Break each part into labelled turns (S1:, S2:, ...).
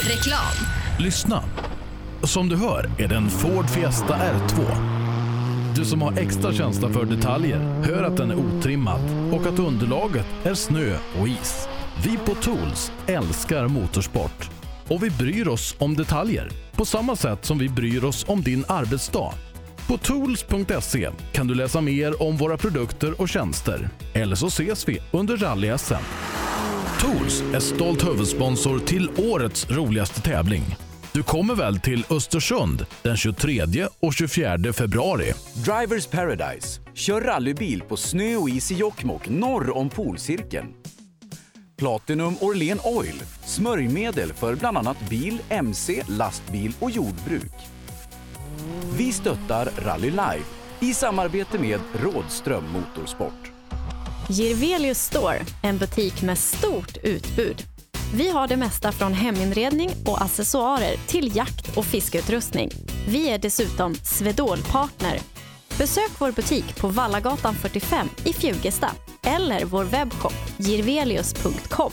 S1: Reklam.
S2: Lyssna. Som du hör är det en Ford Fiesta R2. Du som har extra känsla för detaljer hör att den är otrimmad och att underlaget är snö och is. Vi på Tools älskar motorsport och vi bryr oss om detaljer på samma sätt som vi bryr oss om din arbetsdag. På tools.se kan du läsa mer om våra produkter och tjänster. Eller så ses vi under Rally-SM. Tools är stolt huvudsponsor till årets roligaste tävling. Du kommer väl till Östersund den 23 och 24 februari.
S3: Drivers Paradise. Kör rallybil på snö och is i Jokkmokk norr om polcirkeln. Platinum Orlen Oil. Smörjmedel för bland annat bil, MC, lastbil och jordbruk. Vi stöttar Rally Live i samarbete med Rådström Motorsport.
S4: Jirvelius Store, en butik med stort utbud. Vi har det mesta från heminredning och accessoarer till jakt- och fiskeutrustning. Vi är dessutom Swedol-partner. Besök vår butik på Vallagatan 45 i Fjugesta eller vår webbshop jirvelius.com.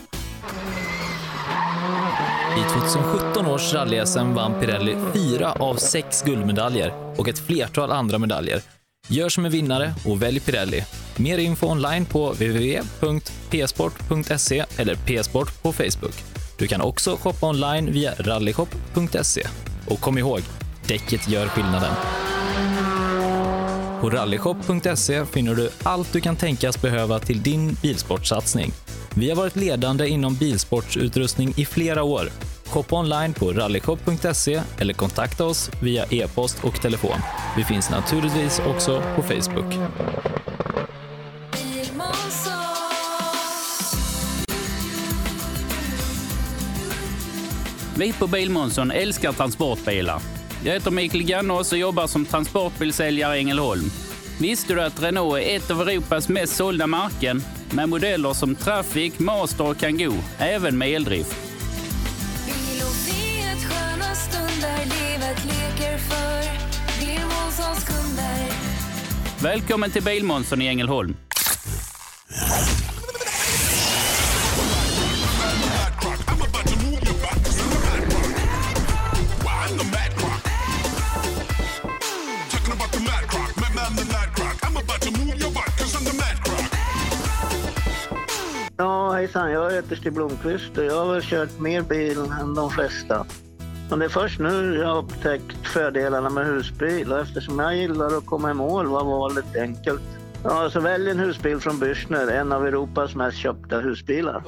S5: I 2017 års rally-SM vann Pirelli 4 av 6 guldmedaljer och ett flertal andra medaljer. Gör som en vinnare och välj Pirelli. Mer info online på www.psport.se eller psport på Facebook. Du kan också shoppa online via rallyshop.se. Och kom ihåg, däcket gör skillnaden. På rallyshop.se finner du allt du kan tänkas behöva till din bilsportsatsning. Vi har varit ledande inom bilsportsutrustning i flera år. Shoppa online på rallyshop.se eller kontakta oss via e-post och telefon. Vi finns naturligtvis också på Facebook.
S6: Vi på Bilmånsson älskar transportbilar. Jag heter Mikael Gannås och jobbar som transportbilsäljare i Ängelholm. Visste du att Renault är ett av Europas mest sålda märken med modeller som Traffic, Master och Kangoo, även med eldrift?
S7: Bil och vet sköna stunder, livet leker för Bilmånssons kunder.
S6: Välkommen till Bilmånsson i Ängelholm.
S8: Ja, hejsan. Jag heter Stig Blomqvist och jag har väl kört mer bil än de flesta. Men det är först nu jag har upptäckt fördelarna med husbil och eftersom jag gillar att komma i mål var valet enkelt. Ja, så välj en husbil från Bürstner, en av Europas mest köpta husbilar.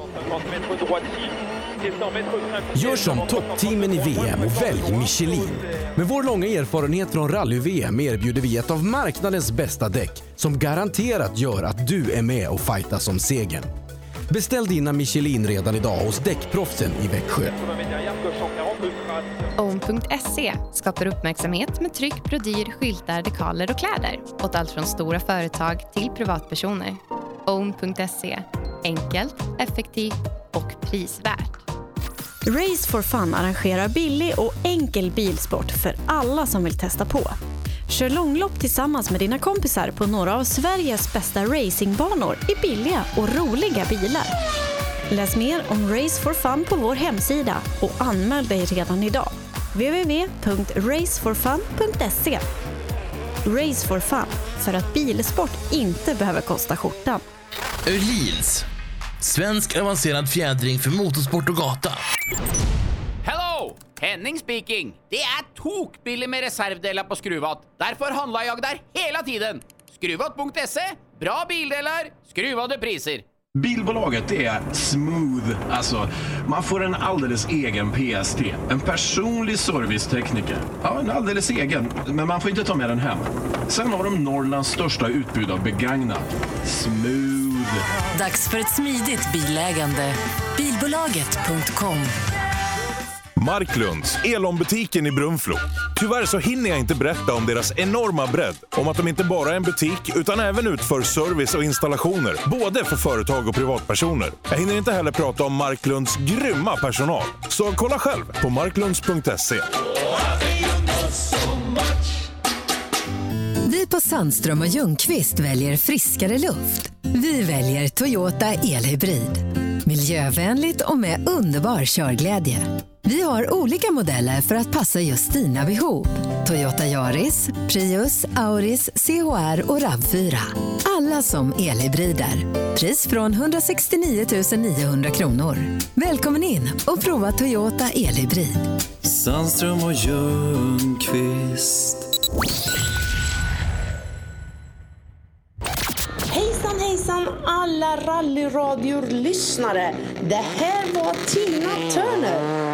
S9: Gör som toppteamen i VM och välj Michelin. Med vår långa erfarenhet från rally-VM erbjuder vi ett av marknadens bästa däck som garanterat gör att du är med och fightas om segern. Beställ dina Michelin redan idag hos Däckproffsen i Växjö.
S10: Own.se skapar uppmärksamhet med tryck, brodyr, skyltar, dekaler och kläder åt allt från stora företag till privatpersoner. Own.se. Enkelt, effektivt och prisvärt.
S4: Race for Fun arrangerar billig och enkel bilsport för alla som vill testa på. Kör långlopp tillsammans med dina kompisar på några av Sveriges bästa racingbanor i billiga och roliga bilar. Läs mer om Race for Fun på vår hemsida och anmäl dig redan idag. www.raceforfun.se. Race for Fun, för att bilsport inte behöver kosta skjortan.
S11: Öhlins. Svensk avancerad fjädring för motorsport och gata.
S12: Hello! Henning speaking. Det är tokbilligt med reservdelar på Skruvat. Därför handlar jag där hela tiden. Skruvat.se. Bra bildelar, skruvade priser.
S13: Bilbolaget är smooth. Alltså, man får en alldeles egen PST. En personlig servicetekniker. Ja, en alldeles egen. Men man får inte ta med den hem. Sen har de Norrlands största utbud av begagnat. Smooth.
S1: Dags för ett smidigt bilägande. Bilbolaget.com.
S14: Marklunds, Elon-butiken i Brunflo. Tyvärr så hinner jag inte berätta om deras enorma bredd. Om att de inte bara är en butik utan även utför service och installationer. Både för företag och privatpersoner. Jag hinner inte heller prata om Marklunds grymma personal. Så kolla själv på marklunds.se.
S1: Vi på Sandström och Ljungqvist väljer friskare luft. Vi väljer Toyota elhybrid. Miljövänligt och med underbar körglädje. Vi har olika modeller för att passa just dina behov. Toyota Yaris, Prius, Auris, CHR och RAV4. Alla som elhybrider. Pris från 169 900 kronor. Välkommen in och prova Toyota elhybrid.
S15: Sandström och Ljungqvist.
S16: Hejsan hejsan alla rallyradio-lyssnare. Det här var Tina Turner.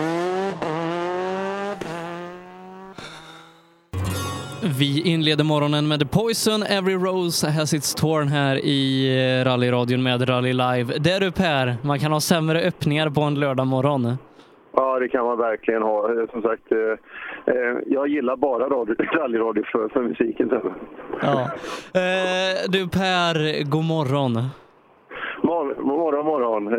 S17: Vi inleder morgonen med The Poison, Every Rose. Här sitter Torn här i rallyradion med Rally Live. Där uppe här, man kan ha sämre öppningar på en lördag morgon.
S18: Ja, det kan man verkligen ha. Som sagt, jag gillar bara rallyradio för musiken.
S17: Ja. Du Per, god morgon.
S18: Morgon.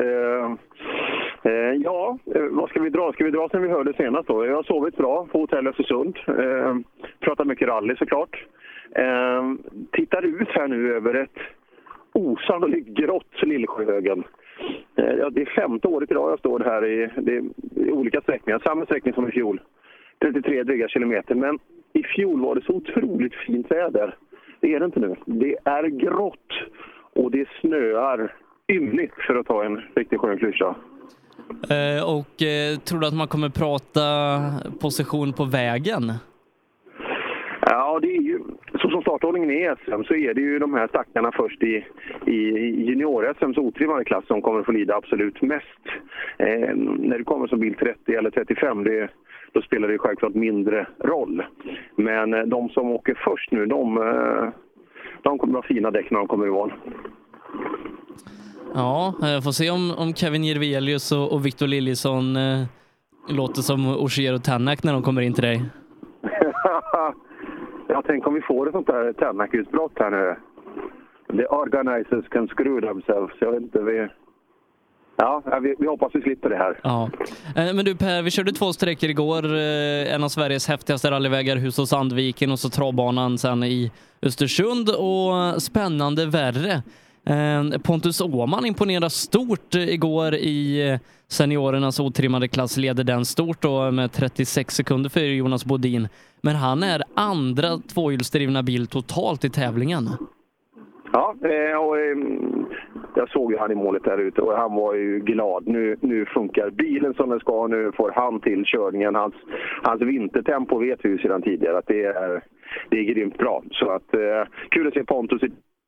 S18: Ja, vad ska vi dra? Ska vi dra sen vi hörde senast då? Jag har sovit bra på hotell Östersund. Pratar mycket rally såklart. Tittar ut här nu över ett osannolikt grått Lillsjöhögen. Ja, det är 5:e året idag jag står här i olika sträckningar. Samma sträckning som i fjol. 33 dryga kilometer. Men i fjol var det så otroligt fint väder. Det är det inte nu. Det är grått och det snöar ymnigt för att ta en riktigt skön klyscha.
S17: Tror du att man kommer prata position på vägen?
S18: Ja, det är ju så som startordningen i SM så är det ju de här stackarna först i junior-SMs otrimmade klass som kommer att få lida absolut mest. När du kommer som bil 30 eller 35, då spelar det självklart mindre roll. Men de som åker först nu, de kommer att ha fina däck när de kommer i mål.
S17: Ja, jag får se om Kevin Jirvelius och Victor Liljesson låter som Ogier och Tänak när de kommer in till dig.
S18: Jag tänker om vi får ett sånt där Tänak-utbrott här nu. The organizers can screw themselves. Jag vet inte, vi hoppas vi slipper det här.
S17: Ja. Men du Per, vi körde 2 sträckor igår. En av Sveriges häftigaste rallyvägar, Hus och Sandviken, och så travbanan sen i Östersund. Och spännande värre. Pontus Åhman imponerade stort igår i seniorernas otrimmade klass, leder den stort då med 36 sekunder för Jonas Bodin. Men han är andra tvåhjulsdrivna bil totalt i tävlingen.
S18: Ja, och jag såg ju han i målet där ute och han var ju glad. Nu funkar bilen som den ska, nu får han till körningen. Hans vintertempo vet vi ju sedan tidigare att det är grymt bra. Så att kul att se Pontus.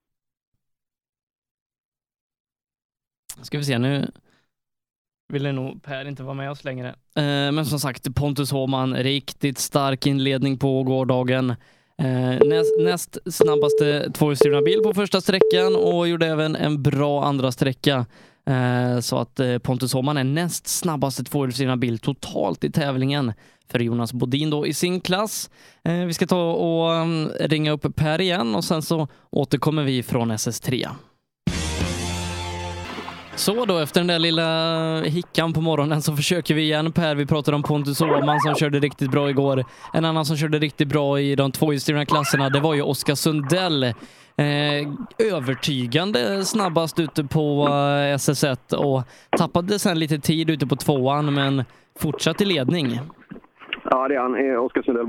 S17: Ska vi se, nu ville nog Per inte vara med oss längre. Men som sagt, Pontus Åhman, riktigt stark inledning på gårdagen. Näst snabbaste tvåhjulsdrivna bil på första sträckan och gjorde även en bra andra sträcka. Så att Pontus Åhman är näst snabbaste tvåhjulsdrivna bil totalt i tävlingen för Jonas Bodin då i sin klass. Vi ska ta och ringa upp Per igen och sen så återkommer vi från SS3. Så då, efter den där lilla hickan på morgonen så försöker vi igen, Per. Vi pratade om Pontus Åhman som körde riktigt bra igår. En annan som körde riktigt bra i de tvåhjulsdrivna klasserna, det var ju Oskar Sundell. Övertygande snabbast ute på SS1 och tappade sen lite tid ute på 2:an, men fortsatt i ledning.
S18: Ja, det är han. Oskar Sundell.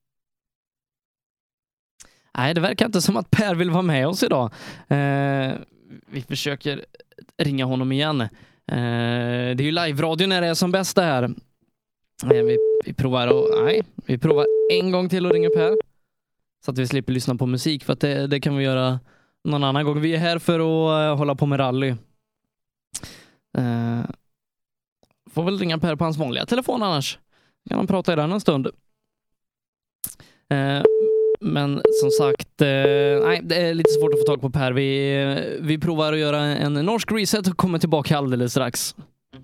S17: Nej, det verkar inte som att Per vill vara med oss idag. Vi försöker ringa honom igen. Det är ju live-radio när det är som bäst det här. Vi provar en gång till att ringa upp här. Så att vi slipper lyssna på musik. För att det kan vi göra någon annan gång. Vi är här för att hålla på med rally. Får väl ringa Per på hans vanliga telefon annars. Kan han prata i den en stund. Men som sagt, nej, det är lite svårt att få tag på Per. Vi provar att göra en norsk reset och kommer tillbaka alldeles strax.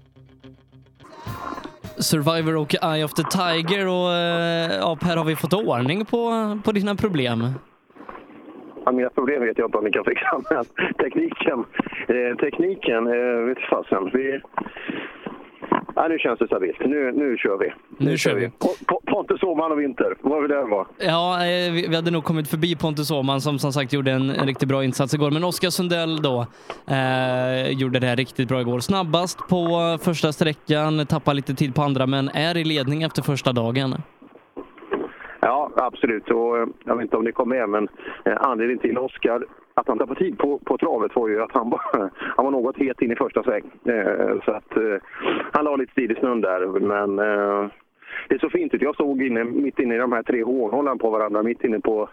S17: Survivor och Eye of the Tiger och ja, Per, har vi fått ordning på dina problem?
S18: Ja, mina problem vet jag inte om ni kan fixa, men tekniken vet fasen. Ja, nu känns det stabilt. Nu kör vi.
S17: Nu kör vi.
S18: Pontus Åhman och Vinter, vad var det var?
S17: Ja, vi hade nog kommit förbi Pontus Åhman som sagt gjorde en riktigt bra insats igår. Men Oskar Sundell då gjorde det här riktigt bra igår. Snabbast på första sträckan, tappar lite tid på andra, men är i ledning efter första dagen.
S18: Ja, absolut. Och jag vet inte om det kom med, men anledningen till Oskar att han tappade tid på travet var ju att han var något het in i första sväng. Så att han la lite tid i snön där. Men det är så fint ut. Jag stod mitt inne i de här 3 hårnålarna på varandra, mitt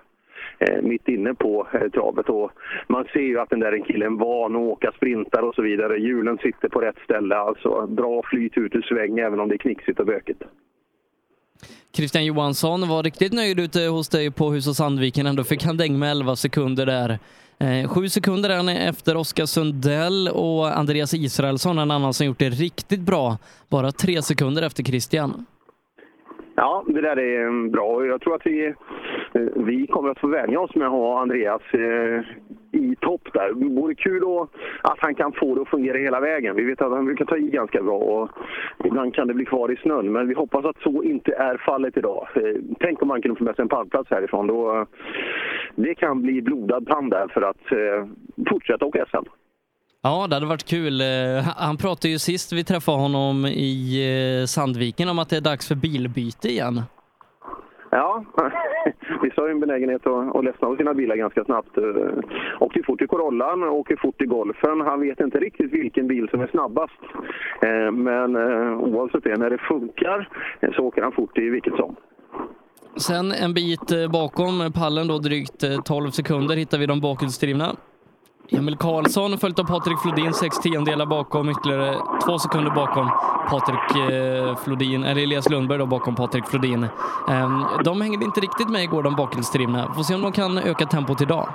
S18: inne på travet. Och man ser ju att den där killen van att åka sprintar och så vidare. Hjulen sitter på rätt ställe. Alltså bra flyt ut ur sväng även om det är knixigt och bökigt.
S17: Christian Johansson var riktigt nöjd ute hos dig på Hus och Sandviken. Ändå fick han däng med 11 sekunder där. 7 sekunder är efter Oskar Sundell och Andreas Israelsson, en annan som gjort det riktigt bra. Bara 3 sekunder efter Christian. Ja,
S18: det där är bra. Jag tror att vi kommer att få vänja oss med att ha Andreas i topp där. Det vore kul att han kan få det att fungera hela vägen. Vi vet att han brukar ta i ganska bra och ibland kan det bli kvar i snön. Men vi hoppas att så inte är fallet idag. Tänk om man kunde få med sig en pallplats härifrån. Då, det kan bli blodad tand där för att fortsätta åka SM.
S17: Ja, det hade varit kul. Han pratade ju sist vi träffade honom i Sandviken om att det är dags för bilbyte igen.
S18: Ja, vi har ju en benägenhet att ledsna av sina bilar ganska snabbt. Åker fort i Corollan, åker fort i Golfen. Han vet inte riktigt vilken bil som är snabbast. Men oavsett det, när det funkar så åker han fort i vilket som.
S17: Sen en bit bakom pallen då, drygt 12 sekunder, hittar vi de bakhjulsdrivna. Emil Karlsson följt av Patrik Flodin 6/10 bakom, ytterligare 2 sekunder bakom Patrik Flodin, eller Elias Lundberg då bakom Patrik Flodin. De hängde inte riktigt med igår, de bakhjulsdrivna. Får se om de kan öka tempot idag.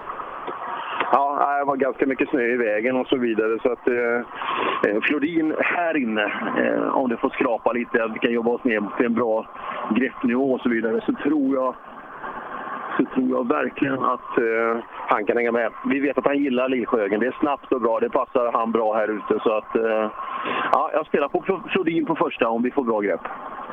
S18: Ja, det var ganska mycket snö i vägen och så vidare, så att Flodin här inne, om det får skrapa lite, att vi kan jobba oss ner till en bra greppnivå och så vidare, så tror jag verkligen att han kan hänga med. Vi vet att han gillar Lillsjögen. Det är snabbt och bra. Det passar han bra här ute. Så att, ja, jag spelar på Flodin på första om vi får bra grepp.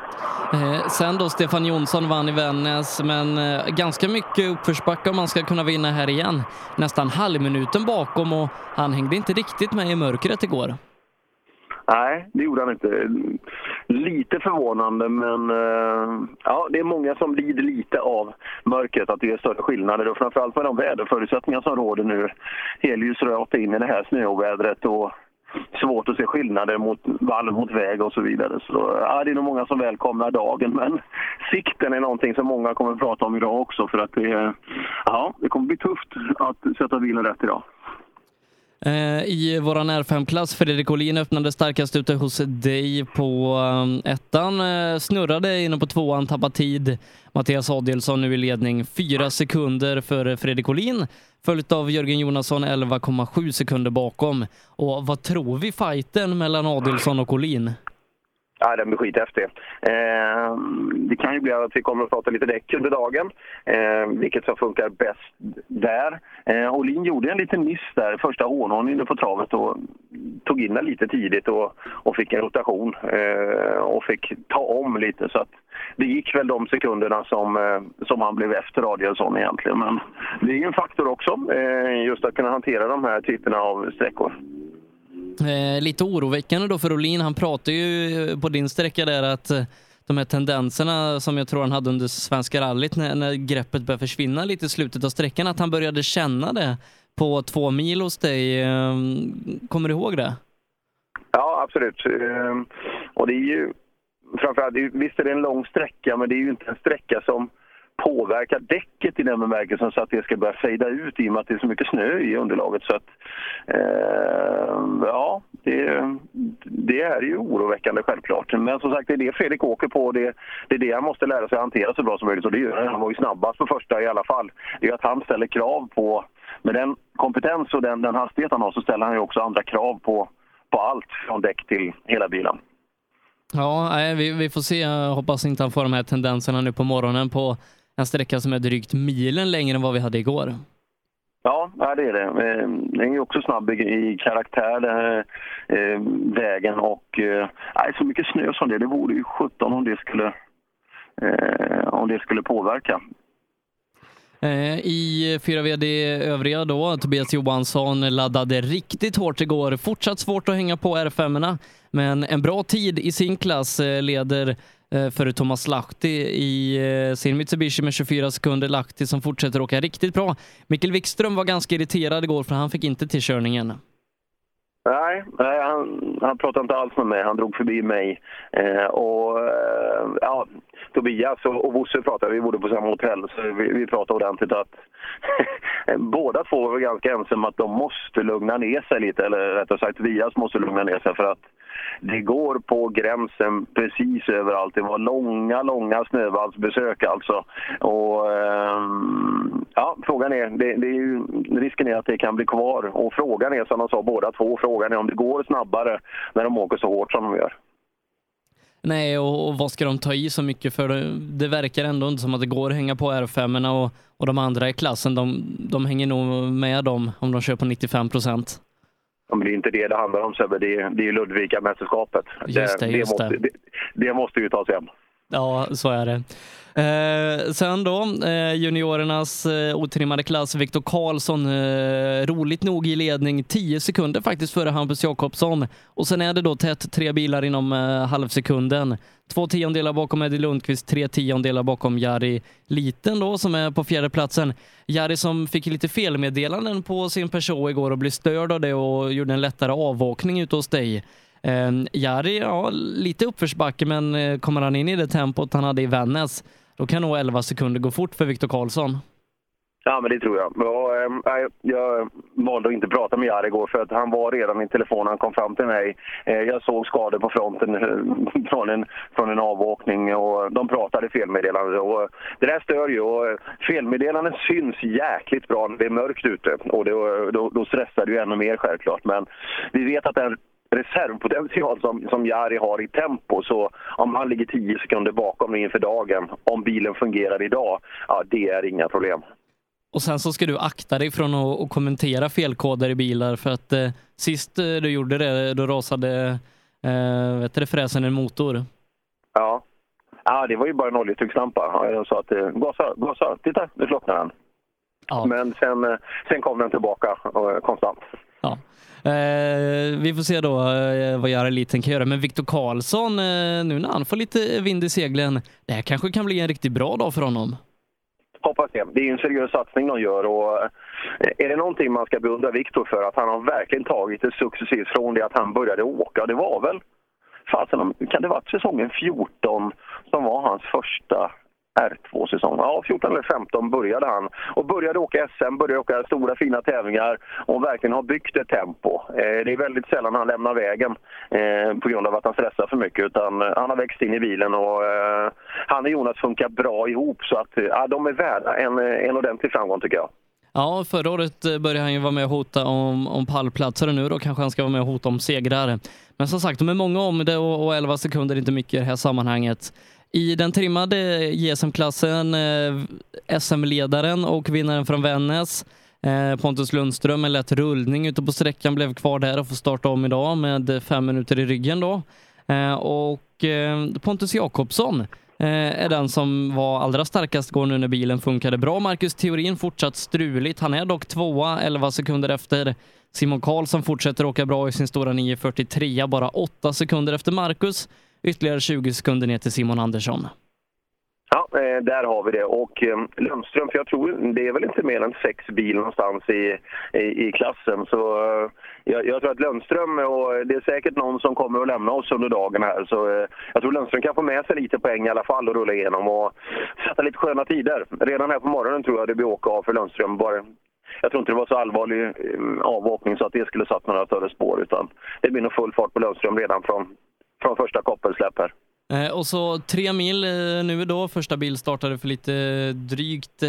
S17: Sen då Stefan Jonsson vann i Vännäs, men ganska mycket uppförsbacka om man ska kunna vinna här igen. Nästan halvminuten bakom och han hängde inte riktigt med i mörkret igår.
S18: Nej, det gjorde han inte. Lite förvånande, men ja, det är många som lider lite av mörkret, att det är större skillnader. Och framförallt med de väderförutsättningar som råder nu. Helljus röt in i det här snöovädret och svårt att se skillnader mot vall mot väg och så vidare. Så ja, det är nog många som välkomnar dagen, men sikten är någonting som många kommer att prata om idag också, för att det kommer bli tufft att sätta bilen rätt idag.
S17: I våran R5-klass, Fredrik Olin öppnade starkast ute hos dig på ettan, snurrade inne på tvåan, tappade tid. Mattias Adelsson nu i ledning 4 sekunder för Fredrik Olin, följt av Jörgen Jonasson 11,7 sekunder bakom. Och vad tror vi fighten mellan Adelsson och Olin?
S18: Ja, den blir skithäftig. Det kan ju bli att vi kommer att prata lite däck under dagen, vilket som funkar bäst där. Olin gjorde en liten miss där, första hårnån inne på travet, och tog in den lite tidigt och fick en rotation och fick ta om lite, så att det gick väl de sekunderna som han blev efter Adielsson egentligen. Men det är ju en faktor också, just att kunna hantera de här typerna av sträckor.
S17: Lite oroväckande då för Olin. Han pratar ju på din sträcka där att de här tendenserna som jag tror han hade under Svenska rallyt när greppet började försvinna lite i slutet av sträckan, att han började känna det på 2 mil hos dig. Kommer du ihåg det? Ja, absolut. Och det är ju framförallt, visst är det en lång sträcka, men det är ju inte en sträcka som påverkar däcket i den bemärkelsen så att det ska börja fejda ut i och med att det är så mycket snö i underlaget. Så att ja, det är ju oroväckande självklart. Men som sagt, det är det Fredrik åker på. Det är det han måste lära sig att hantera så bra som möjligt. Och det gör han. Han var ju snabbast på första i alla fall. Det är att han ställer krav på, med den kompetens och den hastighet han har, så ställer han ju också andra krav på allt från däck till hela bilen. Ja, vi får se. Jag hoppas inte han får de här tendenserna nu på morgonen på en sträcka som är drygt milen längre än vad vi hade igår.
S18: Ja, det är det. Den är ju också snabb i karaktär, den här vägen. Och så mycket snö som det vore ju 17 om det skulle påverka.
S17: I 4VD övriga då, Tobias Johansson laddade riktigt hårt igår. Fortsatt svårt att hänga på R5-erna, men en bra tid i sin klass leder för Thomas Lahti i sin Mitsubishi med 24 sekunder. Lahti som fortsätter åka riktigt bra. Mikkel Wikström var ganska irriterad igår för han fick inte till körningen.
S18: Nej, han pratade inte alls med mig. Han drog förbi mig. Tobias och Bosse pratade, vi bodde på samma hotell, så vi pratade ordentligt att båda två var ganska ensamma att de måste lugna ner sig lite, eller rättare sagt Tobias måste lugna ner sig, för att det går på gränsen precis överallt. Det var långa snövalsbesök alltså. Och frågan är, det är ju, risken är att det kan bli kvar. Och frågan är, som de sa båda två, frågan är om det går snabbare när de åker så hårt som de gör.
S17: Nej, och vad ska de ta i så mycket för? Det verkar ändå inte som att det går att hänga på R5-erna och de andra i klassen, de hänger nog med dem om de kör på 95%.
S18: Ja, men det är inte det handlar om, Sebbe. Det är ju Ludvika-mästerskapet. Det måste ju tas hem.
S17: Ja, så är det. Sen då, juniorernas otrimmade klass, Viktor Karlsson, roligt nog i ledning 10 sekunder faktiskt före Hampus Jakobsson. Och sen är det då tätt 3 bilar inom halvsekunden. 2/10 bakom Eddie Lundqvist, 3/10 bakom Jari Liten då, som är på 4:e platsen. Jari som fick lite felmeddelanden på sin Peugeot igår och blev störd av det och gjorde en lättare avåkning ut hos dig. Jari, lite uppförsbacke, men kommer han in i det tempot han hade i Vännäs, då kan nog 11 sekunder gå fort för Viktor Karlsson.
S18: Ja, men det tror jag. Jag valde att inte prata med Jari igår för att han var redan i telefon. Han kom fram till mig. Jag såg skador på fronten från en avåkning och de pratade felmeddelande. Och det där stör ju. Och felmeddelanden syns jäkligt bra när det är mörkt ute. Och då stressar det ju ännu mer självklart. Men vi vet att den reservpotential som Jari har i tempo, så om han ligger 10 sekunder bakom inför dagen, om bilen fungerar idag, det är inga problem.
S17: Och sen så ska du akta dig från att kommentera felkoder i bilar, för att sist du gjorde det, då rasade fräsen en motor.
S18: Ja, det var ju bara en oljetryckslampa. Jag sa att gasa, titta, nu slocknar den. Ja. Men sen kom den tillbaka konstant.
S17: Ja. Vi får se då vad Jari Liten kan göra. Men Viktor Karlsson, nu när han får lite vind i seglen, det här kanske kan bli en riktigt bra dag för honom.
S18: Hoppas det. Det är en seriös satsning de gör, och är det någonting man ska beundra Viktor för, att han har verkligen tagit det successivt från det att han började åka. Det var väl, kan det vara säsongen 14 som var hans första R2-säsong. Ja, 14 eller 15 började han. Och började åka SM, började åka stora fina tävlingar och verkligen har byggt ett tempo. Det är väldigt sällan han lämnar vägen på grund av att han stressar för mycket. Utan han har växt in i bilen och han och Jonas funkar bra ihop. Så att de är värda en ordentlig framgång, tycker jag.
S17: Ja, förra året började han ju vara med och hota om pallplatser, och nu då kanske han ska vara med och hota om segrar. Men som sagt, de är många om det och 11 sekunder är inte mycket i det här sammanhanget. I den trimmade JSM-klassen, SM-ledaren och vinnaren från Vännäs, Pontus Lundström, en lätt rullning ute på sträckan, blev kvar där och får starta om idag med 5 minuter i ryggen då. Och Pontus Jakobsson är den som var allra starkast går nu när bilen funkade bra. Marcus Theorin fortsatt struligt. Han är dock 2:a, 11 sekunder efter. Simon Karlsson fortsätter åka bra i sin stora 9:43, bara 8 sekunder efter Marcus. Ytterligare 20 sekunder ner till Simon Andersson.
S18: Ja, där har vi det. Och Lundström, för jag tror det är väl inte mer än 6 bil någonstans i klassen. Så jag tror att Lundström, och det är säkert någon som kommer att lämna oss under dagen här. Så jag tror Lundström kan få med sig lite poäng i alla fall och rulla igenom och sätta lite sköna tider. Redan här på morgonen tror jag det blir åka av för Lundström. Jag tror inte det var så allvarlig avåkning så att det skulle satt några större spår, utan det blir nog full fart på Lundström redan från första koppelsläpp här.
S17: Och så 3 mil nu då. Första bil startade för lite drygt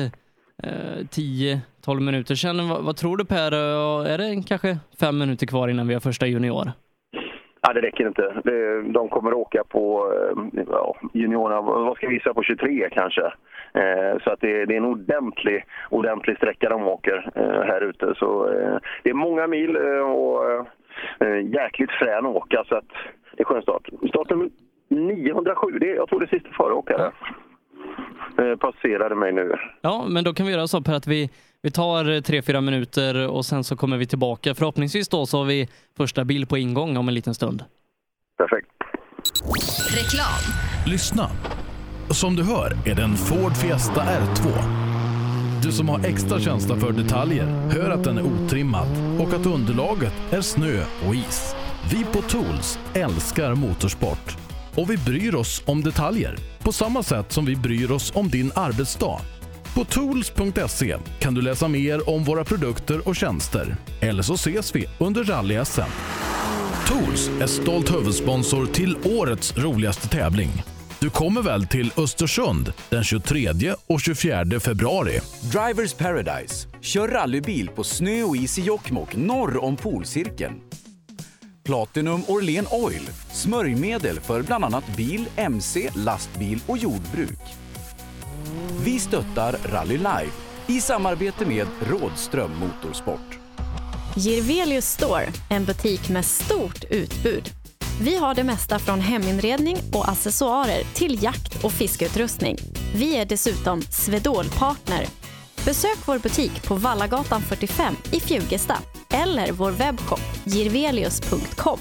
S17: 10-12 minuter sedan. Vad tror du, Per? Är det kanske 5 minuter kvar innan vi har första junior?
S18: Ja, det räcker inte. De kommer åka på juniorerna, vad ska vi visa, på 23 kanske. Så att det är en ordentlig sträcka de åker här ute. Så det är många mil och jäkligt frän åka, så att det är skön start. Starten 907, jag tror det är sista föråkare. Passerade mig nu.
S17: Ja, men då kan vi göra så, Per, att vi tar 3-4 minuter och sen så kommer vi tillbaka. Förhoppningsvis då så har vi första bil på ingång om en liten stund.
S18: Perfekt.
S1: Reklam.
S2: Lyssna. Som du hör är det en Ford Fiesta R2. Du som har extra känsla för detaljer hör att den är otrimmad och att underlaget är snö och is. Vi på Tools älskar motorsport och vi bryr oss om detaljer på samma sätt som vi bryr oss om din arbetsdag. På tools.se kan du läsa mer om våra produkter och tjänster. Eller så ses vi under Rally-SM. Tools är stolt huvudsponsor till årets roligaste tävling. Du kommer väl till Östersund den 23 och 24 februari.
S3: Drivers Paradise. Kör rallybil på snö och is i Jokkmokk norr om polcirkeln. Platinum Orlen Oil. Smörjmedel för bland annat bil, MC, lastbil och jordbruk. Vi stöttar Rally Live i samarbete med Rådström Motorsport.
S4: Jirvelius Store, en butik med stort utbud. Vi har det mesta från heminredning och accessoarer till jakt- och fiskeutrustning. Vi är dessutom Swedol-partner. Besök vår butik på Vallagatan 45 i Fjugesta eller vår webbshop jirvelius.com.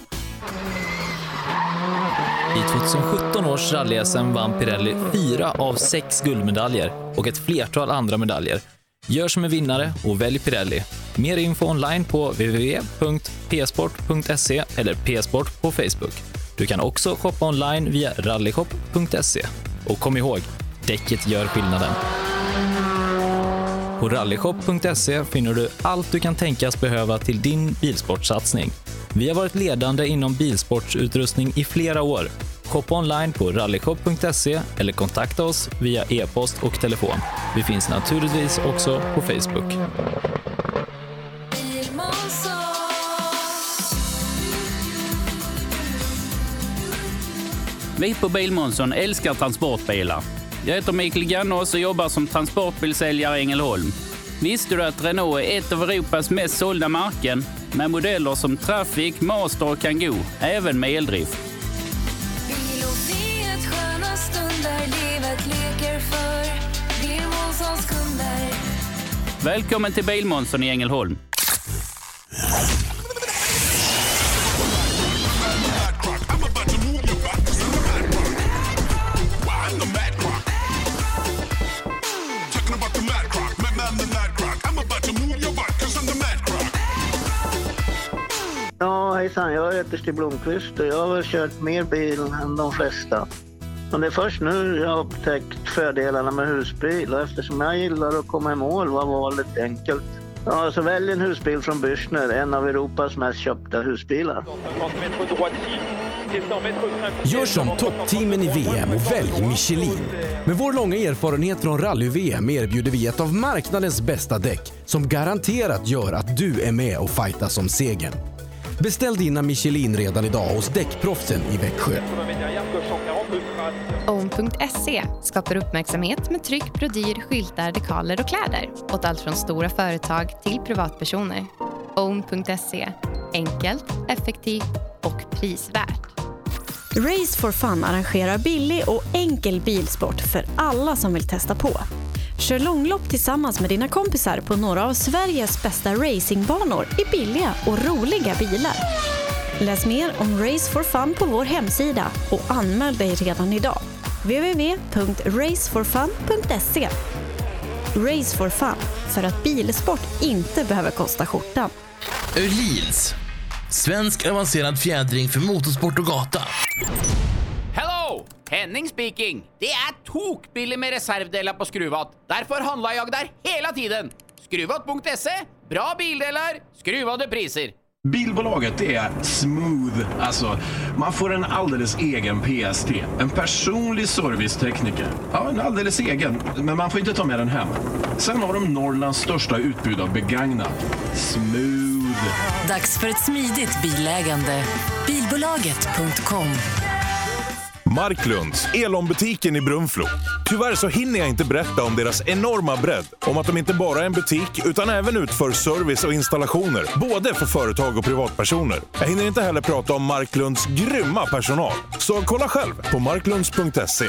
S5: I 2017 års rally-SM vann Pirelli 4 av 6 guldmedaljer och ett flertal andra medaljer. Gör som en vinnare och välj Pirelli. Mer info online på www.psport.se eller psport på Facebook. Du kan också shoppa online via rallyshop.se. Och kom ihåg, däcket gör skillnaden. På rallyshop.se finner du allt du kan tänkas behöva till din bilsportsatsning. Vi har varit ledande inom bilsportsutrustning i flera år. Shoppa online på rallyshop.se eller kontakta oss via e-post och telefon. Vi finns naturligtvis också på Facebook.
S6: Vi på Bilmånsson älskar transportbilar. Jag heter Mikael Gannås och jobbar som transportbilsäljare i Ängelholm. Visste du att Renault är ett av Europas mest sålda märken med modeller som Traffic, Master och Kangoo, även med eldrift?
S7: Bil och vet sköna stunder, livet leker för Bilmånssons kunder.
S6: Välkommen till Bilmånsson i Ängelholm.
S8: Ja, hejsan. Jag heter Stig Blomqvist och jag har väl kört mer bil än de flesta. Men det är först nu jag har upptäckt fördelarna med husbil, och eftersom jag gillar att komma i mål var valet enkelt. Ja, så välj en husbil från Bürstner, en av Europas mest köpta husbilar.
S9: Gör som toppteamen i VM och välj Michelin. Med vår långa erfarenhet från rally-VM erbjuder vi ett av marknadens bästa däck som garanterat gör att du är med och fightas om segern. Beställ dina Michelin redan idag hos Däckproffsen i Växjö.
S10: Own.se skapar uppmärksamhet med tryck, brodyr, skyltar, dekaler och kläder åt allt från stora företag till privatpersoner. Own.se. Enkelt, effektivt och prisvärt.
S4: Race for Fun arrangerar billig och enkel bilsport för alla som vill testa på. Kör långlopp tillsammans med dina kompisar på några av Sveriges bästa racingbanor i billiga och roliga bilar. Läs mer om Race for Fun på vår hemsida och anmäl dig redan idag. www.raceforfun.se. Race for Fun, för att bilsport inte behöver kosta skjortan.
S11: Öhlins. Svensk avancerad fjädring för motorsport och gata.
S12: Hello! Henning speaking. Det är tokbilligt med reservdelar på Skruvat. Därför handlar jag där hela tiden. Skruvat.se. Bra bildelar, skruvade priser.
S13: Bilbolaget, det är smooth. Alltså, man får en alldeles egen PST. En personlig servicetekniker. Ja, en alldeles egen. Men man får inte ta med den hem. Sen har de Norrlands största utbud av begagnat. Smooth
S11: smooth.
S19: Dags för ett smidigt bilägande. Bilbolaget.com.
S14: Marklunds, Elon-butiken i Brunflo. Tyvärr så hinner jag inte berätta om deras enorma bredd. Om att de inte bara är en butik utan även utför service och installationer. Både för företag och privatpersoner. Jag hinner inte heller prata om Marklunds grymma personal. Så kolla själv på marklunds.se.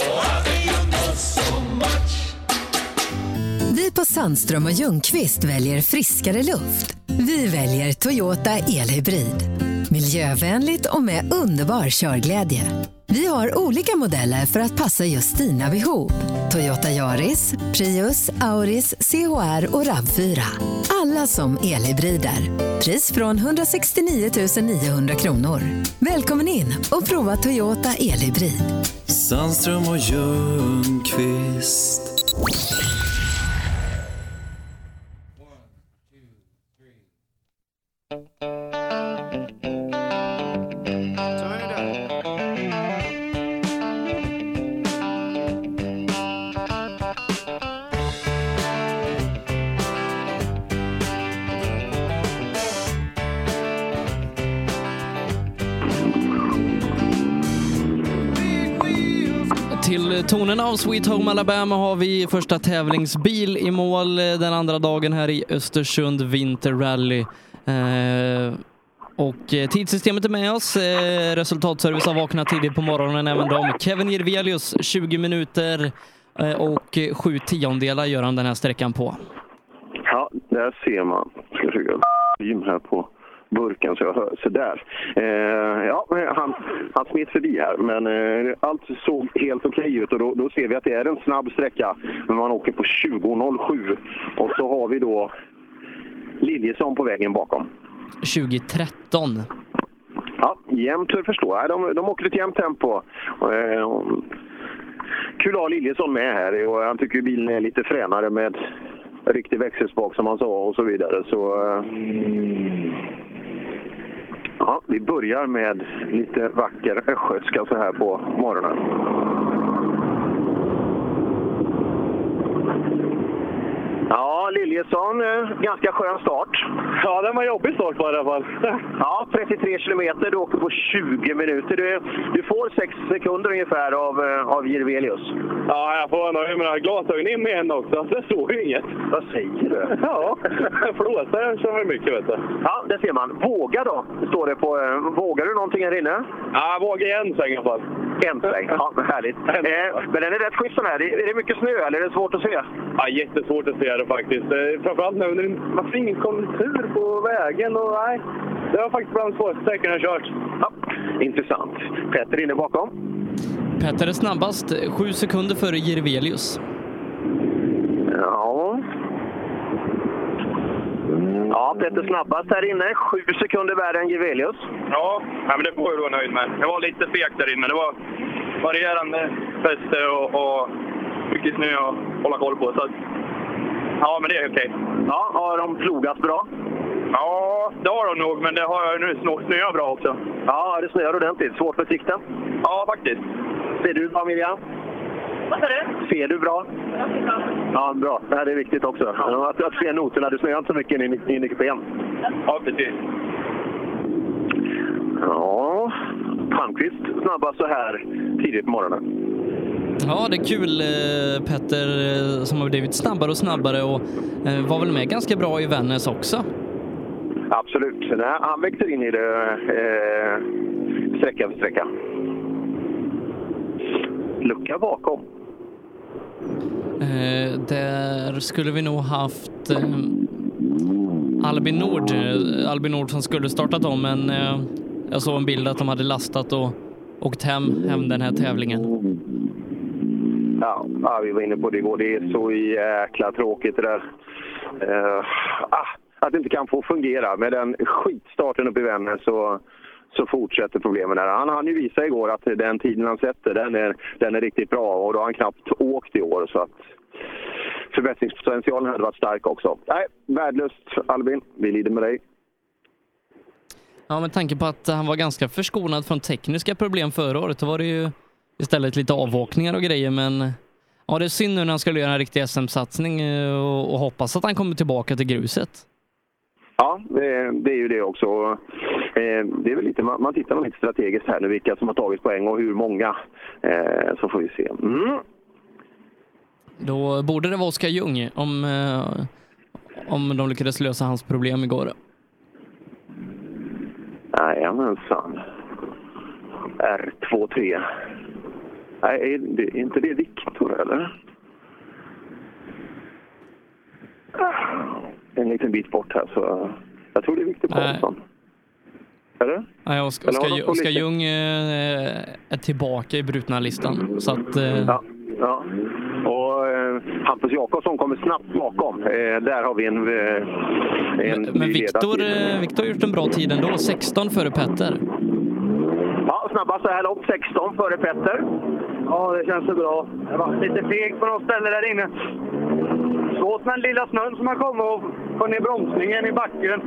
S1: Vi på Sandström och Ljungqvist väljer friskare luft. Vi väljer Toyota Elhybrid. Miljövänligt och med underbar körglädje. Vi har olika modeller för att passa just dina behov. Toyota Yaris, Prius, Auris, CHR och RAV4. Alla som elhybrider. Pris från 169 900 kronor. Välkommen in och prova Toyota Elhybrid.
S15: Sandström och Ljungqvist.
S17: Till tonen av Sweet Home Alabama har vi första tävlingsbil i mål den andra dagen här i Östersund Vinterrally. Och tidssystemet är med oss. Resultatservice har vaknat tidigt på morgonen även de. Kevin Jirvelius 20 minuter och 7/10 gör han den här sträckan på.
S18: Ja, där ser man. Jag ska försöka här på burken så jag hör så där. Han smet förbi här, men allt såg helt okej ut och då ser vi att det är en snabb sträcka, men man åker på 20.07 och så har vi då Liljesson på vägen bakom.
S17: 2013.
S18: Ja, jämnt för förstå. De åker ett jämnt tempo. Kul att ha Liljesson med här och han tycker bilen är lite fränare med riktig växelspak som han sa och så vidare. Så ja, vi börjar med lite vacker östgötska så här på morgonen. Ja, Liljesson, ganska skön start.
S20: Ja, den var jobbig start på i alla fall.
S18: Ja, 33 kilometer, du åker på 20 minuter. Du får 6 sekunder ungefär av Jirvelius.
S20: Ja, jag får nöja med glasögonen in med en också. Det står ju inget.
S18: Vad säger du?
S20: Ja, flåsar kör mycket vet du.
S18: Ja, det ser man. Våga då, står det på. Vågar du någonting här inne?
S20: Ja, vågar en sväng i alla fall.
S18: En sväng, ja, härligt. Men den är rätt schysst den här. Är det mycket snö eller är det svårt att se?
S20: Ja, jättesvårt att se det faktiskt. Framförallt nu när man får ingen kontur på vägen och nej. Det var faktiskt bland svåraste sträckorna jag kört.
S18: Ja, intressant. Petter inne bakom.
S17: Petter är snabbast, 7 sekunder före Jirvelius.
S18: Ja. Ja, Petter snabbast här inne. 7 sekunder värre än Jirvelius.
S20: Ja, men det får jag vara nöjd med. Jag var lite fegt där inne. Det var varierande fäste och mycket snö att hålla koll på. Så att, ja, men det är okej.
S18: Ja, har de plogat bra?
S20: Ja, det har de nog, men det har jag nu snöar bra också.
S18: Ja, det snöar ordentligt. Svårt för sikten?
S20: Ja, faktiskt.
S18: Ser du bra, Miriam?
S21: Vad sa du?
S18: Ser du bra? Ja, bra. Det här är viktigt också. Ja. Att se noterna. Du snöar inte så mycket in i kupén.
S20: Ja, precis.
S18: Ja, Palmqvist snabbast så här tidigt på morgonen.
S17: Ja, det är kul. Petter som har blivit snabbare och snabbare och var väl med ganska bra i Vännäs också.
S18: Absolut. Nej, han växer in i det sträcka för sträcka. Lucka bakom.
S17: Där skulle vi nog haft Albin Nord som skulle startat om, men jag såg en bild att de hade lastat och åkt hem den här tävlingen.
S18: Ja, vi var inne på det igår. Det är så jäkla tråkigt det där. Att det inte kan få fungera. Med den skitstarten upp i Vännäs så fortsätter problemen där. Han hann ju visa igår att den tiden han sätter, den är riktigt bra. Och då har han knappt åkt i år. Så att förbättringspotentialen hade varit stark också. Nej, värdelöst Albin. Vi lider med dig.
S17: Ja, med tanke på att han var ganska förskonad från tekniska problem förra året, då var det ju istället lite avåkningar och grejer, men ja, det är synd nu när han skulle göra en riktig SM-satsning och hoppas att han kommer tillbaka till gruset.
S18: Ja, det är ju det också. Det är väl lite, man tittar lite strategiskt här nu vilka som har tagit poäng och hur många. Så får vi se.
S17: Då borde det vara Oskar Ljung om de lyckades lösa hans problem igår.
S18: Jajamensan. R2-3. Nej, är inte det Viktor eller? En liten bit bort här så jag tror det är Viktor Karlsson. Eller?
S17: Nej, Oskar Ljung är tillbaka i brutna listan. Så att,
S18: ja. Och Hampus Jakobsson kommer snabbt bakom. Där har vi en
S17: men Viktor har gjort en bra tid ändå. 16 före Petter.
S18: Ja, snabbast så här långt. 16 före Petter. Ja, det känns så bra. Jag var lite feg på något ställe där inne. Svårt med den lilla snön som har kommit och få ner bromsningen i backen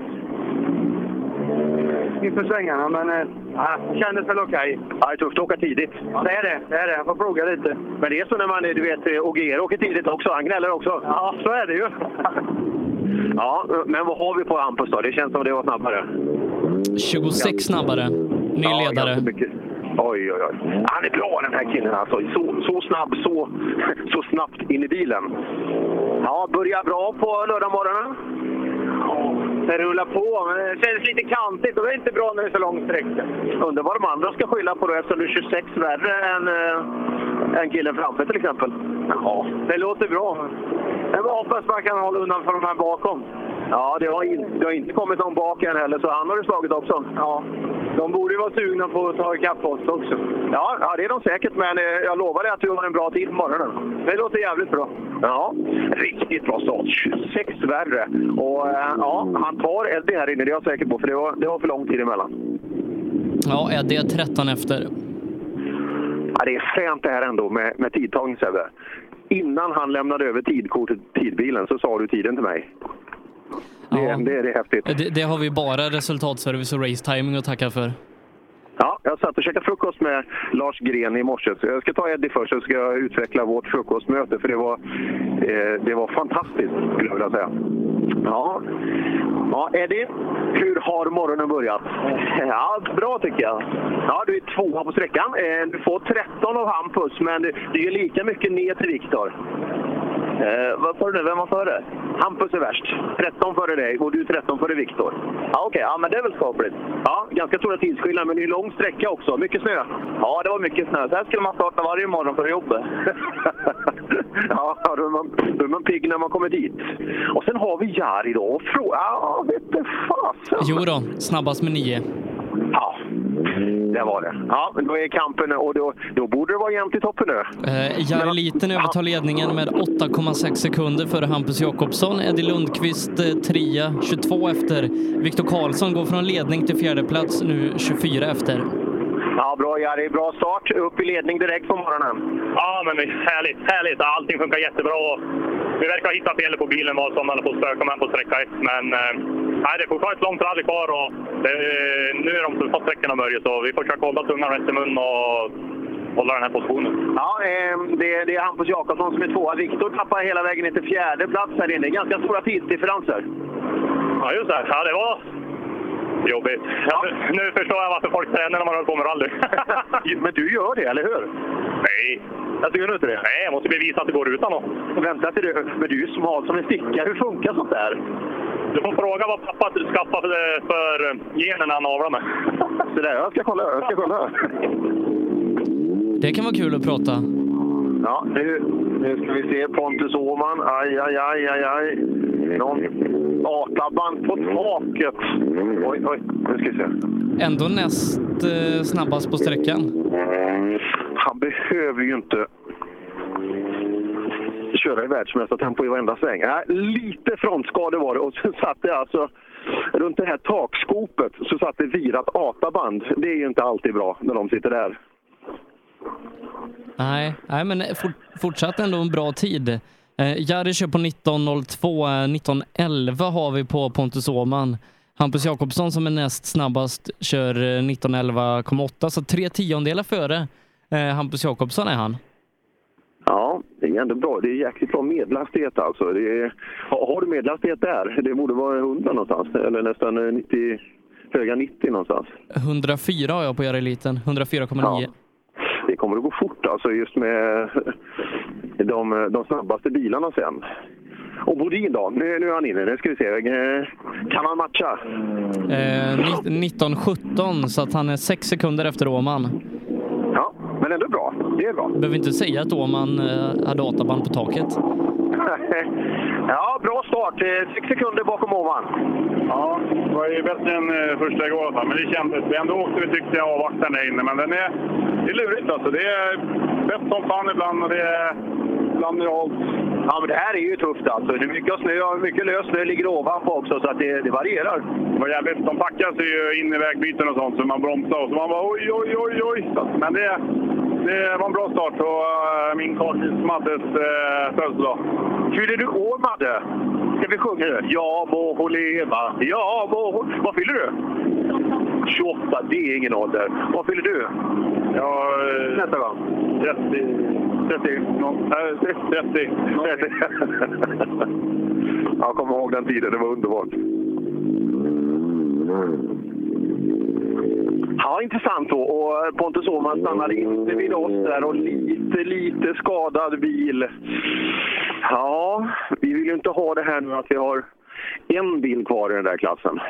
S18: inför svängarna, men det kändes väl okej. Ja, det är tufft att åka tidigt. Ja, det är det. Jag får fråga lite. Men det är så när man, du vet, Ogier åker tidigt också. Han gnäller också. Ja, så är det ju. Ja, men vad har vi på Hampus då? Det känns som det var snabbare.
S17: 26 snabbare. Ny ledare.
S18: Oj. Han är bra den här killen alltså. Så snabb, så snabbt in i bilen. Ja, börjar bra på lördagmorgonen. Det rullar på, men det känns lite kantigt och det är inte bra när det är så lång sträcka. Undrar vad de andra ska skylla på då eftersom du är 26 värre än killen framför till exempel. Ja, det låter bra. Jag hoppas man kan hålla undan för de här bakom. Ja, det har inte kommit någon bak än heller, så han har du slagit också. Ja, de borde ju vara sugna på att ta ikapp oss också. Ja, det är de säkert, men jag lovar dig att du har en bra tid på morgonen. Det låter jävligt bra. Ja, riktigt bra start. 26 värre. Och ja, han tar Eddie här inne, det är jag säker på, för det var för lång tid emellan.
S17: Ja, Eddie är 13 efter.
S18: Ja, det är fränt det här ändå med tidtagning, Sebbe. Innan han lämnade över tidkortet till tidbilen så sa du tiden till mig. Det är häftigt.
S17: Det har vi bara resultatservice och race timing att tacka för.
S18: Ja, jag satt och käkade frukost med Lars Gren i morse. Så jag ska ta Eddie först så ska jag utveckla vårt frukostmöte. För det var fantastiskt, skulle jag vilja säga. Ja, Eddie, hur har morgonen börjat? Ja, bra tycker jag. Ja, du är 2 på sträckan. Du får 13 av Hampus, men det är lika mycket ner till Viktor. Vad får du nu? Vem var före? Hampus är värst. 13 före dig och du är 13 före Viktor. Ja, okej. Ja, men det är väl skapligt. Ja, ganska stora tidsskillnader, men det är lång sträcka också. Mycket snö. Ja, det var mycket snö. Så här skulle man starta varje morgon för jobbet. Ja, då är man pigg när man kommer dit. Och sen har vi Jari då. Ja, vet du fasen.
S17: Jo då, snabbast med 9.
S18: Ja, det var det. Ja, då är kampen och då borde det vara jämnt i toppen nu.
S17: Jari Liten övertar ledningen med 8,6 sekunder före Hampus Jakobsson. Eddie Lundqvist 3, 22 efter. Viktor Karlsson går från ledning till 4:e plats, nu 24 efter.
S18: Ja, bra Jari. Bra start. Upp i ledning direkt på morgonen.
S20: Ja, men härligt. Allting funkar jättebra. Vi verkar hitta fel på bilen vad som håller på att spöka med på sträcka 1. Men det är fortfarande ett långt rally kvar och nu är de på sträckorna börjar, så vi får försöka hålla tungan rätt i mun och hålla den här positionen. Ja, det är Hampus Jakobsson som är 2. Viktor tappar hela vägen ner till 4:e plats här inne. Ganska stora tidsdifferenser. Ja, just det. Ja, det var jobbigt. Ja. Nu förstår jag varför folk tränar när man håller på med rally. Men du gör det, eller hur? Nej. Jag tycker inte det. Nej, jag måste bevisa att det går utan. Vänta till det. Men du är ju smal som en sticka. Hur funkar sånt där? Du får fråga vad pappa skaffade för generna han avlar med. Så där, jag ska kolla.
S17: Det kan vara kul att prata.
S18: Ja, nu ska vi se Pontus Åhman. Aj. Någon databand på taket. Oj, nu ska vi se.
S17: Ändå näst snabbast på sträckan.
S18: Han behöver ju inte köra i världsmästartempo i varenda sväng. Lite frontskade var det, och så satt det alltså runt det här takskopet så satt det virat databand. Det är ju inte alltid bra när de sitter där.
S17: Nej, men fortsatt ändå en bra tid. Jari kör på 19.02, 19.11 har vi på Pontus Åhman. Hampus Jakobsson som är näst snabbast kör 19.11,8, så 3/10 före Hampus Jakobsson är han.
S18: Ja, Ja, det är ändå bra. Det är jäkligt bra medelhastighet alltså. Har du medelhastighet där? Det borde vara 100 någonstans. Eller nästan 90, höga 90 någonstans.
S17: 104 har jag på Eliten. 104,9.
S18: Ja. Det kommer att gå fort alltså, just med de snabbaste bilarna sen. Och Bodin då? Nu är han inne. Nu ska vi se. Kan han matcha?
S17: 19-17, så att han är 6 sekunder efter Åman.
S18: Ja, men ändå bra. Det är bra.
S17: Behöver inte säga att Åman hade 8 band på taket.
S18: Ja, bra start. 6 sekunder bakom Åman.
S16: Ja, det var ju bättre än första igår. Men det kändes. Vi ändå åkte, vi tyckte jag avvaktade där inne. Men det är lurigt alltså. Det är bäst som fan ibland och det är ibland halt.
S18: Ja, men det här är ju tufft alltså. Det är mycket snö, mycket lös snö ligger ovanpå också, så att det varierar.
S16: Det var jävligt. De packar sig ju in i vägbyten och sånt, så man bromsar och så man bara oj. Men det var en bra start och min kartis Maddes födelsedag.
S18: Fyller du år, Madde? Ska vi sjunga det? Ja, må hon leva. Ja, må hon... Vad fyller du? 28, det är ingen ålder. Vad fyller du?
S16: Ja,
S18: nästa gång.
S16: 30.
S18: Jag kommer ihåg den tiden, det var underbart. Ja, intressant då. Och Pontus Åhman stannade inte vid oss där och lite skadad bil. Ja, vi vill ju inte ha det här nu att vi har en bil kvar i den där klassen.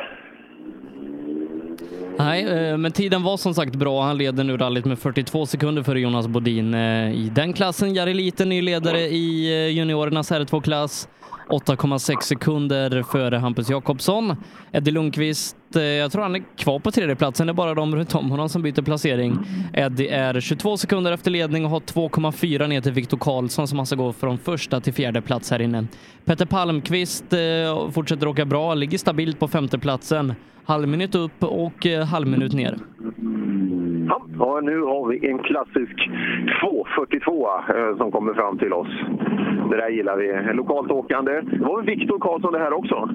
S17: Nej, men tiden var som sagt bra. Han leder nu rallyt med 42 sekunder före Jonas Bodin i den klassen. Jari Liten, ny ledare i juniorernas R2-klass. 8,6 sekunder före Hampus Jakobsson. Eddie Lundqvist, jag tror han är kvar på 3:e platsen. Det är bara de runt om honom som byter placering. Eddie är 22 sekunder efter ledning och har 2,4 ner till Viktor Karlsson som alltså går från 1:a till 4:e plats här inne. Petter Palmqvist fortsätter åka bra, ligger stabilt på 5:e platsen. Halvminut upp och halvminut ner.
S18: Ja, nu har vi en klassisk 2:42 som kommer fram till oss. Det där gillar vi. Lokalt åkande. Det var Viktor Karlsson det här också.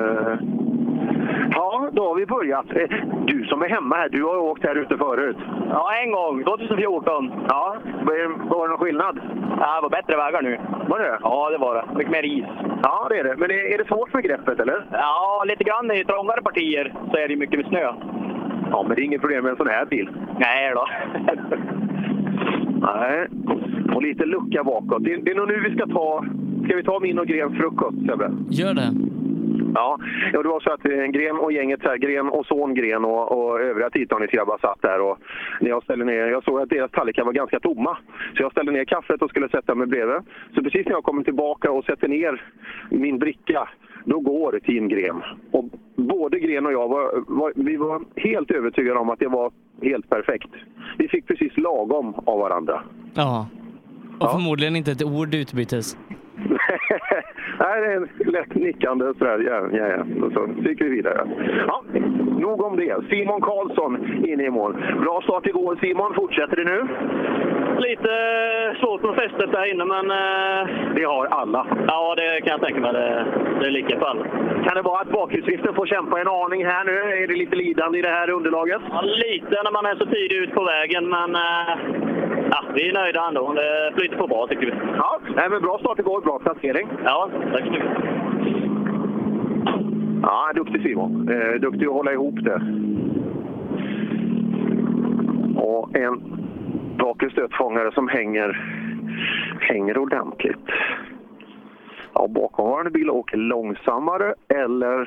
S18: Ja, då har vi börjat. Du som är hemma här, du har åkt här ute förut.
S22: Ja, en gång. 2014.
S18: Ja, var det någon skillnad?
S22: Ja, det var bättre vägar nu.
S18: Var det?
S22: Ja, det var det. Mycket mer is.
S18: Ja, det är det. Men är det svårt med greppet, eller?
S22: Ja, lite grann i trångare partier så är det mycket med snö.
S18: Ja, men det är inget problem med en sån här bil.
S22: Nej då.
S18: Nej, och lite lucka bakåt. Det är nog nu vi ska ta... Ska vi ta min och Grens frukost, Sebbe?
S17: Gör det.
S18: Ja, det var så att Gren och gänget här, Gren och son Gren och övriga Titanis-grabbar satt där. Och när jag ställde ner, jag såg att deras tallrikar var ganska tomma. Så jag ställde ner kaffet och skulle sätta mig bredvid. Så precis när jag kommer tillbaka och sätter ner min bricka, då går Team Gren. Och både Gren och jag vi var helt övertygade om att det var helt perfekt. Vi fick precis lagom av varandra.
S17: Ja, och förmodligen inte ett ord utbytes.
S18: Nej, det är en lätt nickande och sådär. Ja. Och så gick vi vidare. Ja, nog om det. Simon Karlsson inne i mål. Bra start igår, Simon. Fortsätter det nu?
S22: Lite svårt med fästet där inne, men...
S18: Det har alla.
S22: Ja, det kan jag tänka mig. Det är lika fall.
S18: Kan det vara att bakhjulsdriften får kämpa en aning här nu? Är det lite lidande i det här underlaget?
S22: Ja, lite när man är så tidigt ut på vägen, men... Ja, vi är nöjda ändå. Det flyter på bra, tycker vi.
S18: Ja, men bra start igår. Bra placering.
S22: Ja, tack så mycket.
S18: Ja, duktig Simon. Duktig att hålla ihop det. Och en bakre stötfångare som hänger ordentligt. Ja, bakomvarande bil åker långsammare eller...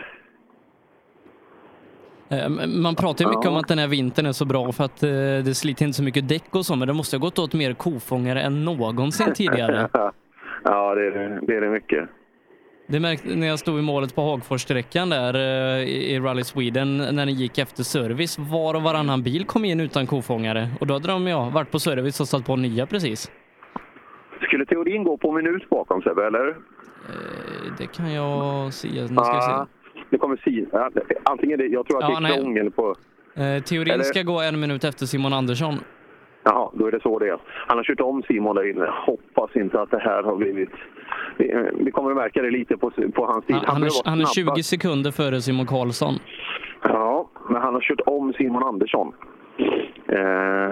S17: Man pratar ju mycket om att den här vintern är så bra för att det sliter inte så mycket däck och så, men det måste ha gått åt mer kofångare än någonsin tidigare.
S18: Ja, det är det mycket.
S17: Det märkte när jag stod i målet på Hagforssträckan där i Rally Sweden när den gick efter service. Var och varannan bil kom in utan kofångare. Och då hade de varit på service och satt på nya precis.
S18: Skulle teorin gå på minut bakom sig, eller?
S17: Det kan jag se. Nu ska jag se.
S18: Det kommer antingen det, jag tror att det är krångel på...
S17: Teorin ska gå 1 minut efter Simon Andersson.
S18: Jaha, då är det så det är. Han har kört om Simon där inne. Hoppas inte att det här har blivit... Vi kommer att märka det lite på hans tid.
S17: Han är 20 sekunder före Simon Karlsson.
S18: Ja, men han har kört om Simon Andersson.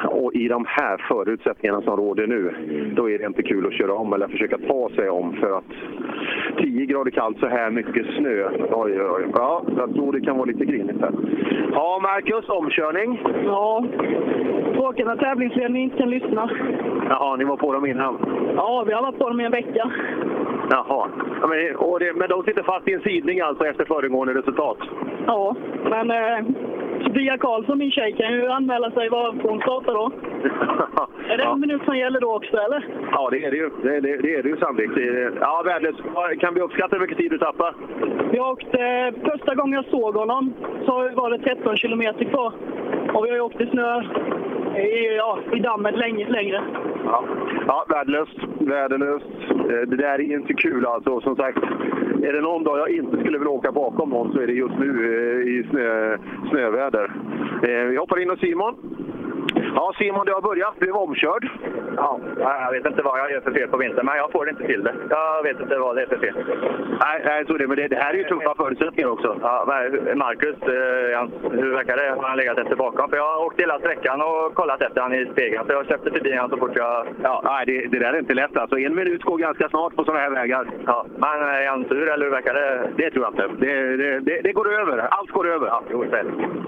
S18: Och i de här förutsättningarna som råder nu, då är det inte kul att köra om eller försöka ta sig om, för att 10 grader kallt, så här mycket snö. Oj. Ja, jag tror det kan vara lite grinigt här. Ja, Marcus, omkörning?
S2: Ja, tråkigt när tävlingsledningen inte kan lyssna.
S18: Jaha, ni var på dem innan?
S2: Ja, vi har varit på dem i en vecka.
S18: Jaha, men de sitter fast i en sidning alltså efter föregående resultat?
S2: Ja, men Sofia Karlsson, min tjej, kan ju anmäla sig var hon startar då. Är det en minut som gäller då också, eller?
S18: Ja, det är det ju. Det är det ju sannolikt. Ja, värdelöst. Kan vi uppskatta hur mycket tid du tappar?
S2: Jag åkte, första gången jag såg honom så var det 13 kilometer kvar. Och vi har ju åkt i snö i dammet längre.
S18: Ja, värdelöst. Det där är inte kul alltså. Som sagt, är det någon dag jag inte skulle vilja åka bakom någon, så är det just nu i snöväder. Vi hoppar in hos Simon. Ja, Simon, du har börjat. Du är omkörd.
S3: Ja, jag vet inte vad jag gör för fel på vintern, men jag får det inte till det. Jag vet inte vad det är för fel.
S18: Nej, jag tror det. Men det här är ju tuffa förutsättningar också.
S3: Ja, Marcus, hur verkar det? Har han legat efter bakom? För jag har åkt hela sträckan och kollat efter han i spegeln. Så jag köpte förbi han så fort jag...
S18: Ja, nej, det där är inte lätt alltså. 1 minut går ganska snart på sådana här vägar.
S3: Ja, men är han sur eller hur verkar det?
S18: Det tror jag inte. Det går över. Allt går över.
S3: Ja, jo, det är det.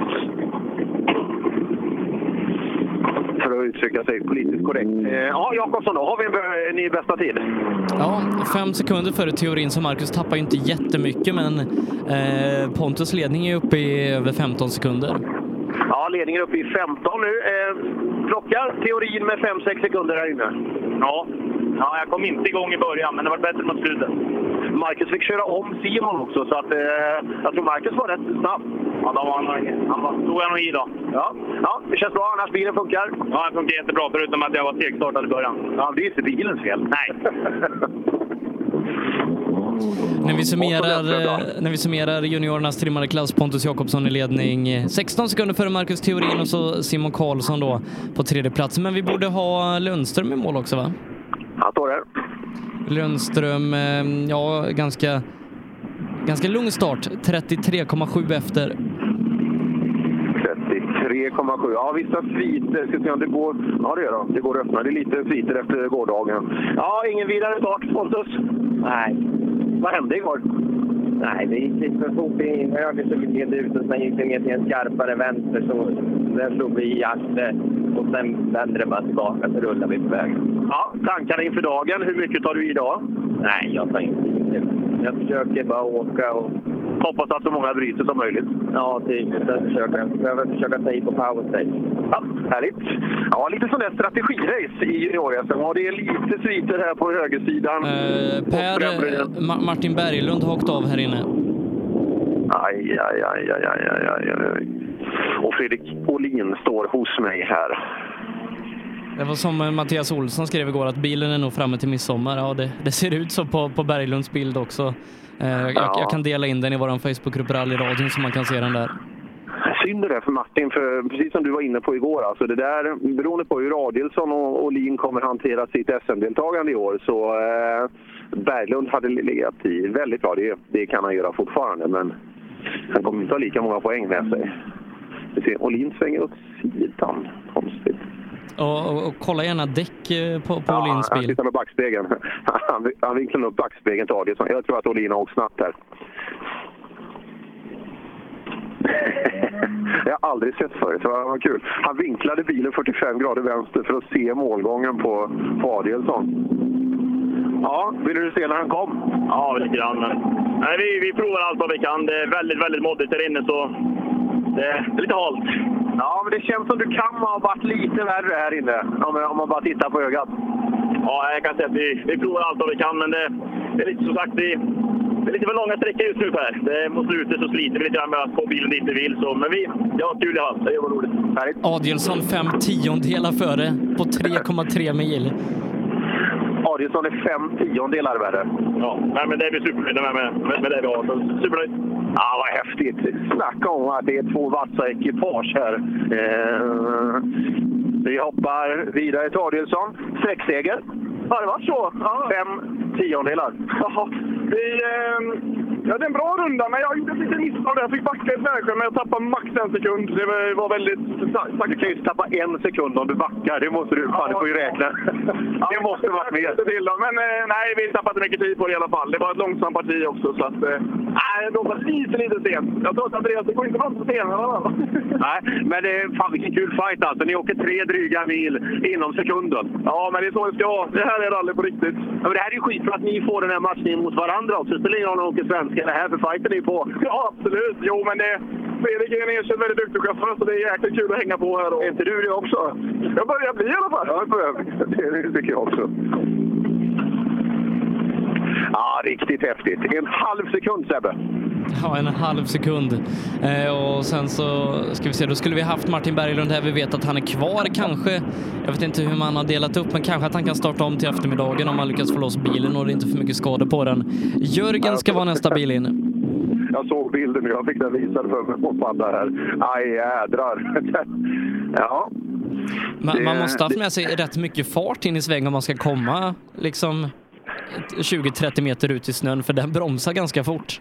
S18: För att uttrycka sig politiskt korrekt. Ja, Jakobsson, då har vi en ny bästa tid.
S17: Ja, 5 sekunder före teorin, så Marcus tappar ju inte jättemycket, men Pontus ledning är uppe i över 15 sekunder.
S18: Ja, ledningen är uppe i 15 nu. Plockar teorin med 5-6 sekunder här inne.
S3: Ja, jag kom inte igång i början, men det var bättre mot slutet.
S18: Marcus fick köra om Simon också, så att jag tror Marcus var rätt snabb.
S3: Ja, då var han stod jag nog i då.
S18: Ja, det känns bra, annars bilen funkar.
S3: Ja, den funkar jättebra, förutom att jag var segstartad i början.
S18: Ja, det är inte bilens fel.
S3: Nej.
S17: När vi summerar juniorernas trimmade klass, Pontus Jakobsson i ledning 16 sekunder före Marcus Theorin, och så Simon Karlsson då på 3:e plats. Men vi borde ha Lundström i mål också, va?
S18: Han står där.
S17: Lundström, ja, ganska lugn start. 33,7 efter.
S18: 33,7. Ja, vissa sviter. Ska se om det går. Ja, det gör det. Det går att öppna. Det är lite sviter efter gårdagen. Ja, ingen vidare start, Pontus?
S3: Nej.
S18: Vad hände igår?
S3: Nej, det gick lite för fort in höger så vi gled ut, och sen gick det ner till en skarpare vänster, så den slog vi i hjärtat och sen vände det bara tillbaka, så rullade vi på vägen.
S18: Ja, tankarna inför dagen. Hur mycket tar du idag?
S3: Nej, jag tar inte. Jag försöker bara åka och
S18: hoppas att så många bryter som möjligt.
S3: Ja, jag försöker ta i på powerstage.
S18: Ja, härligt. Ja, lite sån där strategirace i junior-SM. Ja, det är lite sviter här på högersidan.
S17: Martin Berglund har åkt av här inne.
S18: Aj. Och Fredrik Olin står hos mig här.
S17: Det var som Mattias Olsson skrev igår, att bilen är nog framme till midsommar. Ja, det ser ut så på Berglunds bild också. Jag kan dela in den i vår Facebookgrupp Rallyradion, så man kan se den där.
S18: Synd det för Martin, för precis som du var inne på igår, alltså det där, beroende på hur Radielsson och Olin kommer hantera sitt SM-deltagande i år, så Berglund hade legat i väldigt bra. Det kan han göra fortfarande, men han kommer inte ha lika många poäng med sig. Olin svänger åt sidan, konstigt.
S17: Och kolla gärna däck på Olins bil.
S18: Han tittar med backspegeln. Han vinklar upp backspegeln till Adielsson. Jag tror att Olin har åkt snabbt här. Jag har aldrig sett förut, så det var kul. Han vinklade bilen 45 grader vänster för att se målgången på Adielsson. Ja, vill du se när han kom?
S3: Ja, lite grann. Nej, vi provar allt vad vi kan. Det är väldigt, väldigt moddigt där inne, så det är lite halt.
S18: Ja, men det känns som du kan ha varit lite värre här inne, om man bara tittar på ögat.
S3: Ja, jag kan säga att vi provar allt vad vi kan, men det är lite, som sagt, det är lite för långa sträckor just nu här. Det mot slutet så sliter vi lite grann med att få bilen dit vi vill, så, men jag har kul i allt. Det var roligt.
S17: Adielsson 5/10 före på 3,3 mil.
S18: Adielsson är 5/10 värre.
S3: Ja, nej, men det är vi supernöjda med det vi har. Så supernöjd.
S18: Ja, vad häftigt. Snacka om att det är 2 vassa ekipage här. Vi hoppar vidare till Adielsson. Sträckseger. Ja, det var så. Ja. 5/10.
S3: Ja,
S16: Ja, det är en bra runda, men jag gjorde ett litet misstag där. Jag fick backa ett vägskäl, men jag tappade max 1 sekund. Det var väldigt...
S18: Du kan ju tappa 1 sekund om du backar. Det måste du... Fan, du får ju räkna. Det måste varit med.
S16: Men nej, vi tappade mycket tid på det i alla fall. Det var ett långsamt parti också, så att... Nej, det var lite sent. Jag tror att Andreas, det går inte fram på stenarna.
S18: Nej, men det är fan vilken kul fight alltså. Ni åker 3 dryga mil inom sekunden.
S16: Ja, men det är så det ska vara. Det här är rally på riktigt.
S18: Ja, men det här är ju skit för att ni får den här matchningen mot varandra också. Så länge någon åker svenska, det här för fighten är ju på.
S16: Ja, absolut. Jo, men Fredrik är en erkänd väldigt duktig chaufför, så det är jäkligt kul att hänga på här.
S18: Är inte du det också?
S16: Jag börjar bli i alla fall.
S18: Ja, det tycker jag också. Ja, riktigt häftigt. 1/2 sekund, Sebbe.
S17: Ja, 1/2 sekund. Och sen så ska vi se, då skulle vi haft Martin Berglund här. Vi vet att han är kvar kanske. Jag vet inte hur man har delat upp, men kanske att han kan starta om till eftermiddagen om man lyckas få loss bilen och det är inte för mycket skador på den. Jörgen ska vara nästa bil in.
S18: Jag såg bilden nu, jag fick den visad för mig på padda här. Aj, jädrar. Ja.
S17: Man måste ha haft med sig rätt mycket fart in i sväng om man ska komma liksom 20-30 meter ut i snön, för den bromsar ganska fort.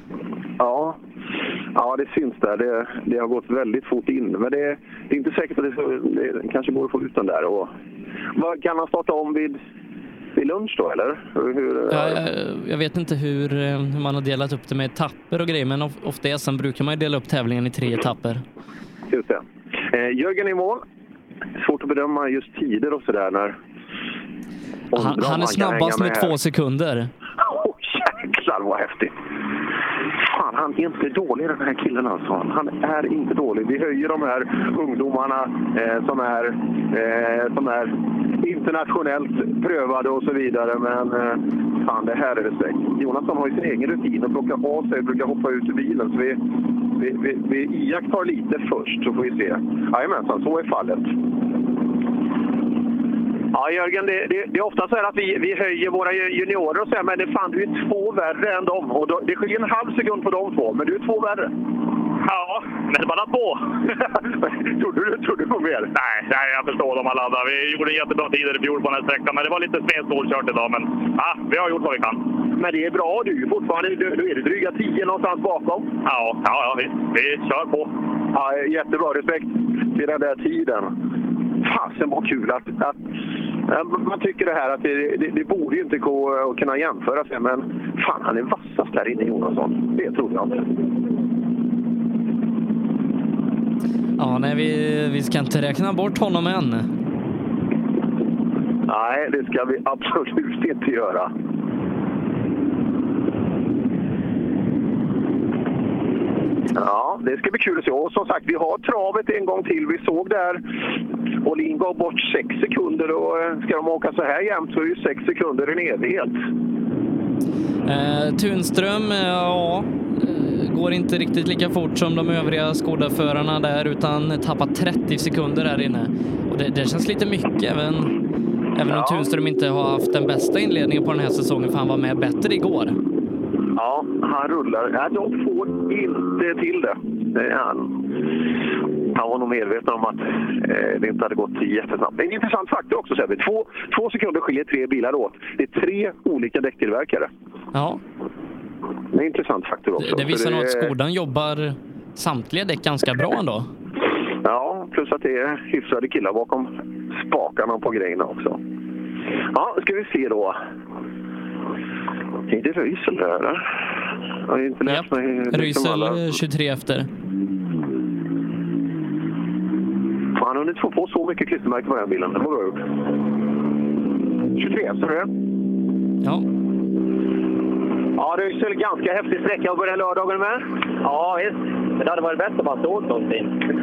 S18: Ja, det syns där. Det har gått väldigt fort in. Men det är inte säkert att det kanske går att få ut den där. Och, kan man starta om vid lunch då, eller?
S17: Jag vet inte hur man har delat upp det med etapper och grejer, men ofta sen brukar man ju dela upp tävlingen i 3 etapper.
S18: Just det. Jörgen i mål. Svårt att bedöma just tider och sådär när...
S17: Han är snabbast med 2 sekunder.
S18: Jäklar vad häftigt. Fan, han är inte dålig den här killen alltså. Han är inte dålig. Vi höjer de här ungdomarna som är internationellt prövade och så vidare. Men fan, det här är respekt. Jonasson har ju sin egen rutin och plockar av sig och brukar hoppa ut ur bilen. Så vi iakttar lite först, så får vi se. Jajamensan, så är fallet. Ja, Jörgen, det är ofta så här att vi höjer våra juniorer och så här, men det fan, du är 2 värre än dem. Och det skiljer 1/2 sekund på de 2, men du är 2 värre.
S3: Ja, men bara 2.
S18: Tror du på mer?
S3: Nej, jag förstår dem alla andra. Vi gjorde jättebra tider i fjol på den här sträckan, men det var lite snedstålkört idag. Men vi har gjort vad vi kan.
S18: Men det är bra, du är fortfarande du är det dryga 10 någonstans bakom.
S3: Ja, vi kör på.
S18: Ja, jättebra, respekt till den där tiden. Fasen var kul att man tycker det här att det borde ju inte gå att kunna jämföra sig, men fan, han är vassast där inne, Jonasson. Det tror jag inte.
S17: Ja, nej, vi ska inte räkna bort honom än.
S18: Nej, det ska vi absolut inte göra. Ja, det ska bli kul att se. Och som sagt, vi har travet en gång till. Vi såg där Olin gav bort 6 sekunder och ska de åka så här jämt så är ju 6 sekunder en evighet.
S17: Tunström, går inte riktigt lika fort som de övriga Skoda-förarna där, utan tappar 30 sekunder här inne. Och det känns lite mycket, även om Tunström inte har haft den bästa inledningen på den här säsongen, för han var med bättre igår.
S18: Ja, han rullar. Ja, de får inte till det. Han var nog medveten om att det inte hade gått jättesnabbt. Det är en intressant faktor också, Sebbe. 2 sekunder skiljer 3 bilar åt. Det är 3 olika däcktillverkare.
S17: Ja.
S18: Det är en intressant faktor också.
S17: Det visar nog att Skodan jobbar samtliga däck ganska bra ändå.
S18: Ja, plus att det är hyfsade killar bakom spakarna på grejerna också. Ja, ska vi se då. Är det Rysel där, eller? Jag har inte läst mig...
S17: Rysel 23 efter.
S18: Han har inte fått på så mycket klistermärken på den bilen. Det var bra gjort. 23 efter det.
S17: Ja.
S18: Ja, Rysel, ganska häftig sträcka att börja lördagen med.
S22: Ja, visst. Men det hade varit bättre om man stod någonting.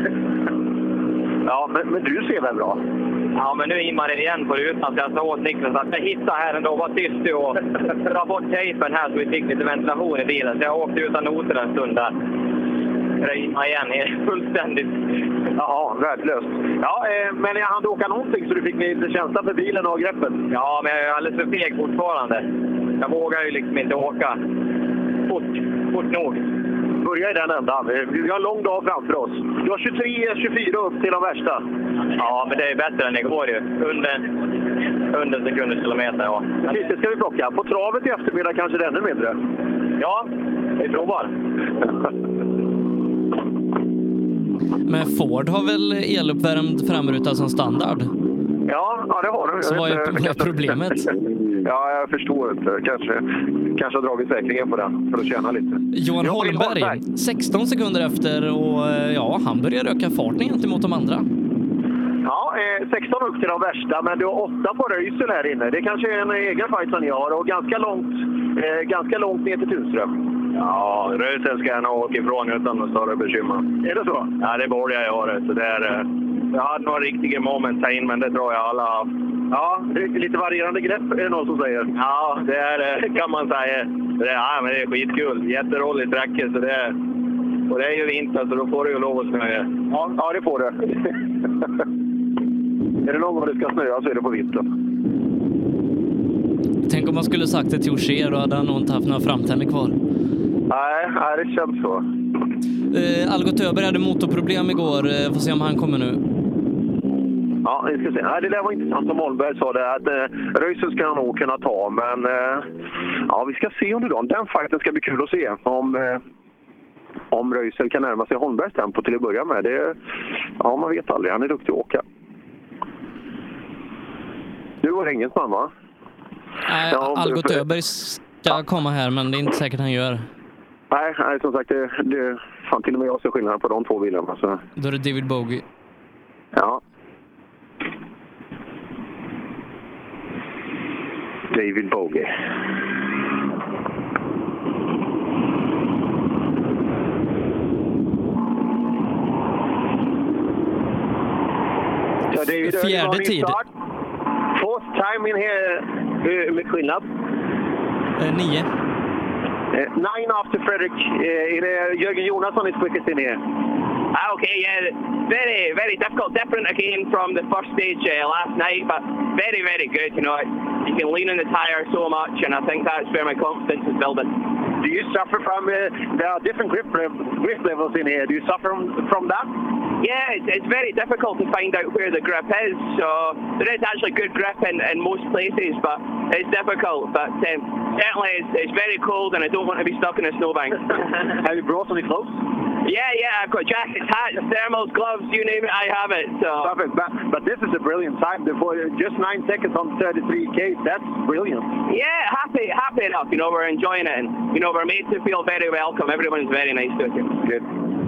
S18: Ja, men du ser väl bra?
S22: Ja, men nu immar det igen på rutan så jag sa åt Niklas att jag hittar här ändå. Var tyst du och dra bort tejpen här så vi fick lite ventilation i bilen. Så jag åkte utan noter en stund där. Det immar igen fullständigt.
S18: Jaha, värdelöst. Ja, men jag hann åka någonting så du fick lite känsla för bilen och greppet.
S22: Ja, men jag är alldeles för feg fortfarande. Jag vågar ju liksom inte åka fort nog.
S18: Börja i den ändan. Vi har en lång dag framför oss. Du har 23-24 upp till de värsta.
S22: Ja, men det är bättre än igår ju. Under sekunder kilometer, ja.
S18: Lite ska vi plocka. På travet i eftermiddag kanske det är ännu mindre. Ja, vi provar.
S17: Men Ford har väl eluppvärmd framruta som standard?
S18: Ja, det har de.
S17: Så vad är problemet?
S18: Ja, jag förstår inte. Kanske har dragit säkringen på den för att tjäna lite.
S17: Johan Holmberg, 16 sekunder efter och han börjar öka farten gentemot de andra.
S18: Ja, 16 upp till de värsta, men du har 8 på Röisel här inne. Det kanske är en egen fight som ni har och ganska långt ner till Tunström. Ja, Röisel ska gärna åka ifrån utan några större bekymmer. Är det så? Ja, det borde jag göra. Så jag hade några riktiga moment här in, men det tror jag alla har. Ja, det är lite varierande grepp är det någon som säger. Ja, det är kan man säga. Men det är skitkul. Jätteroligt räcke, så och det är ju vinter, så då får du ju lov att snöa. Ja, det får du. Är det någon gång det ska snöa så är det på vintern.
S17: Tänk om man skulle sagt det till Ogier, då hade han nog inte haft några framtänder kvar.
S18: Nej, det känns så.
S17: Algot Öberg hade motorproblem igår. Får se om han kommer nu.
S18: Ja, vi ska se. Nej, det där var intressant som Holmberg sa det, att Röisel ska han nog kunna ta, men vi ska se under dagen. Den fighten ska bli kul att se om Röisel kan närma sig Holmbergs tempo till att börja med. Man vet aldrig. Han är duktig att åka. Nu var det engelsman, va?
S17: Nej, Algot Öberg ska komma här, men det är inte säkert han gör.
S18: Nej, som sagt, det fan till och med jag ser skillnad på de två bilarna. Så.
S17: Då är det David Bogie.
S18: Ja. David Bogie.
S17: Fjärde tid.
S18: Fourth time in here. Hur mycket skillnad?
S17: 9.
S18: 9 after Fredrik. Jörgen Jonasson is quickest in here.
S22: Okay, yeah, very, very difficult. Different again from the first stage last night, but very, very good. You know, you can lean on the tyre so much, and I think that's where my confidence is building.
S18: Do you suffer from there are different grip levels in here? Do you suffer from that?
S22: Yeah, it's very difficult to find out where the grip is. So there is actually good grip in most places, but it's difficult. But certainly it's very cold, and I don't want to be stuck in a snowbank.
S18: Have you brought any clothes?
S22: Yeah, I've got jackets, hats, thermals, gloves, you name it, I have it. So.
S18: Perfect, but this is a brilliant time. Before just 9 seconds on 33K, that's brilliant.
S22: Yeah, happy enough. You know, we're enjoying it, and you know, we're made to feel very welcome. Everyone's very nice to us.
S18: Good.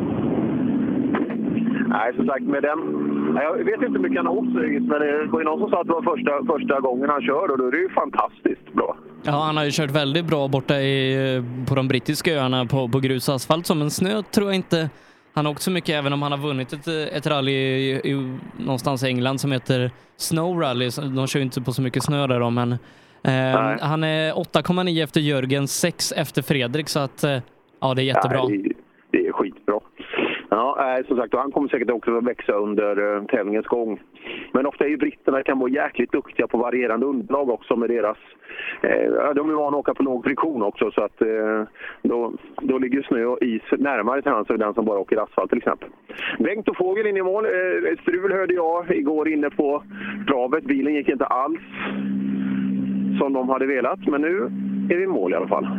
S18: Nej, som sagt, med den... Jag vet inte hur mycket han har åkt, men det var ju någon som sa att det var första gången han kör, och då är det ju fantastiskt bra.
S17: Ja, han har ju kört väldigt bra borta på de brittiska öarna på grus och asfalt. Som en snö tror jag inte han har åkt så mycket, även om han har vunnit ett rally någonstans i England som heter Snow Rally. De kör ju inte på så mycket snö där då, men han är 8,9 efter Jörgen, 6 efter Fredrik, så att ja, det är jättebra.
S18: Nej, det är skitbra. Ja, som sagt, och han kommer säkert också att växa under tävlingens gång. Men ofta är ju britterna kan vara jäkligt duktiga på varierande underlag också med deras... de är vana att åka på låg friktion också, så att då ligger snö och is närmare till hans än den som bara åker asfalt till exempel. Bengt och Fågel in i mål. Strul hörde jag igår inne på travet. Bilen gick inte alls som de hade velat, men nu är vi i mål i alla fall.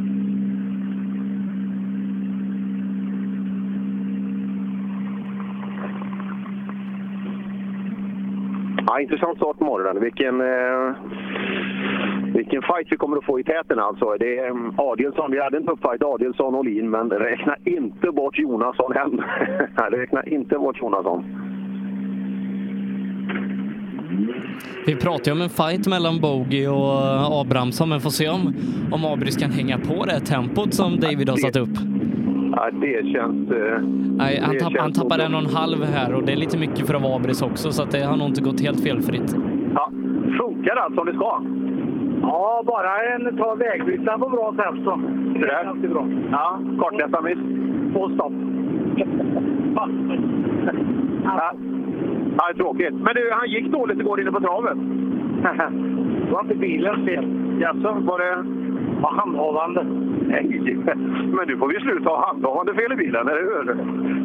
S18: Ja, intressant start på morgonen. Vilken fight vi kommer att få i täten alltså. Det är Adielsson, vi hade en tuff fight, Adielsson och Olin, men räkna inte bort Jonasson än. Räkna inte bort Jonasson.
S17: Vi pratar ju om en fight mellan Bogie och Abrahamsson, men får se om Abris kan hänga på det tempot som David har satt upp.
S18: Ja, det känns...
S17: Nej, han tappar 1,5 här, och det är lite mycket för att vara Abris också, så att det har nog inte gått helt felfritt.
S18: Ja, funkar allt som det ska?
S2: Ja, bara en tar vägbyta på bra sätt så. Det är alltid bra.
S18: Ja, kartläsarmiss.
S2: På stopp.
S18: Ja, det är tråkigt. Men du, han gick dåligt igår inne på travet.
S2: Det var inte bilens fel.
S18: Jaså, var det...
S2: Var handhavande.
S18: Nej, men du får ju sluta ha handhavande fel i bilen, eller hur?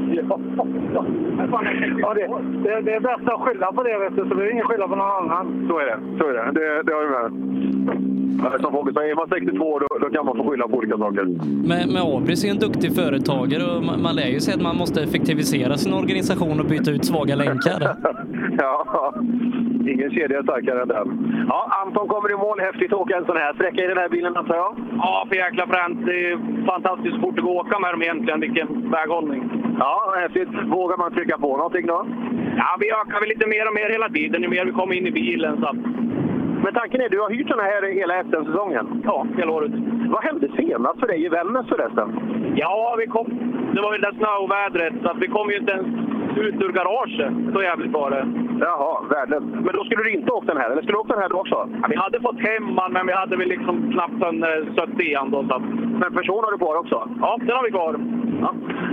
S2: Ja, det är bäst att skylla på det, vet du, så det är ingen skylla på någon annan.
S18: Så är det. Det har vi med. Som folk säger, är man 62 då kan man få skylla på olika saker.
S17: Men Abris är en duktig företagare och man lär ju sig att man måste effektivisera sin organisation och byta ut svaga länkar.
S18: Ja, ingen kedja är starkare än den. Ja, Anton kommer i mål. Häftigt att åka en sån här sträcka i den här bilen, antar jag.
S22: Ja, för jäkla fränt. Det är fantastiskt fort att gå och åka med dem egentligen. Vilken väghållning.
S18: Ja, häftigt. Vågar man trycka på någonting då?
S22: Ja, vi ökar väl lite mer och mer hela tiden. Ju mer vi kommer in i bilen. Så.
S18: Men tanken är, du har hyrt den här hela SM-säsongen?
S22: Ja, hela året.
S18: Vad hände senast för dig i Vännäs förresten?
S22: Ja, det var väl det snöovädret. Så att vi kom ju inte ens ut ur garaget. Så jävligt var det.
S18: Jaha, värdelöst. Men då skulle du inte åka den här? Eller skulle du åka den här då också?
S22: Ja, vi hade fått hemman, men vi hade väl liksom knappt en sött igen då. Så att...
S18: Men person har du kvar också?
S22: Ja, den har vi kvar.
S18: Ja.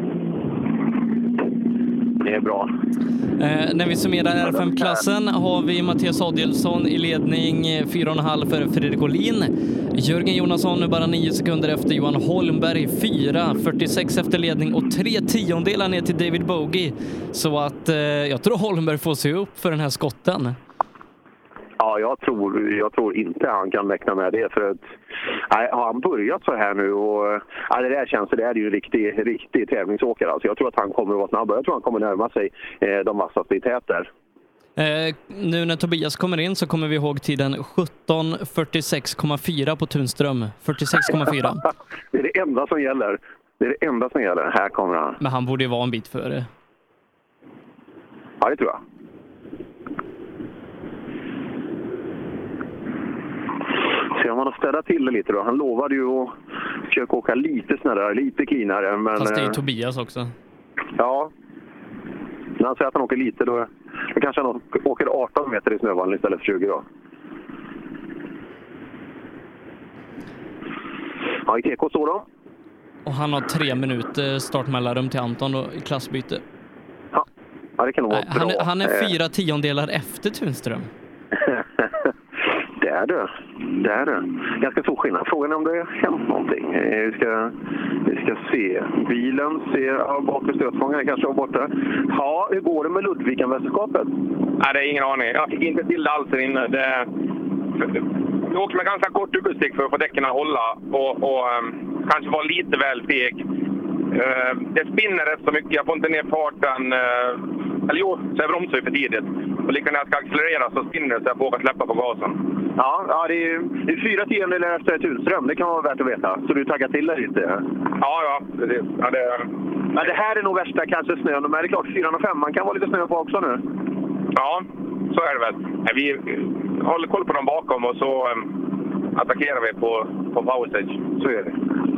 S18: Det är bra.
S17: När vi summerar R5-klassen har vi Mattias Adielsson i ledning 4,5 för Fredrik Olin. Jörgen Jonasson nu bara 9 sekunder efter Johan Holmberg, 4,46 efter ledning och 3/10 ner till David Bogie. Så att jag tror Holmberg får se upp för den här skotten.
S18: Ja, jag tror inte han kan mäkna med det. För att, har han börjat så här nu och det där känns det är ju en riktig tävlingsåkare. Alltså, jag tror att han kommer att vara snabbare. Jag tror att han kommer närma sig de vassaste i tät där.
S17: Nu när Tobias kommer in så kommer vi ihåg tiden 17:46,4 på Tunström. 46,4.
S18: Det är det enda som gäller. Här kommer han.
S17: Men han borde ju vara en bit före.
S18: Ja, det tror jag. Se om han har städat till det lite då. Han lovade ju att försöka åka lite snällare, lite cleanare. Men,
S17: fast det är Tobias också.
S18: Ja. När han säger att han åker lite då kanske han åker 18 meter i snövallen istället för 20 då. Ja, i TK står då.
S17: Och han har 3 minuter startmellanrum till Anton då, i klassbyte.
S18: Ja, det kan nog vara bra.
S17: Han är 4/10 efter Tunström.
S18: Det är det. Ganska stor skillnad. Frågan är om det har hänt någonting. Vi ska se. Bilen ser bakre stötfångare kanske var borta. Ja, hur går det med Ludvikan-mästerskapet?
S5: Nej, det är ingen aning. Jag fick inte till det alls där inne. Jag åker med ganska kort dubbelstick för att få däcken att hålla och kanske vara lite väl feg. Det spinner rätt så mycket. Jag får inte ner farten. Så jag bromsar ju för tidigt. Och lika när jag ska accelerera så spinner det så jag vågar släppa på gasen.
S18: Ja, det är 4/10 efter Tunström. Det kan vara värt att veta. Så du taggar till det lite?
S5: Ja.
S18: Men det här är nog värsta kanske snön. Men det är klart 4,5 man kan vara lite snö på också nu.
S5: Ja, så är det väl. Vi håller koll på dem bakom och så attackerar vi på power stage.
S18: Så är det.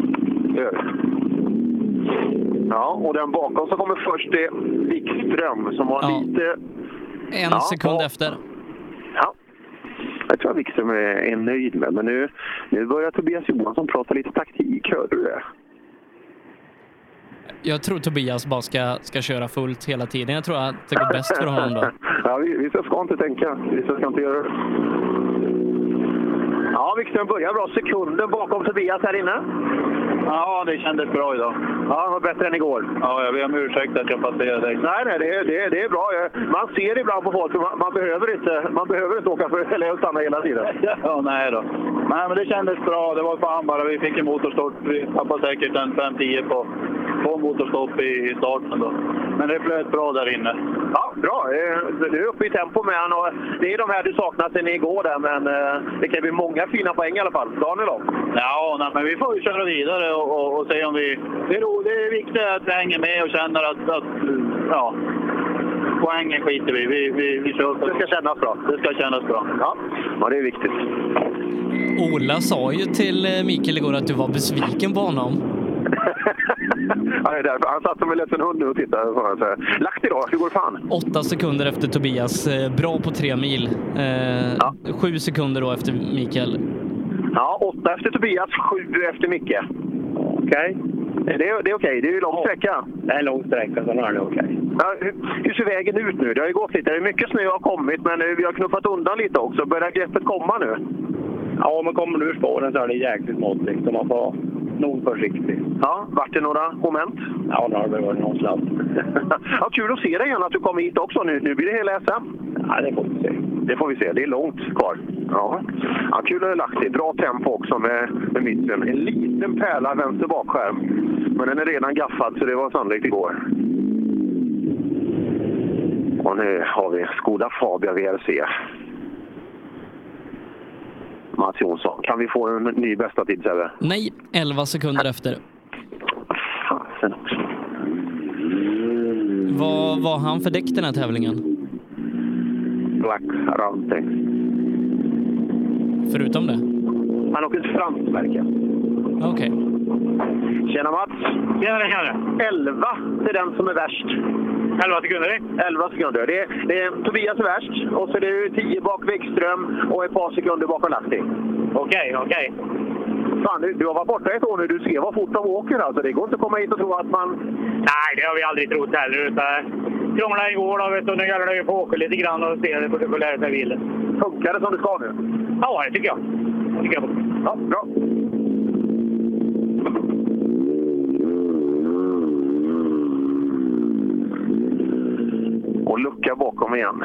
S18: Ja, och den bakom så kommer först det Wikström som har lite...
S17: En sekund efter.
S18: Ja, jag tror att Wikström är nöjd med. Men nu börjar Tobias Johansson prata lite taktik, hör du det?
S17: Jag tror Tobias bara ska köra fullt hela tiden. Jag tror att det går bäst för honom då.
S18: Ja, vi ska inte tänka. Vi ska inte göra det. Ja, Wikström börjar bra. Sekunden bakom Tobias här inne.
S2: Ja, det kändes bra idag.
S18: Ja, det var bättre än igår.
S2: Ja, jag ber om ursäkt att jag passerade dig.
S18: Nej, det är bra. Man ser ibland på folk, man behöver inte åka eller stanna hela tiden.
S2: Ja, nej då. Nej, men det kändes bra. Det var fan bara, vi fick en motorstopp. Vi tappade säkert en 5-10 på motorstopp i starten då. Men det flöt bra där inne.
S18: Ja, bra. Du är uppe i tempo med han och det är de här du saknat sen igår där, men det kan bli många fina poäng i alla fall. Daniel då?
S2: Ja, nej, men vi får ju köra vidare och se om vi... Det är viktigt att vi hänger med och känner att poängen skiter vi kör på.
S18: Det ska kännas bra.
S2: Det ska kännas bra.
S18: Ja, det är viktigt.
S17: Ola sa ju till Mikael igår att du var besviken på honom.
S18: Ja, det är därför. Han satt som en ledsen hund nu och tittade. Lagt idag, hur går fan?
S17: 8 sekunder efter Tobias. Bra på 3 mil. 7 sekunder då efter Mikael.
S18: Ja, 8 efter Tobias, 7 efter Micke. Okej. Det är okej. Det är ju lång sträcka.
S22: Det är en lång sträcka, så är det okej.
S18: Ja, hur ser vägen ut nu? Det har ju gått lite. Det är mycket snö har kommit, men vi har knuffat undan lite också. Börjar greppet komma nu?
S22: Ja, men kommer du ur spåren så är det jäkligt måttligt. Så man får nog försiktig.
S18: Ja, vart det några moment?
S22: Ja, det har det varit någon sladd.
S18: Ja, kul att se dig igen att du kommer hit också nu. Nu blir det hela SM.
S22: Ja, det får vi se.
S18: det får vi se. Det är långt kvar. Ja, kul Lahti. Bra tempo också med mitten. En liten pärla vänster bakskärm. Men den är redan gaffad så det var sannolikt igår. Och nu har vi Skoda Fabia VRC. Mats Jonsson, kan vi få en ny bästa tid, Sebbe?
S17: Nej, 11 sekunder efter.
S18: Fasen också.
S17: Vad var han för däck den här tävlingen?
S18: Black Roundtech.
S17: Förutom det?
S18: Han åker ett franskt märke.
S17: Okej.
S18: Tjena Mats.
S20: Tjena.
S18: 11 till den som är värst.
S20: 11 sekunder?
S18: 11 sekunder. Det är Tobias är värst. Och så är det 10 bak Wikström och ett par sekunder bakom Lahti.
S20: Okej.
S18: Fan, du har varit borta ett år nu. Du ser vad fort de åker. Alltså. Det går inte att komma hit och tro att man...
S20: Nej, det har vi aldrig trott heller. Krånglade igår då, vet du. Nu gäller det ju på åka lite grann och se det för att lära sig bilen.
S18: Funkar det som det ska nu?
S20: Ja, det tycker jag.
S18: Ja, bra. Och lucka bakom igen.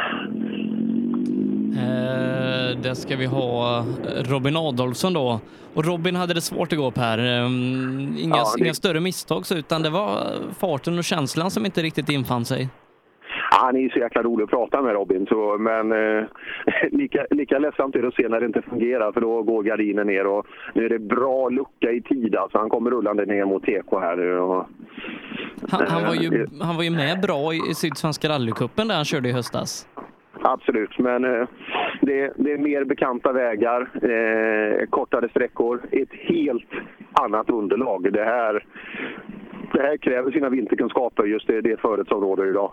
S17: Det ska vi ha Robin Adolfsson då. Och Robin hade det svårt igår, Per. Inga större misstag, utan det var farten och känslan som inte riktigt infann sig.
S18: Han är ju så jäkla rolig att prata med Robin, så, men lika ledsamt är det att se när det inte fungerar, för då går gardinen ner och nu är det bra lucka i tid. Alltså, han kommer rullande ner mot TK här nu. Och,
S17: han var ju med bra i Sydsvenska rallycupen där han körde i höstas.
S18: Absolut, men det är mer bekanta vägar, kortare sträckor, ett helt annat underlag. Det här kräver sina vinterkunskaper, just det föret som råder idag.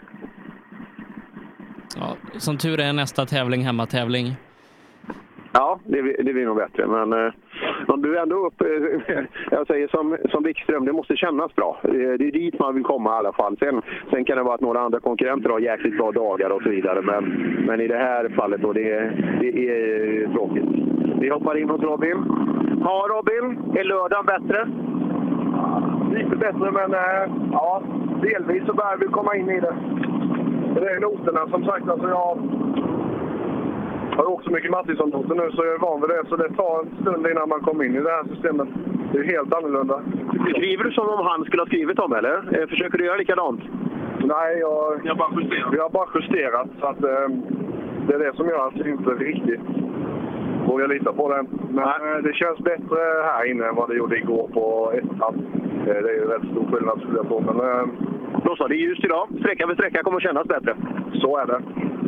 S17: Ja, som tur är nästa tävling hemmatävling.
S18: Ja, det blir nog bättre, men du är ändå upp, jag säger som Wikström, det måste kännas bra. Det är dit man vill komma i alla fall. Sen kan det vara att några andra konkurrenter har jäkligt bra dagar och så vidare, men i det här fallet då, det är tråkigt. Vi hoppar in hos Robin. Ja, Robin, är lördagen bättre?
S6: Lite bättre, men ja, delvis så börjar vi komma in i det. Det är noterna som sagt, alltså jag har också mycket Mattisson-noter nu, så jag är van vid det. Så det tar en stund innan man kommer in i det här systemet. Det är helt annorlunda.
S18: Skriver du som om han skulle ha skrivit om, eller? Försöker du göra likadant?
S6: Nej, vi har bara justerat. Så att, det är det som gör att det inte riktigt vågar lita på det. Men det känns bättre här inne än vad det gjorde igår på ettan. Det är ju rätt stor skillnad, skulle jag på. Men,
S18: då sa det är just idag. Sträcka för sträcka kommer kännas bättre.
S6: Så är det.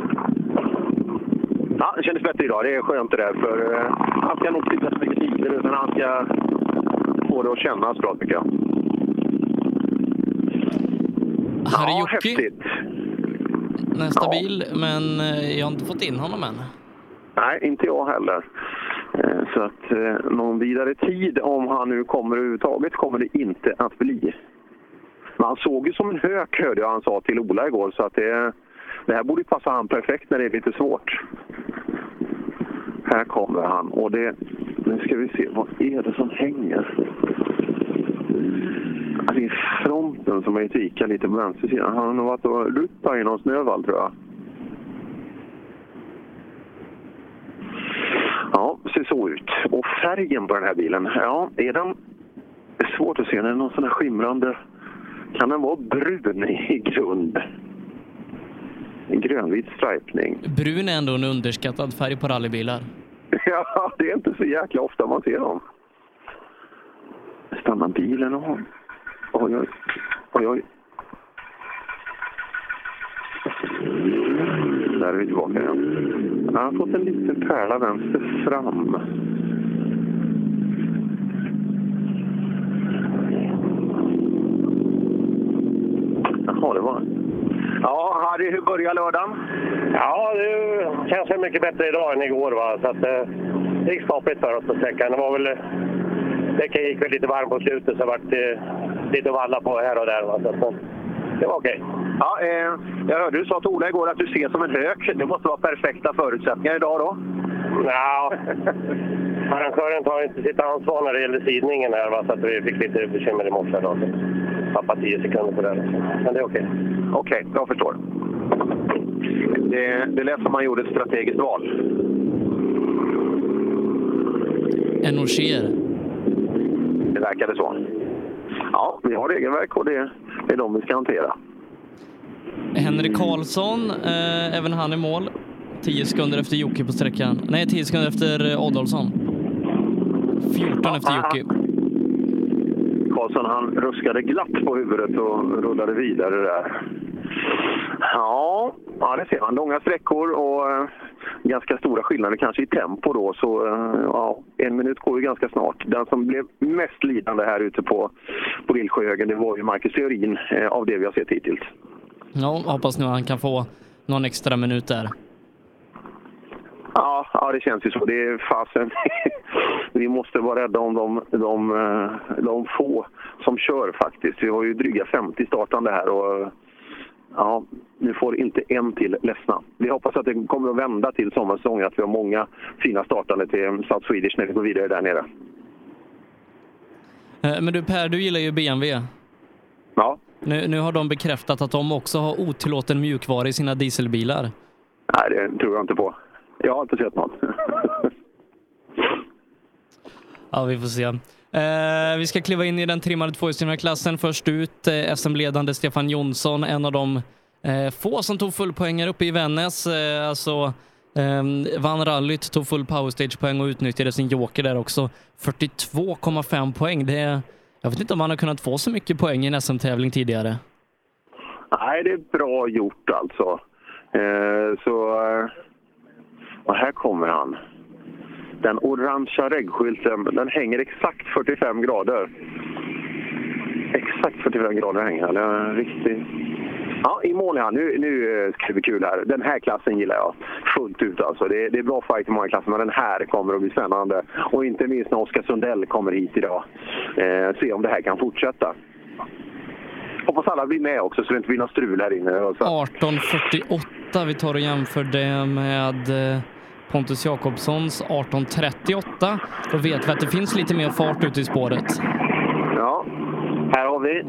S18: Ja, det kändes bättre idag. Det är skönt det där. För han ska nog sitta så mycket tider, utan han ska få det att kännas bra, tycker jag.
S17: Ja,
S18: häftigt.
S17: Nästa bil, men jag har inte fått in honom än.
S18: Nej, inte jag heller. Så att någon vidare tid, om han nu kommer överhuvudtaget, kommer det inte att bli. Men han såg ju som en hök, hörde jag han sa till Ola igår, så att det här borde passa han perfekt när det är lite svårt. Här kommer han, och nu ska vi se, vad är det som hänger? Det är fronten som är tvika lite på vänstersidan. Han har nog varit och ruttat i någon snövall, tror jag. Ja, ser så ut. Och färgen på den här bilen, ja, det är svårt att se. Den är någon sån här skimrande. Kan den vara brun i grund? En grönvit stripning.
S17: Brun är ändå en underskattad färg på rallybilar.
S18: Ja, det är inte så jäkla ofta man ser dem. Stannar bilen och... Oj. Där är vi tillbaka igen. Jag har fått en liten pärla vänster fram. Jaha, det var... Ja, Harry, hur börjar lördagen?
S7: Ja, det känns mycket bättre idag än igår, va? Så att det gick skapligt för oss på sträckan. Det var väl... Det gick väl lite varmt på slutet, så vart det lite valla på här och där, va? Så att, det var okej.
S18: Ja, jag hörde du sa till Ola igår att du ser som en hök. Det måste vara perfekta förutsättningar idag då?
S7: Ja, arrangören tar inte sitt ansvar när det gäller sidningen här, va? Så att vi fick lite bekymmer i morse då. Pappa 10 sekunder på det. Men det är okej.
S18: Okej, jag förstår. Det lät som man gjorde ett strategiskt val.
S17: En Orcher.
S18: Det verkade så. Ja, vi har regelverk och det är de vi ska hantera.
S17: Henrik Karlsson, även han i mål. 10 sekunder efter Jocke på sträckan. Nej, 10 sekunder efter Adolfsson. 14 efter Jocke.
S18: Karlsson, han ruskade glatt på huvudet och rullade vidare där. Ja, det ser man. Långa sträckor och ganska stora skillnader kanske i tempo då. Så ja, 1 minut går ju ganska snart. Den som blev mest lidande här ute på Lillsjöhögen, det var ju Marcus Theorin av det vi har sett hittills.
S17: Ja, hoppas nu att han kan få någon extra minut där.
S18: Ja, det känns ju så. Det är fasen. Vi måste vara rädda om de få som kör faktiskt. Vi har ju dryga 50 startande här och ja, nu får inte en till ledsna. Vi hoppas att det kommer att vända till sommarsäsongen, att vi har många fina startande till South Swedish när vi går vidare där nere.
S17: Men du Per, du gillar ju BMW.
S18: Ja.
S17: Nu har de bekräftat att de också har otillåten mjukvara i sina dieselbilar.
S18: Nej, det tror jag inte på. Jag har inte sett något.
S17: Ja, vi får se. Vi ska kliva in i den trimmade tvåhjulsdrivna klassen. Först ut SM-ledande Stefan Jonsson, en av de få som tog fullpoänger uppe i Vännäs. Vann rallyt, tog full powerstage-poäng och utnyttjade sin joker där också. 42,5 poäng. Jag vet inte om han har kunnat få så mycket poäng i en SM-tävling tidigare.
S18: Nej, det är bra gjort alltså. Och här kommer han. Den orangea reggskylten, den hänger exakt 45 grader. Exakt 45 grader hänger han. Det är riktigt. Ja, i mål är han. Nu ska det bli kul här. Den här klassen gillar jag fullt ut alltså. Det är bra fight i många klasser, men den här kommer att bli spännande. Och inte minst när Oskar Sundell kommer hit idag. Se om det här kan fortsätta. Hoppas alla blir med också så det inte blir någon strul här inne.
S17: 18.48, vi tar och jämför det med Pontus Jakobssons 18.38. Då vet vi att det finns lite mer fart ute i spåret.
S18: Ja, här har vi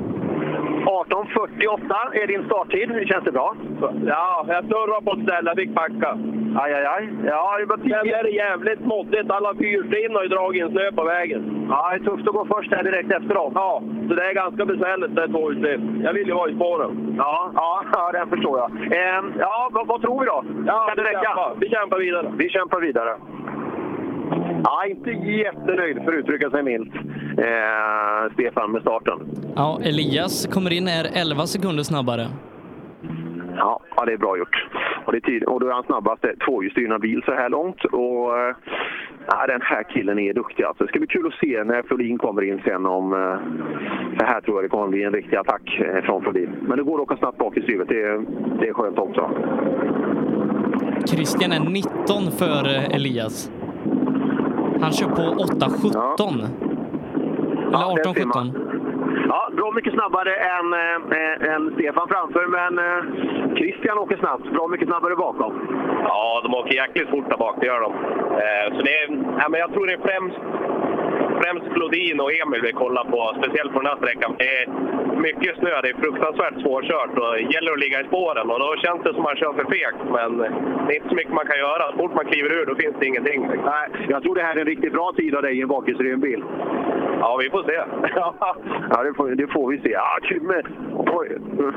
S18: 18.48 är din starttid. Hur känns det bra?
S8: Ja, jag snurrar på ett ställe. Jag fick backa.
S18: Aj. Ja, det var
S8: Sen är det jävligt måttigt. Alla fyrstinn har ju dragit in snö på vägen.
S18: Ja, det är tufft att gå först här direkt efter dem.
S8: Ja, så det är ganska besvärligt det tvåhjulsdrift. Jag vill ju vara i spåren.
S18: Ja, det förstår jag. Vad tror vi då?
S8: Ja,
S18: kan det räcka?
S8: Vi kämpar vidare.
S18: Vi kämpar vidare. Ja, inte jättenöjd för att uttrycka sig milt. Stefan med starten.
S17: Ja, Elias kommer in är 11 sekunder snabbare.
S18: Ja, det är bra gjort. Och då är han snabbaste tvåhjulsdrivna bil så här långt. Och den här killen är duktig alltså. Det ska bli kul att se när Flodin kommer in sen om... det här tror jag det kommer bli en riktig attack från Flodin. Men det går att åka snabbt bak i styret. Det är skönt också.
S17: Christian är 19 för Elias. Han kör på 8.17. Eller 18.17.
S18: Ja, bra mycket snabbare än Stefan framför, men Christian åker snabbt. Bra mycket snabbare bakom.
S3: Ja, de åker jäkligt fort där bak, det gör de. Så det är, men jag tror det är främst Flodin och Emil vi kollar på, speciellt på den här sträckan. Det är mycket snö, det är fruktansvärt svårkört och det gäller att ligga i spåren och då känns det som att man kör för fegt, men det är inte så mycket man kan göra. Så fort man kliver ur då finns det ingenting.
S18: Nej, jag tror det här är en riktigt bra tid av dig i en bakhjulsdriven bil.
S3: Ja, vi får se.
S18: Ja, det får vi se. Ja, kul med... Oj.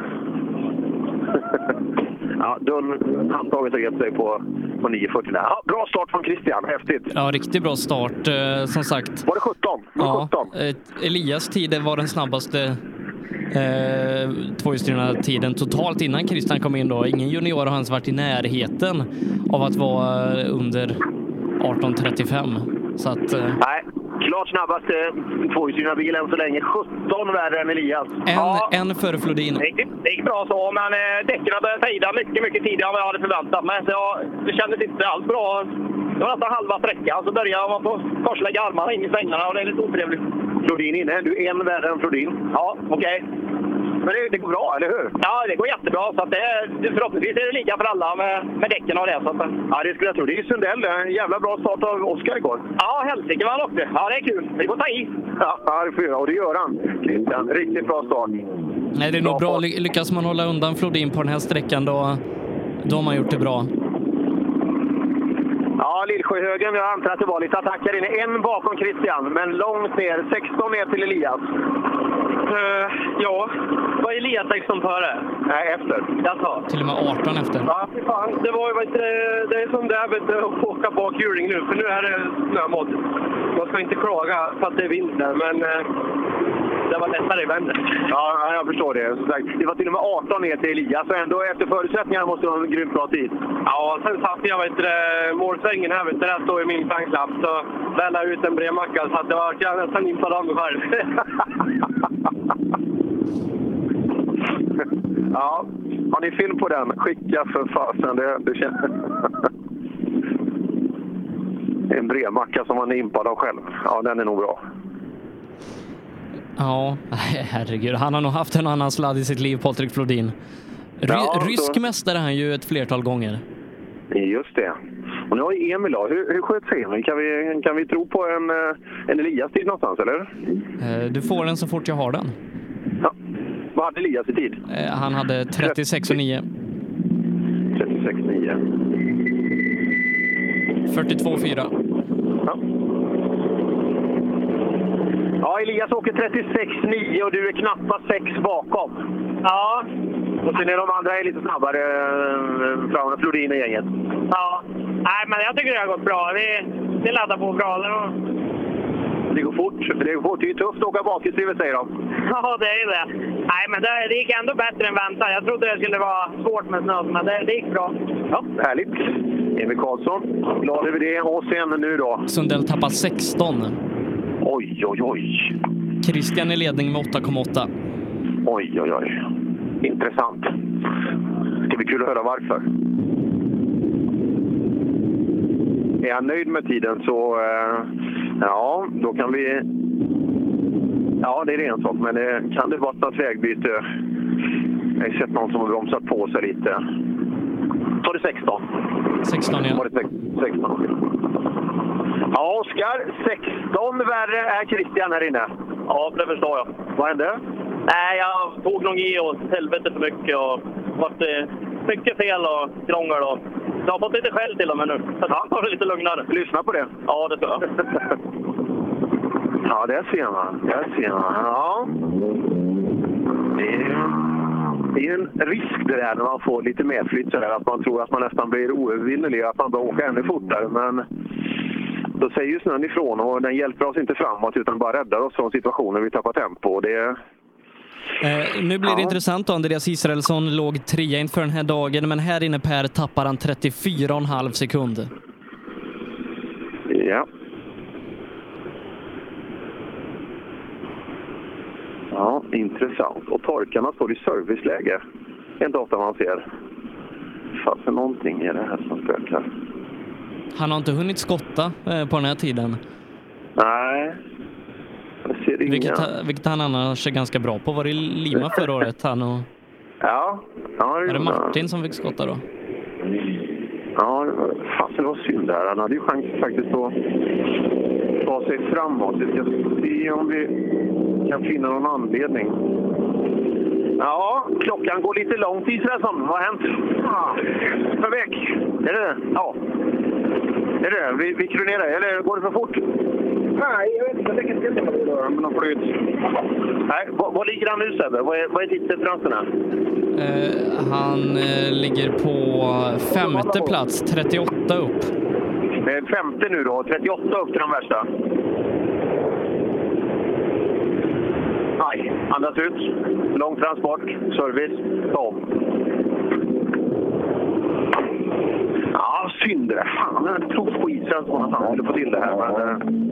S18: Ja, handtaget har gett sig på 9.40. Ja, bra start från Christian, häftigt.
S17: Ja, riktigt bra start, som sagt.
S18: Var det 17?
S17: Ja, 17. Elias tid var den snabbaste tvåhjulsdrivna tiden totalt innan Christian kom in då. Ingen junior har ens varit i närheten av att vara under 18.35. Så att...
S18: Nej, klart snabbaste tvåhjulsdrivna bilen så länge. 17 värre än Elias.
S17: En före Flodin.
S8: Det gick bra så, men däcken började fejda mycket tidigare än vad jag hade förväntat mig. Så det kändes inte alls bra. Det var nästan halva sträckan, så började man få korslägga armarna in i svängarna och det är lite otrevligt.
S18: Flodin inne, du är en värre än Flodin.
S8: Ja, okej.
S18: Men det går bra, eller hur?
S8: Ja, det går jättebra. Så att förhoppningsvis är det lika för alla med däcken och det. Så att,
S18: ja, det skulle jag tro. Det är Sundell. En jävla bra start av Oskar igår.
S8: Ja, helsike vad han åkte. Ja, det är kul. Vi får ta i.
S18: Ja, det får göra. Och det gör han. Christian, riktigt bra start.
S17: Nej, det är nog bra. Lyckas man hålla undan Flodin på den här sträckan Då har man gjort det bra.
S18: Ja, Lillsjöhögen, jag antar att det var lite attacker inne. En bakom Christian, men långt ner. 16 ner till Elias.
S9: Ja, var Elias 16 före?
S18: Nej, efter.
S9: Jag tar.
S17: Till och med 18 efter.
S9: Ja, fan. Det är som det är att åka bakhjuling nu, för nu är det snömodd. Man ska inte klaga för att det är vinter, men det var lättare i vänder.
S18: Ja, jag förstår det. Det var till och med 18 ner till Elias, och ändå efter förutsättningarna måste det ha en grymt bra tid.
S9: Ja, sen satt jag målsvängen här, där står i min tanklapp, så väl ut en brevmacka, så att det var jag nästan impad av mig själv.
S18: Ja, har ni film på den? Skicka för fasen, det känns... En brevmacka som man är impad av själv. Ja, den är nog bra.
S17: Ja, herregud. Han har nog haft en annan sladd i sitt liv, Patrik Flodin. Rysk mästare är han ju ett flertal gånger.
S18: Just det. Och nu har vi Emil då. Hur sköts Emil? Kan vi tro på en Elias-tid någonstans, eller?
S17: Du får den så fort jag har den.
S18: Ja. Vad hade Elias i tid?
S17: Han hade 36,9.
S18: 36,9.
S17: 42,4.
S18: Ja. Ja, Elias åker 36,9 och du är knappt 6 bakom.
S9: Ja.
S18: Och sen är de andra lite snabbare från Flodin och gänget.
S9: Ja. Nej, men jag tycker det har gått bra. Vi laddar på bra.
S18: Det går fort. Det är ju tufft att åka bakhjulsdrivet, säger de.
S9: Ja, det är det. Nej, men det gick ändå bättre än väntat. Jag trodde det skulle vara svårt med snö, men det gick bra.
S18: Ja, härligt. Emil Karlsson, glad över det. Och sen nu då?
S17: Sundell tappar 16.
S18: Oj.
S17: Christian i ledning med 8,8.
S18: Oj. Intressant. Det blir kul att höra varför. Är han nöjd med tiden så... Ja, då kan vi... Ja, det är en sak, men kan det vara något vägbyte? Jag har sett någon som har bromsat på sig lite. Tar det 16?
S17: 16, ja.
S18: Var det 16? Ja, Oskar. 16 värre är Christian här inne.
S9: Ja, det förstår jag.
S18: Vad hände?
S9: Nej, jag tog nog i åt helvete för mycket och varit mycket fel och krångel och... Jag har fått lite skäll till dem nu. Så han tar det lite lugnare.
S18: Lyssna på det.
S9: Ja, det tror jag.
S18: Ja, där ser man. Ja. Det är en risk det där när man får lite medflytt så där, att man tror att man nästan blir oövervinnelig, att man bör åka ännu fortare. Men då säger ju snön ifrån och den hjälper oss inte framåt utan bara räddar oss från situationer vi tappar tempo. Och det...
S17: Nu blir det intressant då. Andreas Israelsson låg 3 inför den här dagen, men här inne Per tappar han 34,5 sekund.
S18: Ja. Ja, intressant. Och torkarna står i serviceläge. En data man ser. Fast någonting är det här som spökar.
S17: Han har inte hunnit skotta på den här tiden.
S18: Nej.
S17: Vilket han annars är ganska bra på. Var det Lima förra året? Han och...
S18: Ja.
S17: Var det Martin som fick skotta då?
S18: Ja, fast det var synd där. Han hade ju chans faktiskt att ta sig framåt. Vi ska se om vi kan finna någon anledning. Ja, klockan går lite långt, Israelsson. Vad har hänt? För väg. Är det? Ja. Är det? Vi krunerar, eller går det för fort? Nej, jag vet inte. Jag tänker inte hjälpa mig då, men de får ut. Nej, vad ligger han nu, Sebbe? Vad är tidsdifferenserna?
S17: Han ligger på 5:e plats, 38 upp.
S18: 5:e nu då, 38 upp till de värsta. Nej, andas ut. Lång transport, service, tom. Ja, synd det. Fan, jag hade trott på Israelsson att han skulle få till det här. Men...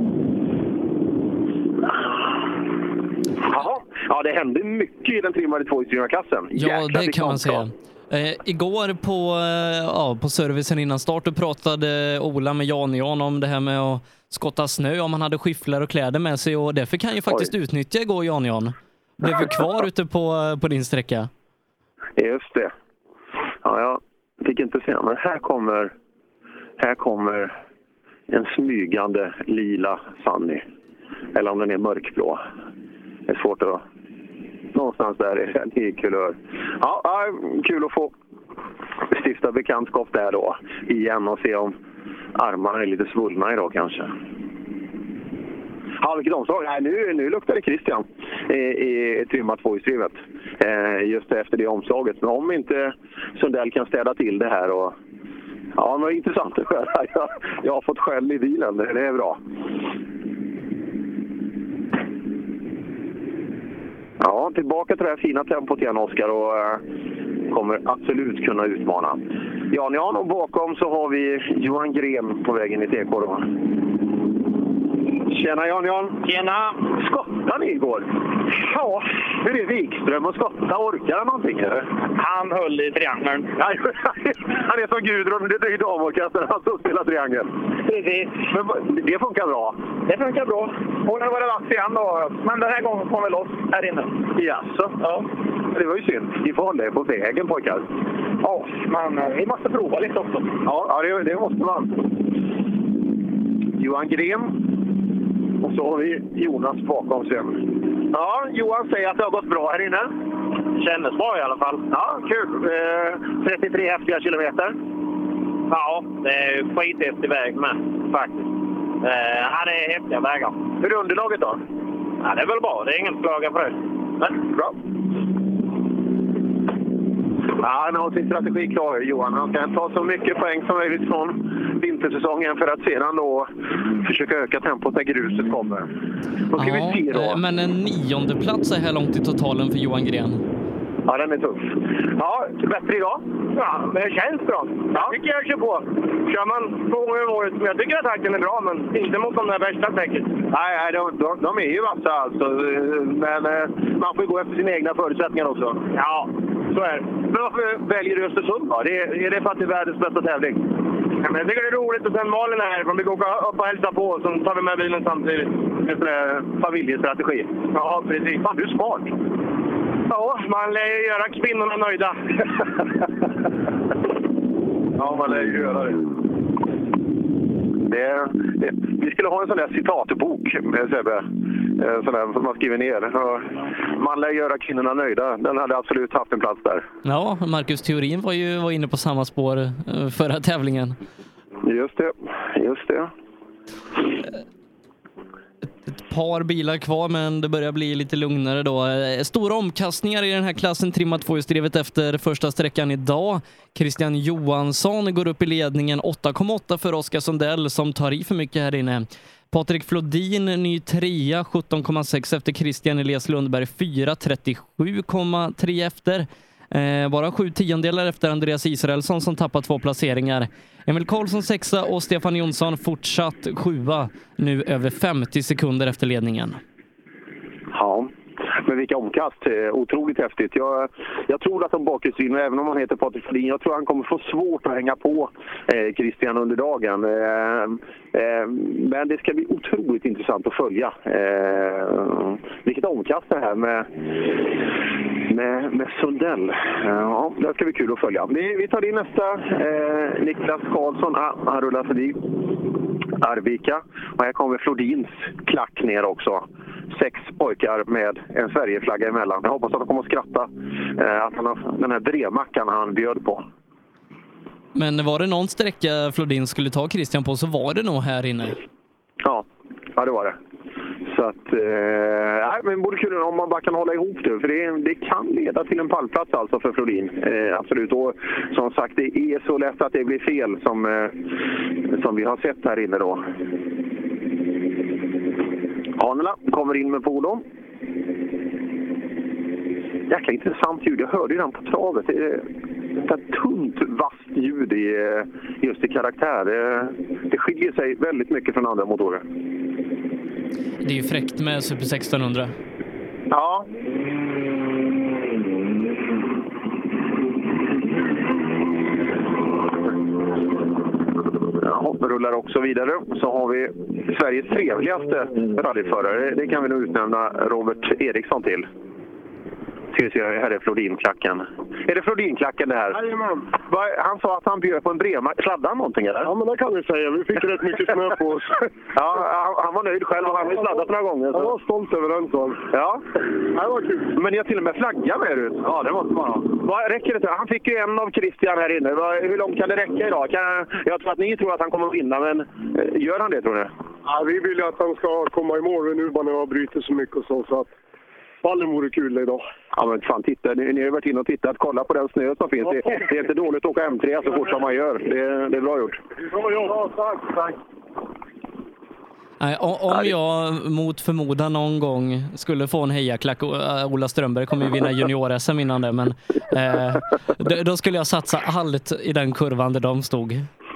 S18: Ja, det hände mycket i den trimmade 2-hjulsdrivarklassen.
S17: Ja, det kan man säga. Igår på servicen innan start då pratade Ola med Jan om det här med att skotta snö, om han hade skifflar och kläder med sig, och det fick han ju faktiskt utnyttja igår, Jan. Blev ju kvar ute på din sträcka.
S18: Just det. Ja, jag fick inte se, men här kommer en smygande lila Sunny. Eller om den är mörkblå. Det är svårt att... Någonstans där är den i kulör. Ja, kul att få stifta bekantskap där då igen och se om armarna är lite svullna idag kanske. Ja, vilket omslag. Nej, nu luktar det Christian i trimma 2-hjulsdrivet. Just efter det omslaget. Men om inte Sundell kan städa till det här och... Ja, det var intressant att höra. Jag har fått skäll i bilen, det är bra. Ja, tillbaka till det här fina tempot igen, Oskar, och kommer absolut kunna utmana. Jan, och bakom så har vi Johan Gren på vägen i TK då. Tjena Jan.
S4: Tjena.
S18: Skottade ni igår? Ja. Hur är Wikström och skotta? Orkar han någonting eller?
S4: Han höll i triangeln.
S18: Han är som Gudrun, det är damorkastaren, han som spelar triangel.
S4: Precis.
S18: Men det funkar bra?
S4: Det funkar bra. Och nu var det vass igen då. Men den här gången kom vi loss här inne.
S18: Jaså?
S4: Ja.
S18: Det var ju synd. Vi får hålla er på vägen pojkar.
S4: Ja, men vi måste prova lite också.
S18: Ja, det måste man. Johan Gren. Och så har vi Jonas bakom sen. Ja, Johan säger att det har gått bra här inne.
S4: Kändes bra i alla fall.
S18: Ja, kul. 33 häftiga kilometer.
S4: Ja, det är skithäftig väg med faktiskt. Ja, det är häftiga vägar.
S18: Hur är underlaget då?
S4: Ja, det är väl bra. Det är ingen klaga på det.
S18: Men, bra. Ja, han har sin strategi klar, Johan. Han ska ta så mycket poäng som möjligt från vintersäsongen för att sedan då försöka öka tempot när gruset kommer. Då ska vi se då.
S17: Men en 9:e plats är här långt i totalen för Johan Gren.
S18: Ja, den är tuff. Ja, bättre idag?
S4: Ja, men det känns bra. Jag tycker jag kör på. Kör man 2 gånger om året, men jag tycker att takten är bra, men inte mot de där värsta säkert.
S18: Nej, de är ju vassa alltså. Men man får gå efter sina egna förutsättningar också.
S4: Ja, så är det.
S18: Men varför väljer du Östersund då? Är det för att det är världens bästa tävling?
S4: Ja, men jag tycker det är roligt att sen Malin är här. Vi går upp och hälsa på, så tar vi med bilen samtidigt.
S18: En familjestrategi.
S4: Ja, precis.
S18: Fan, du är smart.
S4: Ja, man lär ju göra kvinnorna nöjda.
S18: Ja, man lär ju göra det. Vi skulle ha en sån där citatbok med Sebbe. Sån där som man skriver ner. Man lär göra kvinnorna nöjda. Den hade absolut haft en plats där.
S17: Ja, Marcus Theorin var inne på samma spår förra tävlingen.
S18: Just det.
S17: Ett par bilar kvar, men det börjar bli lite lugnare då. Stora omkastningar i den här klassen trimmat 2-hjulsdrivet efter första sträckan idag. Christian Johansson går upp i ledningen, 8,8 för Oskar Sundell som tar i för mycket här inne. Patrik Flodin, ny 3, 17,6 efter Christian Elias Lundberg, 4, 37,3 efter. Bara 7/10 efter Andreas Israelsson som tappar 2 placeringar. Emil Karlsson 6 och Stefan Jonsson fortsatt 7, nu över 50 sekunder efter ledningen.
S18: Ja, men vilka omkast. Otroligt häftigt. Jag tror att de bakhjulsdrivna, även om han heter Patrik Flodin, jag tror han kommer få svårt att hänga på Christian under dagen. Men det ska bli otroligt intressant att följa. Vilket omkast det här med Sundell. Ja, det ska bli kul att följa. Vi tar in nästa. Niklas Karlsson, han rullar förbi Arvika. Och här kommer Flodins klack ner också. 6 pojkar med en Sverigeflagga emellan. Jag hoppas att de kommer att skratta att han har den här drevmackan han bjöd på.
S17: Men var det någon sträcka Flodin skulle ta Christian på, så var det nog här inne.
S18: Ja, det var det. Så att, men borde kul om man bara kan hålla ihop det. För det kan leda till en pallplats alltså för Flodin. Absolut. Och som sagt, det är så lätt att det blir fel som vi har sett här inne då. Hanela kommer in med fordon. Jäkla intressant ljud. Jag hörde ju den på travet. Det är ett tunt, vasst ljud just i karaktär. Det skiljer sig väldigt mycket från andra motorer.
S17: Det är ju fräckt med Super 1600.
S18: Ja. Rullar också vidare. Så har vi Sveriges trevligaste rallyförare. Det kan vi nog utnämna Robert Eriksson till. Ska vi se, här är Flodin-klacken. Är det Flodin-klacken det här?
S6: Jajamän.
S18: Han sa att han bjöd på en brevmark. Sladdade han någonting eller?
S6: Ja, men det kan vi säga. Vi fick rätt mycket snö på oss.
S18: Ja, han var nöjd själv och han har ju sladdat några gånger. Så.
S6: Jag var stolt över den sån.
S18: Ja.
S6: Det var kul.
S18: Men ni har till och med flagga med ut.
S6: Ja, det måste man ha.
S18: Vad räcker det till? Han fick ju en av Christian här inne. Hur långt kan det räcka idag? Jag tror att ni tror att han kommer att vinna, men gör han det tror ni?
S6: Ja, vi vill ju att han ska komma i mål nu bara när han bryter så mycket och så att ballen vore kul idag.
S18: Ja, men fan, titta. Ni har varit inne och tittat. Kolla på den snö som finns. Det är inte dåligt att åka M3 så fort som man gör. Det är bra gjort.
S6: Ja, tack.
S17: Nej, om jag mot förmodan någon gång skulle få en hejaklack, Ola Strömberg kommer ju vinna junior-SM innan det, men då skulle jag satsa allt i den kurvan där de stod.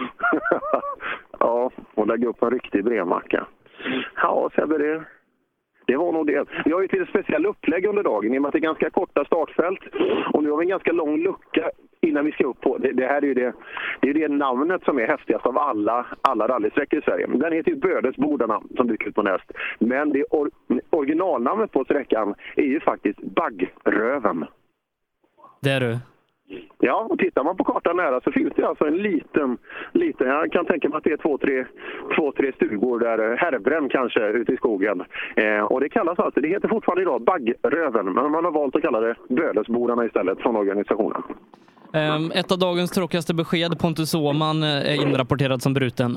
S18: Ja, och lägga upp en riktig brevmacka. Ja, Sebbe, det var nog det. Vi har ju till ett speciellt upplägg under dagen i och med att det är ganska korta startfält. Och nu har vi en ganska lång lucka innan vi ska upp på. Det här är ju det namnet som är häftigast av alla rallysträckor i Sverige. Den heter ju Bödesbordarna som dyker ut på näst. Men det originalnamnet på sträckan är ju faktiskt Baggröven.
S17: Det är du.
S18: Ja, och tittar man på kartan nära så finns det alltså en liten, jag kan tänka mig att det är två, tre stugor där, Herbränn kanske, ute i skogen. Och det kallas alltså, det heter fortfarande idag Baggröven, men man har valt att kalla det Bödesbordarna istället från organisationen.
S17: Ett av dagens tråkigaste besked, Pontus Åhman är inrapporterad som bruten.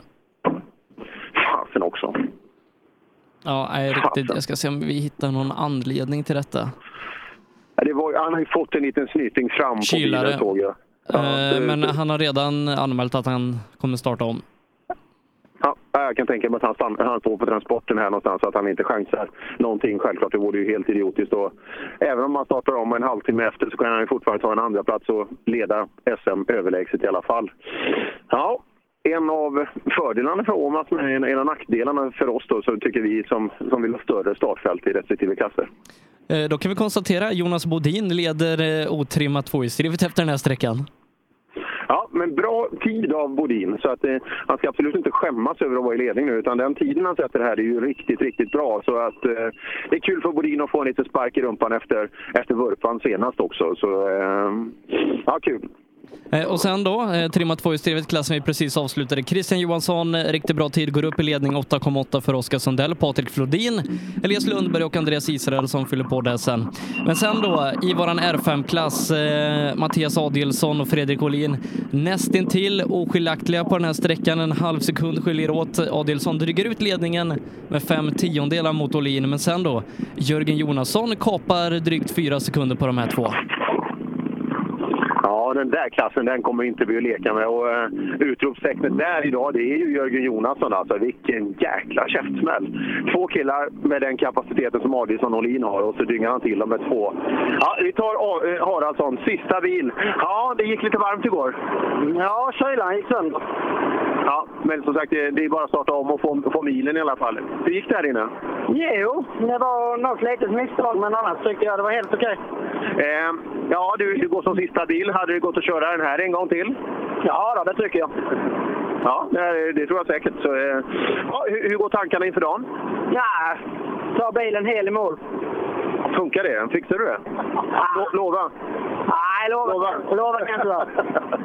S18: Fasen också.
S17: Ja, riktigt. Jag ska se om vi hittar någon anledning till detta.
S18: Han har ju fått en liten snyting fram på bilen, såg jag.
S17: Men han har redan anmält att han kommer starta om.
S18: Ja, jag kan tänka mig att han står på transporten här någonstans så att han inte chansar någonting. Självklart, det vore ju helt idiotiskt. Och även om man startar om en halvtimme efter så kan han ju fortfarande ta en andra plats och leda SM överlägset i alla fall. Ja, en av fördelarna för Åhman, en av nackdelarna för oss då, så tycker vi som vill ha större startfält i respektive klasser.
S17: Då kan vi konstatera att Jonas Bodin leder otrimmat tvåhjulsdrivet efter den här sträckan.
S18: Ja, men bra tid av Bodin. Så att han ska absolut inte skämmas över att vara i ledning nu. Utan den tiden han sätter här är ju riktigt, riktigt bra. Så att det är kul för Bodin att få en liten spark i rumpan efter vurpan senast också. Så ja, kul.
S17: Och sen då, trimmat tvåhjulsdrivet klassen vi precis avslutade. Christian Johansson, riktigt bra tid, går upp i ledning 8,8 för Oskar Sundell, Patrik Flodin, Elias Lundberg och Andreas Israel som fyller på det sen. Men sen då, i våran R5-klass, Mattias Adilsson och Fredrik Olin nästintill oskiljaktiga på den här sträckan, en halv sekund skiljer åt. Adilsson dryger ut ledningen med 5/10 mot Olin, men sen då, Jörgen Jonasson kapar drygt 4 sekunder på de här två.
S18: Ja, den där klassen, den kommer inte bli att leka med. Och utropstecknet där idag, det är ju Jörgen Jonasson. Alltså, vilken jäkla käftsmäll. 2 killar med den kapaciteten som Adilsson och Olin har, och så dyngar han till dem med 2. Ja, vi tar Haraldsson, sista bil. Ja, det gick lite varmt igår.
S10: Ja, kylan gick sönder.
S18: Ja, men som sagt, det är bara att starta om och få milen i alla fall. Hur gick det här inne?
S10: Jo, det var något litet misstag, men annars tyckte jag det var helt okej.
S18: Ja, du går som sista bil. Hade du gått att köra den här en gång till?
S10: Ja, det tycker jag.
S18: Ja, det tror jag säkert. Så, ja, hur går tankarna inför dagen?
S10: Ja, ta bilen hel i mål.
S18: Funkar det? Fixar du det? Lova?
S10: Nej, lova kan inte vara.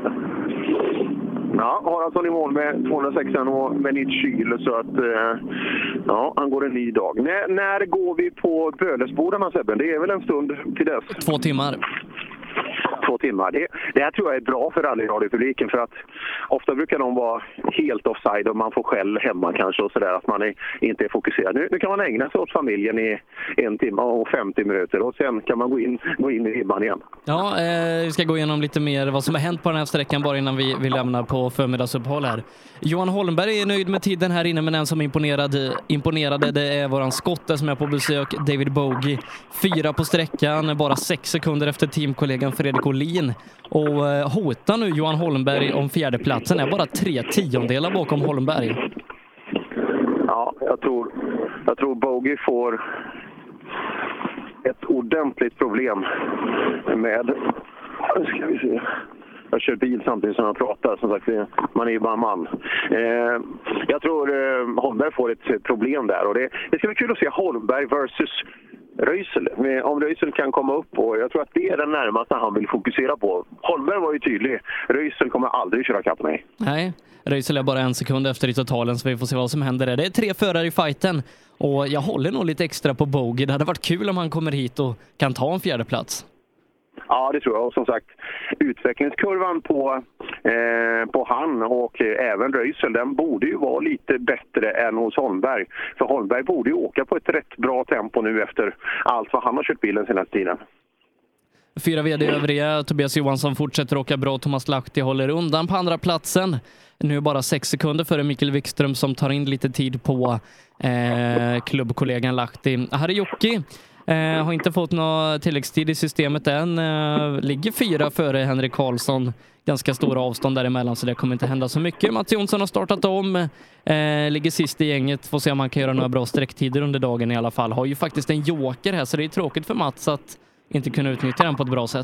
S18: Ja, Haraldsson i mål med 206 och med nytt kyl, så att ja, han går en ny dag. När går vi på Bödesbordarna, Sebbe? Det är väl en stund till dess?
S17: 2 timmar.
S18: 2 timmar. Det här tror jag är bra för rallyradiopubliken, för att ofta brukar de vara helt offside och man får skäll hemma kanske och sådär, att man inte är fokuserad. Nu kan man ägna sig åt familjen i 1 timme och 50 minuter och sen kan man gå in i ribban igen.
S17: Ja, vi ska gå igenom lite mer vad som har hänt på den här sträckan bara innan vi lämnar på förmiddagsuppehåll här. Johan Holmberg är nöjd med tiden här inne, men den som imponerade det är våran skotte som är på besök, David Bogie. 4 på sträckan, bara 6 sekunder efter teamkollegan Fredrik Olin. Och hotar nu Johan Holmberg om 4:e platsen, är bara 3/10 bakom Holmberg.
S18: Ja, jag tror Bogie får ett ordentligt problem med... Ska vi se... Jag kör bil samtidigt som jag pratar. Som sagt, man är ju bara man. Jag tror Holmberg får ett problem där. Och det ska bli kul att se Holmberg versus Röisel. Om Röisel kan komma upp, och jag tror att det är den närmaste han vill fokusera på. Holmberg var ju tydlig. Röisel kommer aldrig köra kapp mig.
S17: Nej, Röisel är bara 1 sekund efter i totalen, så vi får se vad som händer. Det är 3 förare i fighten och jag håller nog lite extra på Bogey. Det hade varit kul om han kommer hit och kan ta en 4:e plats.
S18: Ja, det tror jag. Och som sagt, utvecklingskurvan på han och även Röisel, den borde ju vara lite bättre än hos Holmberg. För Holmberg borde ju åka på ett rätt bra tempo nu efter allt vad han har kört bilen senaste tiden.
S17: 4 vd övriga. Tobias Johansson fortsätter åka bra. Thomas Lahti håller undan på andra platsen. Nu bara 6 sekunder före Mikael Wikström som tar in lite tid på klubbkollegan Lahti. Här är Jocke. Har inte fått någon tilläggstid i systemet än. Ligger 4 före Henrik Karlsson. Ganska stora avstånd däremellan, så det kommer inte hända så mycket. Mats Jonsson har startat om. Ligger sist i gänget. Får se om man kan göra några bra sträcktider under dagen i alla fall. Har ju faktiskt en joker här, så det är tråkigt för Mats att inte kunna utnyttja den på ett bra sätt.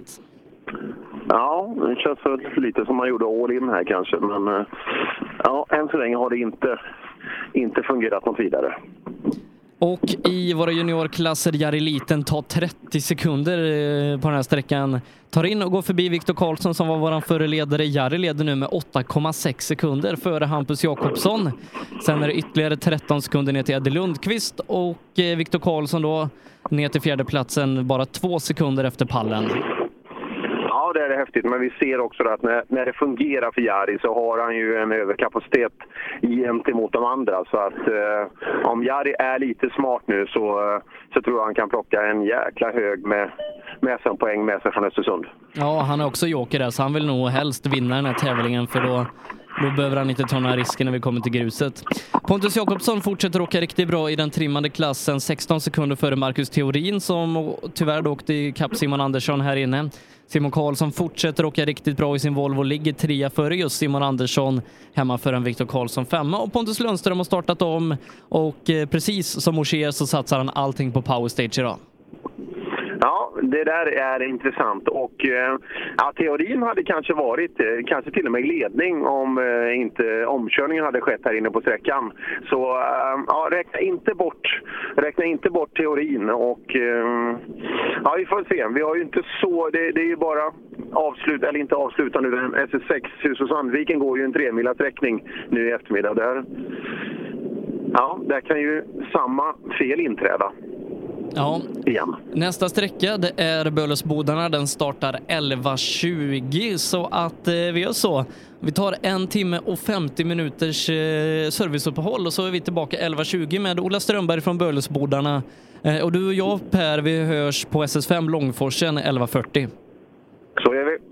S18: Ja, det känns för lite som man gjorde all in här kanske. Men ja, än så länge har det inte fungerat något vidare.
S17: Och i våra juniorklasser, Jari Liten tar 30 sekunder på den här sträckan. Tar in och går förbi Viktor Karlsson som var våran föreledare. Jari leder nu med 8,6 sekunder före Hampus Jakobsson. Sen är det ytterligare 13 sekunder ner till Eddie Lundqvist och Viktor Karlsson då ner till 4:e platsen, bara 2 sekunder efter pallen.
S18: Ja, det är häftigt, men vi ser också att när det fungerar för Jari så har han ju en överkapacitet gentemot de andra. Så att om Jari är lite smart nu så tror jag han kan plocka en jäkla hög med sig en poäng med sig från Östersund.
S17: Ja, han är också joker där, så han vill nog helst vinna den här tävlingen, för då behöver han inte ta några risker när vi kommer till gruset. Pontus Jakobsson fortsätter åka riktigt bra i den trimmande klassen. 16 sekunder före Marcus Theorin som tyvärr åkte i kapp Simon Andersson här inne. Simon Karlsson fortsätter åka riktigt bra i sin Volvo, ligger 3 före just Simon Andersson, hemma för en Viktor Karlsson 5. Och Pontus Lundström har startat om och precis som Ogier så satsar han allting på Power Stage idag.
S18: Ja, det där är intressant och teorin hade kanske varit kanske till och med i ledning om inte omkörningen hade skett här inne på sträckan. Så räkna inte bort teorin och vi får se. Vi har ju inte så, det är ju bara inte avsluta nu. SS6 Hus och Sandviken går ju en 3-mila sträckning nu i eftermiddag där. Ja, där kan ju samma fel inträda.
S17: Ja,
S18: igen.
S17: Nästa sträcka det är Bölösbodarna. Den startar 11:20, så att vi gör så. Vi tar 1 timme och 50 minuters serviceuppehåll och så är vi tillbaka 11:20 med Ola Strömberg från Bölösbodarna. Och du och jag, Per, vi hörs på SS5 Långforsen 11:40.
S18: Så är vi.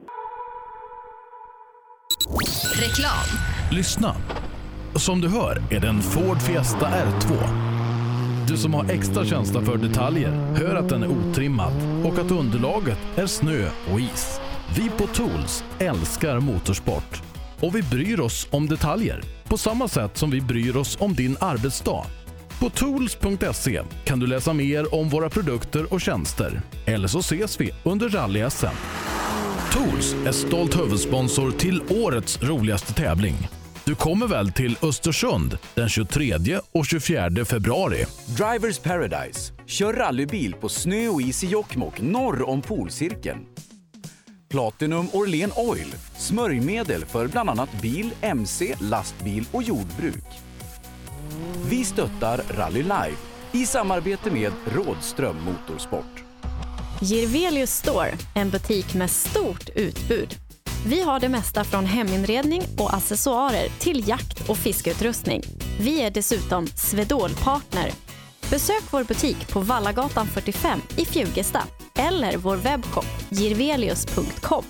S12: Reklam.
S11: Lyssna. Som du hör är det en Ford Fiesta R2. Du som har extra känsla för detaljer hör att den är otrimmad och att underlaget är snö och is. Vi på Tools älskar motorsport och vi bryr oss om detaljer på samma sätt som vi bryr oss om din arbetsdag. På tools.se kan du läsa mer om våra produkter och tjänster. Eller så ses vi under Rally-SM. Tools är stolt huvudsponsor till årets roligaste tävling. Du kommer väl till Östersund den 23 och 24 februari.
S13: Drivers Paradise. Kör rallybil på snö och is i Jokkmokk norr om polcirkeln. Platinum Orlen Oil. Smörjmedel för bland annat bil, MC, lastbil och jordbruk. Vi stöttar Rally Live i samarbete med Rådström Motorsport.
S23: Jirvelius Store, en butik med stort utbud. Vi har det mesta från heminredning och accessoarer till jakt- och fiskeutrustning. Vi är dessutom Swedol-partner. Besök vår butik på Vallagatan 45 i Fjugesta eller vår webbshop jirvelius.com.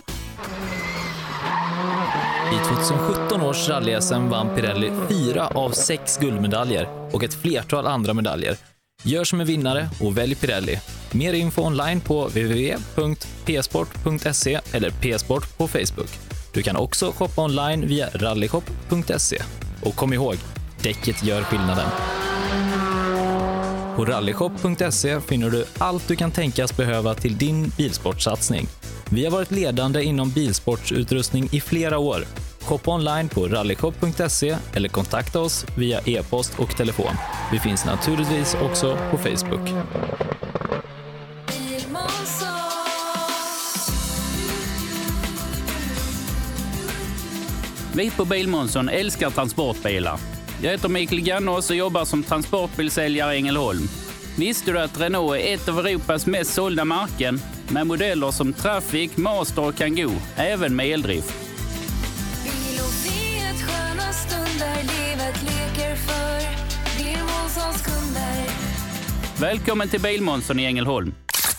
S24: I 2017 års rally-SM vann Pirelli 4 av 6 guldmedaljer och ett flertal andra medaljer. Gör som en vinnare och välj Pirelli. Mer info online på www.psport.se eller psport på Facebook. Du kan också shoppa online via rallyshop.se. Och kom ihåg, däcket gör skillnaden. På rallyshop.se finner du allt du kan tänkas behöva till din bilsportsatsning. Vi har varit ledande inom bilsportsutrustning i flera år. Shoppa online på rallyshop.se eller kontakta oss via e-post och telefon. Vi finns naturligtvis också på Facebook.
S1: Vi på Bilmånsson älskar transportbilar. Jag heter Mikael Gannås och jobbar som transportbilsäljare i Ängelholm. Visste du att Renault är ett av Europas mest sålda märken med modeller som Traffic, Master och Kangoo, även med eldrift?
S14: Bil och frihet, sköna stunder, livet leker för Bilmånssons kunder.
S1: Välkommen till Bilmånsson i Ängelholm.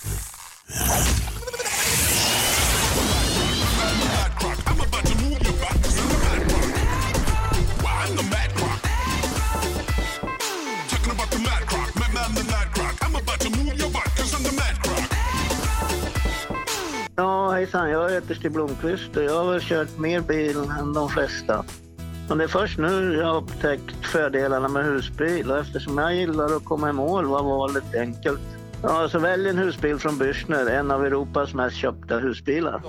S10: Ja, hejsan. Jag heter Stig Blomqvist och jag har väl kört mer bil än de flesta. Och det är först nu jag har upptäckt fördelarna med husbil och eftersom jag gillar att komma i mål var valet enkelt. Ja, så välj en husbil från Bürstner, en av Europas mest köpta husbilar.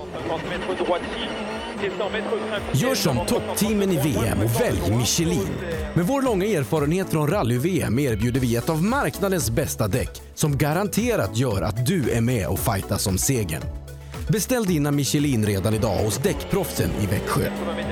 S15: Gör som toppteamen i VM och välj Michelin. Med vår långa erfarenhet från rally-VM erbjuder vi ett av marknadens bästa däck som garanterat gör att du är med och fightas om segern. Beställ dina Michelin redan idag hos Däckproffsen i Växjö.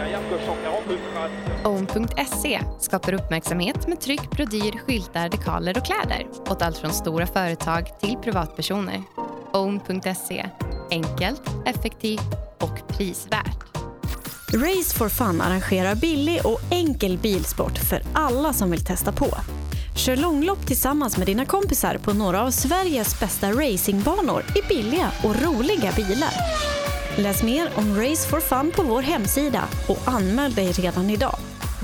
S19: Own.se skapar uppmärksamhet med tryck, brodyr, skyltar, dekaler och kläder åt allt från stora företag till privatpersoner. Own.se. Enkelt, effektivt och prisvärt.
S23: Race for Fun arrangerar billig och enkel bilsport för alla som vill testa på. Kör långlopp tillsammans med dina kompisar på några av Sveriges bästa racingbanor i billiga och roliga bilar. Läs mer om Race for Fun på vår hemsida och anmäl dig redan idag.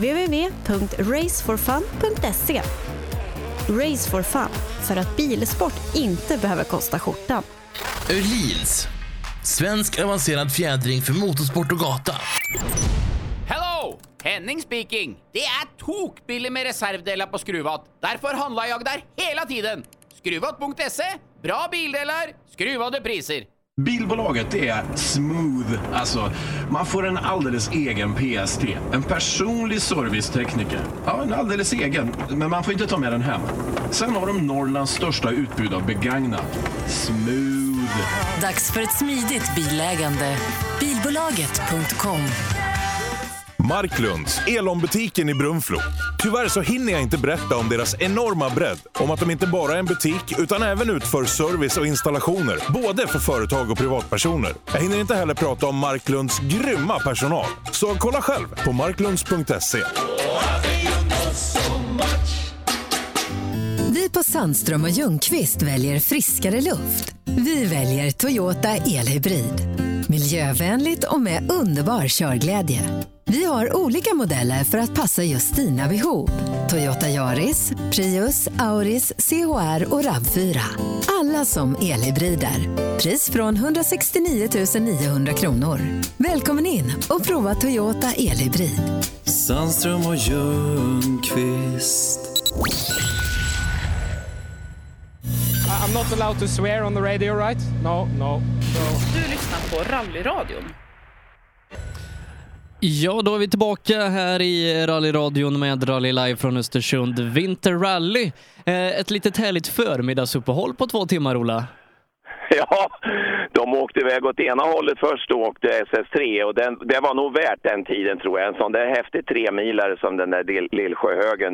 S23: www.raceforfun.se. Race for Fun, för att bilsport inte behöver kosta skjortan.
S25: Öhlins, svensk avancerad fjädring för motorsport och gata.
S26: Hello! Henning speaking. Det är tokbilligt med reservdelar på Skruvat. Därför handlar jag där hela tiden. Skruvat.se, bra bildelar, skruvade priser.
S27: Bilbolaget är smooth. Alltså, man får en alldeles egen PST. En personlig servicetekniker. Ja, en alldeles egen. Men man får inte ta med den hem. Sen har de Norrlands största utbud av begagnat. Smooth.
S28: Dags för ett smidigt bilägande. Bilbolaget.com.
S29: Marklunds, Elon-butiken i Brunflo. Tyvärr så hinner jag inte berätta om deras enorma bredd. Om att de inte bara är en butik utan även utför service och installationer. Både för företag och privatpersoner. Jag hinner inte heller prata om Marklunds grymma personal. Så kolla själv på marklunds.se.
S28: Vi på Sandström och Ljungqvist väljer friskare luft. Vi väljer Toyota Elhybrid. Miljövänligt och med underbar körglädje. Vi har olika modeller för att passa just dina behov. Toyota Yaris, Prius, Auris, CHR och RAV4. Alla som elhybrider. Pris från 169 900 kronor. Välkommen in och prova Toyota Elhybrid.
S30: Sandström och Ljungqvist.
S31: I'm not allowed to swear on the radio, right? No.
S32: Du lyssnar på rallyradion.
S17: Ja, då är vi tillbaka här i rallyradion med Rally Live från Östersund Vinterrally. Ett litet härligt förmiddagsuppehåll på 2 timmar, Ola.
S5: Ja, de åkte iväg åt ena hållet först och åkte SS3 och det var nog värt den tiden, tror jag. En sån där häftig 3-milare som den där Lillsjöhögen,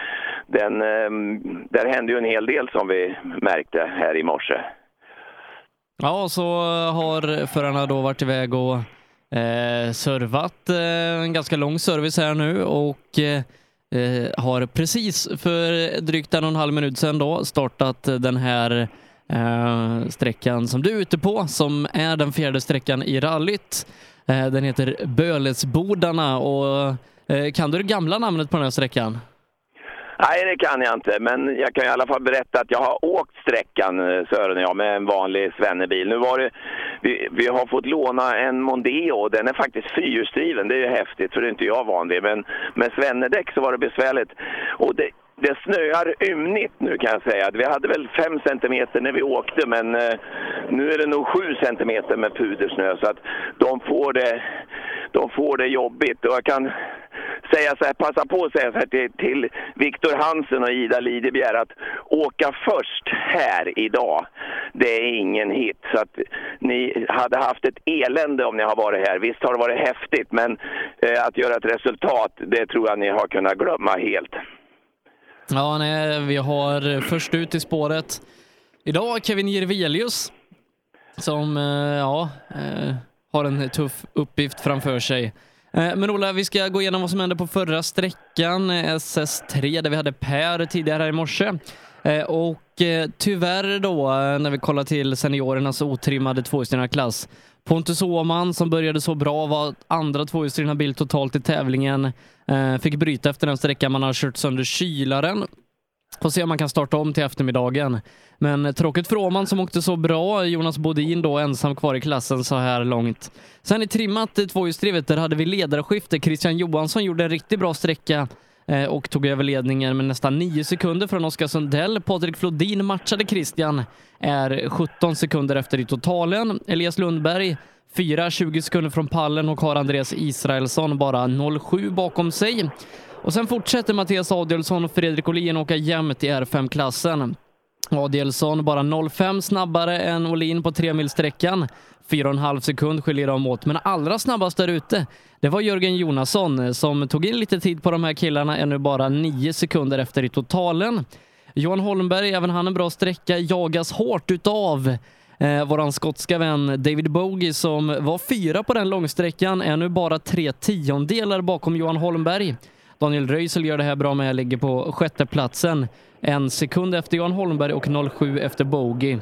S5: där hände ju en hel del som vi märkte här i morse.
S17: Ja, så har förarna då varit iväg och servat en ganska lång service här nu och har precis för drygt 1,5 minut sedan då startat den här sträckan som du är ute på, som är den 4:e sträckan i rallyt. Den heter Bölesbodarna och kan du det gamla namnet på den här sträckan?
S5: Nej, det kan jag inte, men jag kan i alla fall berätta att jag har åkt sträckan, Sören och jag, med en vanlig svennebil. Nu var det, vi har fått låna en Mondeo och den är faktiskt fyrhjulsdriven. Det är ju häftigt, för det är inte jag van vid, men med svennedäck så var det besvärligt. Och det snöar ymnigt nu, kan jag säga. Vi hade väl 5 centimeter när vi åkte, men nu är det nog 7 centimeter med pudersnö, så att de får det jobbigt. Och jag kan
S2: säga så här, passa på att säga så här till Viktor Hansen och Ida Lidebjer att åka först här idag, det är ingen hit. Så att ni hade haft ett elände om ni har varit här. Visst har det varit häftigt, men att göra ett resultat, det tror jag ni har kunnat glömma helt.
S17: Ja, nej, vi har först ut i spåret idag Kevin Jirvelius som har en tuff uppgift framför sig. Men Ola, vi ska gå igenom vad som hände på förra sträckan, SS3, där vi hade Per tidigare här i morse. Och tyvärr då, när vi kollar till seniorernas otrimmade tvåhjulsdrivna klass, Pontus Åhman som började så bra var andra tvåhjulsdrivna bil totalt i tävlingen. Fick bryta efter den sträckan, man har kört sönder kylaren. Får se om man kan starta om till eftermiddagen. Men tråkigt för Åhman som åkte så bra. Jonas Bodin då ensam kvar i klassen så här långt. Sen i trimmat tvåhjulsdrivet där hade vi ledarskifte. Christian Johansson gjorde en riktigt bra sträcka och tog över ledningen med nästan 9 sekunder från Oskar Sundell. Patrik Flodin matchade Christian, är 17 sekunder efter i totalen. Elias Lundberg 4-20 sekunder från pallen och har Andreas Israelsson bara 0,7 bakom sig. Och sen fortsätter Mattias Adielsson och Fredrik Olin åka jämnt i R5-klassen. Adielsson bara 0,5 snabbare än Olin på 3-milsträckan. 4,5 sekund skiljer de åt. Men allra snabbast där ute, det var Jörgen Jonasson som tog in lite tid på de här killarna, ännu bara 9 sekunder efter i totalen. Johan Holmberg, även han en bra sträcka, jagas hårt utav våran skotska vän David Bogie som var 4 på den långsträckan, är nu bara 3/10 bakom Johan Holmberg. Daniel Röisel gör det här bra med, ligger på 6:e platsen. 1 sekund efter Johan Holmberg och 0,7 efter Bogie.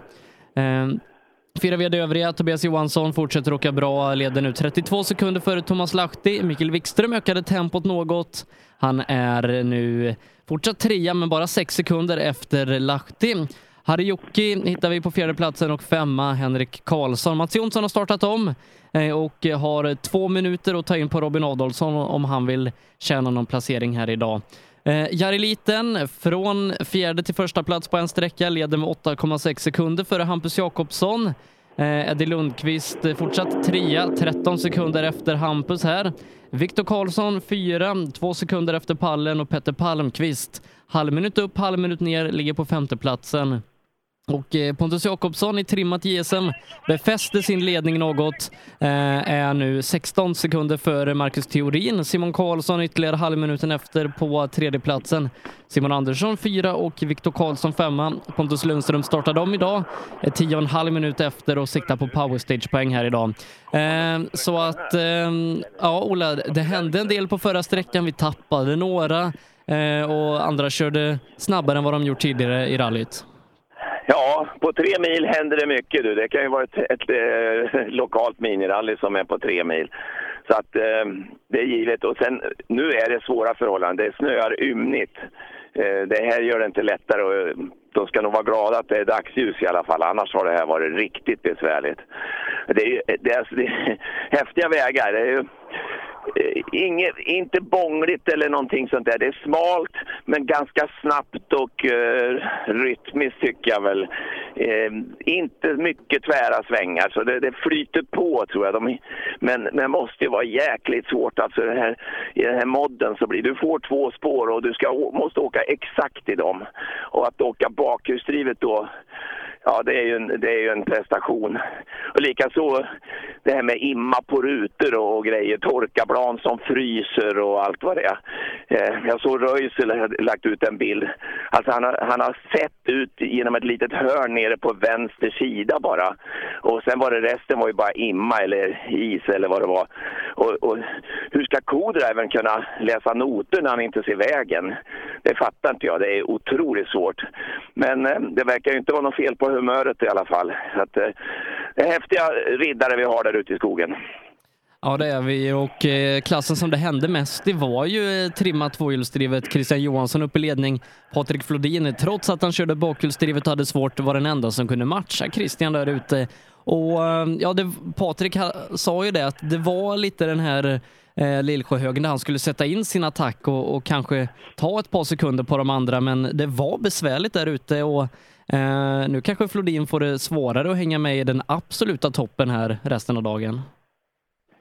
S17: 4 vd övriga, Tobias Johansson fortsätter åka bra, leder nu 32 sekunder före Thomas Lahti. Mikael Wikström ökade tempot något. Han är nu fortsatt 3 men bara 6 sekunder efter Lahti. Harry Jocki hittar vi på 4:e platsen och 5:a Henrik Karlsson. Mats Jonsson har startat om och har 2 minuter att ta in på Robin Adolfsson om han vill tjäna någon placering här idag. Jari Liten från 4:e till 1:a plats på en sträcka, leder med 8,6 sekunder före Hampus Jakobsson. Eddie Lundqvist fortsatt 3, 13 sekunder efter Hampus här. Viktor Karlsson 4, 2 sekunder efter pallen och Petter Palmqvist halvminut upp, halvminut ner, ligger på 5:e platsen. Och Pontus Jakobsson i trimmat JSM befäste sin ledning något, är nu 16 sekunder före Marcus Theorin. Simon Karlsson ytterligare halvminuten efter på 3:e platsen. Simon Andersson 4 och Viktor Karlsson 5. Pontus Lundström startade om idag 10,5 minut efter och siktar på powerstage-poäng här idag. Så att, ja Ola, det hände en del på förra sträckan. Vi tappade några och andra körde snabbare än vad de gjort tidigare i rallyt.
S2: Ja, på 3 mil händer det mycket. Det kan ju vara ett lokalt minirally som är på 3 mil. Så att det är givet. Och sen, nu är det svåra förhållanden. Det snöar ymnigt. Det här gör det inte lättare och de ska nog vara glada att det är dagsljus i alla fall. Annars har det här varit riktigt besvärligt. Det är häftiga vägar. Det är ju inte bångligt eller någonting sånt där. Det är smalt men ganska snabbt och rytmiskt tycker jag väl. Inte mycket tvära svängar så det flyter på tror jag. Men det måste ju vara jäkligt svårt. Alltså i den här modden så blir du får 2 spår och du måste åka exakt i dem. Och att åka bakhjulsdrivet då, ja, det är ju en prestation. Och likaså det här med imma på rutor och grejer, torkablan som fryser och allt vad det är. Jag såg Röisel lagt ut en bild. Alltså han har sett ut genom ett litet hörn nere på vänster sida bara. Och sen var det resten var ju bara imma eller is eller vad det var. Och hur ska co-drivern kunna läsa noter när han inte ser vägen? Det fattar inte jag. Det är otroligt svårt. Men det verkar ju inte vara något fel på humöret i alla fall. Så att, det är häftiga riddare vi har där ute i skogen.
S17: Ja, det är vi. Och klassen som det hände mest, det var ju trimmat tvåhjulsdrivet. Christian Johansson upp i ledning. Patrik Flodin, trots att han körde bakhjulsdrivet hade svårt, var den enda som kunde matcha Christian där ute. Och ja, Patrik sa ju det att det var lite den här Lillsjöhögen där han skulle sätta in sin attack och kanske ta ett par sekunder på de andra, men det var besvärligt där ute och nu kanske Flodin får det svårare att hänga med i den absoluta toppen här resten av dagen.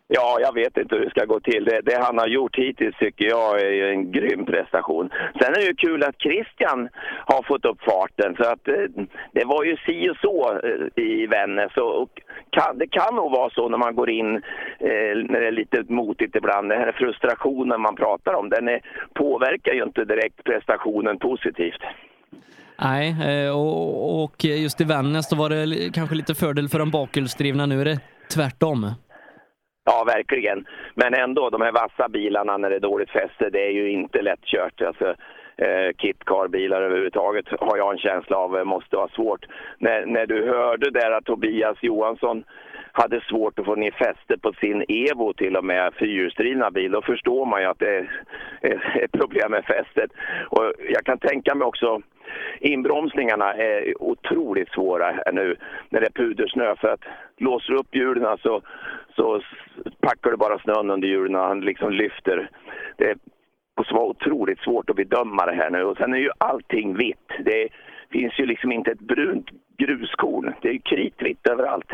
S2: Ja, jag vet inte hur det ska gå till. Det han har gjort hittills tycker jag är ju en grym prestation. Sen är det ju kul att Christian har fått upp farten. Så att det var ju si och så i Vännäs. Och det kan nog vara så när man går in när det är lite motigt ibland. Den här frustrationen man pratar om, den påverkar ju inte direkt prestationen positivt.
S17: Nej, och just i Vännäs då var det kanske lite fördel för de bakhjulsdrivna. Nu är det tvärtom.
S2: Ja, verkligen. Men ändå, de här vassa bilarna när det är dåligt fäste, det är ju inte lättkört. Alltså, kitcar-bilar överhuvudtaget har jag en känsla av måste vara svårt. När du hörde där att Tobias Johansson hade svårt att få ner fäste på sin Evo till och med fyrhjulsdrivna bil, då förstår man ju att det är ett problem med fästet. Och jag kan tänka mig också, inbromsningarna är otroligt svåra nu när det är pudersnö, för att låser upp hjulen så packar du bara snön under hjulen och han liksom lyfter. Det var otroligt svårt att bedöma det här nu. Och sen är ju allting vitt. Det finns ju liksom inte ett brunt gruskorn. Det är ju kritvitt överallt.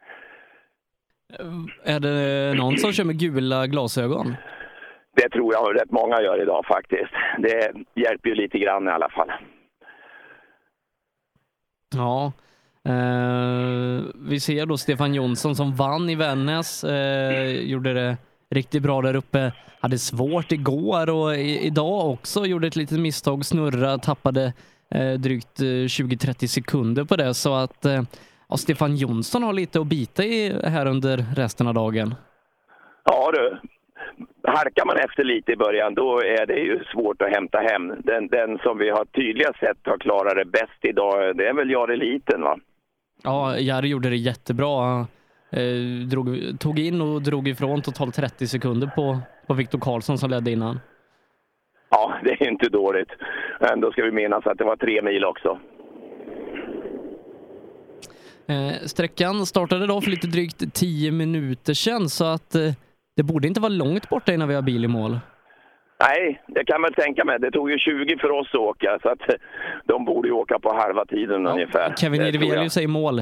S17: Är det någon som kör med gula glasögon?
S2: Det tror jag rätt många gör idag faktiskt. Det hjälper ju lite grann i alla fall.
S17: Ja. Vi ser då Stefan Jonsson som vann i Vännäs. Gjorde det riktigt bra där uppe. Hade svårt igår och idag också. Gjorde ett litet misstag, snurra, tappade drygt 20-30 sekunder på det. Så att Stefan Jonsson har lite att bita i här under resten av dagen.
S2: Ja du, harkar man efter lite i början, då är det ju svårt att hämta hem. Den som vi har tydliga sett har klarat det bäst idag, det är väl Jari Liten, va?
S17: Ja, Jari gjorde det jättebra. Tog in och drog ifrån totalt 30 sekunder på Viktor Karlsson som ledde innan.
S2: Ja, det är inte dåligt. Men då ska vi minnas att det var 3 mil också.
S17: Sträckan startade då för lite drygt 10 minuter sedan, så att det borde inte vara långt borta innan vi har bil i mål.
S2: Nej, det kan man tänka mig. Det tog ju 20 för oss att åka, så att de borde ju åka på halva tiden ungefär.
S17: Kevin Irvelius säger mål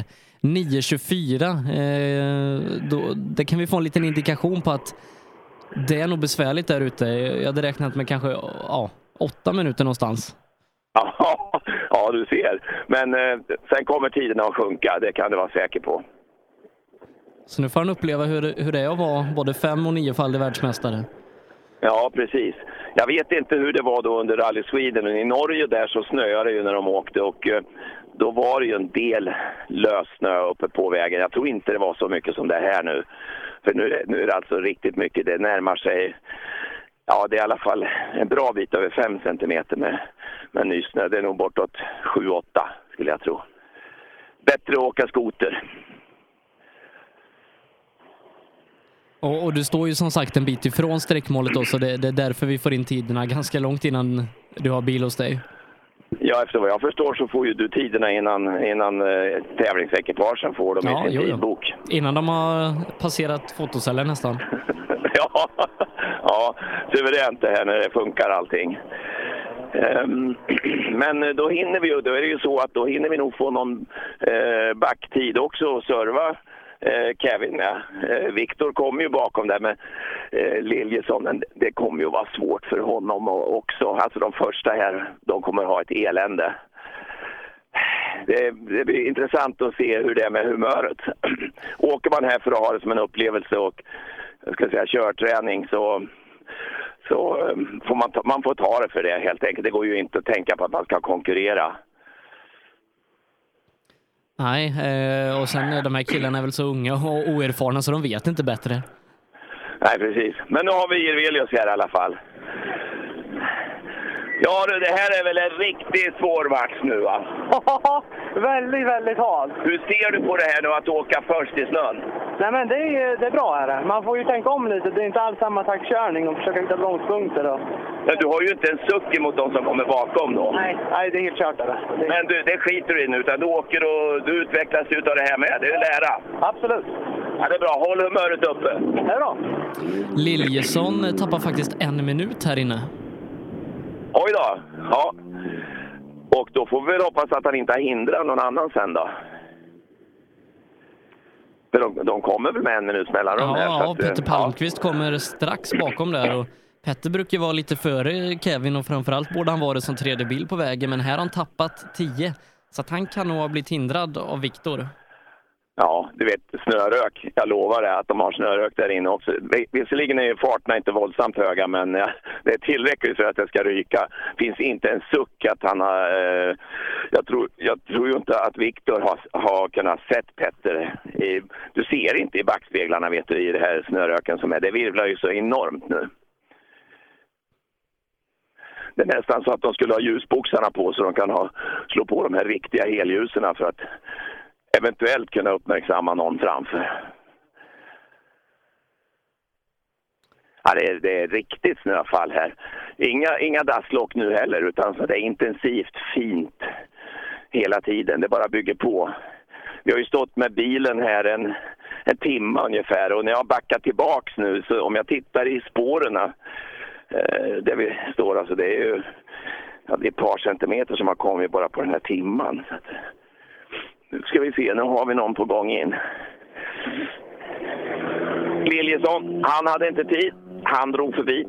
S17: 9.24. Det kan vi få en liten indikation på att det är nog besvärligt där ute. Jag hade räknat med kanske 8 minuter någonstans.
S2: Ja, du ser. Men sen kommer tiden att sjunka, det kan du vara säker på.
S17: Så nu får han uppleva hur det är att vara både 5- och 9-faldig världsmästare.
S2: Ja, precis. Jag vet inte hur det var då under Rally Sweden, men i Norge där så snöade det ju när de åkte, och då var det ju en del lössnö uppe på vägen. Jag tror inte det var så mycket som det här nu. För nu är det alltså riktigt mycket. Det närmar sig, ja, det är i alla fall en bra bit över 5 centimeter med nysnö. Det är nog bortåt 7-8 skulle jag tro. Bättre att åka skoter.
S17: Och du står ju som sagt en bit ifrån sträckmålet då, så det är därför vi får in tiderna ganska långt innan du har bil hos dig.
S2: Ja, efter vad jag förstår så får ju du tiderna innan tävlingsekipagen får dem i sin tidbok.
S17: Innan de har passerat fotoceller nästan.
S2: Ja, suveränt det här när det funkar allting. Men då hinner vi ju, då är det ju så att då hinner vi nog få någon backtid också och serva Kevin. Viktor kommer ju bakom där med Liljesson. Det kommer ju vara svårt för honom också. Alltså de första här, de kommer ha ett elände. Det blir intressant att se hur det är med humöret. Åker man här för att ha det som en upplevelse och körträning så får man får ta det för det helt enkelt. Det går ju inte att tänka på att man ska konkurrera.
S17: Nej, och sen är de här killarna väl så unga och oerfarna så de vet inte bättre.
S2: Nej, precis. Men nu har vi Irvelius här i alla fall. Ja du, det här är väl en riktigt svår match nu, va?
S3: Ja, väldigt, väldigt halt.
S2: Hur ser du på det här nu att åka först i snön?
S3: Nej men det är bra här. Man får ju tänka om lite. Det är inte alls samma taktkörning och försöka hitta bromspunkter då.
S2: Ja, du har ju inte en suck emot de som kommer bakom då.
S3: Nej, det är helt kört där.
S2: Men det skiter du in utan du åker och du utvecklas ut av det här med. Det är lära.
S3: Absolut.
S2: Ja, det är bra. Håll humöret uppe.
S3: Det är bra.
S17: Liljesson tappar faktiskt 1 minut här inne.
S2: Oj då, ja. Och då får vi väl hoppas att han inte hindrar någon annan sen då. För de kommer väl med en minuts mellanrum där.
S17: Ja, Petter Palmqvist kommer strax bakom där. Och Petter brukar vara lite före Kevin och framförallt borde han vara det som tredje bil på vägen. Men här har han tappat 10. Så att han kan nog ha blivit hindrad av Viktor.
S2: Ja, du vet, snörök. Jag lovar det att de har snörök där inne också. Visserligen är ju farterna inte våldsamt höga, men det är tillräckligt för att det ska ryka. Finns inte en suck att han har... Jag tror ju inte att Viktor har kunnat sett Petter. Du ser inte i backspeglarna, vet du, i det här snöröken som är. Det virvlar ju så enormt nu. Det är nästan så att de skulle ha ljusboxarna på så de kan slå på de här riktiga helljuserna för att eventuellt kunna uppmärksamma någon framför. Ja, det är riktigt snöfall här. Inga dasslock nu heller, utan så det är intensivt fint hela tiden. Det bara bygger på. Vi har ju stått med bilen här en timme ungefär, och när jag backar tillbaks nu, så om jag tittar i spåren där vi står, alltså det är ju det är ett par centimeter som har kommit bara på den här timman. Så att, nu ska vi se, nu har vi någon på gång in. Liljesson, han hade inte tid. Han drog förbi.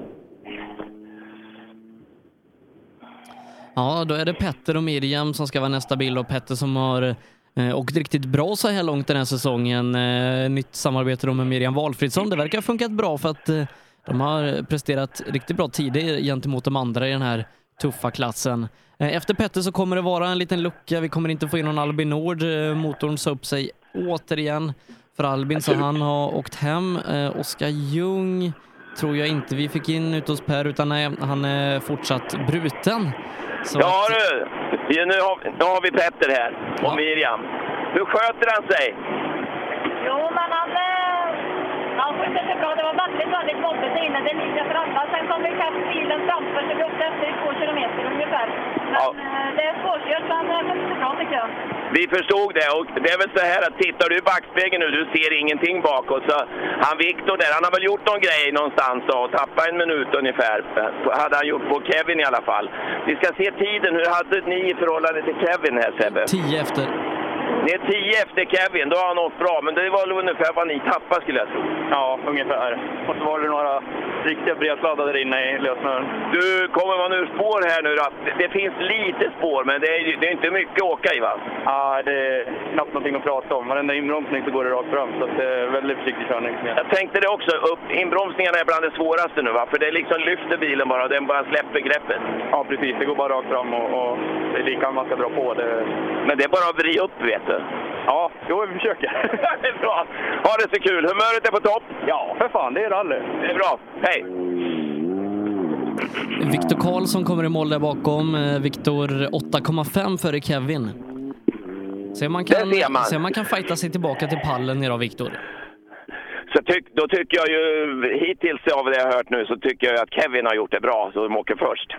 S17: Ja, då är det Petter och Miriam som ska vara nästa bil. Och Petter som har åkt riktigt bra så här långt den här säsongen. Nytt samarbete med Miriam Walfridsson. Det verkar ha funkat bra för att de har presterat riktigt bra tider gentemot de andra i den här tuffa klassen. Efter Petter så kommer det vara en liten lucka. Vi kommer inte få in någon Albin Nord. Motorn sa upp sig återigen för Albin, så han har åkt hem. Oskar Ljung tror jag inte vi fick in ut hos Per, utan nej, han är fortsatt bruten. Så
S2: ja du, nu har vi Petter här och Miriam. Hur sköter han sig?
S4: Jo, men han sköter sig bra. Det var väldigt mobbigt innan. Det är lika för alla. Sen kom vi kapp bilen framför, så vi åkte efter 2 kilometer ungefär. Men det är svårkört, men det är bra tycker jag.
S2: Vi förstod det, och det är väl så här att tittar du i backspegeln nu, du ser ingenting bakåt. Så han Viktor där, han har väl gjort någon grej någonstans och tappat 1 minut ungefär. Hade han gjort på Kevin i alla fall. Vi ska se tiden, hur hade ni i förhållande till Kevin här, Sebbe?
S17: 10 efter.
S2: Ni är 10 efter Kevin, då har han åkt bra. Men det var ungefär vad ni tappade, skulle jag tro.
S3: Ja, ungefär. Och så var det några riktiga bredsladdar där inne i lösnören.
S2: Du, kommer man ur spår här nu då? Det finns lite spår, men det är inte mycket att åka i, va?
S3: Ja, det är knappt någonting att prata om. Varenda inbromsning så går det rakt fram, så det är väldigt försiktig körning.
S2: Jag tänkte det också. Inbromsningarna är bland det svåraste nu, va? För det liksom lyfter bilen bara och den bara släpper greppet.
S3: Ja, precis. Det går bara rakt fram och det är lika man ska dra på det.
S2: Men det är bara att vrida upp, vet du.
S3: Ja, jo, vi försöker.
S2: Det är bra. Ha det så kul. Humöret är på topp.
S3: Ja, för fan. Det är rally.
S2: Det är bra. Hej!
S17: Viktor Karlsson kommer i mål där bakom. Viktor 8,5 före Kevin. Så man kan fighta sig tillbaka till pallen idag, Viktor.
S2: Så då tycker jag ju, hittills av det jag har hört nu, så tycker jag att Kevin har gjort det bra, så de åker först.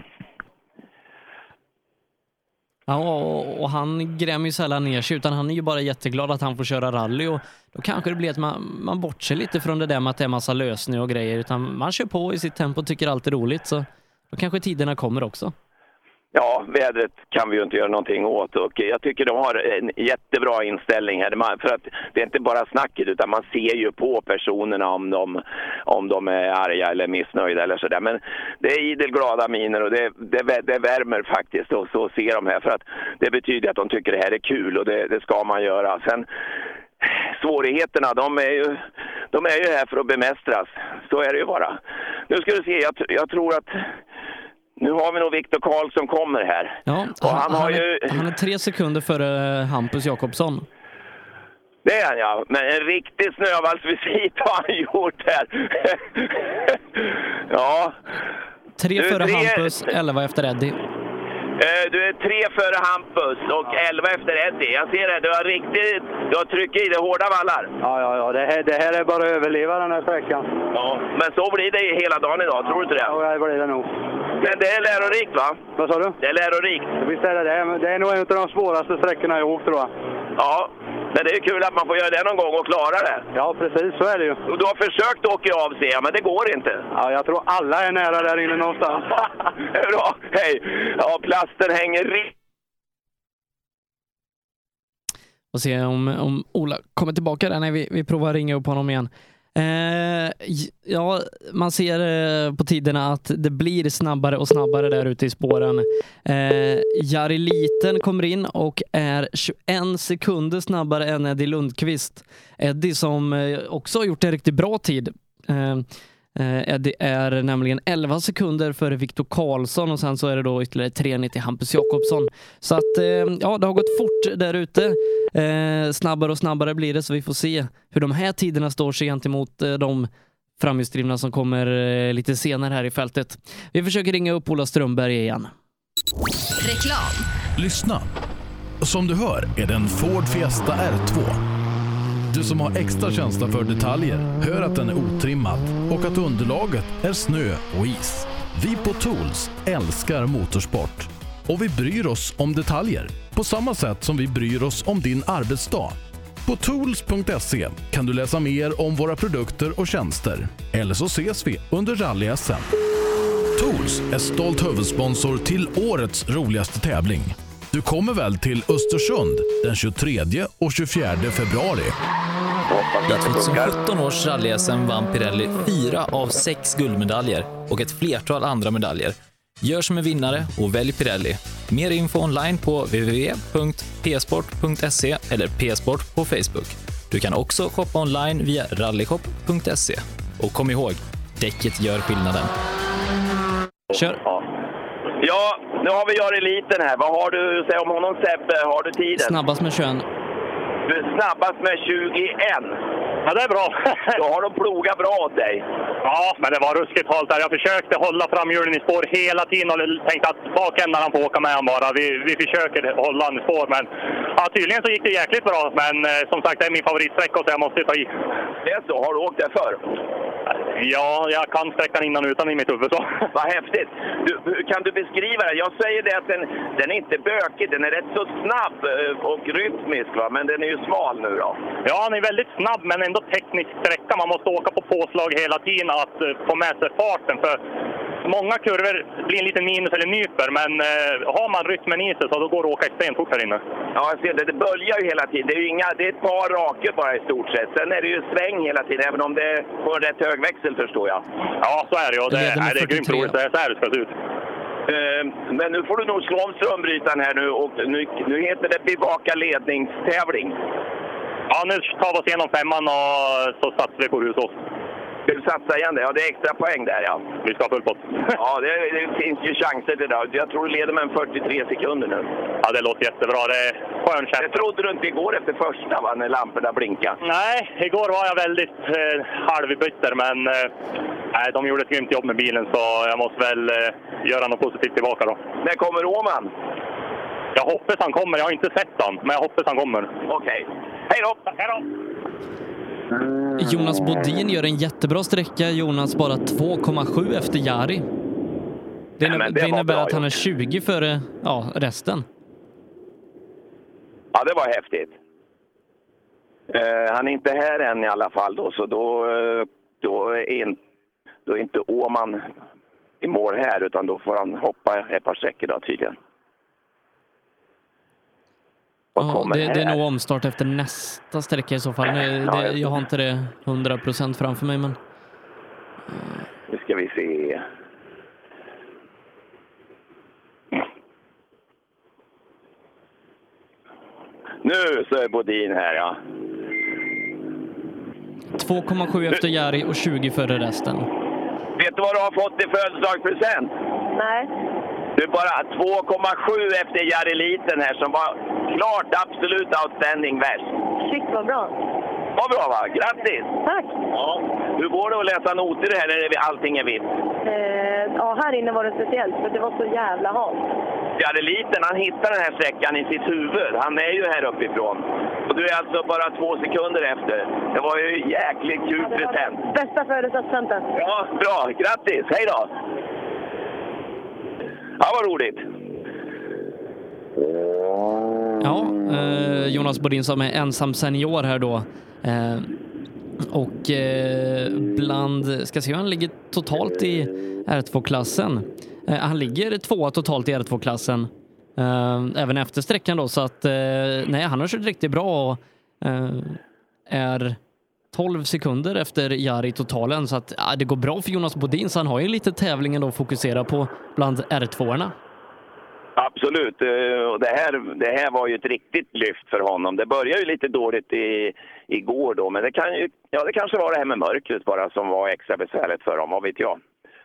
S17: Ja, och han grämer ju sällan ner sig, utan han är ju bara jätteglad att han får köra rally, och då kanske det blir att man bortser lite från det där med att det är massa lösning och grejer, utan man kör på i sitt tempo och tycker allt är roligt, så då kanske tiderna kommer också.
S2: Ja, vädret kan vi ju inte göra någonting åt, och jag tycker de har en jättebra inställning här. För att det är inte bara snacket, utan man ser ju på personerna om de är arga eller missnöjda eller sådär. Men det är idelglada miner, och det värmer faktiskt, och så ser de här, för att det betyder att de tycker det här är kul, och det ska man göra. Sen svårigheterna, de är ju här för att bemästras. Så är det ju bara. Nu ska du se, jag tror att nu har vi nog Viktor Karlsson som kommer här.
S17: Ja,
S2: och
S17: han är 3 sekunder före Hampus Jakobsson.
S2: Det är han, ja. Men en riktig snövalsvisit har han gjort här. Ja.
S17: 3 före Hampus, 11 efter Eddie.
S2: Du är 3 före Hampus och 11 efter Eddie. Jag ser det, du har tryckt i det hårda vallar.
S3: Ja. Det här är bara att överleva den här sträckan.
S2: Ja, men så blir det hela dagen idag, tror du inte det?
S3: Ja, det blir det nog.
S2: Men det är lärorikt, va?
S3: Vad sa du?
S2: Det är lärorikt.
S3: Visst är det. Det är nog en av de svåraste sträckorna jag åkt, tror jag.
S2: Ja, men det är kul att man får göra det någon gång och klara det.
S3: Ja, precis. Så är det ju.
S2: Och du har försökt åka av, ser jag, men det går inte.
S3: Ja, jag tror alla är nära där inne någonstans.
S2: Bra, hej. Ja, plasten hänger
S17: Och se om Ola kommer tillbaka där. Nej, vi provar ringa upp honom igen. Ja, man ser på tiderna att det blir snabbare och snabbare där ute i spåren. Jari Liten kommer in och är 21 sekunder snabbare än Eddie Lundqvist. Eddie som också har gjort en riktigt bra tid. Eddie är nämligen 11 sekunder före Viktor Karlsson och sen så är det då ytterligare 3 till Hampus Jakobsson. Så att ja, det har gått fort där ute. Snabbare och snabbare blir det, så vi får se hur de här tiderna står sig gentemot de framhjulsdrivna som kommer lite senare här i fältet. Vi försöker ringa upp Ola Strömberg igen.
S28: Reklam.
S29: Lyssna. Som du hör är det en Ford Fiesta R2. Du som har extra känsla för detaljer hör att den är otrimmad och att underlaget är snö och is. Vi på Tools älskar motorsport och vi bryr oss om detaljer på samma sätt som vi bryr oss om din arbetsdag. På tools.se kan du läsa mer om våra produkter och tjänster. Eller så ses vi under Rally-SM. Tools är stolt huvudsponsor till årets roligaste tävling. Du kommer väl till Östersund den 23 och 24 februari.
S24: I 2017 års rally-SM vann Pirelli 4 av 6 guldmedaljer och ett flertal andra medaljer. Gör som en vinnare och välj Pirelli. Mer info online på www.psport.se eller psport på Facebook. Du kan också shoppa online via rallyshop.se. Och kom ihåg, däcket gör skillnaden.
S17: Kör!
S2: Ja, nu har vi Jari Liten här. Vad har du att säga om honom, Sebbe? Har du tiden?
S17: Snabbast med 21.
S2: Du är snabbast med 21.
S3: Ja, det är bra.
S2: Då har de plogat bra åt dig.
S3: Ja, men det var ruskigt halt där. Jag försökte hålla framhjulen i spår hela tiden och tänkte att bakändan han får åka med han bara. Vi försöker hålla han i spår, men ja, tydligen så gick det jäkligt bra. Men som sagt, det är min favoritsträcka så jag måste ta i.
S2: Det är så? Har du åkt där förr?
S3: Ja, jag kan sträckan innan utan i mitt huvud så.
S2: Vad häftigt. Kan du beskriva det? Jag säger det att den är inte bökig. Den är rätt så snabb och rytmisk, va? Men den är ju smal nu då.
S3: Ja, den är väldigt snabb men ändå teknisk sträcka. Man måste åka på påslag hela tiden att få med sig farten. För många kurvor blir en liten minus eller nyper, men har man rytmen i sig så då går det att åka extremt fort här inne.
S2: Ja, jag ser det. Det böljar ju hela tiden. Det är ett par raker bara i stort sett. Sen är det ju sväng hela tiden, även om det är på en rätt hög växel, förstår jag.
S3: Ja, så är det ju. Det är grymt roligt. Det är så här det ska se ut.
S2: Men nu får du nog slå om strömbrytaren här nu, och nu heter det bevaka ledningstävling.
S3: Ja, nu tar vi oss igenom 5:an och så satsar vi på Husås.
S2: Ska du satsa igen det? Ja, det är extra poäng där, ja.
S3: Vi ska ha full pott.
S2: Ja, det finns ju chanser till det. Jag tror du leder med 43 sekunder nu.
S3: Ja, det låter jättebra. Det är skön känsla.
S2: Det trodde du inte igår efter första, va, när lamporna blinkade?
S3: Nej, igår var jag väldigt halvbytter, men de gjorde ett grymt jobb med bilen, så jag måste väl göra något positivt tillbaka då.
S2: När kommer Åman?
S3: Jag hoppas han kommer. Jag har inte sett han, men jag hoppas han kommer.
S2: Okej. Hej då!
S3: Hej då!
S17: Jonas Bodin gör en jättebra sträcka. Jonas bara 2,7 efter Jari. Det innebär bra, att han är 20 före resten.
S2: Ja, det var häftigt. Han är inte här än i alla fall då, så då är inte Åman i mål här, utan då får han hoppa ett par sträckor då tydligen.
S17: Ja, det är nog omstart efter nästa sträcka i så fall. Jag har inte det 100% framför mig, men...
S2: Nu ska vi se. Nu så är Bodin här, ja.
S17: 2,7 efter Jari och 20 före resten.
S2: Vet du vad du har fått i födelsedagspresent?
S4: Nej.
S2: Du är bara 2,7 efter Jari Liten här, som var klart absolut outstanding värst.
S4: Shit, vad bra.
S2: Vad bra, va? Grattis!
S4: Tack!
S2: Ja. Hur går det att läsa noter här när allting är vitt?
S4: Ja, här inne var det speciellt, för det var så jävla halt.
S2: Jari Liten, han hittar den här sträckan i sitt huvud. Han är ju här uppifrån. Och du är alltså bara 2 sekunder efter. Det var ju jäkligt kul present.
S4: Bästa födelsedagspresenten.
S2: Ja, bra. Grattis! Hej då! Ja, vad roligt.
S17: Ja, Jonas Bodin som är ensam senior här då. Ska se hur han ligger totalt i R2-klassen. Han ligger 2 totalt i R2-klassen. även efter sträckan då, så att nej, han har kört riktigt bra och är 12 sekunder efter Jari totalen, så att det går bra för Jonas Bodin, så han har ju lite tävlingen då att fokusera på bland R2-orna.
S2: Absolut, och det här var ju ett riktigt lyft för honom. Det började ju lite dåligt igår då, men det kanske var det här med mörkret bara som var extra besvärligt för dem, vad vet jag.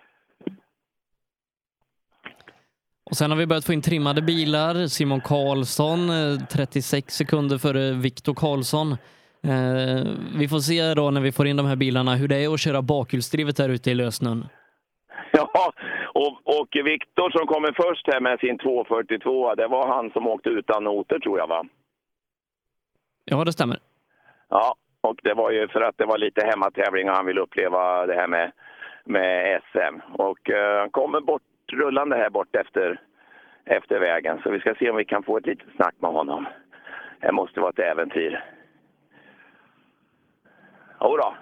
S17: Och sen har vi börjat få in trimmade bilar. Simon Karlsson 36 sekunder före Viktor Karlsson. Vi får se då när vi får in de här bilarna hur det är att köra bakhjulsdrivet där ute i lösnön.
S2: Ja, och Viktor som kommer först här med sin 242, det var han som åkte utan noter tror jag, va?
S17: Ja, det stämmer.
S2: Ja, och det var ju för att det var lite hemmatävling och han ville uppleva det här med SM. Och han kommer rullande här bort efter vägen. Så vi ska se om vi kan få ett litet snack med honom. Det måste vara ett äventyr. Jodå.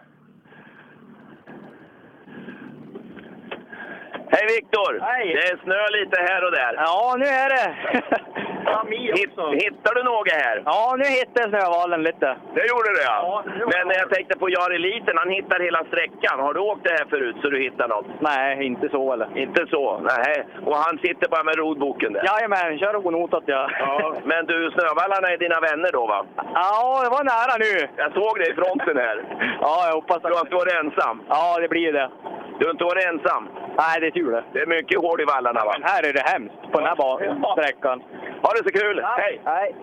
S2: Hej Viktor!
S6: Hej!
S2: Det är snö lite här och där.
S6: Ja, nu är det.
S2: Hittar du något här?
S6: Ja, nu hittar jag snövalen lite.
S2: Det gjorde du, ja. Men jag tänkte på Jari Liten, han hittar hela sträckan. Har du åkt det här förut så du hittar något?
S6: Nej, inte så eller?
S2: Inte så, nej. Och han sitter bara med rodboken där?
S6: Jajamän, kör onotat
S2: ja. Men du, snövallarna är dina vänner då, va?
S6: Ja, det var nära nu.
S2: Jag såg det i fronten här.
S6: Ja, jag hoppas att...
S2: Du har inte varit ensam?
S6: Ja, det blir det.
S2: Du har inte varit ensam?
S6: Nej, det är tur det.
S2: Det är mycket hård i vallarna, va?
S6: Men här är det hemskt på den här sträckan.
S2: Ha det så kul! Ja. Hej!
S6: Hej!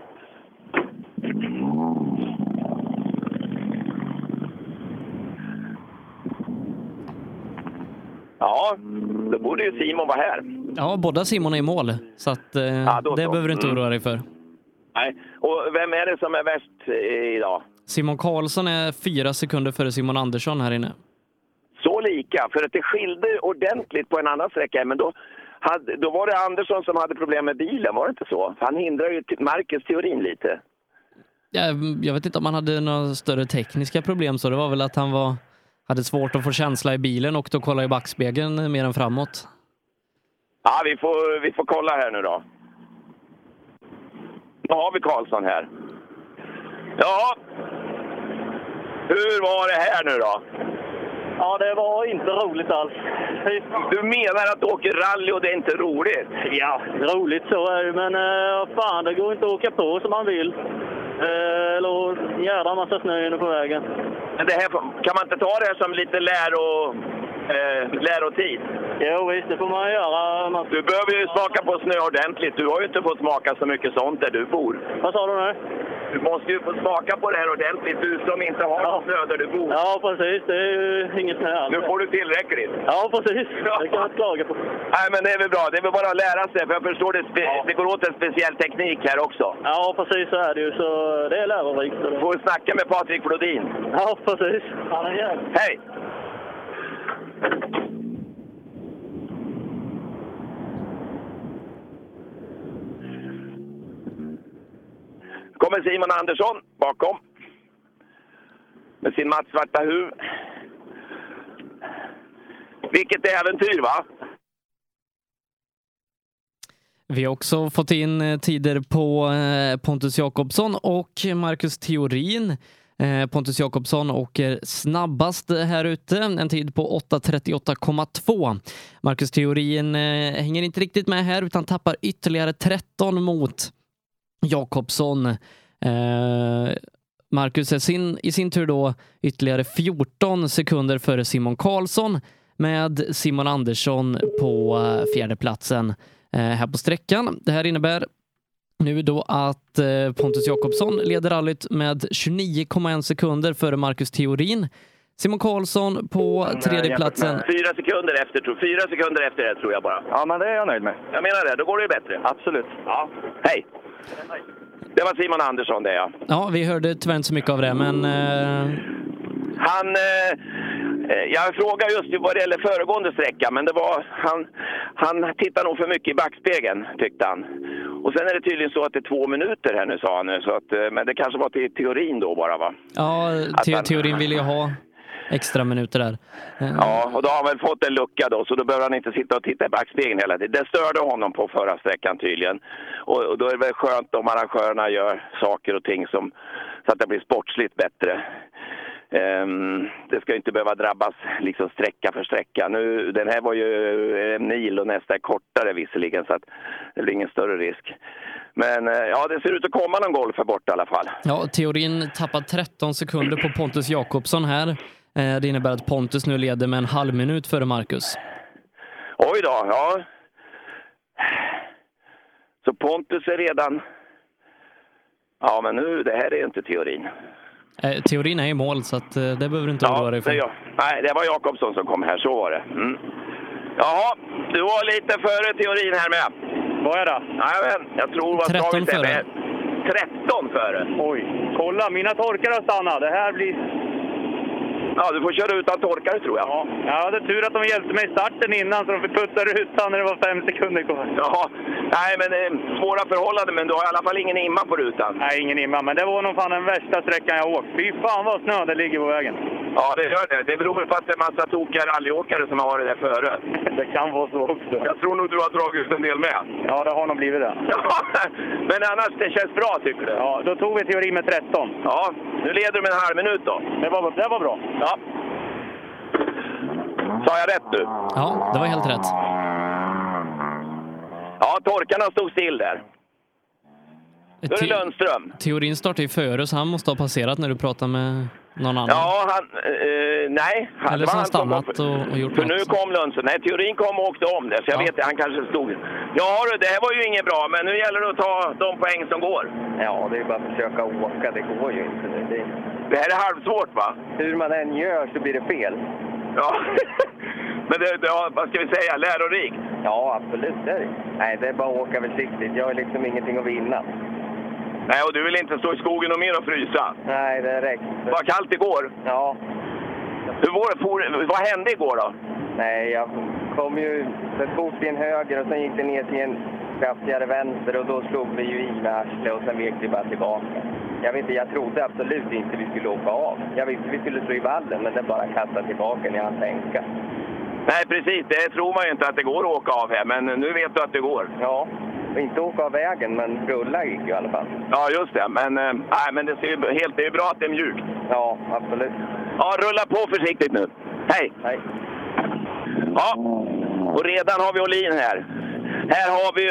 S2: Ja, då borde ju Simon vara här.
S17: Ja, båda Simon är i mål. Så att, det behöver du inte oroa dig för.
S2: Nej, och vem är det som är värst idag?
S17: Simon Karlsson är 4 sekunder före Simon Andersson här inne.
S2: Så lika, för att det skilde ordentligt på en annan sträcka. Men då var det Andersson som hade problem med bilen, var det inte så? Han hindrar ju Marcus Theorin lite.
S17: Jag vet inte om han hade några större tekniska problem, så det var väl att han hade svårt att få känsla i bilen och då kolla i backspegeln mer än framåt.
S2: Ja, vi får kolla här nu då. Nu har vi Karlsson här. Ja, hur var det här nu då?
S6: Ja, det var inte roligt alls.
S2: Du menar att du åker rally och det är inte roligt?
S6: Ja, roligt så är det, men fan, det går inte att åka på som man vill. Eller jävla massa snö inne på vägen.
S2: Men det här, kan man inte ta det här som lite lärotid?
S6: Jo visst, det får man göra.
S2: Du behöver ju smaka på snö ordentligt. Du har ju inte fått smaka så mycket sånt där du bor.
S6: Vad sa du nu?
S2: Du måste ju få smaka på det här ordentligt, du som inte har snö där du bor.
S6: Ja, precis. Det är ju inget snö alls.
S2: Nu får du tillräckligt.
S6: Ja, precis. Det kan jag inte klaga på.
S2: Nej, men det är väl bra. Det är väl bara att lära sig, för jag förstår det går åt en speciell teknik här också.
S6: Ja, precis så är det ju. Så det är lärorikt.
S2: Du får snacka med Patrik Flodin.
S6: Ja, precis. Han är jävligt.
S2: Hej! Kommer Simon Andersson bakom med sin mattsvarta huvud. Vilket äventyr, va?
S17: Vi har också fått in tider på Pontus Jakobsson och Marcus Theorin. Pontus Jakobsson åker snabbast här ute, en tid på 8:38,2. Marcus Theorin hänger inte riktigt med här utan tappar ytterligare 13 mot Jakobsson. Marcus är i sin tur då ytterligare 14 sekunder före Simon Karlsson, med Simon Andersson på fjärde platsen här på sträckan. Det här innebär nu då att Pontus Jakobsson leder rallyt med 29,1 sekunder före Marcus Theorin. Simon Karlsson på tredje platsen.
S2: 4 sekunder efter det tror jag bara.
S6: Ja, men det är jag nöjd med.
S2: Jag menar det, då går det ju bättre.
S6: Absolut.
S2: Ja, hej. Det var Simon Andersson det, ja.
S17: Ja, vi hörde tyvärr inte så mycket av det, men...
S2: Jag frågade just vad det gäller föregående sträcka, men det var han tittar nog för mycket i backspegeln, tyckte han. Och sen är det tydligen så att det är 2 minuter här nu, sa han. Så att, men det kanske var till Teorin då bara, va?
S17: Ja, Teorin ville ju ha extra minuter där.
S2: Ja, och då har han väl fått en lucka då, så då behöver han inte sitta och titta i backspegeln hela tiden. Det störde honom på förra sträckan tydligen. Och då är det väl skönt om arrangörerna gör saker och ting som, så att det blir sportsligt bättre. Det ska inte behöva drabbas liksom sträcka för sträcka. Nu, den här var ju en mil och nästa är kortare visserligen, så att det blir ingen större risk. Men ja, det ser ut att komma någon golf här borta i alla fall.
S17: Ja, teorin tappar 13 sekunder på Pontus Jakobsson här. Det innebär att Pontus nu leder med en halv minut före Marcus.
S2: Oj då, ja. Så Pontus är redan... Ja, men nu, det här är inte teorin.
S17: Teorin är i mål, så att, det behöver du inte oroa dig för.
S2: Nej, det var Jakobsson som kom här, så var det. Jaha, du var lite före teorin här med.
S7: Vad är det?
S2: Nej, jag tror vad
S7: 13 före.
S2: 13 före.
S7: Oj, kolla, mina torkar har stannat. Det här blir...
S2: Ja, du får köra utan torkare tror jag.
S7: Ja, det är tur att de hjälpte mig i starten innan så de fick putta rutan när det var 5 sekunder kvar.
S2: Ja, nej men det är svåra förhållanden, men du har i alla fall ingen imma på rutan.
S7: Nej, ingen imma, men det var nog fan den värsta sträckan jag åkt. Fy fan vad snö det ligger på vägen.
S2: Ja, det gör det. Det beror på att det är en massa tokiga rallyåkare som har varit där före.
S7: Det kan vara så också.
S2: Jag tror nog du har dragit ut en del med.
S7: Ja, det har nog blivit det.
S2: Ja, men annars, det känns bra tycker du?
S7: Ja, då tog vi teori med 13.
S2: Ja, nu leder du med en halv minut då.
S7: Det var bra.
S2: Ja. Sa jag rätt nu?
S17: Ja, det var helt rätt.
S2: Ja, torkarna stod still där. Då är det Lundström.
S17: Teorin startade ju före, så han måste ha passerat när du pratade med någon annan.
S2: Ja, nej.
S17: Eller så har han stannat och gjort
S2: för
S17: något.
S2: nu kom Lundström. Nej, teorin kom och åkte om det. Så jag vet att han kanske stod... Ja, det här var ju inget bra, men nu gäller det att ta de poäng som går.
S8: Ja, det är bara att försöka åka. Det går ju inte.
S2: Det här är halvsvårt, va?
S8: Hur man än gör så blir det fel.
S2: Ja, men det vad ska vi säga, lärorikt?
S8: Ja, absolut. Nej, det är bara att åka försiktigt. Jag har liksom ingenting att vinna.
S2: Nej, och du vill inte stå i skogen och mer och frysa?
S8: Nej, det räcker.
S2: Var kallt igår?
S8: Ja.
S2: Vad hände igår då?
S8: Nej, jag kom ju för fort i en höger och sen gick det ner till en kraftigare vänster och då slog vi ju i med arslet och sen vek vi bara tillbaka. Jag trodde absolut inte vi skulle åka av. Jag visste vi skulle stå i vallen, men det bara kastade tillbaka när jag tänka.
S2: Nej, precis. Det tror man ju inte att det går att åka av här, men nu vet du att det går.
S8: Ja, inte åka av vägen, men rulla gick ju i alla fall.
S2: Ja, just det. Men det är bra att det är mjukt.
S8: Ja, absolut.
S2: Ja, rulla på försiktigt nu. Hej!
S8: Hej!
S2: Ja, och redan har vi Olin här. Här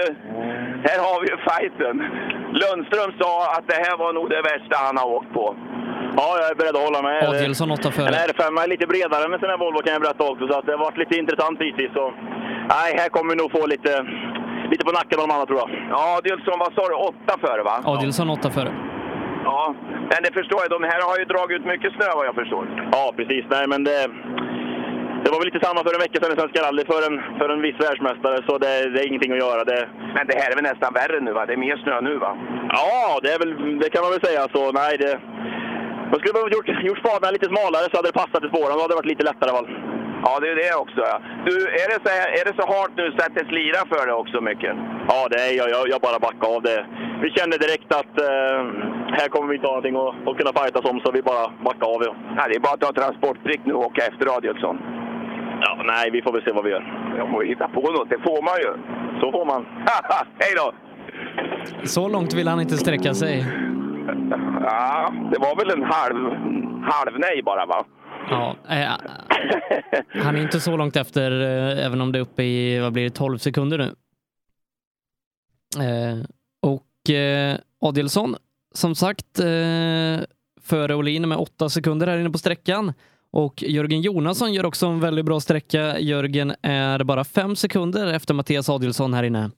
S2: har vi ju fighten. Lundström sa att det här var nog det värsta han har åkt på.
S7: Ja, jag är beredd att hålla med.
S17: Adielsson 8 före.
S7: Den R5 är lite bredare med sina Volvo kan jag berätta också, så att det har varit lite intressant hittills. Så nej, här kommer vi nog få lite på nacken av de andra tror jag.
S2: Ja, Adielsson, vad sa du? 8 före va?
S17: Adielsson 8 före.
S2: Ja, men det förstår jag. De här har ju dragit ut mycket snö vad jag förstår.
S7: Ja, precis. Nej, men det var väl lite samma för en vecka sedan i Svenska rally för en viss världsmästare, så det är ingenting att göra.
S2: Men det här är väl nästan värre nu va? Det är mer snö nu va?
S7: Ja, det kan man väl säga. Så nej, man skulle behöva gjort spadarna lite smalare så hade det passat i spåren. Då hade det varit lite lättare i alla fall.
S2: Ja, det är det också. Ja. Du, är det så hårt nu så att det slirar för det också mycket?
S7: Ja, det är jag bara backade av det. Vi kände direkt att här kommer vi inte ha någonting att kunna fightas om, så vi bara backade av.
S2: Ja, det är bara att ta transportprick nu och åka efter Adielsson.
S7: Ja, nej, vi får väl se vad vi gör.
S2: Jag får hitta på något, det får man ju.
S7: Så får man.
S2: Hej då!
S17: Så långt vill han inte sträcka sig.
S2: Ja, det var väl en halv nej bara va?
S17: Ja, han är inte så långt efter, även om det är uppe i, vad blir det, 12 sekunder nu. Och Adielsson, som sagt, före Olin med 8 sekunder här inne på sträckan. Och Jörgen Jonasson gör också en väldigt bra sträcka. Jörgen är bara 5 sekunder efter Mattias Adielsson här inne.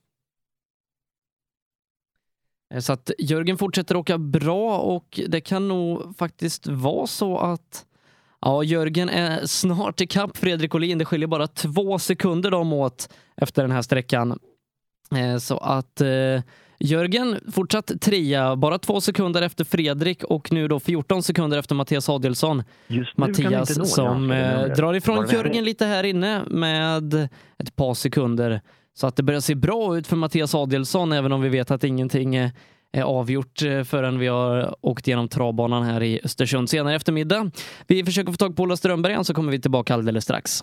S17: Så att Jörgen fortsätter åka bra, och det kan nog faktiskt vara så att Jörgen är snart i kapp Fredrik Olin. Det skiljer bara 2 sekunder de åt efter den här sträckan. Så att Jörgen fortsatt 3, bara 2 sekunder efter Fredrik, och nu då 14 sekunder efter Mattias Adielsson. Mattias som drar ifrån Jörgen lite här inne med ett par sekunder. Så att det börjar se bra ut för Mattias Adielsson, även om vi vet att ingenting är avgjort förrän vi har åkt igenom travbanan här i Östersund senare i eftermiddag. Vi försöker få tag på Ola Strömberg, så kommer vi tillbaka alldeles strax.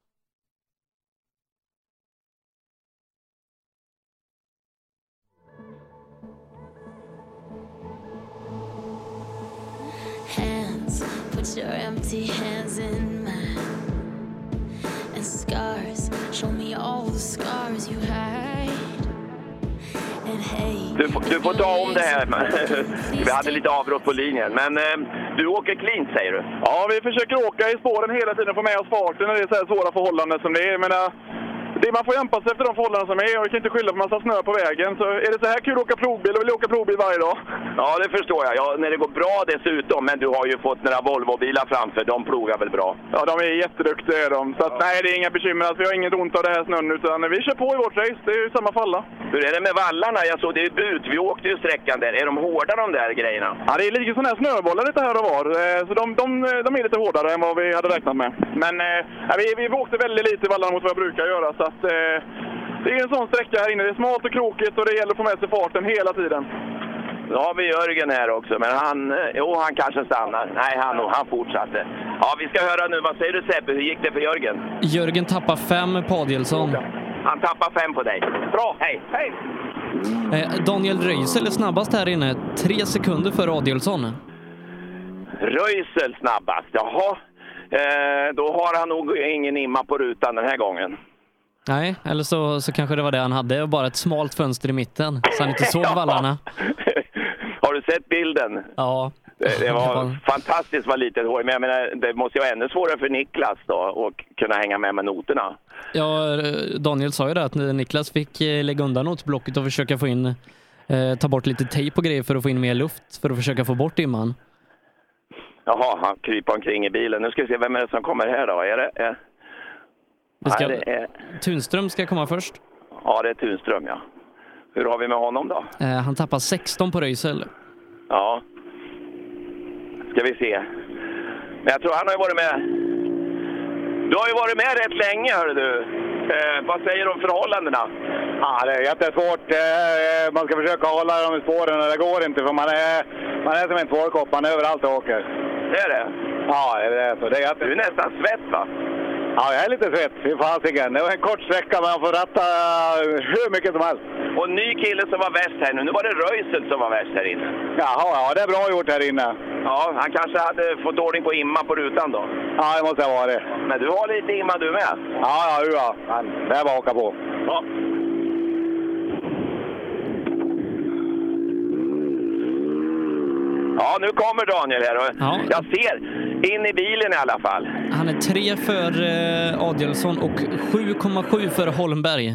S1: Hands, put your empty hands in mine. And scars, show me all the scars you hide. And hey,
S2: du får ta om det här. Vi hade lite avbrott på linjen. Men du åker clean, säger du?
S9: Ja, vi försöker åka i spåren hela tiden, få med oss farten när det är så här svåra förhållanden som det är. Men man får anpassa sig efter de förhållanden som är, och vi kan inte skylla på massa snö på vägen. Så är det så här kul att åka plogbil, och vill åka plogbil varje dag?
S2: Ja, det förstår jag. Ja, när det går bra dessutom, men du har ju fått några Volvo-bilar framför, de plogar väl bra?
S9: Ja, de är jätteduktiga de. Så att, nej, det är inga bekymmer. Alltså, vi har inget ont av det här snön, utan vi kör på i vårt race. Det är ju samma för alla.
S2: Hur är det med vallarna? Jag såg det ut, vi åkte ju sträckan där. Är de hårda de där grejerna?
S9: Ja, det är lite sådana här snöbollar lite här och var. Så de är lite hårdare än vad vi hade räknat med. Men vi åkte väldigt lite i vallarna mot vad jag brukar göra, så att det är en sån sträcka här inne. Det är smalt och krokigt, och det gäller att få med sig farten hela tiden.
S2: Då har vi Jörgen här också, men han kanske stannar. Nej, han fortsatte. Ja, vi ska höra nu. Vad säger du, Sebbe? Hur gick det för Jörgen?
S17: Jörgen tappar 5 på Adielsson.
S2: Han tappar 5 på dig. Bra, hej! Hej!
S17: Daniel Röisel är snabbast här inne. 3 sekunder före Adielsson.
S2: Röisel snabbast, jaha. Då har han nog ingen imma på rutan den här gången.
S17: Nej, eller så kanske det var det han hade. Bara ett smalt fönster i mitten, så han inte såg vallarna.
S2: Har du sett bilden?
S17: Ja.
S2: Det var fantastiskt vad litet hår. Men jag menar, det måste ju vara ännu svårare för Niklas då att kunna hänga med noterna.
S17: Ja, Daniel sa ju det att Niklas fick lägga undan notblocket och försöka få in, ta bort lite tejp och grejer för att få in mer luft, för att försöka få bort imman.
S2: Jaha, han kryper omkring i bilen. Nu ska vi se, vem är det som kommer här då? Är det...
S17: Tunström ska komma först.
S2: Ja, det är Tunström, ja. Hur har vi med honom då?
S17: Han tappar 16 på Röisel.
S2: Ja. Ska vi se. Men jag tror han har ju varit med. Du har ju varit med rätt länge, hör du. Vad säger du om förhållandena?
S9: Ja, det är jättesvårt. Man ska försöka hålla dem i spåren, och det går inte, för man är som en tvålkopp. Man är överallt och åker.
S2: Det är det?
S9: Ja, det är så.
S2: Du är nästan svett, va?
S9: Ja, jag är lite svett. Fy fasiken. Det var en kort sträcka, men man får ratta hur mycket som helst.
S2: Och en ny kille som var värst här nu. Nu var det Röisel som var värst här inne.
S9: Jaha, ja, det är bra gjort här inne.
S2: Ja, han kanske hade fått ordning på imma på rutan då.
S9: Ja, det måste ha varit.
S2: Men du har lite imma du med?
S9: Ja. Det är bara att åka på.
S2: Ja. Ja, nu kommer Daniel här. Ja. Jag ser in i bilen i alla fall.
S17: Han är 3 för Adielsson och 7,7 för Holmberg.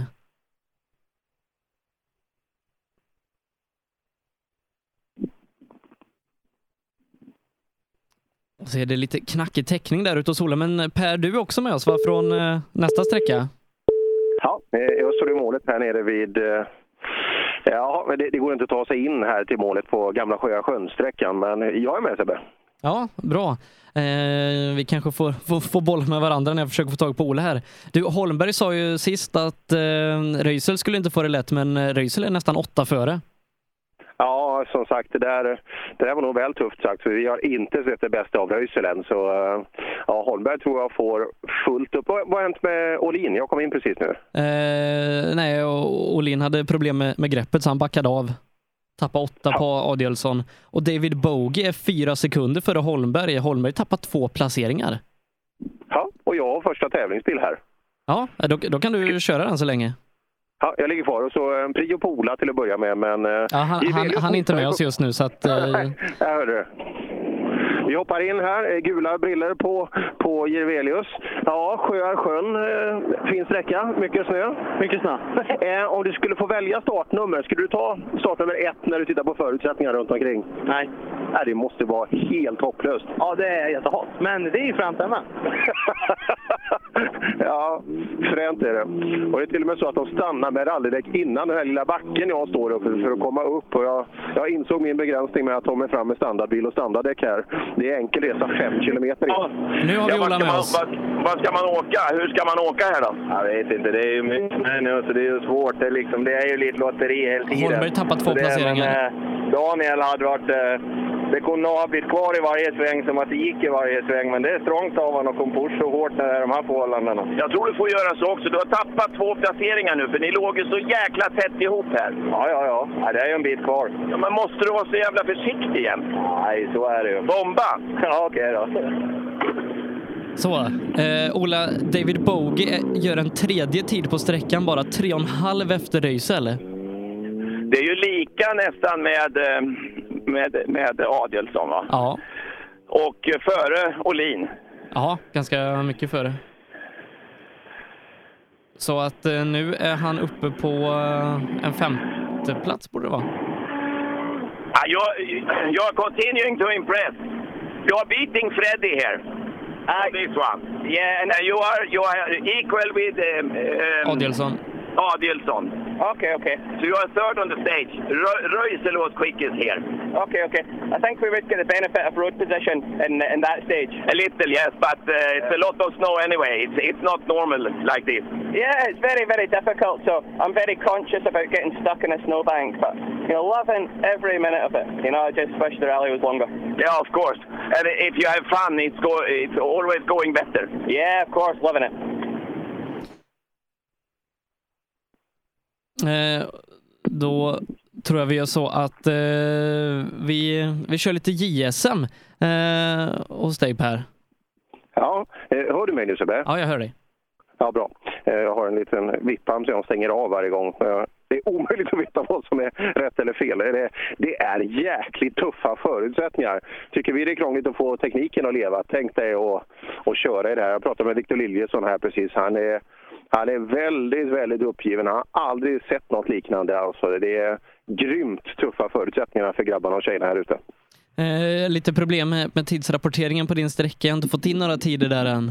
S17: Och så är det lite knackig täckning där ute hos Ola. Men Per, du är också med oss, va? Från nästa sträcka?
S10: Ja, jag står i målet här nere vid... Ja, det går inte att ta sig in här till målet på Gamla Sjöa Sjönsträckan, men jag är med, Sebbe.
S17: Ja, bra. Vi kanske får boll med varandra när jag försöker få tag på Ola här. Du, Holmberg sa ju sist att Röisel skulle inte få det lätt, men Röisel är nästan 8 före.
S10: Ja, som sagt, det där var nog väl tufft sagt. Så vi har inte sett det bästa av Röisel än. Så ja, Holmberg tror jag får fullt upp. Vad har hänt med Olin? Jag kom in precis nu.
S17: Nej, Olin hade problem med greppet, så han backade av. Tappade 8 på Adielsson. Och David Bogie är 4 sekunder före Holmberg. Holmberg tappar 2 placeringar.
S10: Ja, och jag har första tävlingsbil här.
S17: Ja, då kan du köra den så länge.
S10: Ja, jag ligger kvar, och så en prio på Ola till att börja med, men...
S17: Ja, han är inte med oss just nu, så att...
S10: Jag hörde det. Vi hoppar in här, gula briller på Jirvelius. Ja, sjön, fin sträcka, mycket snö.
S6: Mycket snö.
S10: Om du skulle få välja startnummer, skulle du ta startnummer 1 när du tittar på förutsättningar runt omkring?
S6: Nej.
S10: Nej, det måste vara helt hopplöst.
S6: Ja, det är jättehårt. Men det är ju fränt med.
S10: Ja, fränt är det. Och det är till och med så att de stannar med rallydäck innan den här lilla backen jag står uppe för att komma upp. Och jag insåg min begränsning med att ta mig fram med standardbil och standarddäck här. Det är enkel resa, 5 kilometer in.
S17: Ja, nu har vi Ola med oss.
S2: Vad ska man åka? Hur ska man åka här då?
S10: Jag vet inte, det är ju mycket nu, så det är ju svårt. Det är ju lite lotteri hela tiden.
S17: Holmberg tappat 2 placeringar.
S8: Daniel hade varit... Det kunde ha blivit kvar i varje sväng som att det gick i varje sväng. Men det är strångt av honom och kom på så hårt när det är de här förhållandena.
S2: Jag tror du får göra så också. Du har tappat 2 placeringar nu, för ni låg ju så jäkla tätt ihop här.
S8: Ja, det är ju en bit kvar.
S2: Ja, men måste du vara så jävla försiktig igen?
S8: Nej, så är det ju.
S2: Bomba!
S8: Ja, okej då.
S17: Så, Ola, David Bogie gör en 3:e tid på sträckan, bara 3,5 efter Röisel.
S2: Det är ju lika nästan med Adielsson, va?
S17: Ja.
S2: Och före Olin.
S17: Ja, ganska mycket före. Så att nu är han uppe på en 5:e plats, borde det vara.
S2: You're continuing to impress. You're beating Freddie here. This one. Yeah, and you are equal with
S17: Adielsson.
S2: Okay. So you are third on the stage. Röisel was quickest here.
S8: Okay. I think we would get the benefit of road position in that stage.
S2: A little, yes, but it's a lot of snow anyway. It's not normal like this.
S8: Yeah, it's very, very difficult. So I'm very conscious about getting stuck in a snowbank, but loving every minute of it. I just wish the rally was longer.
S2: Yeah, of course. And if you have fun, it's always going better.
S8: Yeah, of course, loving it.
S17: Då tror jag vi gör så att vi kör lite JSM hos dig, Per.
S10: Ja, hör du mig nu, Sebbe?
S17: Ja, jag hör dig.
S10: Ja, bra. Jag har en liten vippam som jag stänger av varje gång. Det är omöjligt att veta vad som är rätt eller fel. Det är jäkligt tuffa förutsättningar. Tycker vi det är krångligt att få tekniken att leva? Tänk dig att köra i det här. Jag pratade med Victor Liljesson här precis. Han är väldigt, väldigt uppgiven. Han har aldrig sett något liknande. Alltså, det är grymt tuffa förutsättningar för grabbarna och tjejerna här ute.
S17: Lite problem med tidsrapporteringen på din sträcka. Jag har inte fått in några tider där än.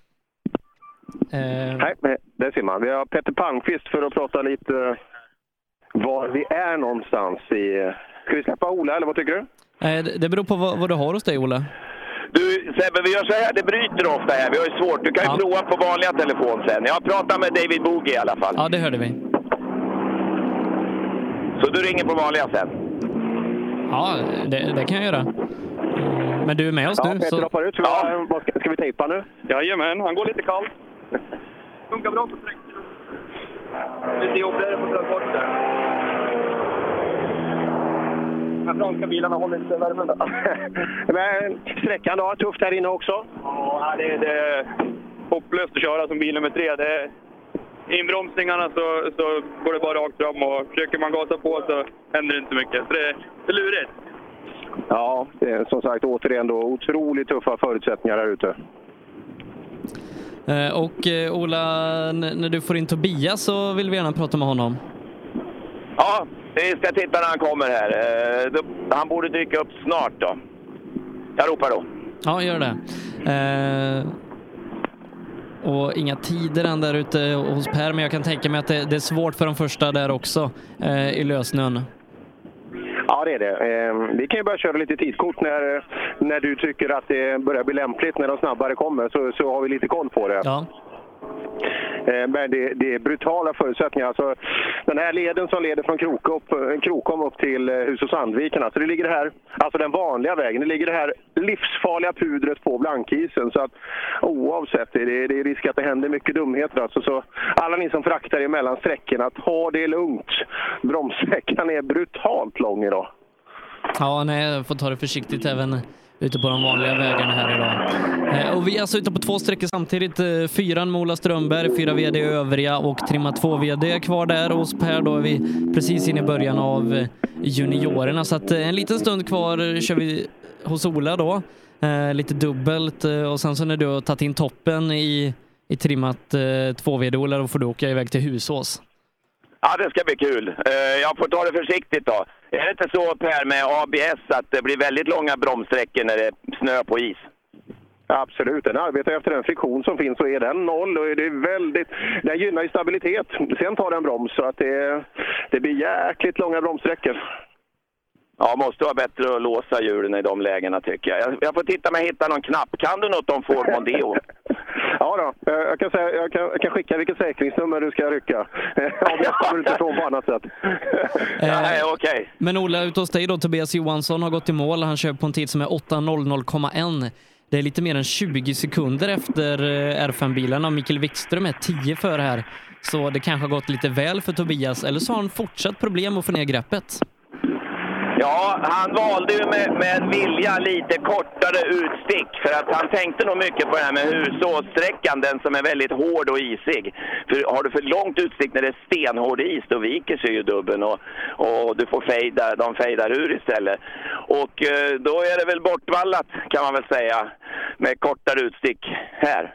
S10: Nej, det ser man. Vi har Peter Palmqvist för att prata lite var vi är någonstans i... Ska vi släppa Ola, eller vad tycker du?
S17: Det beror på vad du har hos dig, Ola.
S2: Du, Sebbe, vi gör så här. Det bryter ofta här. Vi har ju svårt. Du kan ju prova på vanliga telefon sen. Jag pratar med David Bogie i alla fall.
S17: Ja, det hörde vi.
S2: Så du ringer på vanliga sen?
S17: Ja, det kan jag göra. Men du är med oss nu.
S10: Peter hoppar ut. Ska vi tejpa nu?
S9: Jajamän, han går lite kallt.
S2: Funkar bra på sträckan. Lite jobbigare på transporten. De franska bilarna håller inte värmen där.
S10: Men sträckan då, tufft här inne också?
S9: Ja, det är hopplöst att köra som bil nummer 3. I inbromsningarna så går det bara rakt fram, och försöker man gasa på så händer det inte mycket. Så det är lurigt.
S10: Ja, det är som sagt återigen då otroligt tuffa förutsättningar här ute.
S17: Och Ola, när du får in Tobias så vill vi gärna prata med honom.
S2: Ja, vi ska titta när han kommer här. Han borde dyka upp snart då. Jag ropar då.
S17: Ja, gör det. Och inga tider än där ute hos Per, men jag kan tänka mig att det är svårt för de första där också i lösnön.
S10: Ja, det är det. Vi kan ju börja köra lite tidskort när du tycker att det börjar bli lämpligt, när de snabbare kommer, så har vi lite koll på det.
S17: Ja.
S10: Men det är brutala förutsättningar. Alltså, den här leden som leder från Krokom upp till Hus och Sandviken, alltså det ligger här, alltså den vanliga vägen, det ligger det här livsfarliga pudret på blankisen, så att oavsett det är risk att det händer mycket dumheter. Alltså, så alla ni som fraktar emellan sträckorna, ta det lugnt. Bromssträckan är brutalt lång idag.
S17: Ja, nej, jag får ta det försiktigt även ute på de vanliga vägarna här idag. Och vi är alltså ute på 2 sträckor samtidigt. 4 med Ola Strömberg, 4 VD övriga och Trimma 2 VD kvar där. Och hos Per då är vi precis inne i början av juniorerna. Så att en liten stund kvar kör vi hos Ola då. Lite dubbelt. Och sen så när du har tagit in toppen i Trimmat 2 VD, Ola, då får du åka iväg till Husås.
S2: Ja, det ska bli kul. Jag får ta det försiktigt då. Är det inte så, Per, med ABS att det blir väldigt långa bromssträckor när det är snö på is?
S10: Absolut, den arbetar efter den friktion som finns, och är den 0 och den gynnar ju stabilitet. Sen tar den broms, så att det blir jäkligt långa bromssträckor.
S2: Ja, måste vara bättre att låsa hjulen i de lägena, tycker jag. Jag får titta om jag hittar någon knapp. Kan du något om Ford Mondeo?
S10: Ja då, jag kan säga, jag kan skicka vilket säkringsnummer du ska rycka. Om jag kommer utifrån på annat sätt.
S2: Nej, okej.
S17: Men Ola, ute hos dig då, Tobias Johansson har gått i mål. Han kör på en tid som är 8.00,1. Det är lite mer än 20 sekunder efter R5-bilen och Mikael Wikström är 10 före här. Så det kanske har gått lite väl för Tobias, eller så har han fortsatt problem att få ner greppet.
S2: Ja, han valde ju med vilja lite kortare utstick för att han tänkte nog mycket på det här med Husåssträckan, den som är väldigt hård och isig. För har du för långt utstick när det är stenhård is, då viker sig ju dubben och du får de fejdar ur istället. Och då är det väl bortvallat kan man väl säga med kortare utstick här.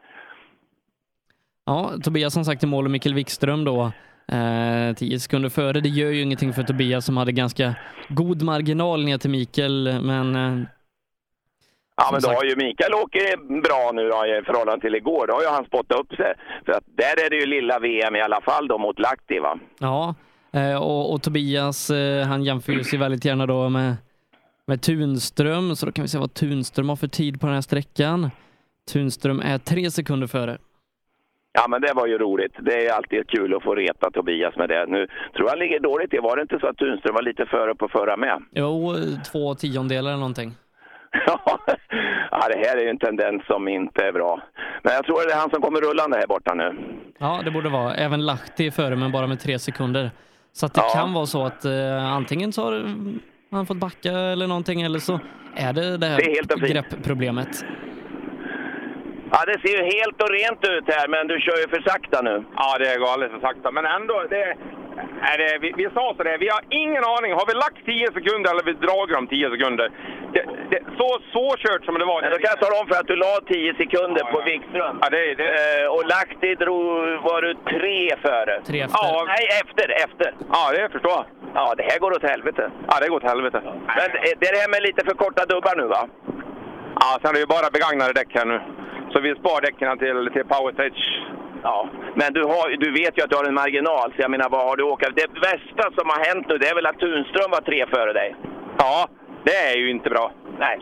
S17: Ja, Tobias som sagt i mål och Mikael Wikström då 10 sekunder före. Det gör ju ingenting för Tobias som hade ganska god marginal ner till Mikael, men
S2: ja, men då har ju Mikael åker bra nu då, i förhållande till igår. Då har ju han spottat upp sig. För att där är det ju lilla VM i alla fall då mot Lahti, va?
S17: Ja, och Tobias han jämför ju sig väldigt gärna då med Tunström, så då kan vi se vad Tunström har för tid på den här sträckan. Tunström är 3 sekunder före.
S2: Ja, men det var ju roligt. Det är alltid kul att få reta Tobias med det. Nu tror jag han ligger dåligt. Det var det inte så att Tunström var lite före på förra med?
S17: Jo, 2/10 eller någonting.
S2: Ja, det här är ju en tendens som inte är bra. Men jag tror det är han som kommer rullande här borta nu.
S17: Ja, det borde vara. Även Lahti är före, men bara med 3 sekunder. Så att det kan vara så att antingen så har han fått backa eller någonting, eller så är det här greppproblemet.
S2: Ja, det ser ju helt och rent ut här, men du kör ju för sakta nu.
S5: Ja, det går alldeles för sakta. Men ändå, vi sa så det. Vi har ingen aning. Har vi lagt 10 sekunder eller vi dragit om 10 sekunder? Det så svårkört som det var.
S2: Men då kan jag tala om för att du la 10 sekunder på Wikström.
S5: Ja,
S2: och Lahti var du 3 före.
S17: 3 efter?
S2: Ja, nej, efter.
S5: Ja, det förstår jag.
S2: Ja, det här går åt helvete.
S5: Ja, det går åt helvete.
S2: Men det är det här med lite för korta dubbar nu, va?
S5: Ja, sen är det ju bara begagnade däck här nu. Så vi spar däcken till Power Stage.
S2: Ja, men du vet ju att du har en marginal. Så jag menar, vad har du åkat? Det värsta som har hänt nu, det är väl att Tunström var 3 före dig?
S5: Ja, det är ju inte bra.
S2: Nej.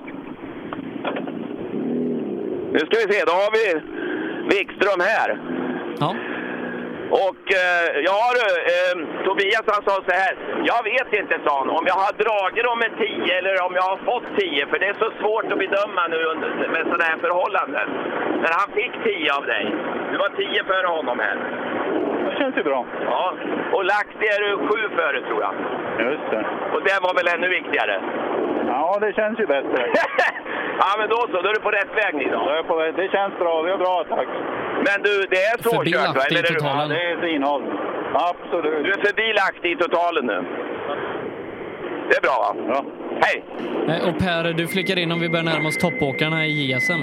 S2: Nu ska vi se, då har vi Wikström här.
S17: Ja.
S2: Och Tobias han sa så här: jag vet inte, sa han, om jag har dragit dem med 10 eller om jag har fått 10, för det är så svårt att bedöma nu med sådana här förhållanden. Men han fick 10 av dig. Du var 10 före honom här.
S5: Det känns ju bra.
S2: Ja, och Lahti är du 7 före, tror jag.
S5: Just det.
S2: Och det var väl ännu viktigare?
S5: Ja, det känns ju bättre.
S2: Ja, men då så. Då är du på rätt väg ni då.
S5: Det känns bra. Det är bra, tack.
S2: Men du, det är så kört, va? Eller är du?
S5: Ja, det är finhåll. Absolut.
S2: Du är förbi Lahti i totalen nu. Det är bra, va?
S5: Ja.
S2: Hej!
S17: Och Per, du flickar in om vi börjar närma oss toppåkarna i JSM.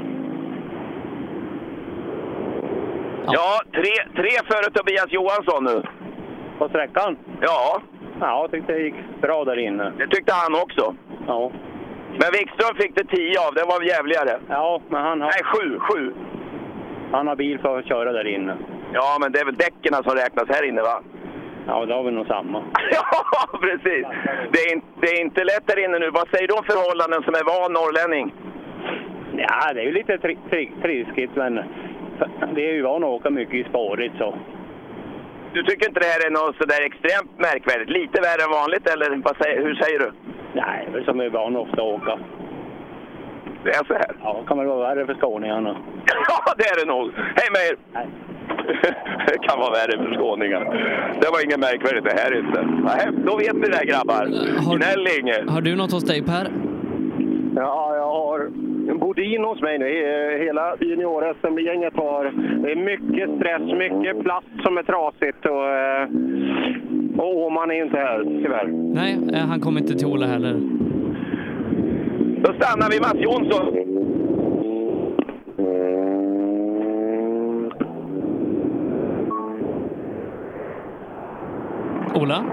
S2: Ja, 3 före Tobias Johansson nu.
S5: På sträckan?
S2: Ja.
S5: Ja, jag tyckte det gick bra där inne.
S2: Det tyckte han också.
S5: Ja.
S2: Men Wikström fick det 10 av, det var jävligare.
S5: Ja, men han har...
S2: Nej, 7.
S5: Han har bil för att köra där inne.
S2: Ja, men det är väl däcken som räknas här inne, va?
S5: Ja, det har vi nog samma.
S2: Ja, precis. Det är inte lätt där inne nu. Vad säger du om förhållanden som är van norrlänning?
S5: Ja, det är ju lite triskigt, men det är ju van att åka mycket i spåret, så.
S2: Du tycker inte det här är något så där extremt märkvärdigt? Lite värre än vanligt, eller hur säger du?
S5: Nej, det är som är van ofta att åka.
S2: Det är så här?
S5: Ja, kan väl vara värre för skåningarna.
S2: Ja, det är det nog. Hej med er!
S5: Nej.
S2: Det kan vara värre för skåningar. Det var inget märkvärdigt det här inte. Nej, då vet ni det, grabbar. Gnäll inget.
S17: Har du något hos dig, Per?
S10: Ja, jag har en Bodin hos mig nu. Hela junior-SM-gänget har... Det är mycket stress, mycket plast som är trasigt. Och Åman är inte här, tyvärr.
S17: Nej, han kommer inte till Ola heller.
S2: Då stannar vi Mats Jonsson.
S17: Ola?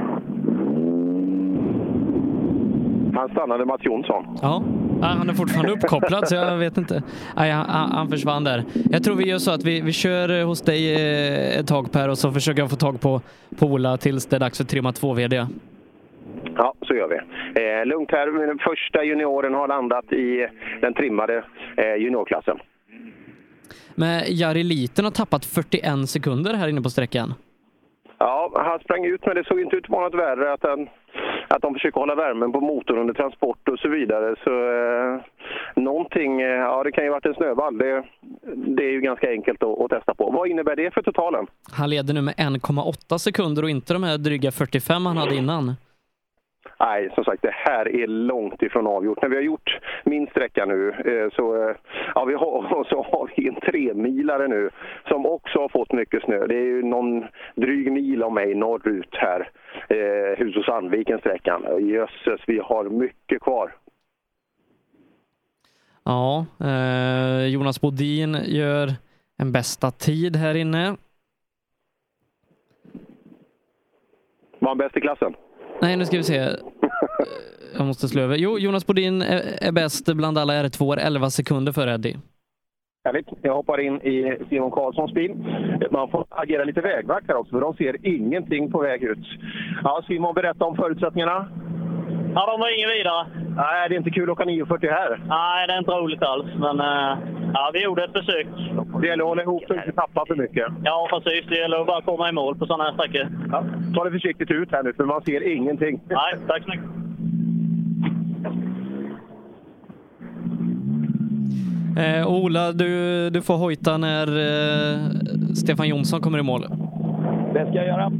S10: Han stannade Mats Jonsson.
S17: Ja, han är fortfarande uppkopplad så jag vet inte. Nej, han försvann där. Jag tror vi gör så att vi kör hos dig ett tag, Per, och så försöker jag få tag på Ola tills det är dags för Trimma 2-VD.
S10: Ja, så gör vi. Lugnt här. Den första junioren har landat i den trimmade juniorklassen.
S17: Men Jari Liten har tappat 41 sekunder här inne på sträckan.
S10: Ja, han sprang ut, men det såg inte ut att vara något värre att de försöker hålla värmen på motorn under transport och så vidare. Så någonting, ja det kan ju ha varit en snövall. Det är ju ganska enkelt att testa på. Vad innebär det för totalen?
S17: Han leder nu med 1,8 sekunder och inte de här dryga 45 han hade innan.
S10: Nej, som sagt, det här är långt ifrån avgjort. När vi har gjort min sträcka nu så har vi en 3-milare nu som också har fått mycket snö. Det är ju någon dryg mil av mig norrut här, Hus- och Sandviken-sträckan. Jösses, vi har mycket kvar.
S17: Ja, Jonas Bodin gör en bästa tid här inne.
S10: Var han bäst i klassen?
S17: Nej, nu ska vi se. Jag måste slå över. Jo, Jonas Bodin är bäst bland alla R2, 11 sekunder för Eddie.
S10: Härligt. Jag hoppar in i Simon Karlssons bil. Man får agera lite vägvakt här också, för de ser ingenting på väg ut. Ja, Simon, berätta om förutsättningarna.
S6: Ja, de var ingen vidare.
S10: Nej, det är inte kul att åka 940 här.
S6: Nej, det är inte roligt alls. Men ja, vi gjorde ett försök.
S10: Det gäller att hålla ihop och inte tappa för mycket.
S6: Ja, precis. Det gäller att bara komma i mål på sådana här sträckor.
S10: Ja, ta det försiktigt ut här nu, för man ser ingenting.
S6: Nej, tack så mycket.
S17: Ola, du får hojta när Stefan Jonsson kommer i mål.
S10: Det ska jag göra.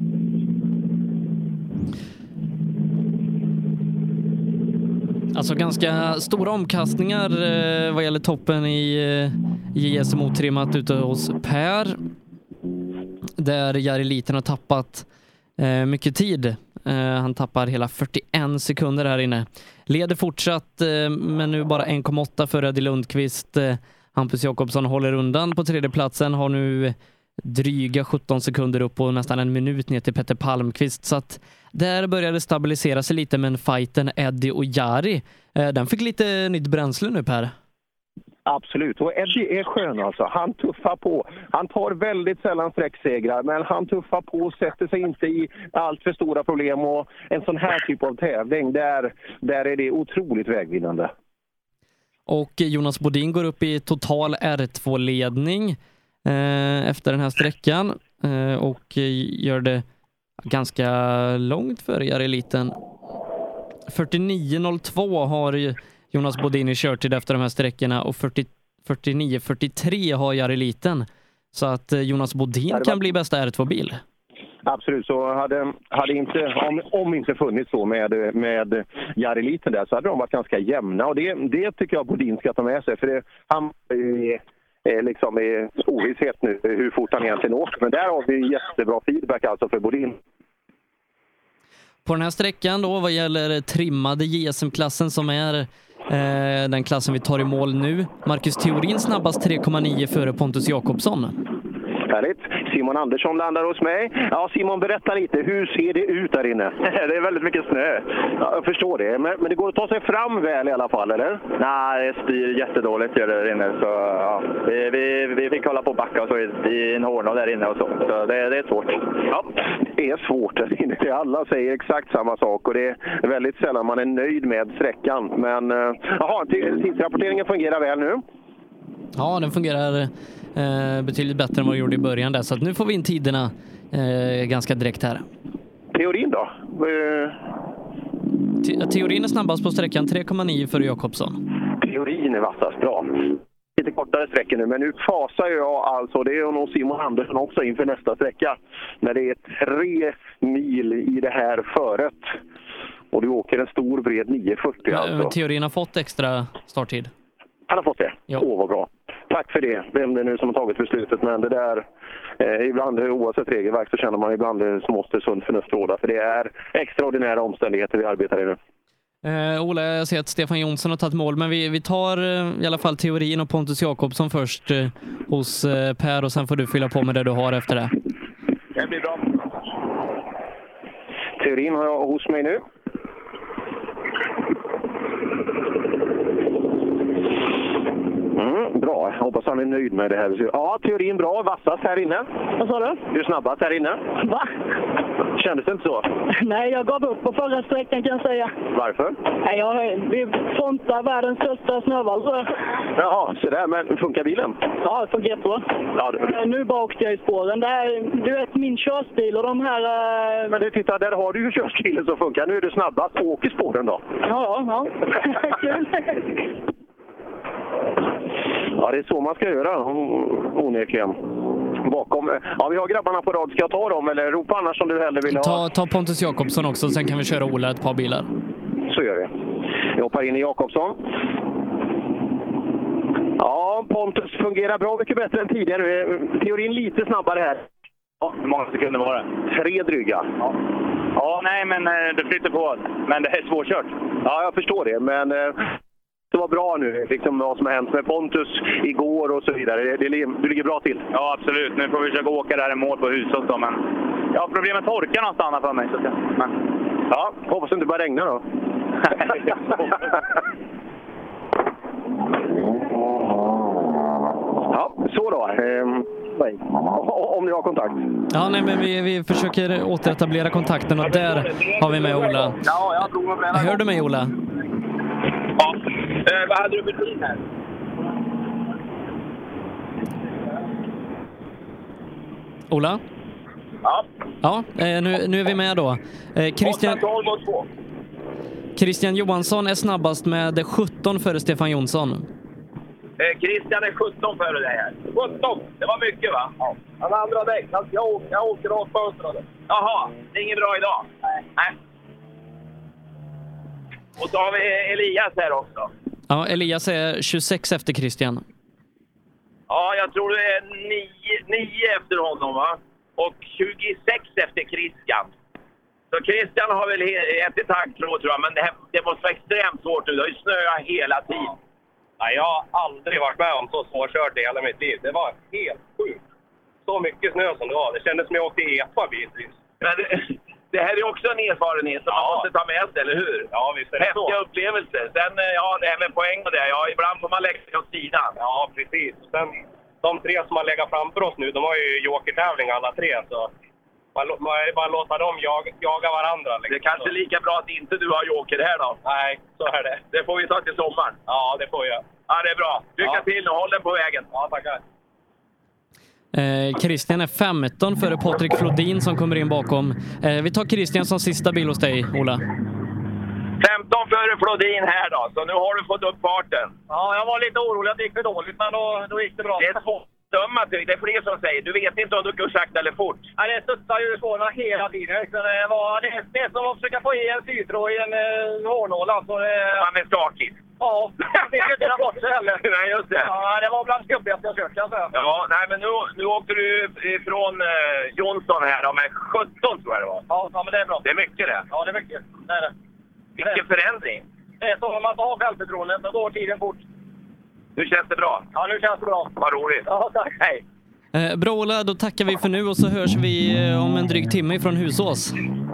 S17: Alltså ganska stora omkastningar vad gäller toppen i JSMO-trimmat ute hos Per. Där Jari Liten har tappat mycket tid. Han tappar hela 41 sekunder här inne. Leder fortsatt, men nu bara 1,8 för Eddie Lundqvist. Hampus Jakobsson håller undan på tredje platsen. Har nu dryga 17 sekunder upp och nästan en minut ner till Petter Palmqvist. Så att där började det stabilisera sig lite, men fighten Eddie och Jari, den fick lite nytt bränsle nu, Per.
S10: Absolut, och Eddie är skön alltså. Han tuffar på. Han tar väldigt sällan sträcksegrar, men han tuffar på och sätter sig inte i allt för stora problem. Och en sån här typ av tävling, där är det otroligt vägvinnande.
S17: Och Jonas Bodin går upp i total R2-ledning efter den här sträckan och gör det ganska långt för Jari Liten. 49.02 har Jonas Bodin kört till efter de här sträckorna och 49.43 har Jari Liten. Så att Jonas Bodin kan bli bästa R2-bil.
S10: Absolut, så hade inte, om inte funnits så med Jari Liten där, så hade de varit ganska jämna. Och det tycker jag Bodin ska ta med sig, för han är liksom i ovisshet nu hur fort han egentligen åker. Men där har vi jättebra feedback alltså för Bodin.
S17: På den här sträckan då, vad gäller trimmade JSM-klassen som är den klassen vi tar i mål nu. Marcus Theorin snabbast 3,9 före Pontus Jakobsson.
S10: Härligt. Simon Andersson landar hos mig. Ja, Simon, berätta lite. Hur ser det ut där inne?
S7: Det är väldigt mycket snö.
S10: Ja, jag förstår det. Men det går att ta sig fram väl i alla fall, eller?
S7: Nej, det styr jättedåligt gör det där inne. Så, ja, vi fick hålla på backa och så i en hårna där inne och så. Så det är svårt.
S10: Ja, det är svårt där inne. Alla säger exakt samma sak och det är väldigt sällan man är nöjd med sträckan. Men tidsrapporteringen fungerar väl nu?
S17: Ja, den fungerar betydligt bättre än vad vi gjorde i början där. Så att nu får vi in tiderna ganska direkt här.
S10: Theorin då?
S17: Theorin är snabbast på sträckan, 3,9 för Jakobsson.
S10: Theorin är vassast, bra. Lite kortare sträckor nu, men nu fasar jag alltså. Det är nog Simon Andersson också inför nästa sträcka. När det är 3 mil i det här föret. Och du åker en stor bred 940 alltså.
S17: Theorin har fått extra starttid.
S10: Han har fått det? Ja. Vad bra. Tack för det. Vem det är nu som har tagit beslutet. Men det där, ibland oavsett regelverk så känner man ibland som måste sunt förnuft råda. För det är extraordinära omständigheter vi arbetar i nu.
S17: Ola, jag ser att Stefan Jonsson har tagit mål. Men vi tar i alla fall Theorin och Pontus Jakobsson först hos Per. Och sen får du fylla på med det du har efter det.
S10: Det blir bra. Theorin har jag hos mig nu. Bra, jag hoppas han är nöjd med det här. Ja, Theorin bra. Vassast här inne.
S6: Vad sa du?
S10: Du är snabbast här inne.
S6: Va?
S10: Kändes det inte så?
S11: Nej, jag gav upp på förra sträckan kan jag säga.
S10: Varför?
S11: Nej, vi frontar världens största snövall. Så.
S10: Jaha, så där. Men funkar bilen?
S11: Ja, det funkar jättebra.
S10: Ja,
S11: nu bara åkte jag i spåren. Det här, du vet, min körstil och de här...
S10: Men titta, där har du ju körstilen som funkar. Nu är du snabbast. Åk i spåren då.
S11: Ja. Kul.
S10: Ja, det är så man ska göra, onekligen. Bakom. Ja, vi har grabbarna på rad. Ska jag ta dem eller ropa annars om du hellre vill ha?
S17: Ta Pontus Jakobsson också, sen kan vi köra Ola ett par bilar.
S10: Så gör vi. Jag hoppar in i Jakobsson. Ja, Pontus fungerar bra mycket bättre än tidigare. Teorin lite snabbare här.
S7: Ja, hur många sekunder var det?
S10: 3 dryga.
S7: Ja, nej, men det flyter på. Men det är svårkört.
S10: Ja, jag förstår det, men det var bra nu, liksom vad som har hänt med Pontus igår och så vidare. Du ligger bra till.
S7: Ja, absolut. Nu får vi försöka åka där i mål på Husås då, men jag har problem med torkan att stanna för mig. Så men...
S10: Ja, hoppas det inte bara regnar då. Ja, så då. Om ni har kontakt.
S17: Ja, nej, men vi försöker återetablera kontakten och där har vi med Ola.
S5: Ja, jag tror mig.
S17: Hör du mig, Ola?
S5: Ja. Vad hade du för tid här?
S17: Ola?
S5: Ja.
S17: Ja, nu är vi med då. Christian Johansson är snabbast med 17 före Stefan Jonsson.
S5: Christian är 17 före dig här. 17? Det var mycket, va? Ja. Han andra däck. Jag åker rakt fönstret. Jaha, det är inget bra idag? Nej. Och så har vi Elias här också.
S17: Ja, Elias är 26 efter Christian.
S5: Ja, jag tror det är 9 efter honom, va? Och 26 efter Christian. Så Christian har väl ett i takt, tror jag. Men det måste vara extremt svårt nu. Det har ju snöat hela tiden.
S12: Nej, jag har aldrig varit med om så svårkört i hela mitt liv. Det var helt sjukt. Så mycket snö som det var. Det kändes som jag åkte i epa bitvis.
S5: Men det här är också en erfarenhet som man måste ta med sig, eller hur?
S12: Ja, visst är det så.
S5: Häftiga upplevelser. Sen, ja, det här med poäng och det. Ja, ibland får man lägga sig åt sidan.
S12: Ja, precis. Sen, de 3 som har legat framför oss nu, de har ju jokertävling alla 3, så... Man bara låta dem jaga varandra. Liksom.
S5: Det är kanske lika bra att inte du har joker här då.
S12: Nej, så är det.
S5: Det får vi ta till sommaren.
S12: Ja, det får jag.
S5: Ja, det är bra. Lycka till och håll den på vägen.
S12: Ja, tackar.
S17: Christian är 15 före Patrik Flodin som kommer in bakom. Vi tar Christian som sista bil hos dig, Ola.
S5: 15 före Flodin här då, så nu har du fått upp farten.
S12: Ja, jag var lite orolig att det gick för dåligt, men då gick det bra.
S5: Det är svårt. Det är fler som säger. Du vet inte om du går sakta eller fort.
S12: Ja, det studsar ju spåren hela tiden. Det är som att försöka få i en sytråd i en hårnål. Alltså,
S5: man är skakig.
S12: Ja, det fick ju inte bort sig heller.
S5: Nej, just det.
S12: Ja, det var bland det jobbigaste jag kört, kan jag säga.
S5: Ja, nej, men nu åkte du ifrån Jonsson här då, med 17 tror jag det var.
S12: Ja, men det är bra.
S5: Det är mycket det.
S12: Ja, det är mycket. Det är det.
S5: Vilken förändring.
S12: Det är så om man inte har självförtroende, så går tiden fort.
S5: Nu känns det bra.
S12: Ja, nu känns det bra.
S5: Vad roligt.
S12: Ja, tack.
S5: Hej.
S17: Bra, Ola, då tackar vi för nu och så hörs vi om en dryg timme ifrån Husås.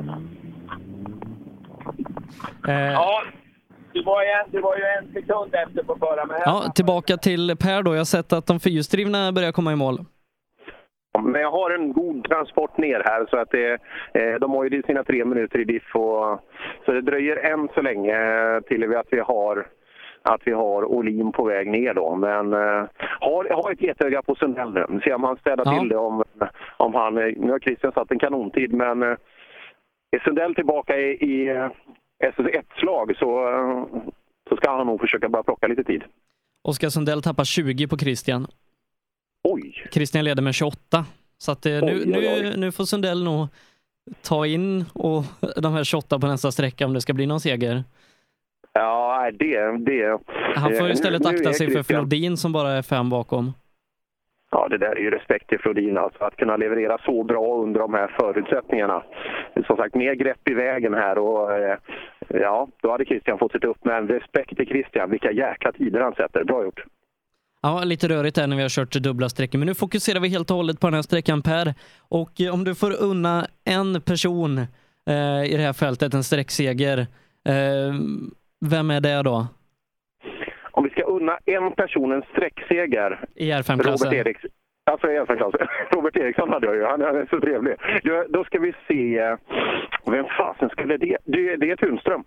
S5: Ja, du var ju en sekund efter på förra. Men
S17: ja, tillbaka till Per då. Jag har sett att de fyrhjulsdrivna börjar komma i mål.
S10: Men jag har en god transport ner här så att de har ju sina 3 minuter i diff. Så det dröjer än så länge till att vi har Olin på väg ner då. Men har ett getöga på Sundell nu. Se om han städar till det om han... Nu har Christian satt en kanontid, men är Sundell tillbaka i SS1-slag så ska han nog försöka bara plocka lite tid.
S17: Oskar Sundell tappar 20 på Christian.
S10: Oj!
S17: Christian leder med 28. Så att nu får Sundell nog ta in och de här 28 på nästa sträcka om det ska bli någon seger.
S10: Ja, det.
S17: Han får istället akta sig för Flodin som bara är 5 bakom.
S10: Ja, det där är ju respekt till Flodin, alltså att kunna leverera så bra under de här förutsättningarna. Som sagt, mer grepp i vägen här och ja, då hade Christian fått sitta upp, men respekt till Christian, vilka jäkla tider han sätter. Bra gjort.
S17: Ja, lite rörigt här när vi har kört dubbla sträckor, men nu fokuserar vi helt och hållet på den här sträckan, Per. Och om du får unna en person i det här fältet en sträckseger, vem är det då?
S10: Om vi ska unna en person en sträckseger
S17: i R5-klassen.
S10: Alltså Robert Eriksson hade jag ju. Han är så trevlig. Då ska vi se. Vem fasen skulle det? Det är Tunström.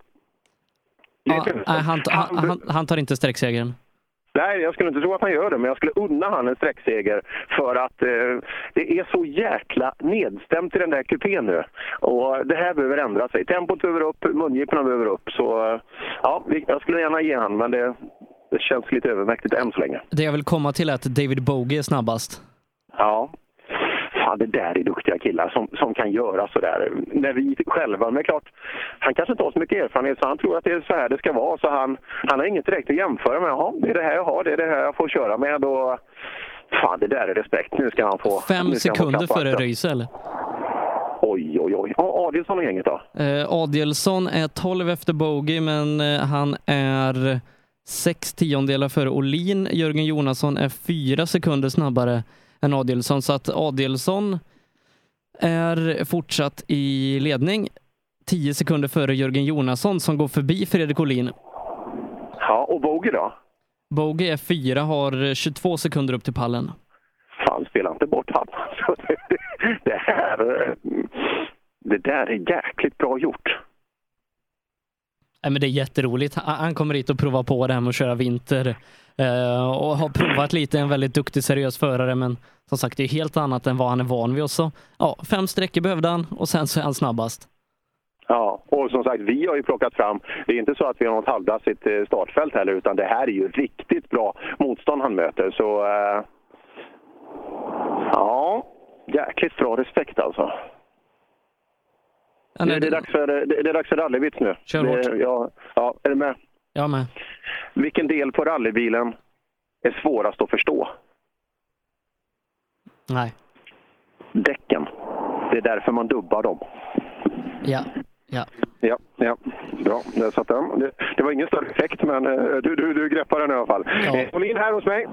S17: Han tar inte sträcksegern.
S10: Nej, jag skulle inte tro att han gör det, men jag skulle unna han en sträckseger för att det är så jäkla nedstämt i den där kupén nu. Och det här behöver ändra sig. Tempot behöver upp, mungiporna behöver upp. Så ja, jag skulle gärna ge han, men det känns lite övermäktigt än så länge.
S17: Det jag vill komma till är att David Bogie är snabbast.
S10: Ja. Fan, det där är duktiga killar som kan göra så där. När vi själva, men klart, han kanske inte har så mycket erfarenhet så han tror att det är så här det ska vara. Så han har inget direkt att jämföra med. Jaha, det är det här jag har, det är det här jag får köra med. Och fan, det där är respekt. Nu ska han få
S17: 5 sekunder före Röisel.
S10: Oj. Adielsson och gänget då?
S17: Adielsson är 12 efter Bogie, men han är 6 tiondelar före Olin. Jörgen Jonasson är 4 sekunder snabbare än Adielsson, så att Adielsson är fortsatt i ledning 10 sekunder före Jörgen Jonasson som går förbi Fredrik Olin.
S10: Ja, och Bogie då?
S17: Bogie är 4, har 22 sekunder upp till pallen.
S10: Fan, spelar inte bort han. Det där är jäkligt bra gjort.
S17: Nej, men det är jätteroligt. Han kommer hit och provar på det här med att köra vinter. Och har provat lite, en väldigt duktig, seriös förare, men som sagt, det är helt annat än vad han är van vid. Och så, 5 sträckor behövde han och sen så är han snabbast.
S10: Ja, och som sagt, vi har ju plockat fram, det är inte så att vi har något halvdassigt startfält heller, utan det här är ju riktigt bra motstånd han möter. Så ja, jäkligt bra respekt alltså. Det är dags för rallyvits nu.
S17: Kör hårt.
S10: Ja, är du med?
S17: Jag med.
S10: Vilken del på rallybilen är svårast att förstå?
S17: Nej.
S10: Däcken. Det är därför man dubbar dem.
S17: Ja.
S10: Bra, där satt den. Det var ingen större effekt, men du greppar den i alla fall.
S17: Ja.
S10: Olin här hos mig.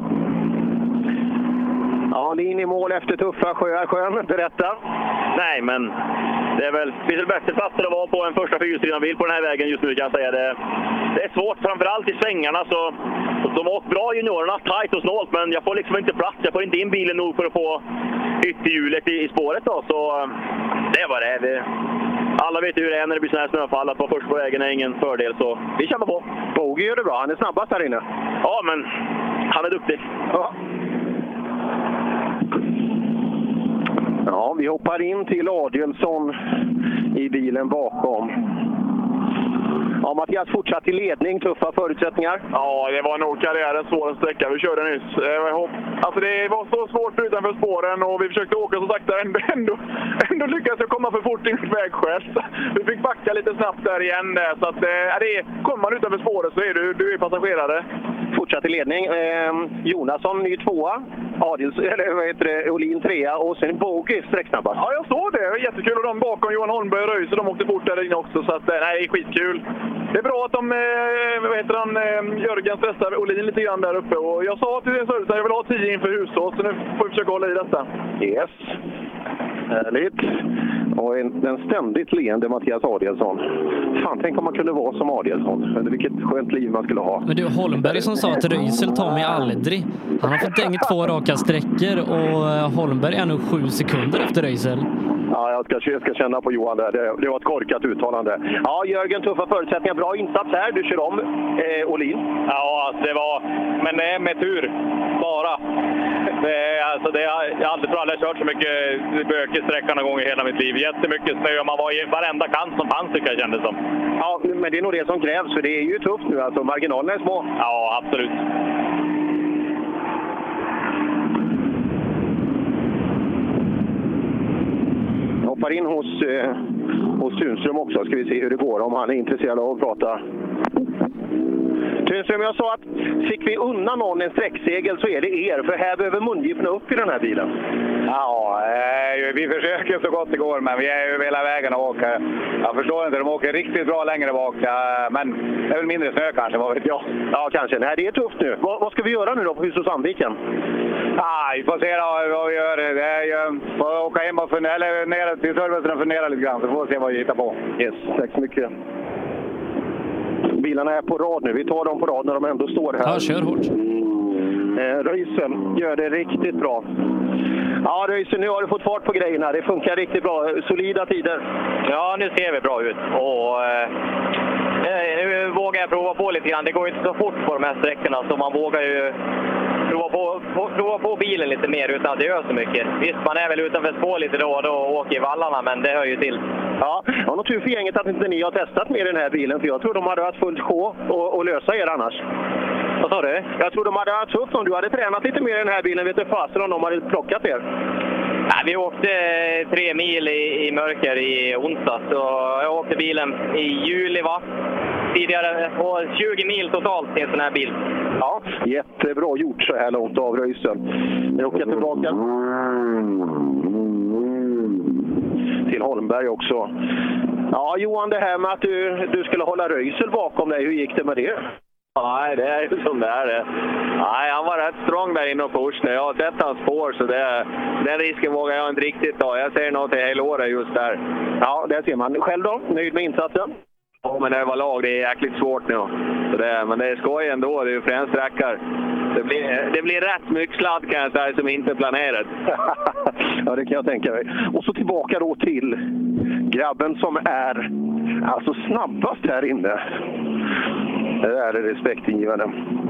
S10: Ja, ni är in i mål efter tuffa sjön. Berätta.
S7: Nej, men det finns väl bättre platser att vara på en första fyrhjulsdrivna bil på den här vägen just nu, kan jag säga. Det är svårt, framförallt i svängarna. Så de har åkt bra, juniorerna, tajt och snålt, men jag får liksom inte plats. Jag får inte in bilen nog för att få ytterhjulet i spåret då. Så det var det. Alla vet hur det är när det blir sån här snöfall. Att vara först på vägen är ingen fördel, så vi kämpar på.
S10: Bogie gör det bra, han är snabbast här inne.
S7: Ja, men han är duktig.
S10: Ja, vi hoppar in till Adielsson i bilen bakom. Ja, Mattias fortsatt i ledning, tuffa förutsättningar.
S9: Ja, det var nog karriärens svåraste sträcka vi körde nyss. Alltså det var så svårt utanför spåren och vi försökte åka så sakta. Ändå lyckades jag komma för fort in i vägskäl. Vi fick backa lite snabbt där igen. Så att, kommer man utanför spåret så är du är passagerare.
S10: Fortsatt i ledning. Jonasson ny 2:a. Olin 3:a och sen Bogie sträcksnabbast.
S9: Ja, jag såg det. Det var jättekul. Och de bakom Johan Holmberg och Röise, de åkte fort där inne också. Så att, nej, det är skitkul. Det är bra att de, Jörgen stressar Olin lite grann där uppe. Och jag sa till din service att jag vill ha 10 inför Husås, så nu får vi försöka hålla i detta.
S10: Yes. Härligt. Och den ständigt leende Mattias Adielsson. Fan, tänk om man kunde vara som Adielsson. Vilket skönt liv man skulle ha.
S17: Men du, Holmberg som sa att Röisel tar mig aldrig. Han har fått dängt 2 raka sträckor och Holmberg är nu 7 sekunder efter Röisel.
S10: Ja, jag ska känna på Johan där. Det var ett korkat uttalande. Ja, Jörgen, tuffa förutsättningar. Bra insats här. Du kör om Olin.
S3: Ja, det var... Men det är med tur. Bara. Jag har aldrig kört så mycket bökesträckan någon gång i hela mitt liv. Jättemycket snö och man var i varenda kant som fanns, tycker jag kändes som.
S10: Ja, men det är nog det som krävs, för det är ju tufft nu. Alltså, marginalerna är små.
S3: Ja, absolut.
S10: Hoppar in hos Tunström också. Ska vi se hur det går, om han är intresserad av att prata. Tunström, jag sa att fick vi undan någon en sträcksegel så är det er, för här behöver mungiporna upp i den här bilen.
S13: Ja, vi försöker så gott det går, men vi är ju hela vägen och åker. Jag förstår inte, de åker riktigt bra längre bak, men det är väl mindre snö kanske, vad vet jag.
S10: Ja, kanske. Nej, det är tufft nu. Vad ska vi göra nu då på Husås Sandviken?
S13: Vi får se vad vi gör. Det är ju att åka hem och fundera, ner till servicen och fundera lite grann, så får vi se vad vi hittar på.
S10: Yes, tack så mycket. Bilarna är på rad nu. Vi tar dem på rad när de ändå står här.
S17: Ja, kör hårt.
S10: Röisen gör det riktigt bra. Ja, Röisel, nu har du fått fart på grejerna. Det funkar riktigt bra. Solida tider.
S7: Ja, nu ser vi bra ut. Och nu vågar jag prova på lite grann. Det går ju inte så fort på de här sträckorna, så man vågar ju prova på bilen lite mer utan att det gör så mycket. Visst, man är väl utanför spår lite då och då och åker i vallarna, men det hör ju till.
S10: Ja, jag har nog tur för gänget att inte ni har testat med den här bilen, för jag tror de hade haft fullt sjå och lösa er annars.
S7: Vad sa du?
S10: Jag tror de hade haft tufft om du hade tränat lite mer i den här bilen. Vet du fasen om de hade plockat er?
S7: Nej, vi åkte 3 mil i mörker i onsdag, så jag åkte bilen i juli tidigare, och 20 mil totalt i en sån här bil.
S10: Ja, jättebra gjort så här långt av Röisel. Nu åker jag tillbaka till Holmberg också. Ja, Johan, det här med att du skulle hålla Röisel bakom dig, hur gick det med det?
S7: Nej, det är ju som det är. Nej, han var rätt strong där inne och pushade. Jag har sett hans spår, så den risken vågar jag inte riktigt ta. Jag ser något i hela året just där.
S10: Ja, det ser man. Själv då? Nöjd med insatsen?
S7: Ja, men överlag, det är jäkligt svårt nu. Men det är skoj ändå, det är ju fränsträckar. Det blir rätt mycket sladd kan jag säga som inte är planerat.
S10: Ja, det kan jag tänka mig. Och så tillbaka då till grabben som är alltså snabbast här inne. Det är respektingivande.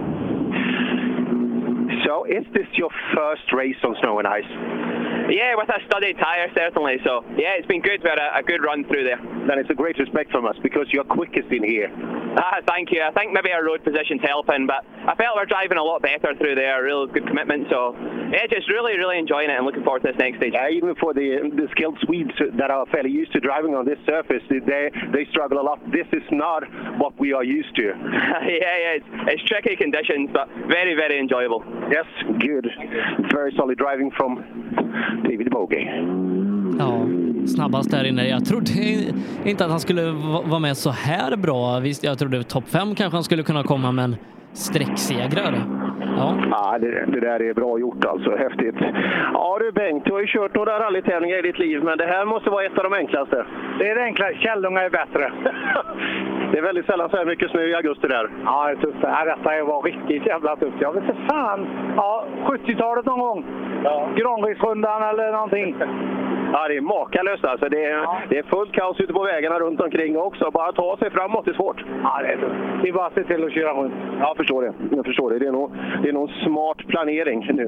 S10: So, is this your first race on snow and ice?
S7: Yeah, with a studded tyre, certainly. So, yeah, it's been good. We had a good run through there.
S10: Then it's a great respect from us because you're quickest in here.
S7: Thank you. I think maybe our road position's helping, but I felt we're driving a lot better through there. Real good commitment. So, yeah, just really, really enjoying it and looking forward to this next stage.
S10: Yeah, even for the skilled Swedes that are fairly used to driving on this surface, they struggle a lot. This is not what we are used to.
S7: Yeah, it's tricky conditions, but very, very enjoyable.
S10: Yes, good. Very solid driving from David Bogie.
S17: Ja, snabbast där inne. Jag trodde inte att han skulle vara med så här bra. Visst, jag trodde topp 5 kanske han skulle kunna komma, men sträcksegrare.
S10: Ja, det där är bra gjort alltså. Häftigt. Ja du Bengt, du har ju kört några rallytävlingar i ditt liv, men det här måste vara ett av de enklaste.
S14: Det är det enklaste. Källunga är bättre.
S10: Det är väldigt sällan så här mycket snö i augusti där.
S14: Ja, det är tufft. Detta var riktigt jävla tufft. Jag vet inte fan. Ja, 70-talet någon gång. Ja. Granviksrundan eller någonting.
S10: Ja, det är makalöst alltså. Det är fullt kaos ute på vägarna runt omkring också. Bara ta sig framåt är svårt.
S14: Ja, det är tufft. Det är bara att se till att köra runt.
S10: Ja, jag förstår det. Det är nog smart planering nu.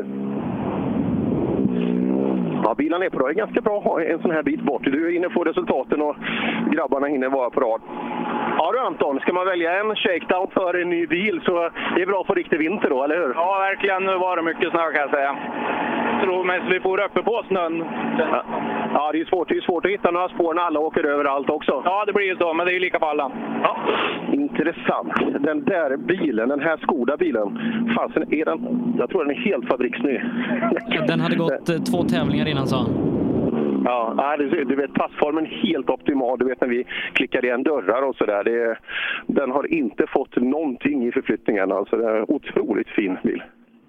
S10: Ja, bilen är på rad. Det är ganska bra att ha en sån här bit bort. Du är inne på resultaten och grabbarna hinner vara på rad. Ja du Anton, ska man välja en shakedown för en ny bil så det är bra på riktig vinter då, eller hur?
S14: Ja, verkligen. Nu var det mycket snö kan jag säga. Jag tror mest vi får uppe på snön.
S10: Ja, det är svårt att hitta några spår när alla åker överallt också.
S14: Ja, det blir ju så, men det är ju lika på alla.
S10: Ja, intressant. Den där bilen, den här Skoda-bilen, fasen är den, jag tror den är helt fabriksny.
S17: Den hade gått 2 tävlingar innan, sa han.
S10: Ja, du vet passformen helt optimal. Du vet när vi klickar igen dörrar och sådär. Den har inte fått någonting i förflyttningen. Alltså det är en otroligt fin bil.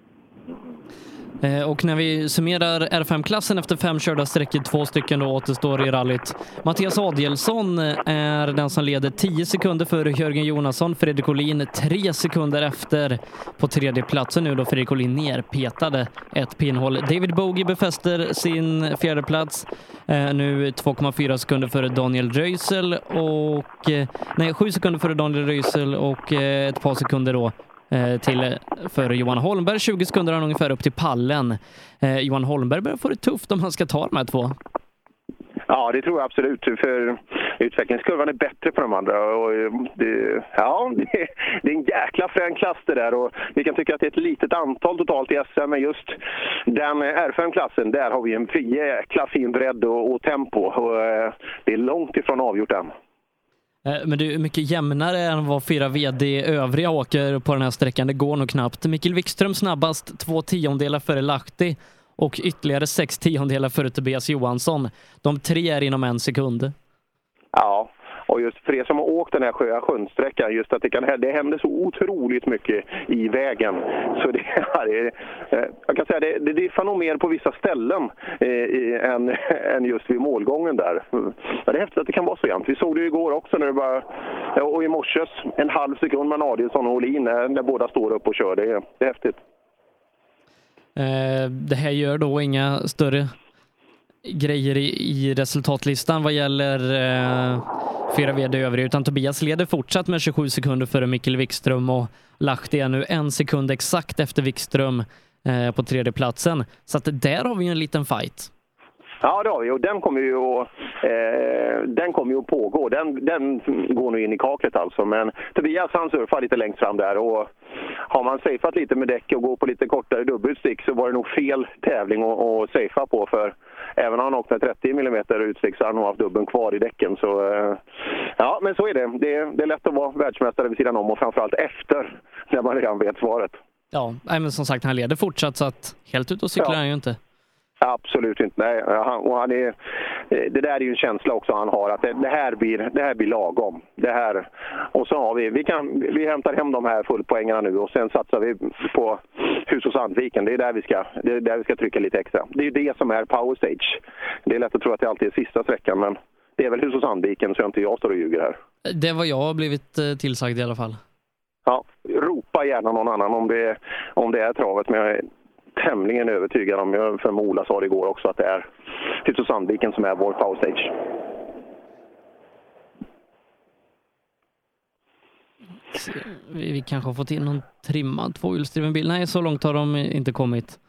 S17: Och när vi summerar R5-klassen efter 5 körda sträckor, 2 stycken då återstår i rallyt. Mattias Adielsson är den som leder 10 sekunder före Jörgen Jonasson. Fredrik Olin 3 sekunder efter på 3:e platsen nu då Fredrik Olin nerpetade ett pinnhål. David Bogie befäster sin 4:e plats. Nu 2,4 sekunder före Daniel Röisel och 7 sekunder före Daniel Röisel och ett par sekunder då till för Johan Holmberg. 20 sekunder han ungefär upp till pallen. Johan Holmberg börjar få det tufft om han ska ta de här 2.
S10: Ja, det tror jag absolut. För utvecklingskurvan är bättre på de andra. Och det är en jäkla frän klass det där. Och vi kan tycka att det är ett litet antal totalt i SM. Men just den R5-klassen, där har vi en jäkla fin bredd och tempo. Och det är långt ifrån avgjort än.
S17: Men det är mycket jämnare än vad 4 VD övriga åker på den här sträckan. Det går nog knappt. Mikael Wikström snabbast 2/10 före Lahti och ytterligare 6/10 före Tobias Johansson. De 3 är inom 1 sekund. Ja,
S10: och just för er som har åkt den här sjönsträckan, just att det händer så otroligt mycket i vägen. Så jag kan säga det diffar nog mer på vissa ställen än just vid målgången där. Ja, det är häftigt att det kan vara så jämnt. Vi såg det igår också när det bara, och i morses 1/2 sekund mellan Adielsson och Olin när båda står upp och kör. Det är häftigt.
S17: Det här gör då inga större grejer i resultatlistan vad gäller 4 VD övriga, utan Tobias leder fortsatt med 27 sekunder före Mikkel Wikström och Lahti är nu 1 sekund exakt efter Wikström på 3:e platsen. Så att där har vi ju en liten fight.
S10: Ja, det har vi, och den kommer ju att pågå. Den går nu in i kaklet alltså. Men Tobias, han surfar lite längst fram där, och har man safeat lite med däck och går på lite kortare dubbelstick så var det nog fel tävling att safea på, för även om han åkt med 30 mm utstick så har han nog haft dubben kvar i däcken. Så ja, men så är det. Det är lätt att vara världsmästare vid sidan om, och framförallt efter när man redan vet svaret.
S17: Ja, men som sagt, han leder fortsatt, så att helt ut och cyklar han ju inte.
S10: Absolut inte. Nej, det där är ju en känsla också han har, att det här blir lagom. Det här, och så har vi hämtar hem de här fullpoängarna nu, och sen satsar vi på Hus och Sandviken. Det är där vi ska trycka lite extra. Det är det som är Power Stage. Det är lätt att tro att det alltid är sista sträckan, men det är väl Hus och Sandviken, så inte jag står och ljuger här. Det var jag har blivit tillsagd i alla fall. Ja, ropa gärna någon annan om det är travet, men jag är tämligen övertygad om, för Mola sa det igår också, att det är Hus och Sandviken som är vår Power Stage.
S17: Vi kanske har fått in någon trimmad tvåhjulsdriven bil. Nej, så långt har de inte kommit.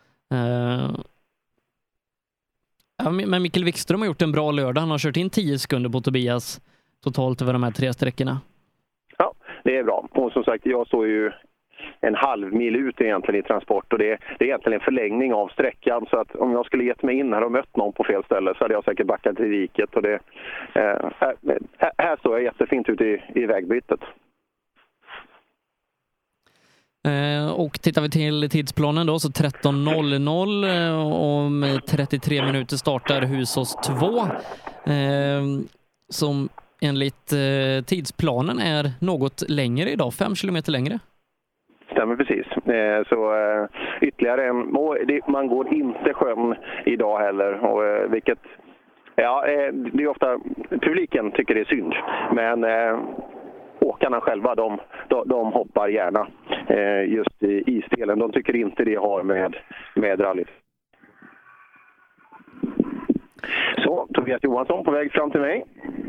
S17: Men Mikkel Wikström har gjort en bra lördag. Han har kört in 10 sekunder på Tobias totalt över de här 3 sträckorna. Ja, det är bra. Och som sagt, jag står ju en halv mil ut egentligen i transport, och det är egentligen en förlängning av sträckan, så att om jag skulle gett mig in här och mött någon på fel ställe så hade jag säkert backat till diket, och här står jag jättefint ut i vägbytet. Och tittar vi till tidsplanen då, så 13.00 om 33 minuter startar Husås 2 som enligt tidsplanen är något längre idag, 5 kilometer längre.
S10: Stämmer precis. Så ytterligare en... Man går inte sjön idag heller. Och, vilket... Ja, det är ofta... Publiken tycker det är synd. Men åkarna själva, de hoppar gärna just i isdelen. De tycker inte det har med rallyt. Så, Tobias Johansson på väg fram till mig.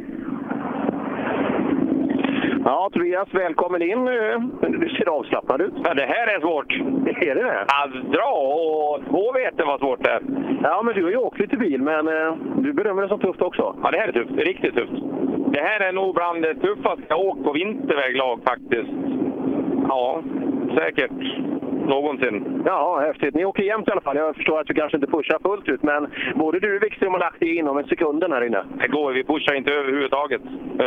S10: Ja, Tobias, välkommen in. Du ser avslappnad ut.
S5: Ja, det här är svårt.
S10: Är det?
S5: Att dra och 2 vet vad svårt det är.
S10: Ja, men du har ju åkt lite bil, men du berömmer det som tufft också.
S5: Ja, det här är tufft. Riktigt tufft. Det här är nog bland det tuffaste jag åkt på vinterväglag faktiskt. Ja, säkert. Någonsin.
S10: Ja, häftigt. Ni åker jämnt i alla fall. Jag förstår att du kanske inte pushar fullt ut, men både du, Wikström och Lahti inom en sekund här inne.
S5: Det går, vi pushar inte överhuvudtaget.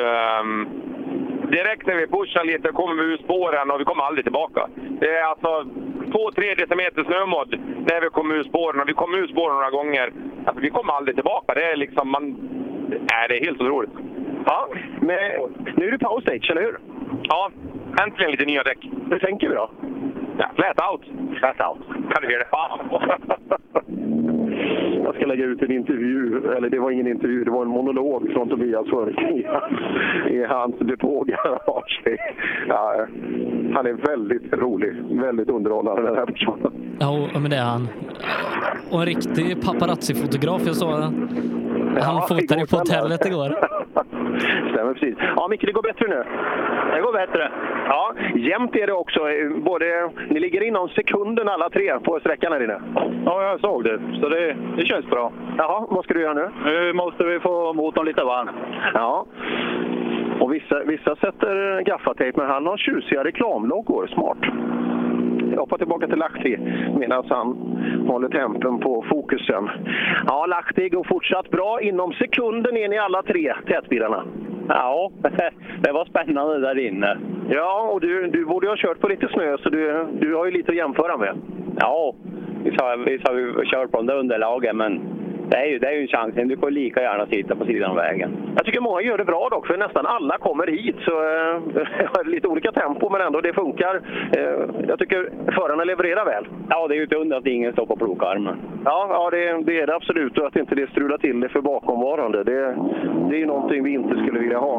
S5: Direkt när vi pushar lite kommer vi ur spåren och vi kommer aldrig tillbaka. Det är alltså 2-3 decimeter snömodd när vi kommer ur spåren, och vi kommer ur spåren några gånger. Alltså, vi kommer aldrig tillbaka. Det är liksom, det är helt otroligt.
S10: Ja, men nu är det Power Stage, eller hur?
S5: Ja, äntligen lite nya däck.
S10: Hur tänker vi då?
S5: Ja, flat out.
S10: Flat out.
S5: Kan du hear det?
S10: Jag ska lägga ut en intervju, eller det var ingen intervju, det var en monolog från Tobias i hans depågarage. Ja, han är väldigt rolig, väldigt underhållande, den här personen.
S17: Ja, men det är han. Och en riktig paparazzi-fotograf, jag såg han fotade ju på hotellet igår.
S10: Stämmer precis. Ja, Micke, det går bättre nu.
S15: Det går bättre.
S10: Ja, jämnt är det också. Ni ligger inom sekunden alla 3 på sträckan här inne.
S15: Ja, jag såg det. Så det känns bra.
S10: Jaha, vad ska du göra nu?
S15: Nu måste vi få motorn lite varm.
S10: Ja. Och vissa sätter gaffatejp, men han har tjusiga reklamloggor. Smart. Jag hoppar tillbaka till Lahti medan han håller tempen på fokusen. Ja, Lahti går fortsatt bra. Inom sekunden är ni alla 3 tätbilarna.
S15: Ja, det var spännande där inne.
S10: Ja, och du borde ha kört på lite snö, så du har ju lite att jämföra med.
S15: Ja, vi har kört på det underlaget, men det är ju en chans. Du får lika gärna sitta på sidan av vägen.
S10: Jag tycker många gör det bra dock, för nästan alla kommer hit. Så lite olika tempo, men ändå det funkar. Jag tycker förarna levererar väl.
S15: Ja, det är ju inte under att ingen står på plokarmen.
S10: Ja, det är det absolut. Och att inte det strular till det för bakomvarande. Det är ju någonting vi inte skulle vilja ha.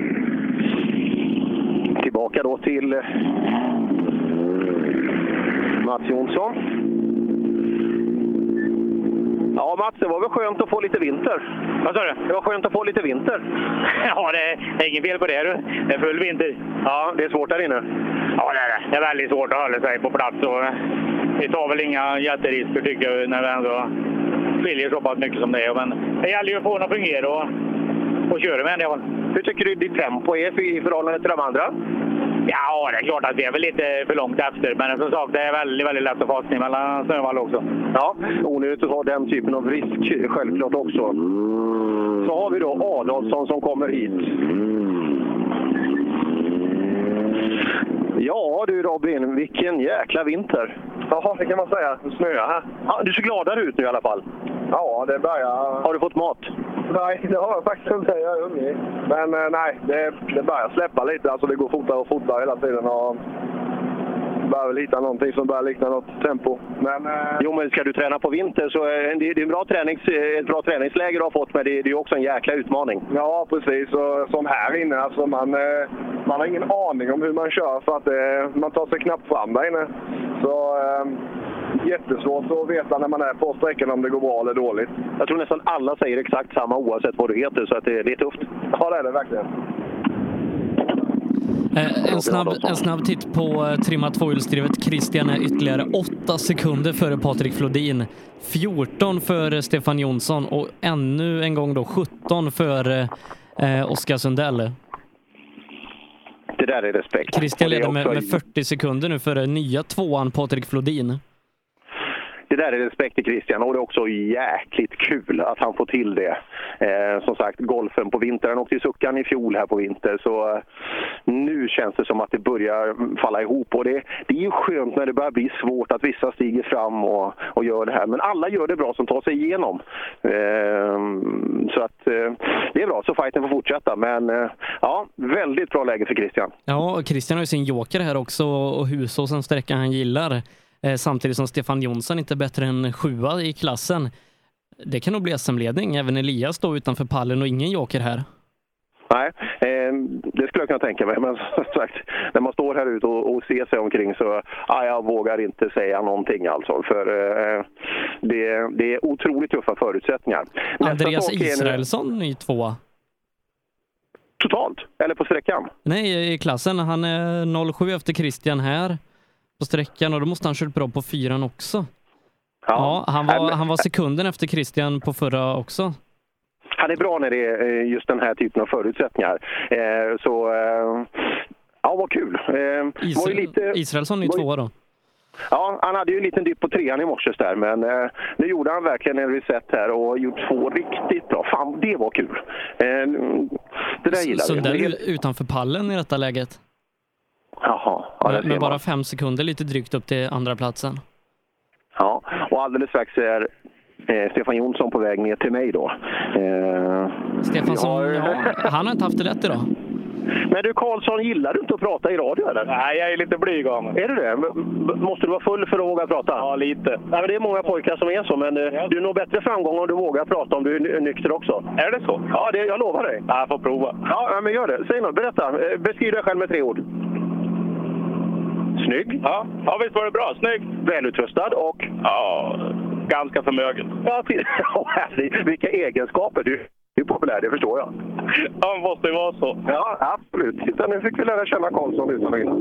S10: Tillbaka då till Mats Jonsson. Mats, det var väl skönt att få lite vinter?
S7: Vad sa du?
S10: Det var skönt att få lite vinter.
S7: Ja, det är ingen fel på det. Det är full vinter.
S10: Ja, det är svårt där inne.
S7: Ja, det är det. Det är väldigt svårt att hålla sig på plats. Och vi tar väl inga jätterisker tycker jag när vi ändå skiljer så pass mycket som det är. Men det gäller ju att få den att fungera och köra med den.
S10: Hur tycker du ditt tempo är i förhållande till de andra?
S7: Ja, det är klart att vi är väl lite för långt efter. Men som sagt, det är väldigt, väldigt lätt att få fastna mellan snövall också.
S10: Ja, onödigt att ha den typen av risk självklart också. Så har vi då Adolfsson som kommer hit. Ja du Robin, vilken jäkla vinter.
S16: Ja, det kan man säga. Snöar här.
S10: Ja, du ser gladare ut nu i alla fall.
S16: Ja, det börjar...
S10: Har du fått mat?
S16: Nej, det har jag faktiskt inte. Jag är hungrig. Men nej, det börjar släppa lite. Alltså det går fortare och fortare hela tiden. Och börjar väl hitta någonting som börjar likna något tempo. Men,
S10: Jo, men ska du träna på vinter så är det en bra ett bra träningsläger du har fått. Men det är ju också en jäkla utmaning.
S16: Ja, precis. Och som här inne, alltså man har ingen aning om hur man kör för att man tar sig knappt fram där inne. Så jättesvårt att veta när man är på sträckan om det går bra eller dåligt.
S10: Jag tror nästan alla säger exakt samma oavsett vad du heter, så att det är tufft.
S16: Ja, det är det verkligen.
S17: En snabb titt på trimmat tvåhjulsdrivet. Christian är ytterligare 8 sekunder före Patrik Flodin. 14 för Stefan Jonsson och ännu en gång då 17 för Oskar Sundell.
S10: Det där är respekt.
S17: Christian leder med 40 sekunder nu före nya tvåan Patrik Flodin.
S10: Det där är respekt till Christian och det är också jäkligt kul att han får till det. Som sagt, golfen på vintern och till Suckan i fjol här på vinter. Så nu känns det som att det börjar falla ihop. Och det är ju skönt när det börjar bli svårt att vissa stiger fram och gör det här. Men alla gör det bra som tar sig igenom. Så att det är bra, så fighten får fortsätta. Men ja, väldigt bra läge för Christian.
S17: Ja, och Christian har ju sin joker här också och Husås en sträcka han gillar. Samtidigt som Stefan Jonsson inte är bättre än 7:a i klassen. Det kan nog bli SM-ledning. Även Elias står utanför pallen och ingen joker här.
S10: Nej, det skulle jag kunna tänka mig. Men som sagt, när man står här ute och ser sig omkring så jag vågar inte säga någonting alltså. För det är otroligt tuffa förutsättningar.
S17: Andreas Israelsson i 2:a.
S10: Totalt? Eller på sträckan?
S17: Nej, i klassen. Han är 0,7 efter Christian här på sträckan och då måste han kört bra på 4:an också. Ja, han var sekunden efter Christian på förra också.
S10: Han är bra när det är just den här typen av förutsättningar. Ja, vad kul.
S17: Israelsson i 2:a då?
S10: Ja, han hade ju en liten dipp på 3:an i morse där, men nu gjorde han verkligen en reset här och gjort 2 riktigt bra. Fan, det var kul. Det där gillar
S17: så där utanför pallen i detta läget?
S10: Jaha.
S17: Ja, med bara 5 sekunder lite drygt upp till andra platsen.
S10: Ja, och alldeles strax är Stefan Jonsson på väg ner till mig då.
S17: Stefan han har inte haft det lätt idag.
S10: Men du Karlsson, gillar du inte att prata i radio eller?
S7: Nej, jag är lite blyg av mig.
S10: Är du det? Måste du vara full för att våga prata?
S7: Ja, lite.
S10: Nej, men det är många pojkar som är så, men du når bättre framgång om du vågar prata om du är nykter också.
S7: Är det så?
S10: Ja, jag lovar dig.
S7: Ja, jag får prova.
S10: Ja, men gör det. Säg något, berätta. Beskriv dig själv med 3 ord. Snygg.
S7: Ja, visst var det bra. Snygg.
S10: Välutrustad och...
S7: Ja, ganska förmögen.
S10: Ja, vilka egenskaper. Du är populär, det förstår jag.
S7: Ja, måste ju vara så.
S10: Ja, absolut. Titta, nu fick vi lära känna Karlsson utan att innan.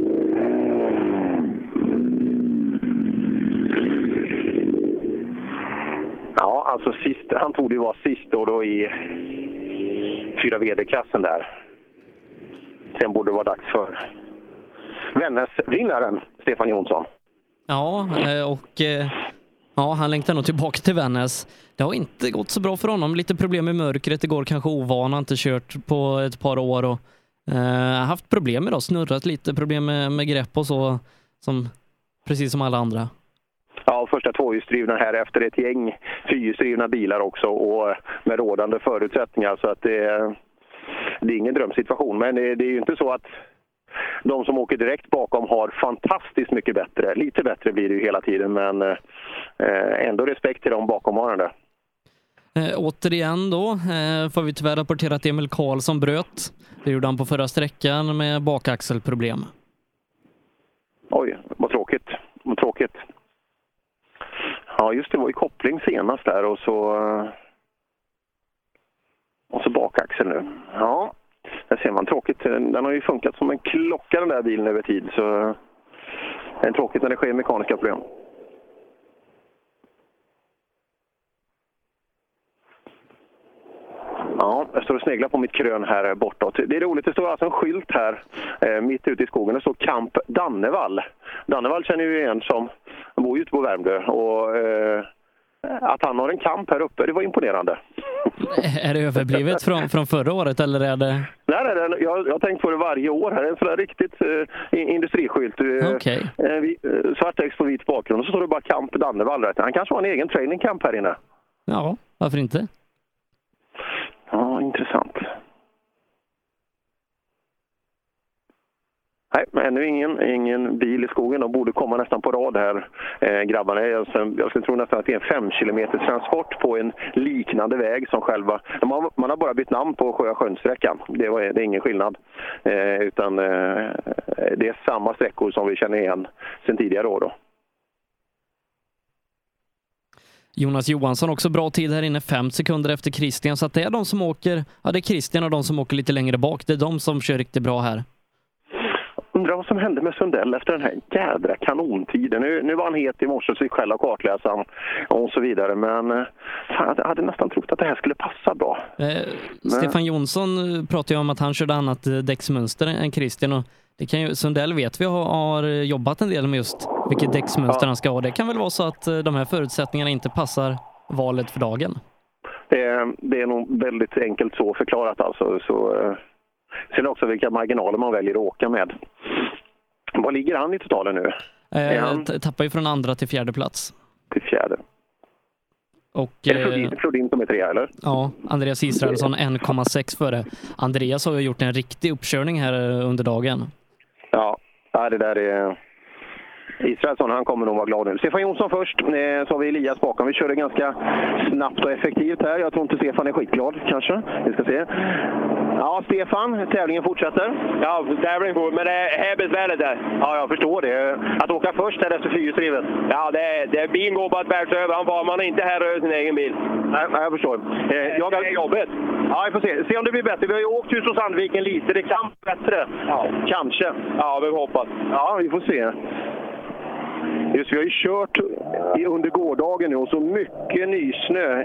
S10: Ja, alltså sist, han tog det vara sist då i 4 VD-klassen där. Sen borde det vara dags för Vännäs-vinnaren Stefan Jonsson.
S17: Ja, och han längtar nog tillbaka till Vännäs. Det har inte gått så bra för honom. Lite problem med mörkret igår, kanske ovan, inte kört på ett par år och haft problem med det, snurrat lite, problem med grepp och så, precis som alla andra.
S10: Ja, första 2-hjulsdrivna här efter ett gäng 4-hjulsdrivna bilar också och med rådande förutsättningar, så att det är ingen drömsituation. Men det är ju inte så att de som åker direkt bakom har fantastiskt mycket bättre. Lite bättre blir det ju hela tiden, men ändå respekt till de bakomvarande.
S17: Återigen då får vi tyvärr rapportera att Emil Karlsson bröt. Det gjorde han på förra sträckan med bakaxelproblem.
S10: Oj, vad tråkigt. Ja, Ja, just det, var i koppling senast där och så bakaxeln nu. Ja, där ser man tråkigt. Den har ju funkat som en klocka den där bilen över tid, så det är tråkigt när det sker mekaniska problem. Ja, jag står och sneglar på mitt krön här bortåt. Det är roligt, det står alltså en skylt här mitt ute i skogen. Det står Camp Dannevall. Dannevall känner ju igen som bor ute på Värmdö. Och att han har en kamp här uppe, det var imponerande.
S17: Är det överblivet från förra året eller är det...
S10: Nej, jag har tänkt på det varje år här. En sån där riktigt industriskylt.
S17: Okay.
S10: Svart text på vit bakgrund. Och så står det bara Camp Dannevall. Han kanske har en egen training camp här inne.
S17: Ja, varför inte?
S10: Ja, intressant. Nej, men ännu ingen bil i skogen. De borde komma nästan på rad här, grabbarna. Jag skulle tro nästan att det är en 5 kilometers transport på en liknande väg som själva. Man har bara bytt namn på Sjöa-Sjön-sträckan. Det är ingen skillnad. Utan det är samma sträckor som vi känner igen sedan tidigare år då.
S17: Jonas Johansson också bra tid här inne, 5 sekunder efter Christian. Så att det är de som åker, det är Christian och de som åker lite längre bak. Det är de som kör riktigt bra här.
S10: Undrar vad som hände med Sundell efter den här jädra kanontiden. Nu var han het i morse, så gick själv kartläsaren och så vidare. Men fan, jag hade nästan trott att det här skulle passa bra.
S17: Stefan Jonsson pratade ju om att han körde annat däcksmönster än Christian. Och det kan ju, Sundell vet vi har jobbat en del med just vilket däcksmönster han ska ha. Det kan väl vara så att de här förutsättningarna inte passar valet för dagen?
S10: Det är nog väldigt enkelt så förklarat alltså. Sen också vilka marginaler man väljer att åka med. Vad ligger han i totalen nu?
S17: Han tappar ju från 2:a till 4:e plats.
S10: Till 4:e.
S17: Och,
S10: är det Flodin som är 3, eller?
S17: Ja, Andreas Israelsson 1,6 före. Andreas har ju gjort en riktig uppkörning här under dagen.
S10: Ja, det där är... Israelsson, han kommer nog vara glad nu. Stefan Jonsson först, så har vi Elias bakom. Vi körde ganska snabbt och effektivt här. Jag tror inte Stefan är skitglad, kanske. Vi ska se. Ja, Stefan, tävlingen fortsätter.
S15: Ja, tävlingen fortsätter, men det är besvärligt där.
S10: Ja, jag förstår det. Att åka först är efter fyrhjulsdrivet.
S15: Ja, bilen går bara tvärs över. Man är inte här över sin egen bil.
S10: Nej, jag förstår.
S15: Det är jobbigt.
S10: Ja, vi får se om det blir bättre. Vi har ju åkt ut hos Sandviken lite. Det kan bli bättre. Ja. Kanske.
S15: Ja, vi hoppas.
S10: Ja, vi får se. Just, vi har ju kört under gårdagen nu och så mycket nysnö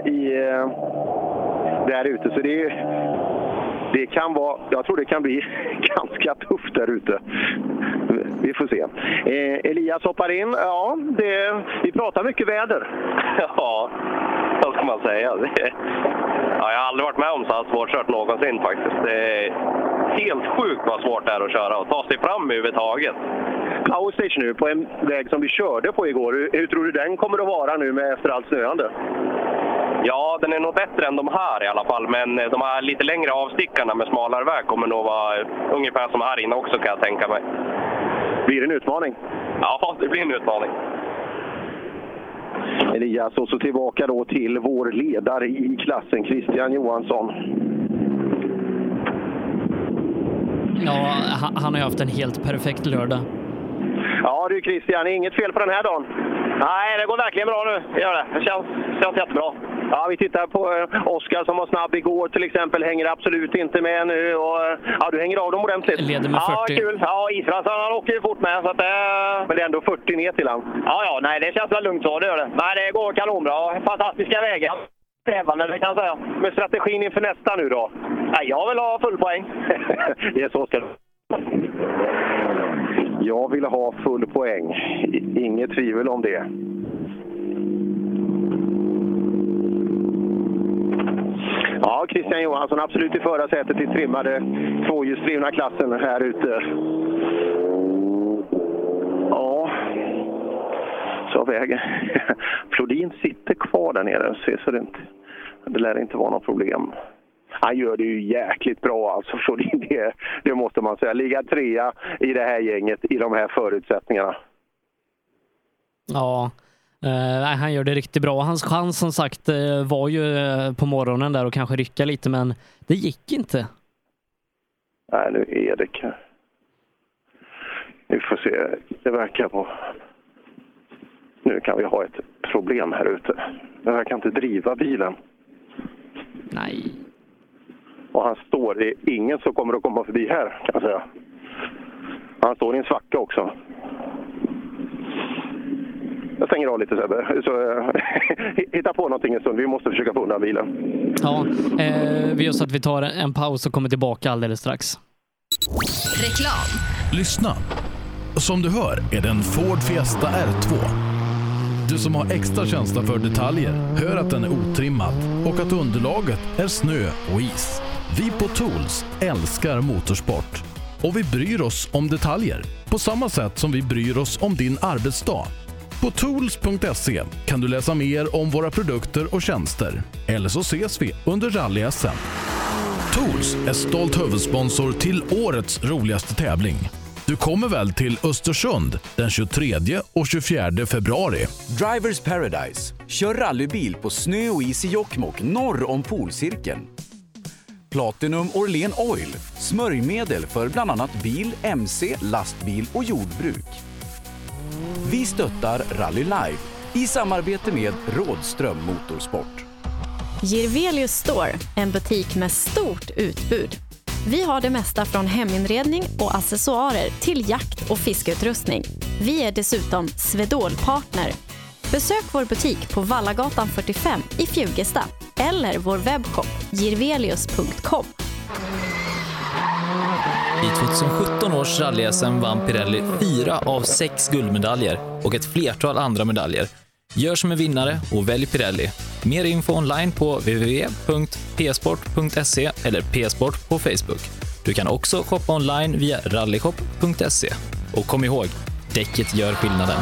S10: där ute. Så det kan vara, jag tror det kan bli ganska tufft där ute. Vi får se. Elias hoppar in. Ja, vi pratar mycket väder.
S12: Ja, vad ska man säga? Jag har aldrig varit med om så här svårt någonsin faktiskt. Det är helt sjukt vad svårt det är att köra och ta sig fram överhuvudtaget.
S10: Power Station nu på en väg som vi körde på igår. Hur tror du den kommer att vara nu med efter allt snöande?
S12: Ja, den är nog bättre än de här i alla fall. Men de här lite längre avstickarna med smalare väg kommer nog vara ungefär som här inne också, kan jag tänka mig.
S10: Blir det en utmaning?
S12: Ja, det blir en utmaning.
S10: Elias, och så tillbaka då till vår ledare i klassen, Christian Johansson.
S17: Ja, han har ju haft en helt perfekt lördag.
S10: Ja du Christian, inget fel på den här dagen.
S15: Nej, det går verkligen bra nu. Det gör det. Det känns jättebra.
S10: Ja, vi tittar på Oskar som var snabb igår till exempel. Hänger absolut inte med nu. Och, ja, du hänger av dem ordentligt.
S17: Leder med 40.
S15: Ja, kul. Ja, Israelsson han åker ju fort med. Så att,
S10: Men det är ändå 40 ner till han.
S15: Ja, nej, det känns väl lugnt så, det gör det. Nej, det går kanonbra. Fantastiska vägar. Strävande, det kan jag säga.
S10: Men strategin inför nästa nu då?
S15: Nej, jag vill ha full poäng.
S10: Det är så ska det. Jag vill ha full poäng. Inget tvivel om det. Ja, Christian Johansson absolut i förarsätet i trimmade tvåhjulsdrivna klassen här ute. Ja, så vägen. Flodin sitter kvar där nere, så det lär inte vara något problem. Han gör det ju jäkligt bra alltså, Flodin, det måste man säga. Ligga 3 i det här gänget i de här förutsättningarna.
S17: Ja, han gör det riktigt bra. Hans chans som sagt var ju på morgonen där och kanske rycka lite, men det gick inte.
S10: Nej, nu är det... Vi får se, det verkar på... Nu kan vi ha ett problem här ute. Jag kan inte driva bilen.
S17: Nej.
S10: Och han står, det är ingen som kommer att komma förbi här, kan jag säga. Han står i en svacka också. Jag stänger av lite, Sebbe. Så hitta på någonting en stund. Vi måste försöka få undan bilen.
S17: Ja, vi gör så att vi tar en paus och kommer tillbaka alldeles strax.
S18: Reklam.
S19: Lyssna. Som du hör är det en Ford Fiesta R2. Du som har extra känsla för detaljer hör att den är otrimmad och att underlaget är snö och is. Vi på Tools älskar motorsport och vi bryr oss om detaljer på samma sätt som vi bryr oss om din arbetsdag. På tools.se kan du läsa mer om våra produkter och tjänster. Eller så ses vi under Rally-SM. Tools är stolt huvudsponsor till årets roligaste tävling. Du kommer väl till Östersund den 23 och 24 februari.
S20: Drivers Paradise. Kör rallybil på snö och is i Jokkmokk norr om polcirkeln. Platinum Orlen Oil. Smörjmedel för bland annat bil, MC, lastbil och jordbruk. Vi stöttar Rally Live i samarbete med Rådström Motorsport.
S21: Jirvelius Store, en butik med stort utbud. Vi har det mesta från heminredning och accessoarer till jakt- och fiskeutrustning. Vi är dessutom Swedol-partner. Besök vår butik på Vallagatan 45 i Fjugesta eller vår webbshop jirvelius.com.
S24: I 2017 års rally-SM vann Pirelli 4 av 6 guldmedaljer och ett flertal andra medaljer. Gör som en vinnare och välj Pirelli. Mer info online på www.psport.se eller psport på Facebook. Du kan också shoppa online via rallyshop.se. Och kom ihåg, däcket gör skillnaden.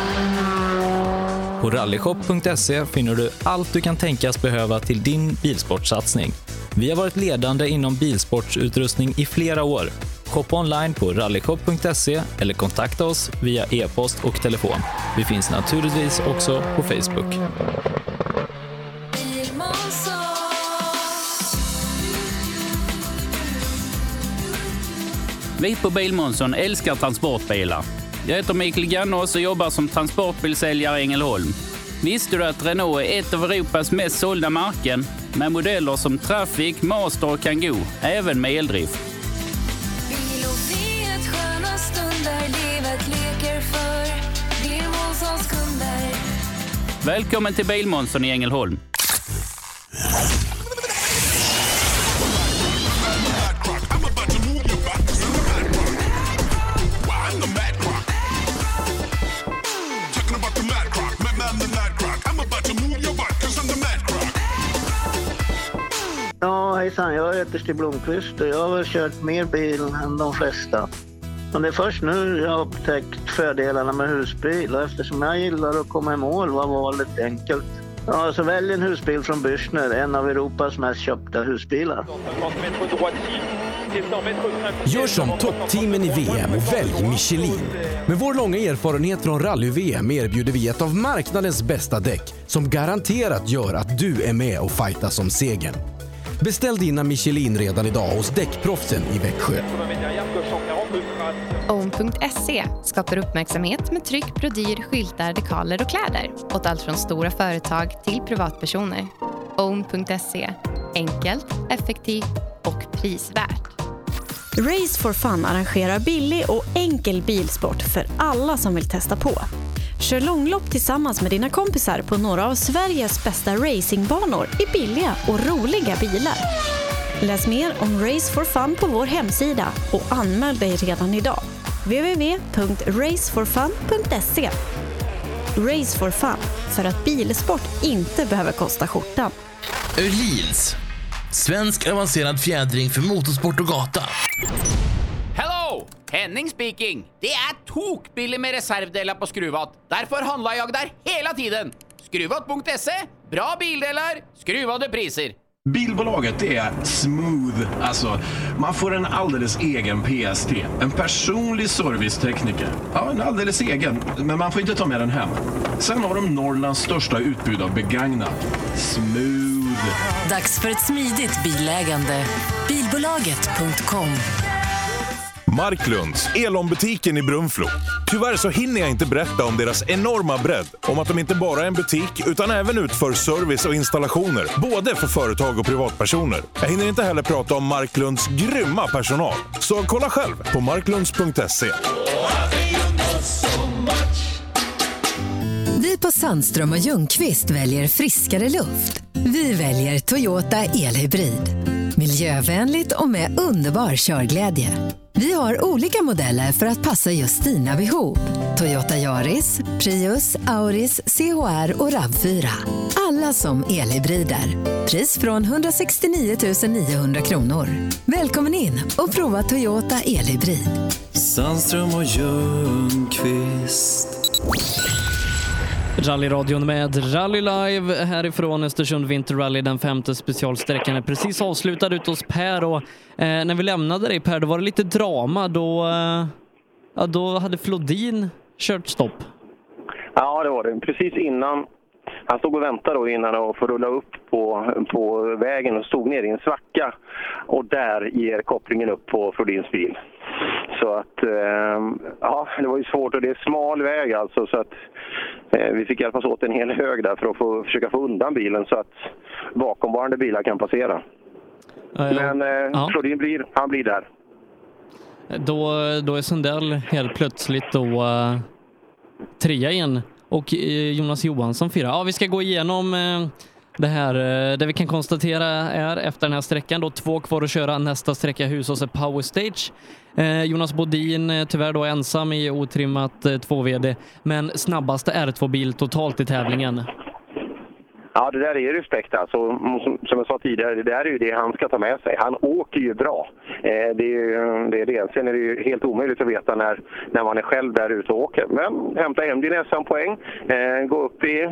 S24: På rallyshop.se finner du allt du kan tänkas behöva till din bilsportsatsning. Vi har varit ledande inom bilsportsutrustning i flera år. Shoppa online på rallyshop.se eller kontakta oss via e-post och telefon. Vi finns naturligtvis också på Facebook.
S22: Vi på Bilmånsson älskar transportbilar. Jag heter Mikael Gannås och jobbar som transportbilsäljare i Ängelholm. Visste du att Renault är ett av Europas mest sålda märken med modeller som Traffic, Master och Kangoo, även med eldrift? Välkommen till Bilmånsson i Ängelholm.
S23: Ja, hejsan. Jag heter Stig Blomqvist och jag har väl kört mer bil än de flesta. Men det är först nu jag har upptäckt fördelarna med husbil och eftersom jag gillar att komma i mål var valet enkelt. Ja, så välj en husbil från Bürstner, en av Europas mest köpta husbilar.
S25: Gör som toppteamen i VM och välj Michelin. Med vår långa erfarenhet från rally-VM erbjuder vi ett av marknadens bästa däck som garanterat gör att du är med och fightas om segern. Beställ dina Michelin redan idag hos Däckproffsen i Växjö.
S26: Own.se skapar uppmärksamhet med tryck, brodyr, skyltar, dekaler och kläder åt allt från stora företag till privatpersoner. Own.se. Enkelt, effektivt och prisvärt.
S21: Race for Fun arrangerar billig och enkel bilsport för alla som vill testa på. Kör långlopp tillsammans med dina kompisar på några av Sveriges bästa racingbanor i billiga och roliga bilar. Läs mer om Race for Fun på vår hemsida och anmäl dig redan idag. www.raceforfun.se. Race for Fun, för att bilsport inte behöver kosta skjortan.
S27: Öhlins, svensk avancerad fjädring för motorsport och gata.
S30: Hello! Henning speaking. Det är tokbilligt med reservdelar på Skruvat. Därför handlar jag där hela tiden. Skruvat.se. Bra bildelar, skruvade priser.
S31: Bilbolaget är smooth. Alltså, man får en alldeles egen PST. En personlig servicetekniker. Ja, en alldeles egen. Men man får inte ta med den hem. Sen har de Norrlands största utbud av begagnat. Smooth.
S18: Dags för ett smidigt bilägande. Bilbolaget.com.
S1: Marklunds, Elon-butiken i Brunflo. Tyvärr så hinner jag inte berätta om deras enorma bredd. Om att de inte bara är en butik utan även utför service och installationer. Både för företag och privatpersoner. Jag hinner inte heller prata om Marklunds grymma personal. Så kolla själv på marklunds.se.
S2: Vi på Sandström och Ljungqvist väljer friskare luft. Vi väljer Toyota Elhybrid. Miljövänligt och med underbar körglädje. Vi har olika modeller för att passa just dina behov. Toyota Yaris, Prius, Auris, CHR och RAV4. Alla som elhybrider. Pris från 169 900 kronor. Välkommen in och prova Toyota Elhybrid.
S3: Sandström och Ljungqvist.
S17: Rallyradion med Rally Live härifrån Östersund Winter Rally. Den 5:e specialsträckan är precis avslutad ut hos Per. Och när vi lämnade dig, Per, då var det lite drama. Då hade Flodin kört stopp.
S10: Ja, det var det. Precis innan. Han stod och väntade då innan att få rulla upp på vägen och stod ner i en svacka. Och där ger kopplingen upp på Flodins bil. Så att, ja, det var ju svårt och det är smal väg alltså, så att vi fick hjälpas åt en hel hög där för att försöka få undan bilen så att bakomvarande bilar kan passera. Men Flodin blir där.
S17: Då är Sundell helt plötsligt då trea igen och Jonas Johansson 4. Ja, vi ska gå igenom det här. Det vi kan konstatera är efter den här sträckan då 2 kvar att köra. Nästa sträcka Husås är Power Stage. Jonas Bodin tyvärr då ensam i otrimmat 2VD, men snabbaste R2-bil totalt i tävlingen.
S10: Ja, det där är respekt alltså. Som jag sa tidigare, det där är ju det han ska ta med sig. Han åker ju bra. Det är det. Sen är det ju helt omöjligt att veta när man är själv där ute och åker. Men hämta hem din SM-poäng. Gå upp i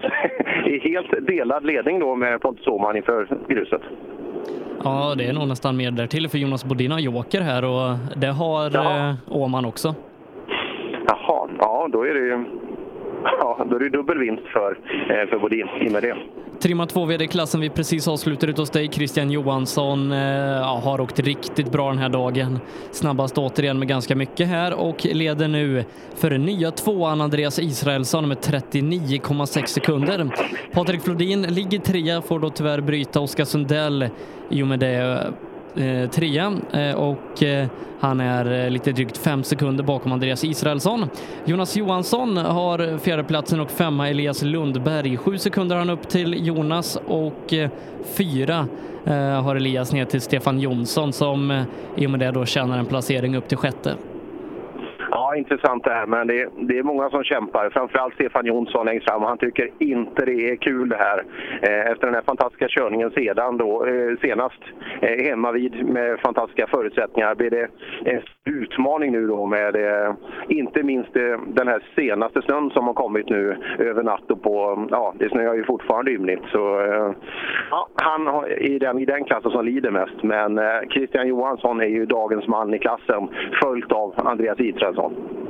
S10: helt delad ledning då med Pontus Åhman inför gruset.
S17: Ja, det är nog nästan mer där till för Jonas Bodin har joker här och det har Åhman också.
S10: Jaha, ja då är det ju... Ja, då är det dubbel vinst för Bodin i med det.
S17: Trimma 2VD-klassen vi precis avslutar ut hos dig. Christian Johansson har åkt riktigt bra den här dagen. Snabbast återigen med ganska mycket här och leder nu för den nya tvåan Andreas Israelsson med 39,6 sekunder. Patrik Flodin ligger trea, får då tyvärr bryta Oskar Sundell i och med det trea och han är lite drygt 5 sekunder bakom Andreas Israelsson. Jonas Johansson har fjärdeplatsen och 5 Elias Lundberg. 7 sekunder han upp till Jonas och 4 har Elias ner till Stefan Jonsson som i och med det då tjänar en placering upp till 6:e.
S10: Ja, intressant det här, men det är många som kämpar. Framförallt Stefan Jonsson längst fram. Han tycker inte det är kul det här. Efter den här fantastiska körningen senast hemma vid med fantastiska förutsättningar blir det en utmaning nu då med inte minst den här senaste snön som har kommit nu över natt och det snöar ju fortfarande ymnigt. Så han har i den klassen som lider mest. Men Christian Johansson är ju dagens man i klassen, följt av Andreas Israelsson.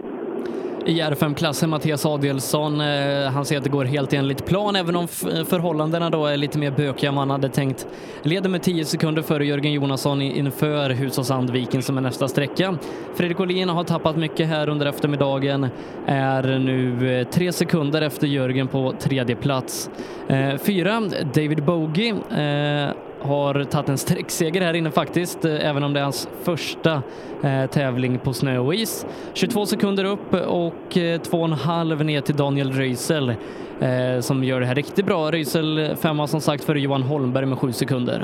S17: I R5-klassen Mattias Adelsson, han säger att det går helt enligt plan även om förhållandena då är lite mer bökiga än man hade tänkt. Leder med 10 sekunder före Jörgen Jonasson inför Husås-Sandviken som är nästa sträcka. Fredrik Olin har tappat mycket här under eftermiddagen, är nu 3 sekunder efter Jörgen på 3:e plats. 4 David Bogie har tagit en sträckseger här inne faktiskt, även om det är hans första tävling på snö och is. 22 sekunder upp och 2,5 ner till Daniel Röisel som gör det här riktigt bra. Röisel 5 som sagt för Johan Holmberg med 7 sekunder.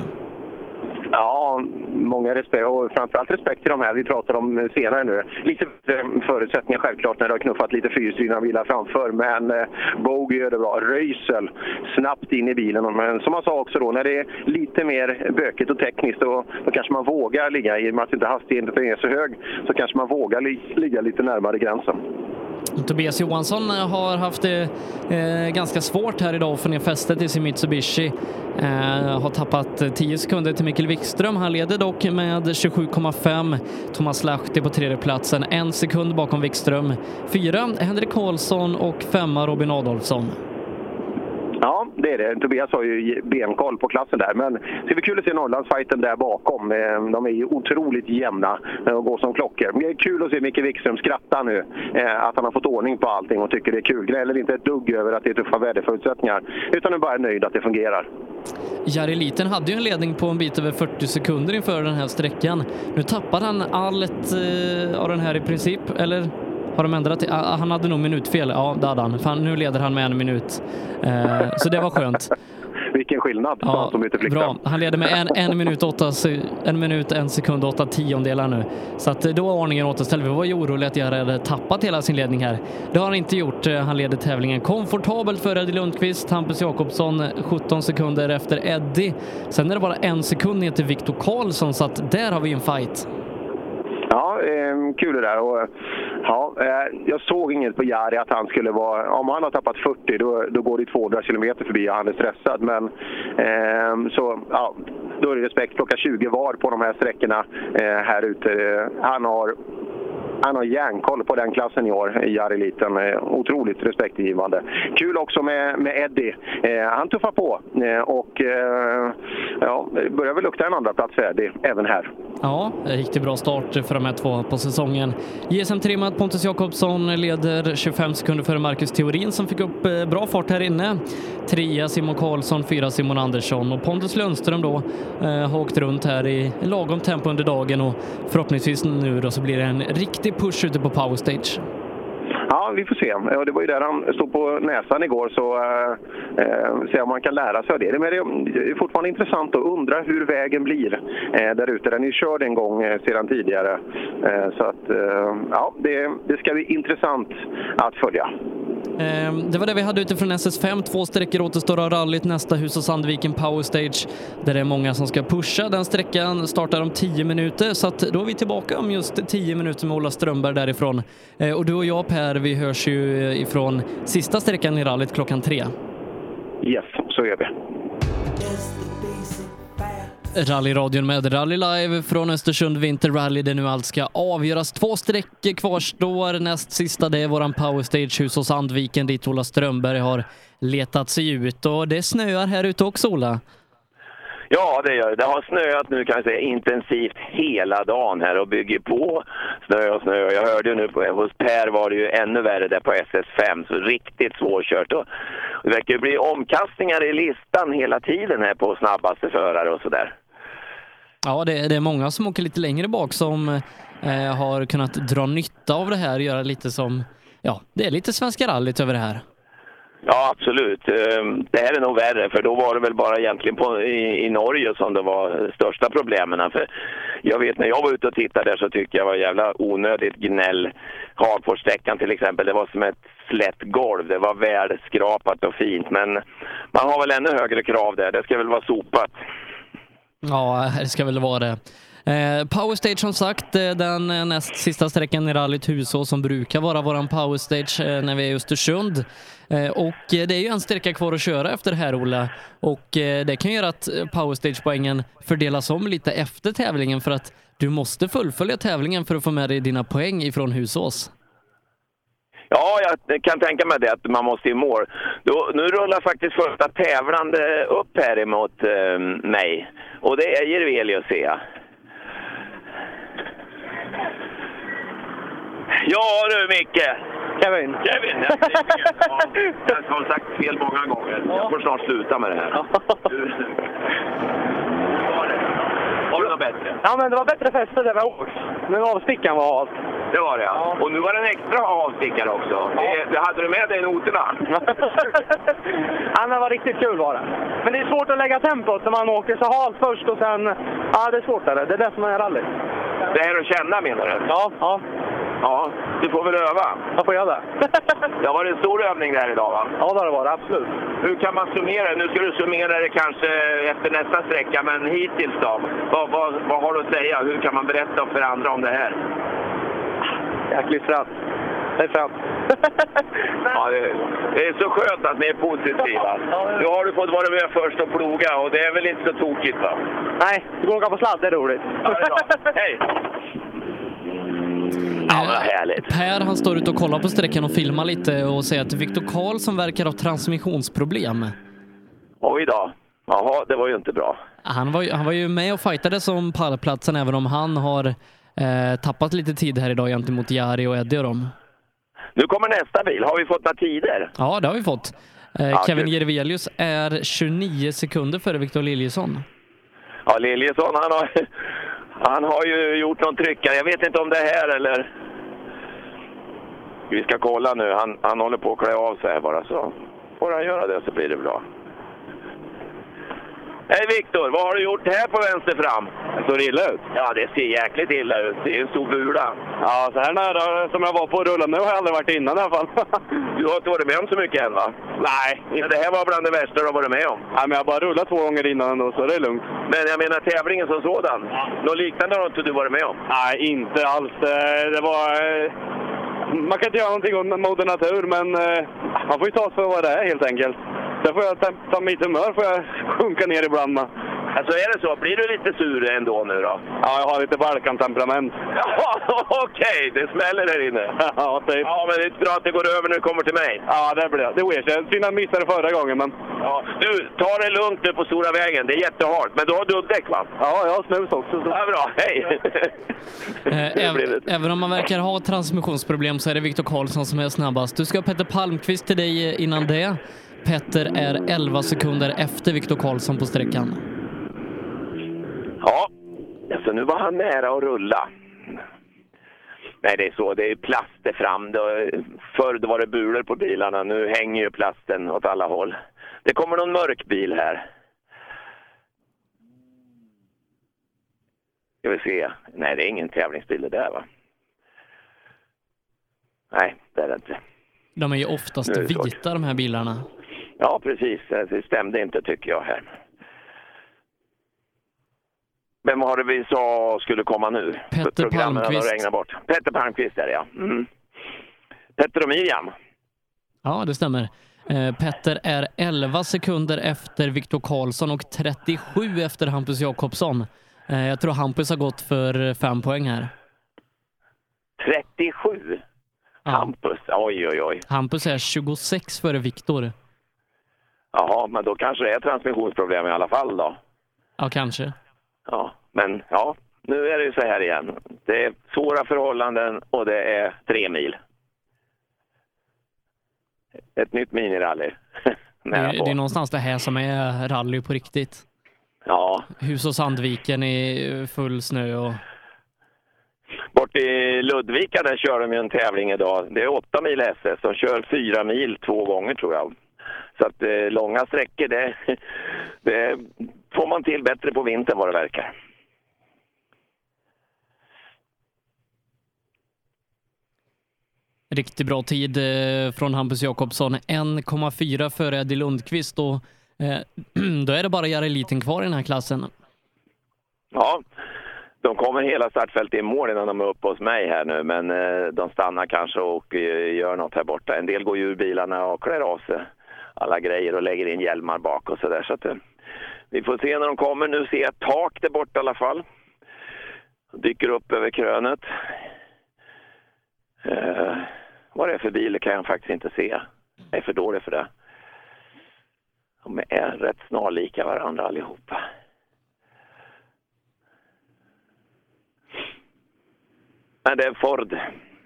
S10: Ja, många respekt och framförallt respekt till de här vi pratar om senare nu. Lite förutsättningar självklart när det har knuffat lite fyrhjulsdrivna bilar framför, men Bogie gör det bra. Röisel snabbt in i bilen, men som man sa också då, när det är lite mer bökigt och tekniskt då kanske man vågar ligga i och med att inte hastigheten är så hög, så kanske man vågar ligga lite närmare gränsen.
S17: Tobias Johansson har haft det ganska svårt här idag att få ner fästet i sin Mitsubishi. Har tappat 10 sekunder till Mikael Wikström. Han leder dock med 27,5. Thomas Lahti på 3:e platsen, 1 sekund bakom Wikström. 4 Henrik Karlsson och 5 Robin Adolfsson.
S10: Ja, det är det. Tobias har ju benkoll på klassen där. Men det är kul att se Norrlandsfighten där bakom. De är ju otroligt jämna och går som klockor. Men det är kul att se Micke Wikström skratta nu. Att han har fått ordning på allting och tycker det är kul. Gnäller inte ett dugg över att det är tuffa väderförutsättningar. Utan är bara nöjd att det fungerar.
S17: Jari Liten hade ju en ledning på en bit över 40 sekunder inför den här sträckan. Nu tappar han allt av den här i princip. Eller har de ändrat? Han hade nog minutfel. Ja, det hade han. Fan, nu leder han med 1 minut. Så det var skönt.
S10: Vilken skillnad.
S17: Ja, bra. Han leder med 1 minut 1 sekund och 8 tiondelar nu. Så att då var ordningen återställd. Vi var ju oroliga att jag hade tappat hela sin ledning här. Det har han inte gjort. Han leder tävlingen komfortabelt för Eddie Lundqvist. Hampus Jakobsson 17 sekunder efter Eddie. Sen är det bara 1 sekund ner till Viktor Karlsson, så att där har vi en fight.
S10: Ja, kul det där. Och, ja, jag såg inget på Jari att han skulle vara... Om han har tappat 40, då går det 200 kilometer förbi och han är stressad. Men så, ja, då är det respekt. Plocka 20 var på de här sträckorna här ute. Han har järnkoll på den klassen i år, Jari Liten. Otroligt respektgivande. Kul också med Eddie. Han tuffar på och ja, börjar väl lukta en andra plats för Eddie även här.
S17: Ja, riktigt bra start för de här två på säsongen. JSM-trimmat Pontus Jakobsson leder 25 sekunder före Marcus Theorin som fick upp bra fart här inne. 3 Simon Karlsson, 4 Simon Andersson och Pontus Lundström då har åkt runt här i lagom tempo under dagen och förhoppningsvis nu då så blir det en riktig push ute på Power Stage.
S10: Ja, vi får se. Det var ju där han stod på näsan igår, så se om man kan lära sig av det. Men det är fortfarande intressant att undra hur vägen blir där ute. Den är ju körd en gång sedan tidigare. Så att, ja, det ska bli intressant att följa.
S17: Det var det vi hade utifrån SS5. 2 sträckor återstår av rallyt. Nästa Hus och Sandviken Power Stage. Där det är många som ska pusha. Den sträckan startar om 10 minuter. Så att då är vi tillbaka om just 10 minuter med Ola Strömberg därifrån. Och du och jag, Per, vi hörs ju ifrån sista sträckan i rallyt klockan 3.
S10: Yes, så gör vi.
S17: Rallyradion med Rally Live från Östersund Vinterrally, där nu allt ska avgöras. 2 sträckor kvarstår. Näst sista, det är våran Power Stage Hus och Sandviken, dit Ola Strömberg har letat sig ut. Och det snöar här ute också, Ola.
S3: Ja, det gör det. Det har snöat nu, kan jag säga, intensivt hela dagen här och bygger på snö och snö. Jag hörde ju nu hos Per var det ju ännu värre där på SS5, så riktigt svårkört. Och det verkar ju bli omkastningar i listan hela tiden här på snabbaste förare och sådär.
S17: Ja, det är många som åker lite längre bak som har kunnat dra nytta av det här, göra lite som, ja, det är lite svenska rallyt över det här.
S3: Ja, absolut. Det här är nog värre, för då var det väl bara egentligen i Norge som det var största problemen. För jag vet, när jag var ute och tittade där så tyckte jag var jävla onödigt gnäll. Hagforssträckan till exempel, det var som ett slätt golv. Det var välskrapat och fint, men man har väl ännu högre krav där. Det ska väl vara sopat.
S17: Ja, det ska väl vara det. Power Stage, som sagt, den näst sista sträckan i rallyt Huså som brukar vara våran Power Stage när vi är i Östersund. Och det är ju en sträcka kvar att köra efter det här, Ola. Och det kan göra att Power Stage-poängen fördelas om lite efter tävlingen, för att du måste fullfölja tävlingen för att få med dig dina poäng ifrån Husås.
S3: Ja, jag kan tänka mig det, att man måste i mål. Nu rullar faktiskt första tävlande upp här emot mig. Och det är Jirvelius, ser jag. Ja du, Micke.
S15: Kevin,
S3: ja, jag har sagt fel många gånger. Jag får snart sluta med det här. Har du något bättre?
S15: Ja, men det var bättre fäste där vi åkt. Men avstickan var halt.
S3: Det var det, ja. Och nu var det en extra avstickare också. Ja. Hade du med dig noterna?
S15: Ja, det var riktigt kul var det. Men det är svårt att lägga tempot när man åker så halt först och sen... Ja, det är svårt där. Det är det som är rally.
S3: Det är att känna, menar du?
S15: Ja.
S3: Ja, du får väl öva.
S15: Jag får göra det.
S3: Det var en stor övning där idag, va?
S15: Ja, det var det, absolut.
S3: Hur kan man summera? Nu ska du summera det kanske efter nästa sträcka, men hittills då? Vad har du att säga? Hur kan man berätta för andra om det här?
S15: Jäkligt främt. Det är främt.
S3: Ja, det är så skönt att ni är positiva. Nu har du fått vara med först och ploga, och det är väl inte så tokigt, va?
S15: Nej, du går åka på sladd, det är roligt.
S3: Ja, det är bra. Hej! Ja, vad härligt.
S17: Per, han står ute och kollar på sträckan och filmar lite och säger att Viktor Karlsson verkar ha transmissionsproblem.
S3: Oj då. Jaha, det var ju inte bra.
S17: Han var ju med och fightade som pallplatsen, även om han har tappat lite tid här idag gentemot Jari och Eddie och dem.
S3: Nu kommer nästa bil. Har vi fått några tider?
S17: Ja, det har vi fått. Kevin Jervelius är 29 sekunder före Victor Liljesson.
S3: Ja, Liljesson, han har ju gjort någon tryckare. Jag vet inte om det är här eller... Vi ska kolla nu. Han håller på att klä av sig här bara, så får han göra det så blir det bra. Hej Viktor, vad har du gjort här på vänster fram?
S4: Det ser illa ut.
S3: Ja, det ser jäkligt illa ut. Det är en stor bula.
S4: Ja, så här nära som jag var på rullen nu har jag aldrig varit innan i alla fall.
S3: Du har inte varit med om så mycket än, va?
S4: Nej.
S3: Men det här var bland det värsta du har varit med om.
S4: Nej, men jag har bara rullat 2 gånger innan ändå, så det är lugnt.
S3: Men jag menar tävlingen som sådan. Något liknande har inte du varit med om?
S4: Nej, inte alls. Det var... Man kan inte göra någonting om moder natur, men man får ju ta för vad det är helt enkelt. Sen får jag ta mitt humör, får jag sjunka ner ibland med.
S3: Alltså är det så? Blir du lite sur ändå nu då?
S4: Ja, jag har lite Balkan-temperament.
S3: Ja, okej. Det smäller där inne.
S4: Ja, typ.
S3: Ja, men det är bra att det går över när det kommer till mig.
S4: Ja, det blir det. Det är synd att jag missade förra gången, men...
S3: Ja, du, ta det lugnt nu på stora vägen. Det är jättehårt. Men du har dubbdäck, va?
S4: Ja, jag har snus också. Så.
S3: Ja, bra. Hej!
S17: Även om man verkar ha transmissionsproblem så är det Viktor Karlsson som är snabbast. Du ska ha Petter Palmqvist till dig innan det. Petter är 11 sekunder efter Viktor Karlsson på sträckan.
S3: Ja, alltså nu var han nära att rulla. Nej, det är så. Det är plaster fram. Förr var det bulor på bilarna. Nu hänger ju plasten åt alla håll. Det kommer någon mörk bil här. Ska vi se. Nej, det är ingen tävlingsbil det där, va? Nej, det är det inte.
S17: De är ju oftast vita, de här bilarna.
S3: Ja, precis. Det stämde inte, tycker jag här. Vem har det vi sa skulle komma nu?
S17: Petter Palmqvist.
S3: Bort. Petter Palmqvist är det, ja. Mm. Petter och Miriam.
S17: Ja, det stämmer. Petter är 11 sekunder efter Viktor Karlsson och 37 efter Hampus Jakobsson. Jag tror Hampus har gått för 5 poäng här.
S3: 37? Ja. Hampus, oj.
S17: Hampus är 26 före Viktor.
S3: Jaha, men då kanske det är transmissionsproblem i alla fall då.
S17: Ja, kanske.
S3: Ja, men ja, nu är det ju så här igen. Det är svåra förhållanden och det är 3 mil. Ett nytt minirally.
S17: Det är någonstans det här som är rally på riktigt.
S3: Ja.
S17: Hus och Sandviken i full snö och...
S3: Bort i Ludvika där kör de ju en tävling idag. Det är 8 mil SS. De kör 4 mil 2 gånger tror jag. Så att långa sträckor, det får man till bättre på vintern vad det verkar.
S17: Riktigt bra tid från Hampus Jakobsson. 1,4 före Eddie Lundqvist och då är det bara Jari Liten kvar i den här klassen.
S3: Ja, de kommer hela startfältet i mål innan de är uppe hos mig här nu, men de stannar kanske och gör något här borta. En del går ju ur bilarna och klär av sig alla grejer och lägger in hjälmar bak och sådär. Så att vi får se när de kommer. Nu ser jag ett tak där borta i alla fall. Dyker upp över krönet. Vad det är för bil kan jag faktiskt inte se. Jag är för dålig för det. De är rätt snarlika varandra allihopa. Men det är Ford.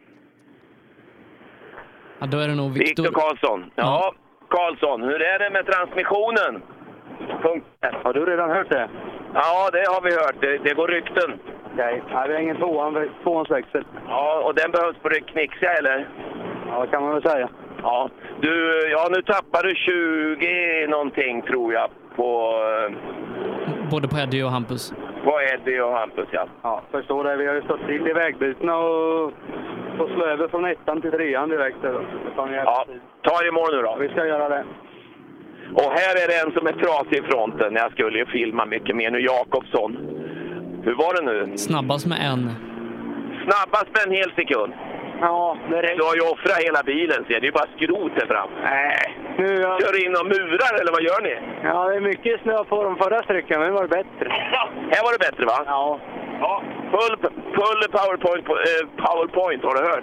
S17: Ja, då är det nog Viktor
S3: Karlsson. Ja, Karlsson, hur är det med transmissionen?
S4: Har du redan hört det?
S3: Ja, det har vi hört. Det går rykten.
S4: Okej, det är ingen tvåans växel.
S3: Ja, och den behövs på det knixiga, eller?
S4: Ja, det kan man väl säga.
S3: Ja, nu tappar du 20 någonting, tror jag, på...
S17: Både på Eddie och Hampus.
S3: På Eddie och Hampus, ja.
S4: Ja, förstår det. Vi har ju stått till i vägbytena och slå över från 1:an till 3:an direkt.
S3: Ja, ta i mål nu då.
S4: Vi ska göra det.
S3: Och här är det en som är trasig i fronten. Jag skulle ju filma mycket mer nu. Jakobsson. Hur var det nu?
S17: Snabbast med en.
S3: Snabbast med en hel sekund.
S4: Ja, det är...
S3: Du har ju offrat hela bilen, så det är ju bara skrot där fram.
S4: Nej.
S3: Kör in och murar, eller vad gör ni?
S4: Ja, det är mycket snö på de förra sträckan, men det var bättre.
S3: Ja, här var det bättre, va?
S4: Ja.
S3: Ja, full powerpoint, har du hört?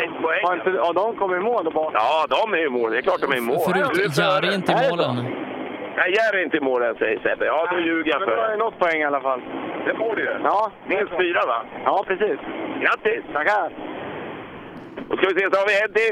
S4: Ja, de kommer i mål då bara.
S3: Ja, de är i mål. Det är klart de är i mål.
S17: Förut Jari inte i målen.
S3: Nej, Jerry är inte i mål än, säger Sebbe. Ja, då ljuger jag för
S4: det. Men något poäng i alla fall.
S3: Det får du ju.
S4: Ja.
S3: Minst 4, va?
S4: Ja, precis.
S3: Grattis!
S4: Tackar!
S3: Då ska vi se, så har vi Eddie.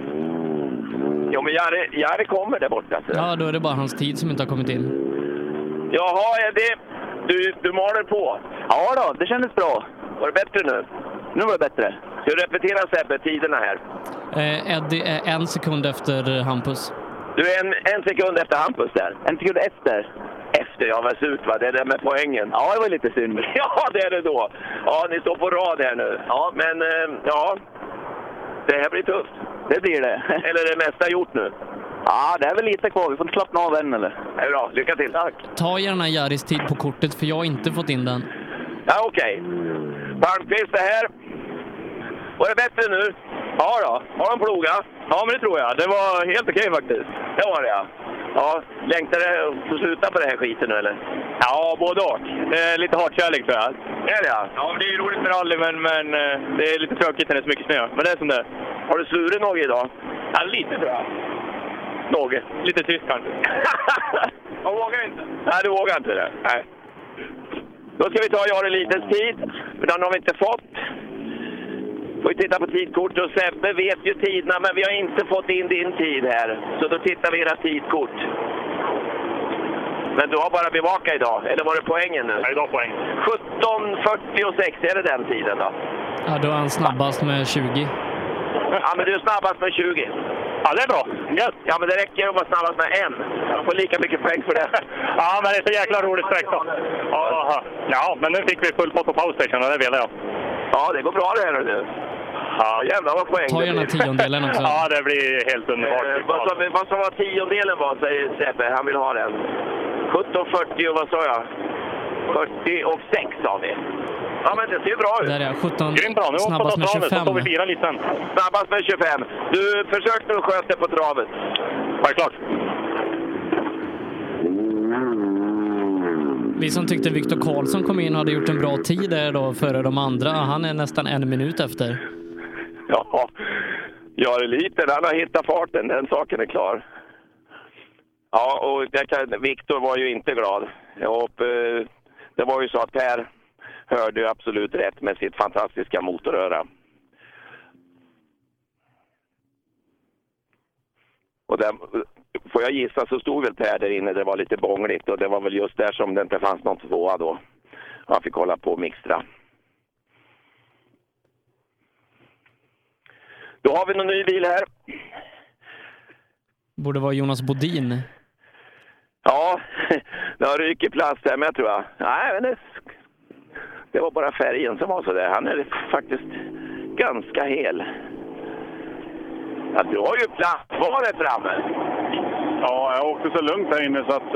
S3: Jo, men Jerry kommer där borta. Så.
S17: Ja, då är det bara hans tid som inte har kommit in.
S3: Jaha, Eddie. Du maler på.
S15: Ja då, det kändes bra.
S3: Var det bättre nu?
S15: Nu var det bättre.
S3: Ska du repetera, Sebbe, tiderna här?
S17: Eddie är 1 sekund efter Hampus.
S3: Du är en sekund efter Hampus där?
S15: 1 sekund efter.
S3: Efter, ja, vad surt, va? Det är det med poängen.
S15: Ja, det var lite synd.
S3: Ja, det är det då. Ja, ni står på rad här nu. Ja, men ja, det här blir tufft.
S15: Det blir det.
S3: Eller är det mesta gjort nu?
S15: Ja, det är väl lite kvar. Vi får inte slappna av än, eller?
S3: Det är bra. Lycka till. Tack.
S17: Ta gärna Jaris tid på kortet, för jag har inte fått in den.
S3: Ja, okej. Palmqvist är här. Var det bättre nu?
S15: Ja då.
S3: Har de ploga?
S15: Ja, men det tror jag. Det var helt okej faktiskt.
S3: Det var det, ja. Ja, längtar det att sluta på det här skiten nu, eller?
S15: Ja, både och. Det är lite hatkärlek, tror jag.
S3: Är det, ja?
S15: Ja, det är ju roligt med rally, men det är lite tråkigt när det är så mycket snö. Men det är som det är.
S3: Har du slurit något idag?
S15: Ja, lite tror jag.
S3: Något?
S15: Lite tyst kanske.
S3: Jag vågar inte. Nej, du vågar inte det. Nej. Då ska vi ta Jari Litens tid, för den har vi inte fått. Får vi titta på tidkort, och Sebbe vet ju tiderna, men vi har inte fått in din tid här. Så då tittar vi era tidkort. Men du har bara bevaka idag, eller var det poängen nu?
S15: Ja, idag poäng.
S3: 17:46, är det den tiden då?
S17: Ja, då är han snabbast med 20.
S3: Ja, men du är snabbast med 20.
S15: Ja, det är bra. Yes.
S3: Ja, men det räcker att vara snabbast med 1. Jag får lika mycket poäng för det.
S15: Ja, men det är så jäkla roligt sträck då. Ja, men nu fick vi full pott på power station och det vill jag.
S3: Ja, det går bra det här nu. Ja, jävlar vad poäng.
S17: Ta gärna tiondelen också.
S15: Ja, det blir helt underbart.
S3: Vad som var tiondelen var, säger Sebbe. Han vill ha den. 17:40 och vad sa jag? 46 sa vi. Ja, men det ser ju bra ut.
S17: Där är 17.
S15: Grymt bra. Nu
S17: snabbast med 25.
S15: Så står vi 4 lite sen.
S3: Snabbast med 25. Du, försök nu sköta det på travet.
S15: Självklart.
S17: Vi som tyckte Viktor Karlsson kom in hade gjort en bra tid där då före de andra. Han är nästan 1 minut efter.
S3: Ja, jag är liten. Han har hittat farten. Den saken är klar. Ja, och Viktor var ju inte glad. Och det var ju så att Per hörde ju absolut rätt med sitt fantastiska motoröra. Och där, får jag gissa, så stod väl Per där inne. Det var lite bångligt, och det var väl just där som det inte fanns någon tvåa då. Han fick hålla på och mixtra. Då har vi någon ny bil här.
S17: Borde vara Jonas Bodin.
S3: Ja, det har rykt plast här med, tror jag. Nej, men det var bara färgen som var så där. Han är faktiskt ganska hel. Ja, du har ju plats kvar där framme.
S15: Ja, jag åkte så lugnt här inne så att...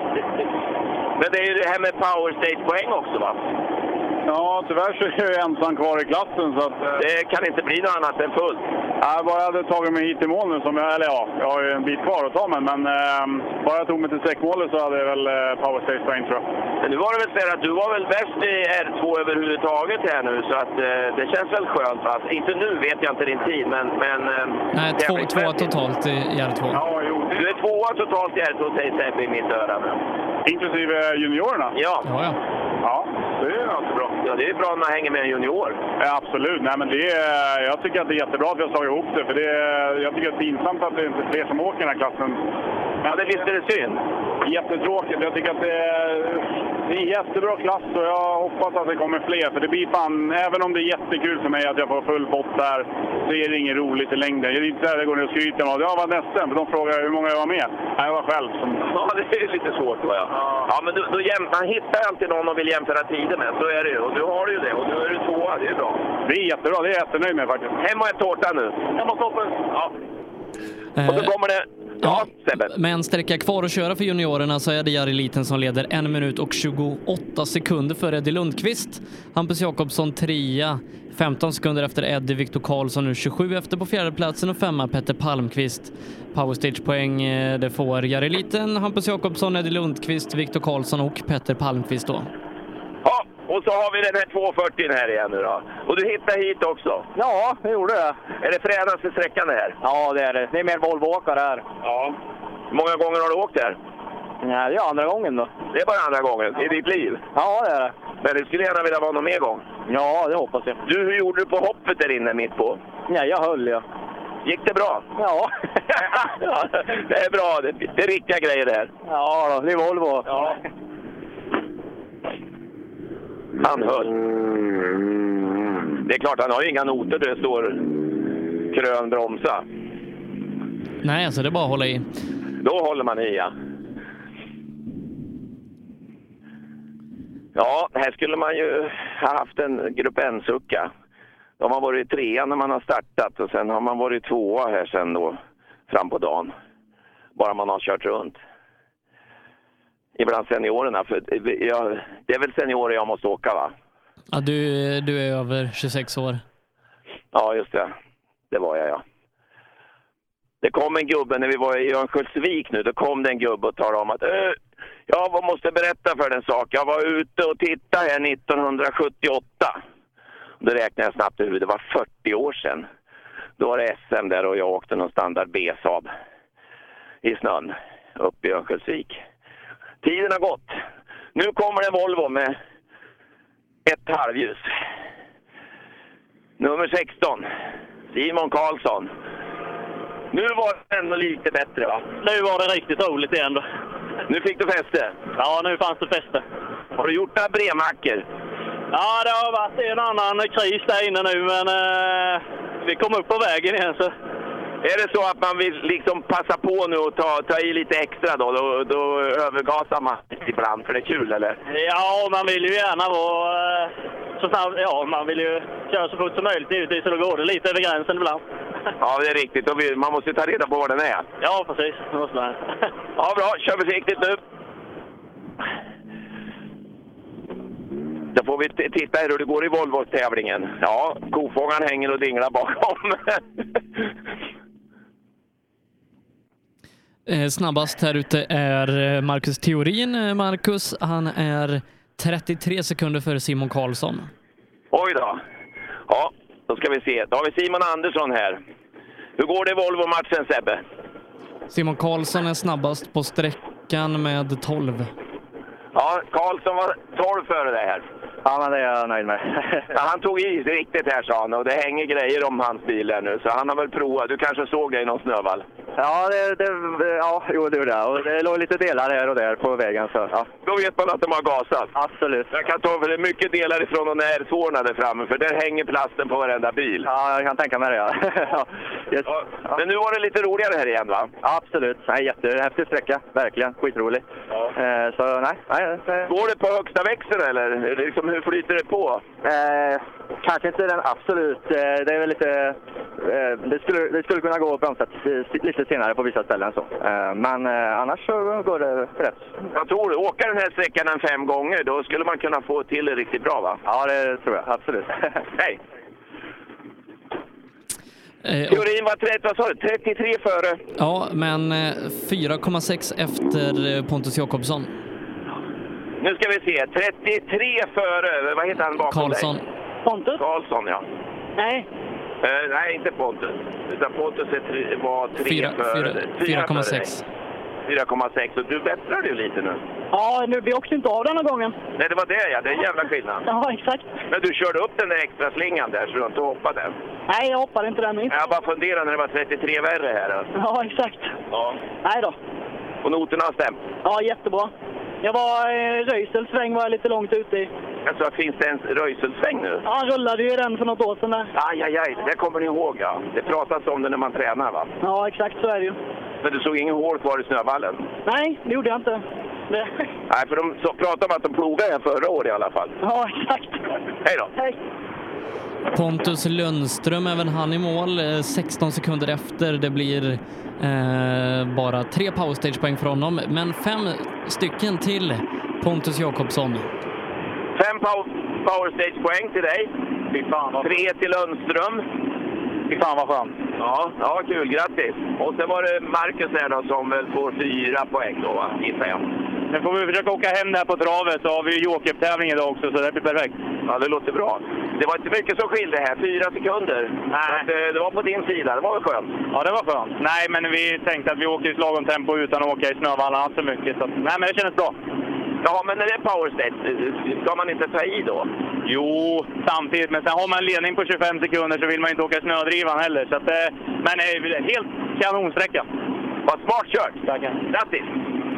S3: Men det är ju det här med power stage-poäng också, va?
S15: Ja, tyvärr så är jag ensam kvar i klassen så att...
S3: Det kan inte bli något annat än fullt.
S15: Ja, bara jag hade tagit mig hit i mål nu som jag... Eller ja, jag har ju en bit kvar att ta mig, men bara jag tog mig till sträckmålet så hade jag väl power stage-poäng, tror jag.
S3: Men nu var det väl så att du var väl bäst i R2 överhuvudtaget här nu, så att det känns väl skönt, va? Inte nu vet jag inte din tid, men
S17: nej, tvåa totalt i R2.
S15: Ja, jo.
S3: Du är tvåa totalt i R2, säger Sebbe i mitt öra nu.
S15: Inklusive juniorerna?
S3: Ja.
S15: Ja, det är alltså bra.
S3: Ja, det är bra när man hänger med en junior.
S15: Ja, absolut. Nej, men jag tycker att det är jättebra att vi har slagit ihop det. För jag tycker att det är pinsamt att det inte är fler som åker i den här klassen.
S3: Ja, det visst är det synd.
S15: Jättetråkigt. Jag tycker att det är en jättebra klass och jag hoppas att det kommer fler. För det blir fan, även om det är jättekul för mig att jag får full pott där, så är det inget roligt i längden. Jag är inte där jag går ner och skryter om att jag var nästan, för de frågar hur många jag var med. Nej, jag var själv.
S3: Ja, det är lite svårt, tror jag. Ja, men man hittar alltid någon och vill jämföra tider med. Så är det ju. Och du har ju det. Och nu är du tvåa. Det är bra.
S15: Det är jättebra. Det är jag jättenöjd med faktiskt.
S3: Hem och ett tårta nu. Hem och toppen. Ja. Och så kommer det...
S17: Ja, med en sträcka kvar att köra för juniorerna så är det Jari Liten som leder 1 minut och 28 sekunder för Eddie Lundqvist. Hampus Jakobsson 3, 15 sekunder efter Eddie. Viktor Karlsson nu 27 efter på fjärde platsen och 5 Petter Palmqvist. Powerstage-poäng det får Jari Liten, Hampus Jakobsson, Eddie Lundqvist, Viktor Karlsson och Petter Palmqvist då.
S3: Ja, och så har vi den här 240 här igen nu då. Och du hittar hit också?
S15: Ja, jag gjorde det.
S3: Är det fränaste sträckan det här?
S15: Ja, det är det. Det är mer Volvo-åkare här.
S3: Ja. Hur många gånger har du åkt här?
S4: Nej, det är andra gången då.
S3: Det är bara andra gången i ditt liv?
S4: Ja, det är det.
S3: Men du skulle gärna vilja vara någon mer gång?
S4: Ja, det hoppas jag.
S3: Du, hur gjorde du på hoppet där inne mitt på?
S4: Nej, jag höll ja.
S3: Gick det bra?
S4: Ja.
S3: Ja, det är bra. Det är riktiga grejer det här.
S4: Ja då, det är Volvo.
S3: Ja. Han höll. Det är klart, han har ju inga noter där det står krön bromsa.
S17: Nej, alltså det är bara att hålla i.
S3: Då håller man i, ja. Ja, här skulle man ju ha haft en grupp N-sucka. De har varit 3 när man har startat och sen har man varit 2 här sen då fram på dagen. Bara man har kört runt. Ibland seniorerna, för det är väl seniorer jag måste åka, va?
S17: Ja, du är över 26 år.
S3: Ja, just det. Det var jag, ja. Det kom en gubbe när vi var i Örnsköldsvik nu. Då kom det en gubbe och talade om att jag måste berätta för en sak. Jag var ute och tittade här 1978. Då räknade jag snabbt hur det var 40 år sedan. Då var det SM där och jag åkte någon standard B-Saab i snön uppe i Örnsköldsvik. Tiden har gått. Nu kommer det en Volvo med ett halvljus. Nummer 16. Simon Karlsson. Nu var det ändå lite bättre, va?
S4: Nu var det riktigt roligt igen då.
S3: Nu fick du fäste?
S4: Ja, nu fanns det fäste.
S3: Har du gjort några bremackor?
S4: Ja, det har varit en annan kris där inne nu, men vi kom upp på vägen igen så.
S3: Är det så att man vill liksom passa på nu och ta i lite extra då övergasar man ibland för det är kul, eller?
S4: Ja, man vill ju gärna vara så snabbt, ja, man vill ju köra så fort som möjligt givetvis, så då går det lite över gränsen ibland.
S3: Ja, det är riktigt. Och man måste ta reda på var den är.
S4: Ja, precis. Det måste man.
S3: Ja, bra. Kör försiktigt nu. Då får vi titta hur det går i Volvo-tävlingen. Ja, kofångaren hänger och dinglar bakom.
S17: Snabbast här ute är Marcus Theorin. Marcus, han är 33 sekunder före Simon Karlsson.
S3: Oj då. Ja, då ska vi se. Då har vi Simon Andersson här. Hur går det i Volvo-matchen, Sebbe?
S17: Simon Karlsson är snabbast på sträckan med 12.
S3: Ja, Karlsson var 12 före det här.
S4: Ja, men det är jag nöjd med.
S3: Ja, han tog i riktigt här, sa han, och det hänger grejer om hans bil här nu, så han har väl provat. Du kanske såg det i någon snövall?
S4: Ja, det gjorde jag. Och det låg lite delar här och där på vägen, så ja.
S3: Då vet man att de har gasat.
S4: Absolut.
S3: Jag kan ta för det mycket delar ifrån de där R2:orna där framme, för där hänger plasten på varenda bil.
S4: Ja, jag kan tänka mig det, ja.
S3: Yes. Ja. Men nu var det lite roligare här igen, va?
S4: Ja, absolut. Nej, jättehäftig sträcka. Verkligen. Skitrolig. Ja. Så nej.
S3: Går det på högsta växeln, eller? Liksom, hur flyter det på?
S4: Kanske inte den absolut. Det är väl lite... Det skulle kunna gå att bromsa lite senare på vissa ställen så. Men annars så går det rätt.
S3: Jag tror du åker den här sträckan 5 gånger, då skulle man kunna få till det riktigt bra, va?
S4: Ja, det tror jag. Absolut.
S3: Hej! Teorin var 33 före.
S17: Ja, men 4,6 efter Pontus Jakobsson.
S3: Nu ska vi se. 33 före. Vad heter han bakom
S17: Karlsson.
S3: dig?
S4: Pontus?
S3: Karlsson, ja.
S4: Nej.
S3: Nej, inte Pontus. Utan Pontus var 3 före.
S17: 4,6.
S3: 4,6. Och du bättrar ju lite nu.
S4: Ja, vi åkte inte av den här gången.
S3: Nej, det var det, ja. Det är en jävla skillnad.
S4: Ja, exakt.
S3: Men du körde upp den där extra slingan där så du inte hoppade.
S4: Nej, jag hoppade inte den.
S3: Jag bara funderade när det var 33 värre här.
S4: Ja, exakt.
S3: Ja.
S4: Nej då.
S3: Och noterna har stämt?
S4: Ja, jättebra. Jag var Röiselsväng var jag lite långt ute i.
S3: Alltså, finns det en Röiselsväng nu?
S4: Ja, han rullade ju den för något år sedan där.
S3: Aj, det kommer ni ihåg, ja. Det pratas om det när man tränar, va?
S4: Ja, exakt så är det ju.
S3: Men du såg ingen hål kvar i snövallen?
S4: Nej, det gjorde jag inte. Det...
S3: Nej, för de pratade om att de plogade här förra året i alla fall.
S4: Ja, exakt.
S3: Hej då.
S4: Hej.
S17: Pontus Lundström, även han i mål, 16 sekunder efter. Det blir bara 3 powerstage-poäng för honom, men 5 stycken till Pontus Jakobsson.
S3: 5 powerstage-poäng till dig. 3 till Lundström.
S4: Fy fan vad skönt.
S3: Ja, kul. Grattis. Och sen var det Marcus här då som väl får 4 poäng då, va? Gissar jag.
S4: Nu får vi försöka åka hem där på travet, så har vi Joker-tävling idag också, så det blir perfekt.
S3: Ja, det låter bra. Det var inte mycket som skilde här, 4 sekunder. Nej. Det var på din sida, det var väl skönt?
S4: Ja, det var skönt. Nej, men vi tänkte att vi åker i lagom tempo utan att åka i snövallarna så mycket. Så, nej, men det kändes bra.
S3: Ja, men när det är power state, ska man inte ta i då?
S4: Jo, samtidigt. Men sen har man en ledning på 25 sekunder så vill man inte åka snödrivan heller. Så att, men helt kanonsträcka.
S3: Vad smart kört!
S4: Tackar.
S3: Grattis!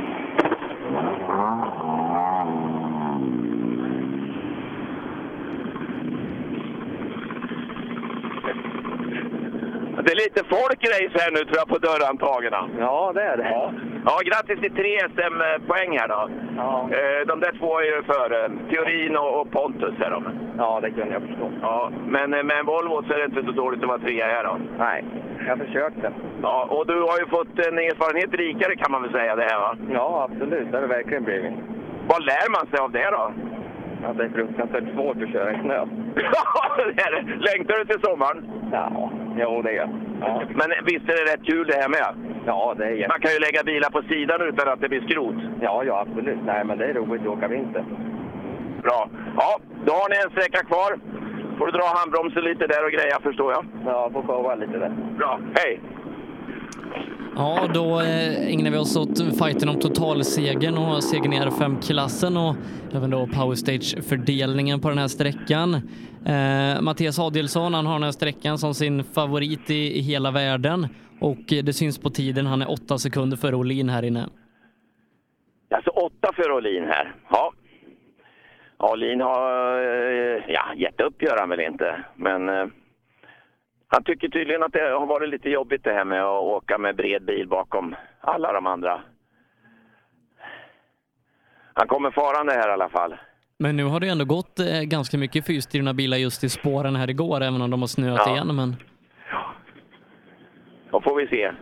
S3: Det är lite folkrace här nu tror jag på dörrantagarna.
S4: Ja, det är det.
S3: Ja, grattis till 3 SM-poäng här då.
S4: Ja.
S3: De där två är ju för Theorin och Pontus här då.
S4: Ja, det kan jag förstå.
S3: Ja, men med en Volvo så är det inte så dåligt att vara 3 här då.
S4: Nej, jag försökte.
S3: Ja, och du har ju fått en erfarenhet rikare kan man väl säga det här va?
S4: Ja, absolut. Det har det verkligen blivit.
S3: Vad lär man sig av det då?
S4: Ja, det är fruktansvärt svårt att köra i snö.
S3: Ja, det är det. Längtar du till sommaren?
S4: Ja, jo det är. Ja.
S3: Men visst är det rätt kul det här med?
S4: Ja, det är.
S3: Man kan ju lägga bilar på sidan utan att det blir skrot.
S4: Ja, absolut. Nej, men det är roligt att åka vinter.
S3: Bra. Ja, då har ni en sträcka kvar. Får du dra handbromsen lite där och greja, förstår jag.
S4: Ja, får showa lite där.
S3: Bra, hej!
S17: Ja, då ägnar vi oss åt fighten om totalsegern och segern i R5-klassen och även då Power Stage-fördelningen på den här sträckan. Mattias Adielsson, han har den här sträckan som sin favorit i hela världen och det syns på tiden, han är 8 sekunder före Olin här inne.
S3: Alltså 8 för Olin här, ja. Olin har, gett upp gör han väl inte, men han tycker tydligen att det har varit lite jobbigt det här med att åka med bred bil bakom alla de andra. Han kommer farande här i alla fall.
S17: Men nu har det ändå gått ganska mycket fyrstyrna bilar just i spåren här igår, även om de har snöat igen. Men...
S3: Då får vi se.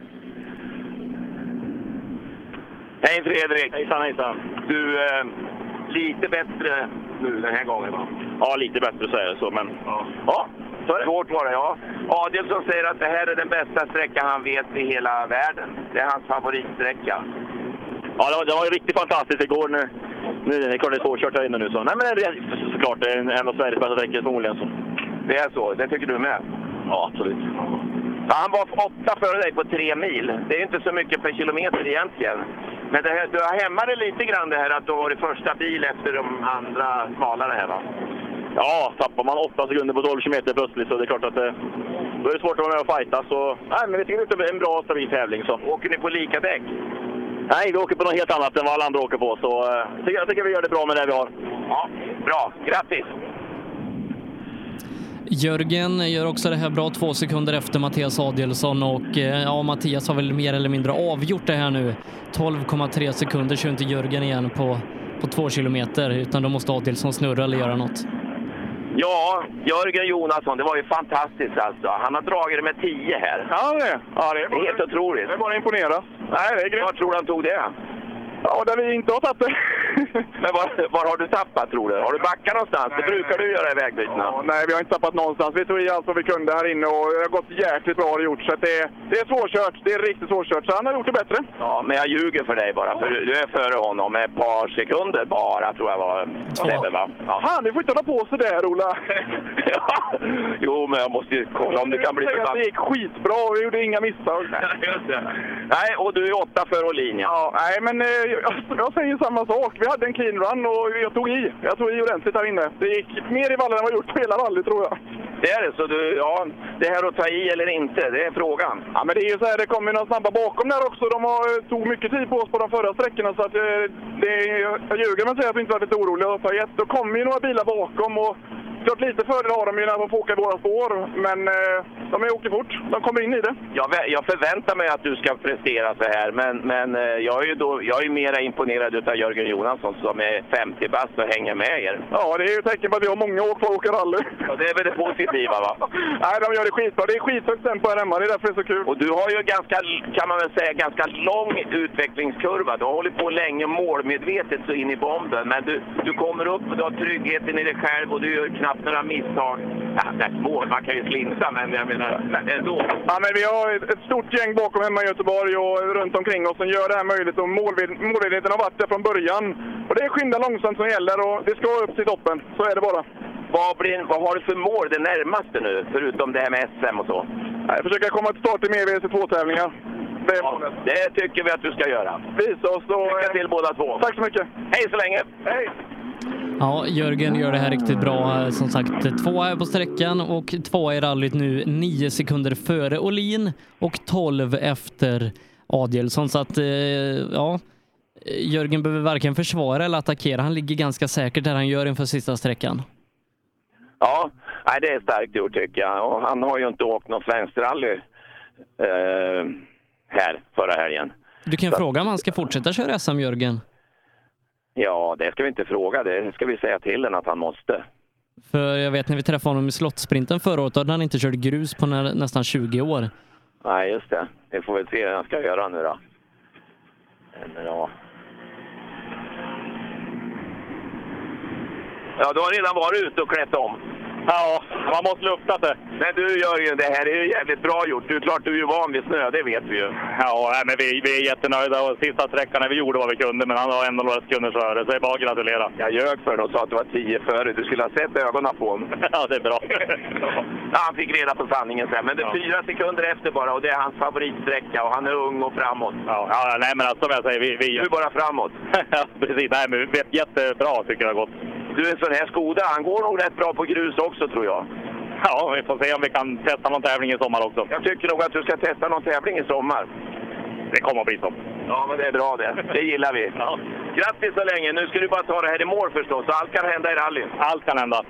S3: Hej Fredrik!
S4: Hejsan, hejsan.
S3: Du, lite bättre nu den här gången va?
S4: Ja, lite bättre så är det så, men...
S3: Ja. Svårt var det, ja. Adielsson säger att det här är den bästa sträckan han vet i hela världen. Det är hans favoritsträcka.
S4: Ja, det var riktigt fantastiskt igår nu. Nu är det svårkört här inne nu så. Nej, men det är såklart det är en av Sveriges bästa sträckor förmodligen så.
S3: Det är så, det tycker du med?
S4: Ja, absolut.
S3: Ja, han var 8 före dig på 3 mil. Det är inte så mycket per kilometer egentligen. Men det här, du har hämmat det lite grann det här att du var i första bil efter de andra smalare här va?
S4: Ja, tappar man 8 sekunder på 12 km plötsligt så det är klart att då är det svårt att vara med och fighta. Så, nej, men vi tycker det blir en bra stabil tävling. Så.
S3: Åker ni på lika däck?
S4: Nej, vi åker på något helt annat än vad alla andra åker på. Så jag tycker vi gör det bra med det vi har.
S3: Ja, bra. Grattis!
S17: Jörgen gör också det här bra 2 sekunder efter Mattias Adielsson och Mattias har väl mer eller mindre avgjort det här nu. 12,3 sekunder kör inte Jörgen igen på 2 kilometer utan då måste Adielsson snurra eller göra något.
S3: Ja, Jörgen Jonasson, det var ju fantastiskt alltså. Han har dragit det med 10 här.
S4: Ja, det är
S3: helt otroligt.
S4: Det är bara imponera. Nej, det är grymt.
S3: Var tror du han tog det?
S4: Ja, där vi inte har tagit det.
S3: Men var har du tappat tror du? Har du backat någonstans? Det brukar du göra i vägbytena.
S4: Ja, nej, vi har inte tappat någonstans. Vi tog i allt vad vi kunde här inne och det har gått jäkligt bra gjort. Så att det är svårkört. Det är riktigt svårkört. Så han har gjort det bättre.
S3: Ja, men jag ljuger för dig bara. För du är före honom med ett par sekunder bara, tror jag var Sebbe, va?
S4: Ja. Fan, du får inte hålla på så där, Ola.
S3: Ja. Jo, men jag måste ju kolla om det kan bli
S4: så. Det gick skitbra och vi gjorde inga misstag.
S3: Nej, och du är 8 för Olin,
S4: ja. Nej, men jag säger samma sak. Vi hade en clean run och jag tog i ordentligt här inne. Det gick mer i vallen än vad jag gjort på hela rally, tror jag.
S3: Det är det, så det här att ta i eller inte, det är frågan.
S4: Ja, men det är ju så här, det kommer ju några snabba bakom där också. De tog mycket tid på oss på de förra sträckorna, så att jag ljuger men säger att vi inte var lite oroliga. Då kommer ju några bilar bakom och klart lite fördel har de ju när de får åka i våra spår, men de är åkt fort. De kommer in i det.
S3: Jag förväntar mig att du ska prestera så här, men jag är ju mera imponerad av Jörgen Jonasson som är 50 bast och hänger med er.
S4: Ja, det är ju tecken på att vi har många år kvar att åka rally.
S3: Ja, det är väl det positiva, va?
S4: Nej, de gör det skitbra. Det är skithögt tempo här hemma, det är därför det är så kul.
S3: Och du har ju kan man väl säga, ganska lång utvecklingskurva. Du har hållit på länge målmedvetet så in i bomben, men du kommer upp och du har tryggheten i dig själv och du gör knappt några misstag. Ja, det är mål, man kan ju slinsa, men jag menar ändå.
S4: Ja, men vi har ett stort gäng bakom hemma i Göteborg och runt omkring oss som gör det här möjligt. Och målvilligheten har varit där från början. Och det är skynda långsamt som gäller och det ska upp till toppen. Så är det bara.
S3: Vad har du för mål det närmaste nu, förutom det här med SM och så?
S4: Jag försöker komma till start i mer WC2-tävlingar.
S3: Det tycker vi att du ska göra.
S4: Visa oss då.
S3: Lycka till båda två.
S4: Tack så mycket.
S3: Hej så länge.
S4: Hej.
S17: Ja, Jörgen gör det här riktigt bra. Som sagt, 2 är på sträckan och 2 i rallyt nu. 9 sekunder före Olin och 12 efter Adielsson. Så att, ja, Jörgen behöver varken försvara eller attackera. Han ligger ganska säkert där han gör inför sista sträckan.
S3: Ja, nej, det är starkt gjort tycker jag. Och han har ju inte åkt någon svensk rally här förra helgen.
S17: Du kan fråga om han ska fortsätta köra SM, Jörgen.
S3: Ja, det ska vi inte fråga. Det ska vi säga till den att han måste.
S17: För jag vet när vi träffade honom i slottsprinten förra året, då hade han inte kört grus på nästan 20 år.
S3: Nej, just det. Det får vi se vad han ska göra nu då. Ja, du har redan varit ute och klätt om.
S15: Ja, man måste lufta det.
S3: Men du gör ju det här är ju jävligt bra gjort. Du är klart du är ju van vid snö, det vet vi ju.
S15: Ja, men vi är jättenöjda och sista sträckan när vi gjorde vad vi kunde, men han har ändå några sekunder före, så det är bara att gratulera.
S3: Jag ljög för och sa att du var 10 före. Du skulle ha sett ögonen på honom.
S15: Ja, det är bra.
S3: Ja, han fick reda på sanningen sen, men det är 4 sekunder efter bara och det är hans favoritsträcka och han är ung och framåt.
S15: Ja, nej men som jag säger, vi
S3: Du är bara framåt.
S15: Ja, precis. Nej, men vi är jättebra tycker jag gott.
S3: Du, en sån här Skoda, han går nog rätt bra på grus också tror jag.
S15: Ja, vi får se om vi kan testa någon tävling i sommar också.
S3: Jag tycker nog att du ska testa någon tävling i sommar.
S15: Det kommer att bli så.
S3: Ja, men det är bra det. Det gillar vi.
S15: Ja.
S3: Grattis så länge. Nu ska du bara ta det här i mål förstås. Så allt kan hända i rallyn.
S15: Allt kan hända.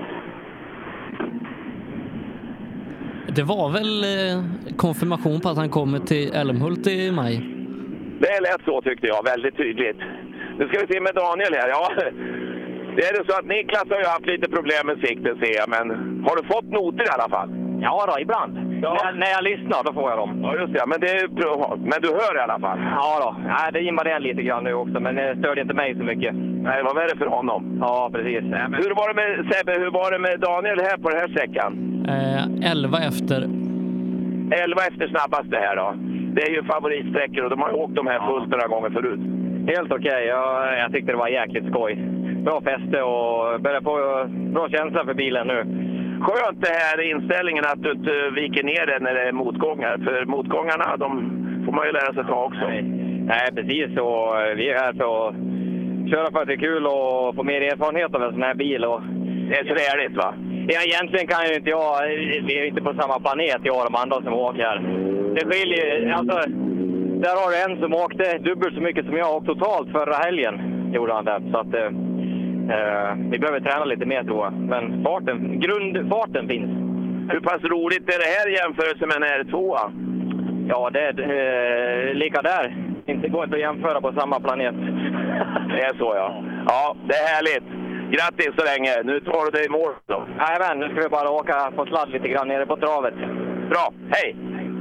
S17: Det var väl konfirmation på att han kommer till Älmhult i maj?
S3: Det lät så tyckte jag. Väldigt tydligt. Nu ska vi se med Daniel här. Ja, det är det så att Niklas har ju haft lite problem med sikten ser jag. Men har du fått noter i alla fall?
S5: Ja då, ibland. Ja. När jag lyssnar då får jag dem.
S3: Ja just det, men du hör i alla fall?
S5: Ja då, nej, det gimmar det lite grann nu också, men det störde inte mig så mycket.
S3: Nej, vad är det för honom?
S5: Ja, precis. Nej, men...
S3: Hur var det med Sebbe, hur var det med Daniel här på den här sträckan?
S17: 11 efter.
S3: 11 efter snabbast det här då. Det är ju favoritsträckor och de har ju åkt de här fullt några gånger förut.
S5: Helt okej. Jag tyckte det var jäkligt skoj. Bra fäste och börjar få bra känsla för bilen nu.
S3: Skönt det här inställningen att du inte viker ner det när det är motgångar. För motgångarna, de får man ju lära sig ta också.
S5: Nej precis. Och vi är här för att köra för att det är kul och få mer erfarenhet av en sån här bil. Och...
S3: Det är träligt va?
S5: Ja, egentligen kan ju inte jag... Vi är inte på samma planet jag och de andra som åker här. Det skiljer... Alltså, där har du en som åkte dubbelt så mycket som jag och totalt förra helgen. Gjorde han det. Så att... vi behöver träna lite mer tror jag. Men grundfarten finns.
S3: Hur pass roligt är det här i jämförelse med en R2?
S5: Ja, det är lika där. Inte går inte att jämföra på samma planet.
S3: Det är så ja. Ja, det är härligt. Grattis så länge. Nu tar du dig i mål då.
S5: Jajamän, nu ska vi bara åka på sladd lite grann nere på travet.
S3: Bra, hej!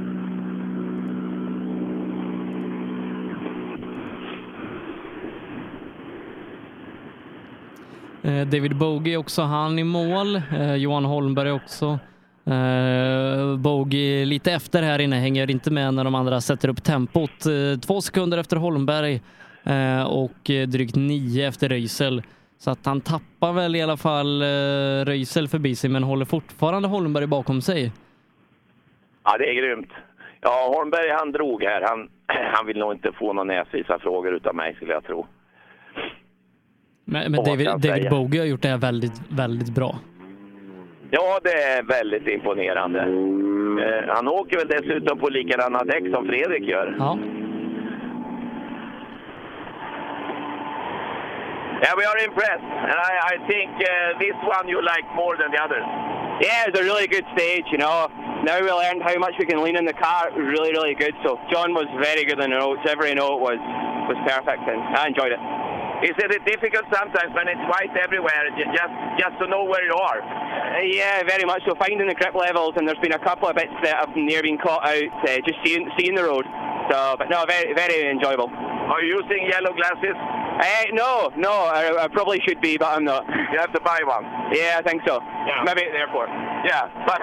S17: David Bogie också han i mål. Johan Holmberg också. Bogie lite efter här inne, hänger inte med när de andra sätter upp tempot. 2 sekunder efter Holmberg och drygt 9 efter Röisel. Så att han tappar väl i alla fall Röisel förbi sig men håller fortfarande Holmberg bakom sig.
S3: Ja, det är grymt. Ja, Holmberg han drog här. Han vill nog inte få någon näsvisa frågor utav mig skulle jag tro.
S17: Men David Bogie har gjort det här väldigt, väldigt bra.
S3: Ja, det är väldigt imponerande. Han åker väl dessutom på likadana däck som Fredrik gör.
S17: Ja.
S3: Yeah, we are impressed. And I think this one you like more than the others.
S5: Yeah, it's a really good stage, you know. Now we learned how much we can lean in the car. It was really, really good. So John was very good on the notes. Every note was perfect and I enjoyed it.
S3: Is it difficult sometimes when it's white everywhere, just to know where you are?
S5: Yeah, very much so. Finding the grip levels, and there's been a couple of bits that have near been caught out, just seeing the road. So, but no, very, very enjoyable.
S3: Are you using yellow glasses?
S5: No, I probably should be, but I'm not.
S3: You have to buy one.
S5: Yeah, I think so.
S3: Yeah.
S5: Maybe at the airport.
S3: Yeah, but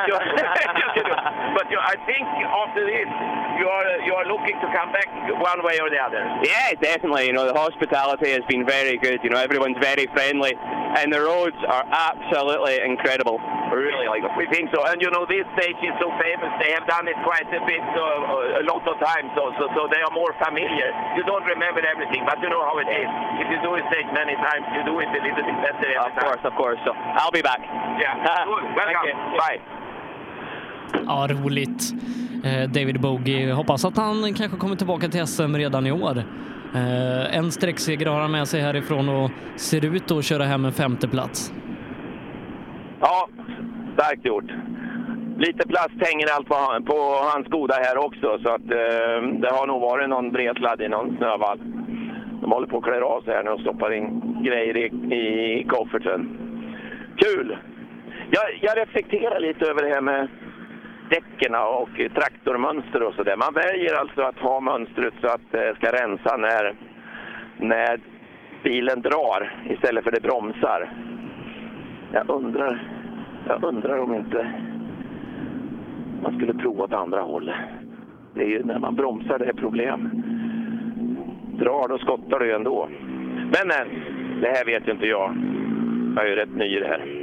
S3: I think after this, you are looking to come back one way or the other.
S5: Yeah, definitely. You know, the hospitality has been very good. You know, everyone's very friendly. and the roads are absolutely incredible.
S3: We really like it. We think so. And this stage is so famous. They have done it quite a bit, a lot of times, so they are more familiar. You don't remember everything, but you know how it is. If you do a stage many times, you do it a little bit better every time.
S5: Of course. So I'll be back.
S3: Yeah. Good. Welcome. Bye.
S17: Ja, roligt. David Bogie, hoppas att han kanske kommer tillbaka till SM redan i år. En sträckseger har han med sig härifrån och ser ut att köra hem en 5:e plats.
S3: Ja, starkt gjort. Lite plast hänger allt på hans goda här också, så att det har nog varit någon bredsladd i någon snövall. De håller på att klä av sig här nu och stoppar in grejer i kofferten. Kul! Jag reflekterar lite över det här med däcken och traktormönster och sådär. Man väljer alltså att ha mönstret så att det ska rensa när bilen drar istället för det bromsar. Jag undrar om inte man skulle prova åt andra hållet. Det är ju när man bromsar det är problem. Drar då skottar du ju ändå. Men det här vet ju inte jag. Jag är ju rätt ny i det här.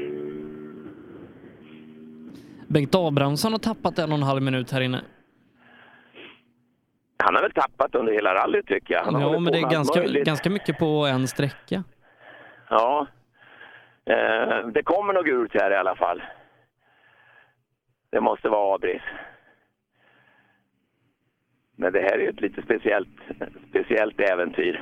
S17: Bengt Abrahamsson har tappat 1,5 minut här inne.
S3: Han har väl tappat under hela rallyt tycker jag.
S17: Ja, men det är ganska mycket på en sträcka.
S3: Ja, det kommer nog ut här i alla fall. Det måste vara Abris. Men det här är ju ett lite speciellt äventyr.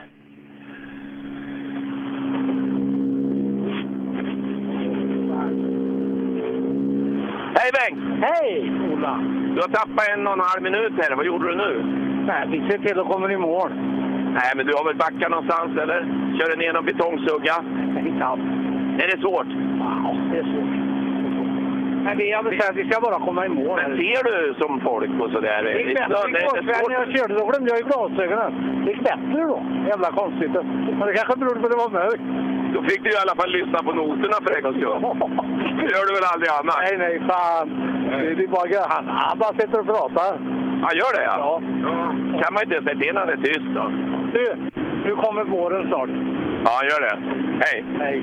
S3: Hej Bengt!
S6: Hej Ola!
S3: Du har tappat 1,5 minut här. Vad gjorde du nu?
S6: Nej, vi ser till att komma i mål.
S3: Nej, men du har väl backat någonstans eller? Kör ner någon betongsugga?
S6: Inte alls.
S3: Är det svårt?
S6: Ja, det är svårt. Men vi ska bara komma i mål.
S3: Men ser du som folk och sådär?
S6: Det gick bättre när jag körde, då glömde jag ju glasögonen. Det gick bättre då. Jävla konstigt. Men det kanske beror på att det var mörkt.
S3: Då fick du i alla fall lyssna på noterna för en gångs skull. Det gör du väl aldrig annars?
S6: Nej, fan. Det är bara, han bara sitter och pratar.
S3: Han gör det, ja?
S6: Ja.
S3: Kan man inte säga till när det är tyst då?
S6: Du, nu kommer våren snart.
S3: Ja, han gör det. Hej.
S6: Hej.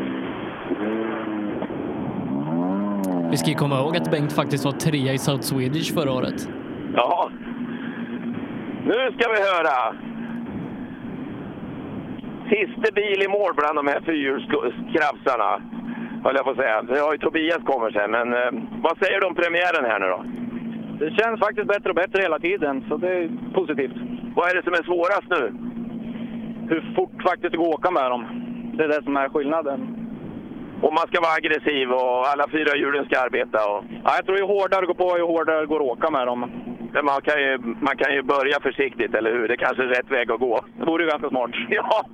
S17: Vi ska komma ihåg att Bengt faktiskt var 3 i South Swedish förra året.
S3: Ja. Nu ska vi höra. Sista bil i mål bland de här fyrhjulskrafsarna, höll jag på att säga. Det har ju Tobias kommer sen, men vad säger du om premiären här nu då?
S6: Det känns faktiskt bättre och bättre hela tiden, så det är positivt.
S3: Vad är det som är svårast nu?
S6: Hur fort faktiskt det går att åka med dem. Det är det som är skillnaden.
S3: Och man ska vara aggressiv och alla 4 hjulen ska arbeta. Och...
S6: Ja, jag tror ju hårdare det går på, ju hårdare går att åka med dem.
S3: Men man kan ju börja försiktigt, eller hur? Det kanske är rätt väg att gå.
S6: Det vore ju ganska smart.
S3: Ja.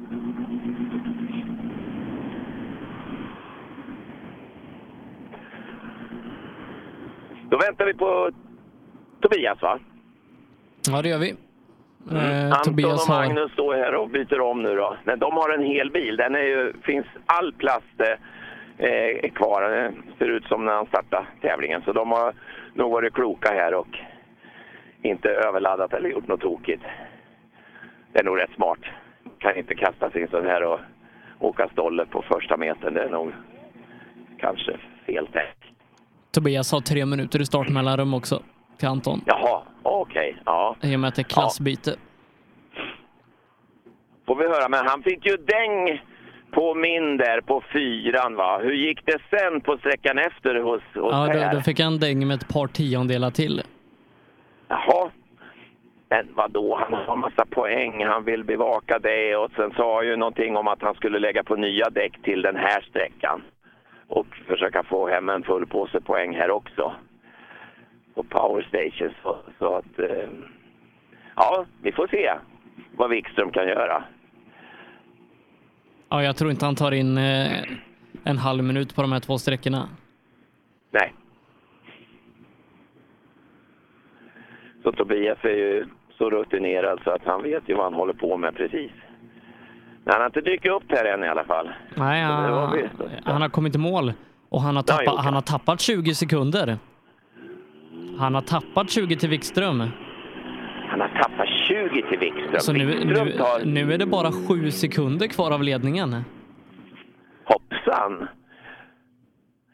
S3: Då väntar vi på Tobias, va?
S17: Ja, det gör vi.
S3: Anton
S17: Tobias
S3: och Magnus står här och byter om nu då. Men de har en hel bil. Den finns all plast kvar. Det ser ut som när han startade tävlingen. Så de har nog varit kloka här och inte överladdat eller gjort något tokigt. Det är nog rätt smart. Kan inte kasta sig in så här och åka stolle på första metern. Det är nog kanske fel tänk.
S17: Tobias har 3 minuter i startmellanrum också till Anton.
S3: Jaha, okej. Ja.
S17: I och med att det är klassbyte.
S3: Får vi höra, men han fick ju däng på min där på 4, va? Hur gick det sen på sträckan efter hos
S17: Ja, då fick han däng med ett par tiondelar till.
S3: Jaha. Men vadå? Han har en massa poäng. Han vill bevaka det. Och sen sa ju någonting om att han skulle lägga på nya däck till den här sträckan. Och försöka få hem en full påse poäng här också. På Power Station. Så att... ja, vi får se vad Wikström kan göra.
S17: Ja, jag tror inte han tar in en halv minut på de här 2 sträckorna.
S3: Nej. Så Tobias är ju så rutinerad så att han vet ju vad han håller på med precis. Men han har inte dykt upp här än i alla fall.
S17: Nej, han har kommit i mål och han har tappat 20 sekunder. Han har tappat 20 till Wikström.
S3: Han har tappat 20 till Wikström.
S17: Så nu är det bara 7 sekunder kvar av ledningen.
S3: Hoppsan!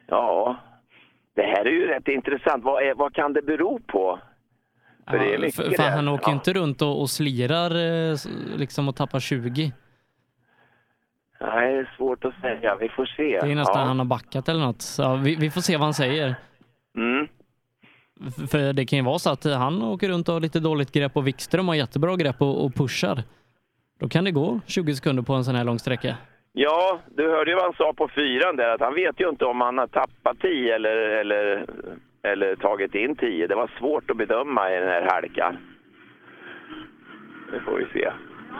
S3: Ja, det här är ju rätt intressant. Vad kan det bero på? För det är mycket
S17: han åker ju inte runt och slirar liksom och tappar 20.
S3: Nej, det är svårt att säga. Vi får se.
S17: Det är nästan han har backat eller något. Så vi får se vad han säger.
S3: Mm.
S17: För det kan ju vara så att han åker runt och har lite dåligt grepp och Wikström har jättebra grepp och pushar. Då kan det gå 20 sekunder på en sån här lång sträcka.
S3: Ja, du hörde ju vad han sa på 4 där. Att han vet ju inte om han har tappat 10 eller tagit in 10. Det var svårt att bedöma i den här halkan. Det får vi se.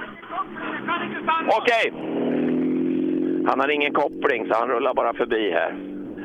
S3: Okej. Han har ingen koppling så han rullar bara förbi här.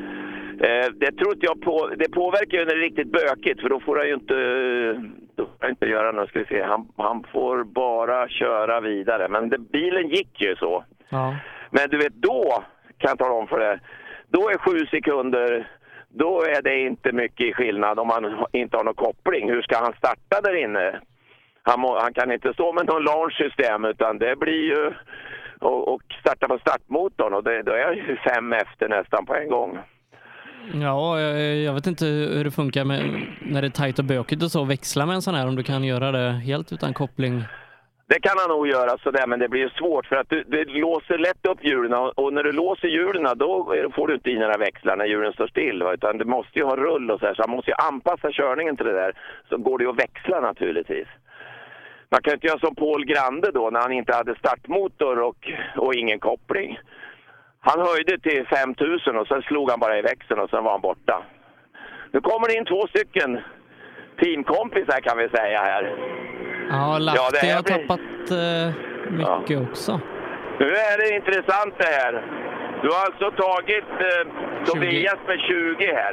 S3: Det tror inte jag på. Det påverkar ju när det är riktigt bökigt för då får han ju inte göra något. Ska vi se. Han får bara köra vidare. Men bilen gick ju så.
S17: Ja.
S3: Men du vet, då kan jag tala om för det. Då är 7 sekunder, då är det inte mycket skillnad om man inte har någon koppling. Hur ska han starta där inne? Han kan inte stå med någon launch-system utan det blir ju och starta på startmotorn och då är ju 5 efter nästan på en gång.
S17: Ja, jag vet inte hur det funkar med när det är tajt och bökigt och så växla med en sån här om du kan göra det helt utan koppling.
S3: Det kan han nog göra sådär, men det blir svårt för att det låser lätt upp hjulen och när du låser hjulen då får du inte i några växlar när hjulen står still. Utan du måste ju ha rull och så här, så han måste ju anpassa körningen till det där. Så går det ju att växla naturligtvis. Man kan inte göra som Paul Grande då när han inte hade startmotor och ingen koppling. Han höjde till 5000 och sen slog han bara i växeln och sen var han borta. Nu kommer det in 2 stycken teamkompisar kan vi säga här.
S17: Ja, Lahti har tappat mycket också.
S3: Nu är det intressant det här. Du har alltså tagit Tobias med 20 här.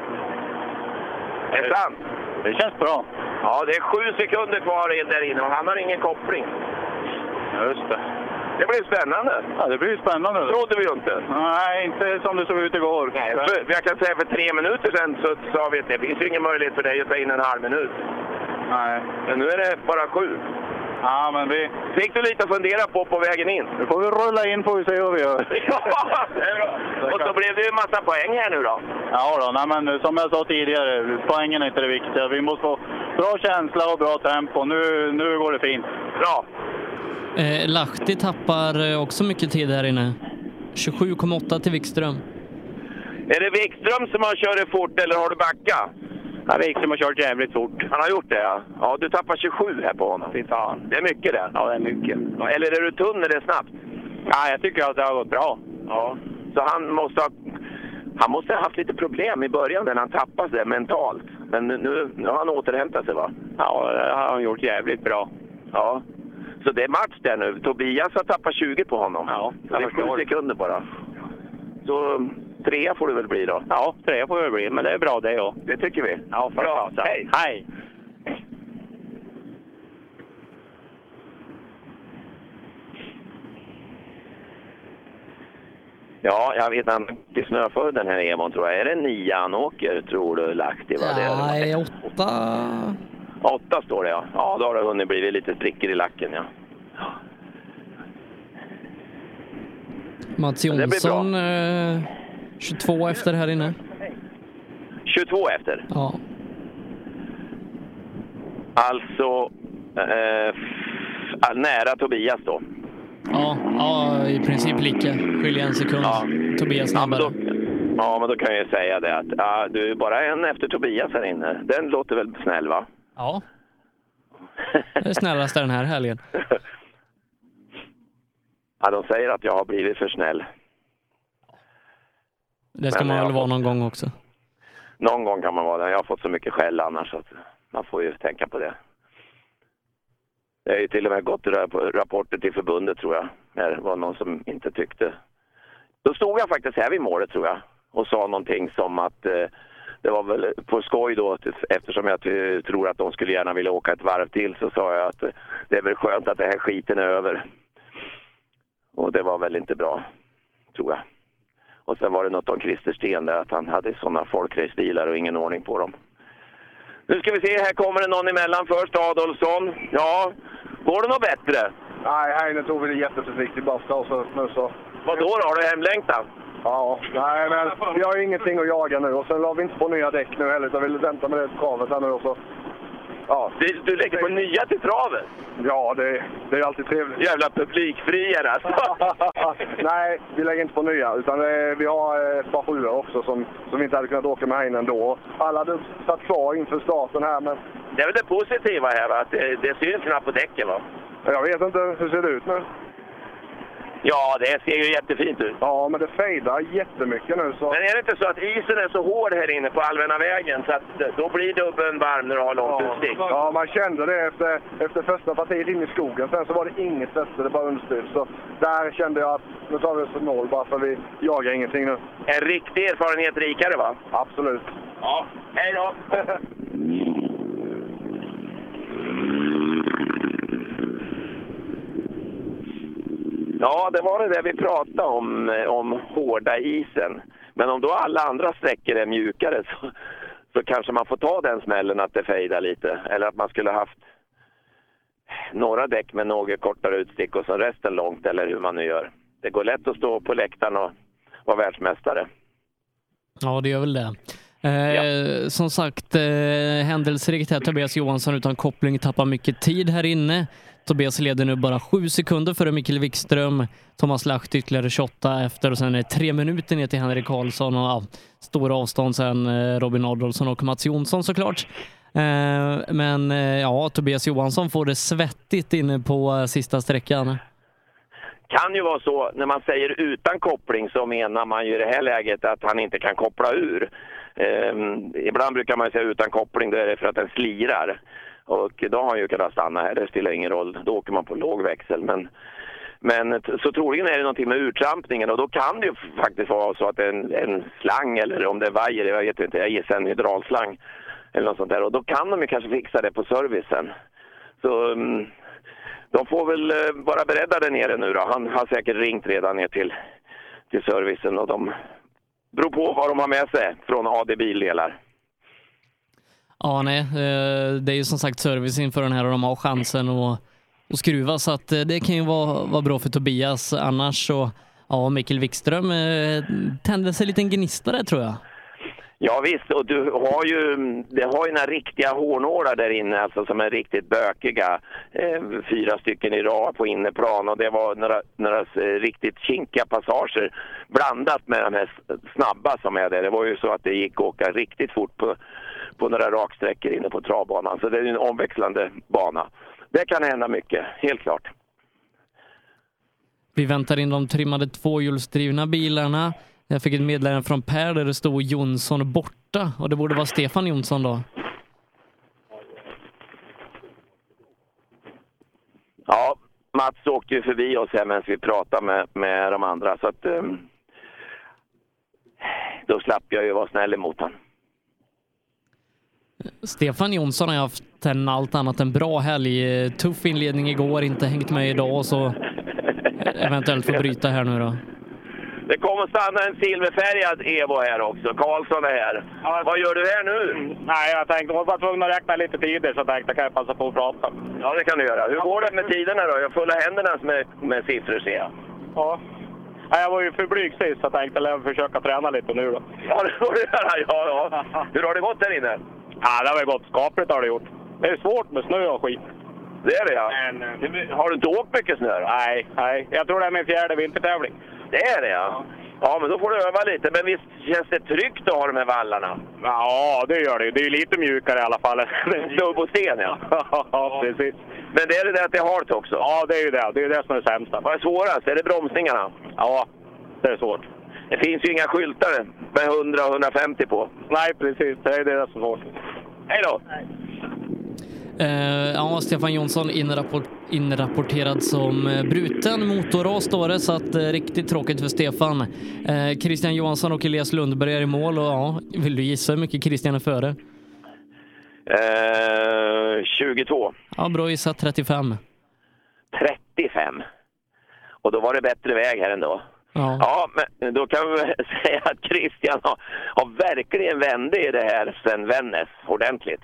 S3: Är det sant?
S15: Det känns bra.
S3: Ja, det är 7 sekunder kvar där inne och han har ingen koppling.
S15: Just det.
S3: Det blir spännande.
S15: Ja, det blir spännande.
S3: Det trodde vi ju inte.
S15: Nej, inte som det såg ut igår.
S3: Nej, jag kan säga för 3 minuter sedan så sa vi att det finns ju ingen möjlighet för dig att ta in en halv minut.
S15: Nej.
S3: Men nu är det bara 7.
S15: Ja, men vi...
S3: Fick du lite att fundera på vägen in?
S15: Nu får vi rulla in, får vi se vad vi gör.
S3: Ja, det är bra. Och så blev det ju en massa poäng här nu då.
S15: Ja då, nej, men som jag sa tidigare, poängen är inte det viktiga. Vi måste få bra känsla och bra tempo. Nu går det fint.
S3: Bra.
S17: Lahti tappar också mycket tid här inne. 27,8 till Wikström.
S3: Är det Wikström som har kört fort eller har du backat?
S15: Ja, Wikström har kört jävligt fort.
S3: Han har gjort det, ja. Ja, du tappar 27 här på honom.
S15: Fy fan.
S3: Det är mycket det.
S15: Ja, det är mycket.
S3: Ja, eller är du tunn när det är snabbt?
S15: Ja, jag tycker att det har gått bra.
S3: Ja. Så han måste ha haft lite problem i början när han tappade sig mentalt. Men nu har han återhämtat sig, va?
S15: Ja, det har han gjort jävligt bra.
S3: Ja. Så det är match där nu. Tobias har tappat 20 på honom.
S15: Ja,
S3: det är 7 sekunder bara. Så 3 får det väl bli då?
S15: Ja, 3 får det bli. Men det är bra det, ja.
S3: Det tycker vi.
S15: Ja, bra.
S3: Hej!
S15: Hej!
S3: Ja, jag vet han till snöför den här Emon tror jag. Är det 9 han åker, tror du, Lahti?
S17: Nej, 8.
S3: 8 står det, ja. Ja, då har det hunnit blivit lite sprickor i lacken, ja.
S17: Mats Jonsson 22 efter här inne.
S3: 22 efter?
S17: Ja.
S3: Alltså nära Tobias då.
S17: Ja, i princip lika. Skiljer 1 sekund. Ja. Tobias snabbare.
S3: Men då kan jag säga det att du är bara en efter Tobias här inne. Den låter väl snäll, va?
S17: Ja. Det är snällaste den här helgen.
S3: Ja, de säger att jag har blivit för snäll.
S17: Det ska man väl vara någon gång också?
S3: Någon gång kan man vara det. Jag har fått så mycket skäll annars så att man får ju tänka på det. Det är ju till och med gått rapporter till förbundet tror jag. När det var någon som inte tyckte. Då stod jag faktiskt här vid målet tror jag. Och sa någonting som att det var väl på skoj då. Eftersom jag tror att de skulle gärna vilja åka ett varv till så sa jag att det är väl skönt att det här skiten är över. Och det var väl inte bra, tror jag. Och sen var det något om Christer Sten där att han hade sådana folkracebilar och ingen ordning på dem. Nu ska vi se, här kommer det någon emellan först, Adolfsson. Ja, går det något bättre?
S10: Nej, nu tog vi det jätteförsiktigt bara och så.
S3: Vadå då? Har du hemlängtan?
S10: Ja, nej men vi har ingenting att jaga nu och sen la vi inte på nya däck nu heller, så vi vill vänta med det travet här nu och så. Ja.
S3: Du lägger på nya till travet?
S10: Ja, det är alltid trevligt.
S3: Jävla publikfriare alltså.
S10: Nej, vi lägger inte på nya, utan vi har ett par sjuor också som vi inte hade kunnat åka med här innan då. Alla hade satt kvar inför starten här, men...
S3: Det är väl det positiva här, va? Att det syns knappt på däcken, va?
S10: Jag vet inte, hur ser det ut nu?
S3: Ja, det ser ju jättefint ut.
S10: Ja, men det fejdar jättemycket nu. Så...
S3: Men är det inte så att isen är så hård här inne på allmänna vägen så att då blir dubben varm när du har långt utstick?
S10: Ja, man kände det efter första partiet in i skogen. Sen så var det inget fäste, det bara understyr. Så där kände jag att nu tar vi oss 0 bara för vi jagar ingenting nu.
S3: En riktig erfarenhet rikare, va?
S10: Absolut.
S3: Ja, hej då! Ja, det var det där vi pratade om hårda isen. Men om då alla andra sträckor är mjukare så kanske man får ta den smällen att det fejdar lite. Eller att man skulle haft några däck med något kortare utstick och så resten långt, eller hur man nu gör. Det går lätt att stå på läktaren och vara världsmästare.
S17: Ja, det gör väl det. Som sagt, händelserikt här, Tobias Johansson utan koppling tappar mycket tid här inne. Tobias leder nu bara 7 sekunder före Mikael Wikström. Thomas Lacht ytterligare 28 efter och sen är det 3 minuter ner till Henrik Karlsson och stora avstånd sen Robin Adolfsson och Mats Jonsson såklart. Men Tobias Johansson får det svettigt inne på sista sträckan.
S3: Kan ju vara så, när man säger utan koppling så menar man ju i det här läget att han inte kan koppla ur. Ibland brukar man säga utan koppling, det är det för att den slirar. Och då har han ju kunnat stanna här, det spelar ingen roll. Då åker man på låg växel. Men så troligen är det någonting med urtrampningen och då kan det ju faktiskt vara så att det är en slang eller om det är vajer, jag vet inte, jag gissar en hydraulslang eller något sånt där. Och då kan de ju kanske fixa det på servicen. Så de får väl vara beredda där nere nu då. Han har säkert ringt redan ner till servicen och de beror på vad de har med sig från AD Bildelar.
S17: Ja, nej. Det är ju som sagt service inför den här och de har chansen att skruva så att det kan ju vara bra för Tobias. Annars så, Mikael Wikström tände sig en liten gnista där tror jag.
S3: Ja visst, och det har ju några riktiga hårnålar där inne alltså, som är riktigt bökiga. 4 stycken i rad på inneplan och det var några riktigt kinkiga passager blandat med de här snabba som är där. Det var ju så att det gick att åka riktigt fort på några raksträckor inne på travbanan. Så det är en omväxlande bana. Det kan hända mycket, helt klart.
S17: Vi väntar in de trimmade 2-hjulsdrivna bilarna. Jag fick ett meddelande från Per där det stod Jonsson borta. Och det borde vara Stefan Jonsson då.
S3: Ja, Mats åkte ju förbi oss här medan vi pratade med de andra. Så att då slapp jag ju vara snäll emot han.
S17: Stefan Jonsson har haft en allt annat än bra helg. Tuff inledning igår, inte hängt med idag så eventuellt får bryta här nu då.
S3: Det kommer stanna en silverfärgad Evo här också. Karlsson är här. Ja, vad gör du här nu?
S5: Nej, jag tänkte jag var bara tvungen att räkna lite tider så jag tänkte kan jag passa på att prata.
S3: Ja, det kan du göra. Hur går det med tiderna då? Jag fulla händerna med siffror ser jag.
S5: Ja. Nej, jag var ju för blyg sist så jag tänkte jag försöka träna lite nu då.
S3: Ja, det får du göra. Ja. Hur har det gått där inne?
S5: Ja, det har gått skapligt har det gjort. Det är svårt med snö och skit.
S3: Det är det ja.
S5: Men,
S3: har du inte åkt mycket snö då?
S5: Nej. Jag tror det är min 4:e vintertävling.
S3: Det är det ja. Ja, men då får du öva lite. Men visst känns det tryggt att ha de här vallarna?
S5: Ja, det gör det. Det är ju lite mjukare i alla fall.
S3: Stubb och sten ja.
S5: Ja, precis.
S3: Men det är det att det är halt också?
S5: Ja, det är ju det. Det är ju det som är det sämsta.
S3: Vad är svårast? Är det bromsningarna?
S5: Ja, det är svårt.
S3: Det finns ju inga skyltar med 100 och 150 på.
S5: Nej, precis. Det är det som är svårt.
S3: Hej då!
S17: Stefan Jonsson inrapporterad som bruten motorras står det, så att riktigt tråkigt för Stefan. Christian Johansson och Elias Lundberg är i mål och vill du gissa hur mycket Christian är före?
S3: 22.
S17: Ja, bra gissat, 35.
S3: 35? Och då var det bättre väg här ändå. Ja, men då kan vi säga att Christian har verkligen vänt i det här sen Vännäs ordentligt.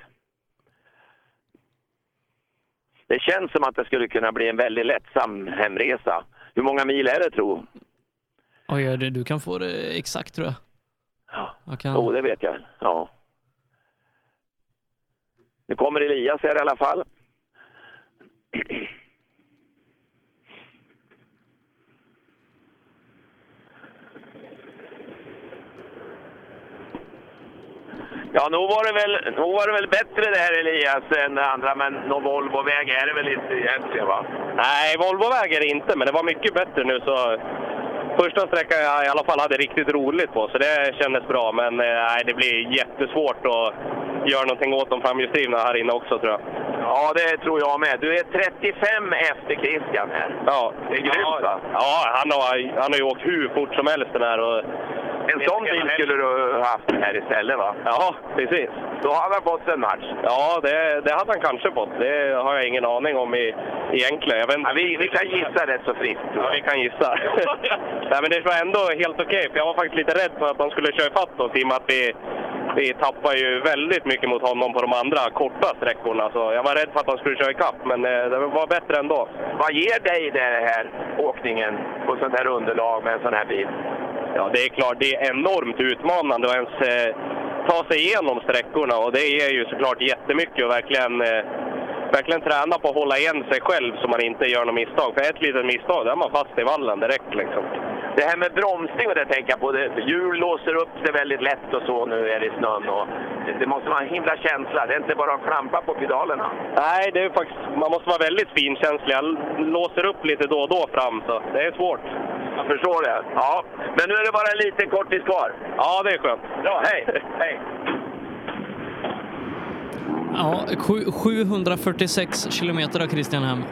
S3: Det känns som att det skulle kunna bli en väldigt lättsam hemresa. Hur många mil är det, tror?
S17: Oj, du kan få det exakt tror jag.
S3: Ja, det vet jag. Ja. Nu kommer Elias här i alla fall. Ja, nog var det väl bättre det här Elias än det andra, men någon Volvo-väg är det väl inte egentligen, va?
S5: Nej, Volvo-väg är det inte, men det var mycket bättre nu så... Första sträckan jag i alla fall hade riktigt roligt på, så det kändes bra. Men nej, det blir jättesvårt att göra någonting åt de framhjulsdrivna här inne också, tror jag.
S3: Ja, det tror jag med. Du är 35 efter Christian här.
S5: Ja.
S3: Det är grymt, va?
S5: Ja, han har ju åkt hur fort som helst den här. Och
S3: en sån bil skulle du ha haft här istället, va?
S5: Ja, precis.
S3: Då hade han fått en match.
S5: Ja, det hade han kanske fått. Det har jag ingen aning om egentligen. Jag vet inte.
S3: Ja, vi kan gissa rätt så fritt.
S5: Ja, vi kan gissa. Nej, men det var ändå helt okej. För jag var faktiskt lite rädd för att de skulle köra ifatt oss, i och med att vi tappar ju väldigt mycket mot honom på de andra korta sträckorna. Så jag var rädd för att de skulle köra ikapp, men det var bättre ändå.
S3: Vad ger dig det här åkningen på sånt här underlag med en sån här bil?
S5: Ja, det är klart, det är enormt utmanande att ens ta sig igenom sträckorna, och det ger ju såklart jättemycket och verkligen träna på att hålla igen sig själv så man inte gör något misstag. För ett litet misstag, där är man fast i vallen direkt liksom.
S3: Det här med bromsning och det tänker jag på, hjul låser upp sig väldigt lätt och så nu är det snön och det måste vara en himla känsla, det är inte bara att klampa på pedalerna.
S5: Nej, det är faktiskt, man måste vara väldigt finkänslig, jag låser upp lite då och då fram så det är svårt.
S3: Jag förstår det. Ja, men nu är det bara en liten kortis kvar.
S5: Ja, det är skönt.
S3: Ja, hej. Hej.
S17: Ja, 746 kilometer har Christian hem.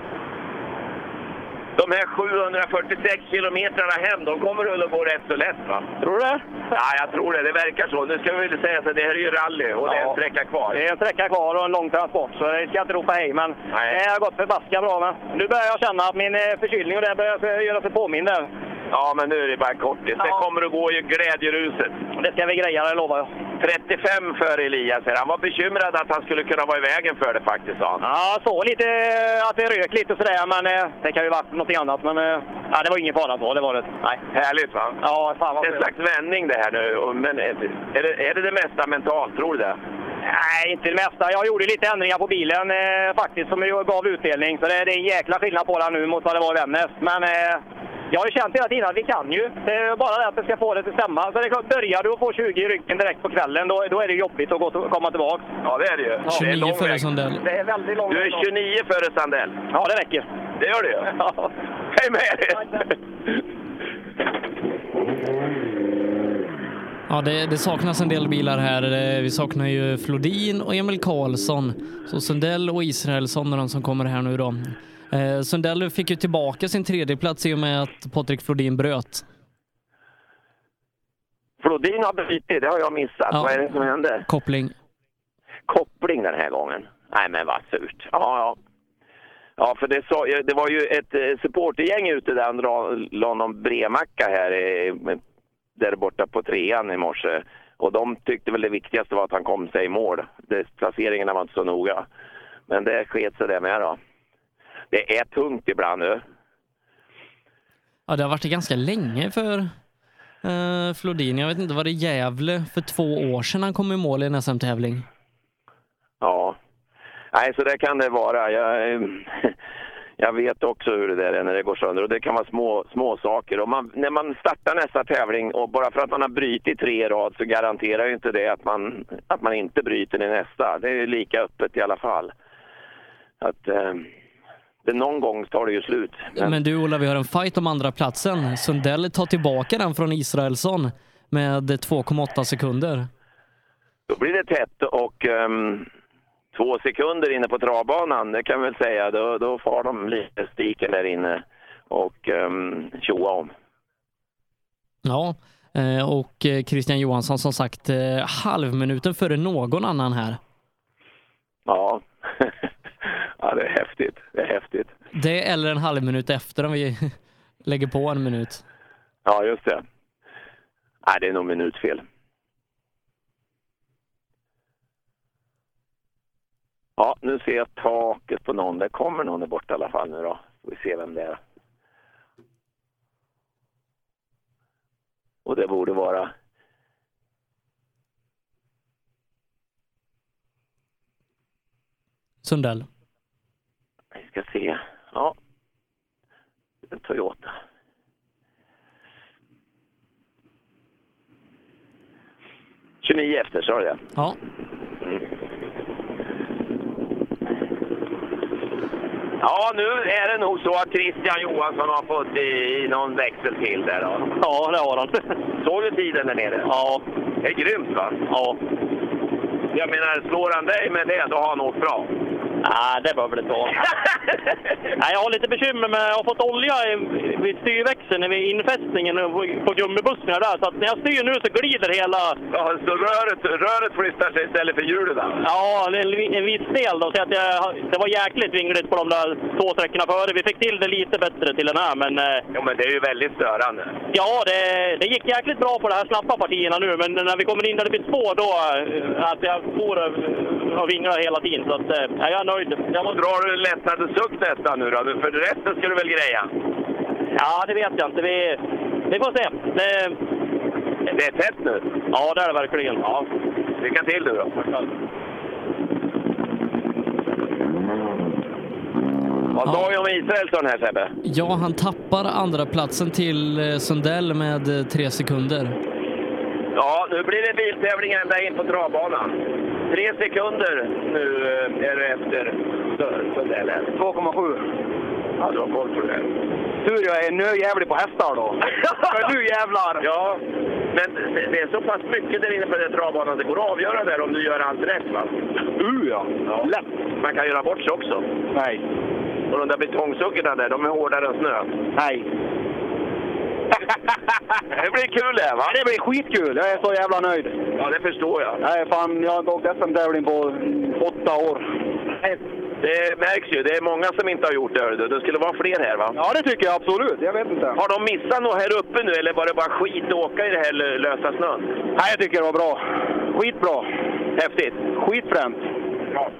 S3: De här 746 kilometrarna hem, de kommer att gå rätt så lätt, va?
S5: Tror du det?
S3: Ja, jag tror det. Det verkar så. Nu ska vi väl säga att det här är ju rally och det är en sträcka kvar.
S5: Det är en sträcka kvar och en lång transport, så jag ska inte ropa hej, men det har gått förbaskat bra. Men nu börjar jag känna att min förkylning och det börjar göra sig påminn där.
S3: Ja, men nu är det bara kortis. Det kommer att gå i glädjeruset.
S5: Det ska vi greja, det lovar jag.
S3: 35 för Elias. Han var bekymrad att han skulle kunna vara i vägen för det faktiskt, sa han.
S5: Ja, så lite att det rök lite sådär, men det kan ju vara något annat. Men ja, det var ingen fara så, det var det. Nej.
S3: Härligt, va?
S5: Ja, fan vad
S3: en slags vändning det här nu. Men är det mesta mentalt, tror du det?
S5: Nej, inte det mesta. Jag gjorde lite ändringar på bilen faktiskt som gav utdelning. Så det är en jäkla skillnad på den nu mot vad det var i Vännäs. Men jag har ju känt hela tiden att vi kan ju. Det är bara det att det ska få det till stämma. Så det är klart, börjar du att få 20 i ryggen direkt på kvällen, då är det jobbigt att komma tillbaka.
S3: Ja, det är det ju.
S17: 29 före Sandell.
S5: Det är väldigt långt.
S3: Du är 29 före Sandell.
S5: Ja, det räcker.
S3: Det gör det ju.
S5: Ja.
S3: Hej med dig!
S17: Ja, det saknas en del bilar här. Vi saknar ju Flodin och Emil Karlsson. Så Sundell och Israelsson är de som kommer här nu då. Sundell fick ju tillbaka sin tredje plats i och med att Patrik Flodin bröt.
S3: Flodin har brutit, det har jag missat. Ja. Vad är det som händer?
S17: Koppling
S3: den här gången. Nej, men vad surt. Ja. Ja, för det var ju ett supportergäng ute där han la någon bremacka här där borta på trean i morse. Och de tyckte väl det viktigaste var att han kom sig i mål. Placeringarna var inte så noga. Men det sket sig det med då. Det är tungt ibland nu.
S17: Ja, det har varit ganska länge för Flodin. Jag vet inte, var det Gävle för 2 år sedan han kom i mål i en SM-tävling?
S3: Ja. Nej, så det kan det vara. Jag vet också hur det där är när det går sönder. Och det kan vara små saker. Och när man startar nästa tävling och bara för att man har brytit 3 rad så garanterar ju inte det att man inte bryter i nästa. Det är lika öppet i alla fall. Att någon gång tar det ju slut.
S17: Men du Ola, vi har en fight om andra platsen. Sundell tar tillbaka den från Israelsson med 2,8 sekunder.
S3: Då blir det tätt och 2 sekunder inne på travbanan, det kan väl säga. Då får de lite stiken där inne och tjoa om.
S17: Ja, och Christian Johansson som sagt halvminuten före någon annan här.
S3: Ja. Ja, det är häftigt.
S17: Det eller en halvminut efter om vi lägger på en minut.
S3: Ja, just det. Nej, det är nog minutfel. Ja, nu ser jag taket på någon. Det kommer någon där borta i alla fall nu då. Vi ser vem det är. det borde vara...
S17: Sundell.
S3: Vi ska se. Ja. En Toyota. efter, sa du det?
S17: Ja.
S3: Ja, nu är det nog så att Christian Johansson har fått i någon växel till där då.
S5: Ja, det har han.
S3: Såg du tiden där nere?
S5: Ja.
S3: Det är grymt, va?
S5: Ja.
S3: Jag menar, slår han dig med det, då har han åkt bra.
S5: Nej, det behöver det inte vara. Nej, jag har lite bekymmer med att jag har fått olja vid styrväxeln vid infästningen på gummibussarna där. Så att när jag styr nu så glider hela...
S3: Ja, så röret flyttar sig istället för hjulet där?
S5: Ja, en viss del då. Så att det var jäkligt vingligt på de där 2 sträckorna före. Vi fick till det lite bättre till den här, men...
S3: Ja, men det är ju väldigt störande.
S5: Ja, det gick jäkligt bra på de här snabba partierna nu. Men när vi kommer in där det blir spår då... Att jag får och vinglar hela tiden. Så att jag är nöjd.
S3: Drar du en lättnad suck nästan nu då? För resten ska du väl greja?
S5: Ja, det vet jag inte. Vi får se.
S3: Det är tätt nu.
S5: Ja, det är det verkligen.
S3: Ja. Lycka till du då. Vad sa jag om Israelsson här, Sebbe?
S17: Ja, han tappar andra platsen till Sundell med 3 sekunder.
S3: Ja, nu blir det biltävling ända in på travbanan. 3 sekunder nu är det efter Sundell.
S5: 2,7.
S3: Ja, du har koll på det.
S5: Tur, jag är nöjävlig på hästar då. Nu jävlar!
S3: Ja, men det är så pass mycket där inne på den travbanan. Det går att avgöra där om du gör allt rätt, va?
S5: Ja. Lätt.
S3: Man kan göra bort sig också.
S5: Nej.
S3: Och de där betongsuckorna där, de är hårdare än snö.
S5: Nej.
S3: Det blir kul det, va?
S5: Det blir skitkul. Jag är så jävla nöjd.
S3: Ja, det förstår jag.
S5: Nej, fan, jag har inte åkt SM-tävling på 8 år.
S3: Det märks ju. Det är många som inte har gjort det. Det skulle vara fler här, va?
S5: Ja, det tycker jag absolut. Jag vet inte.
S3: Har de missat något här uppe nu, eller var det bara skit att åka i det här lösa snön?
S5: Nej, jag tycker det var bra. Skitbra.
S3: Häftigt.
S5: Skitfränt.
S3: Ja.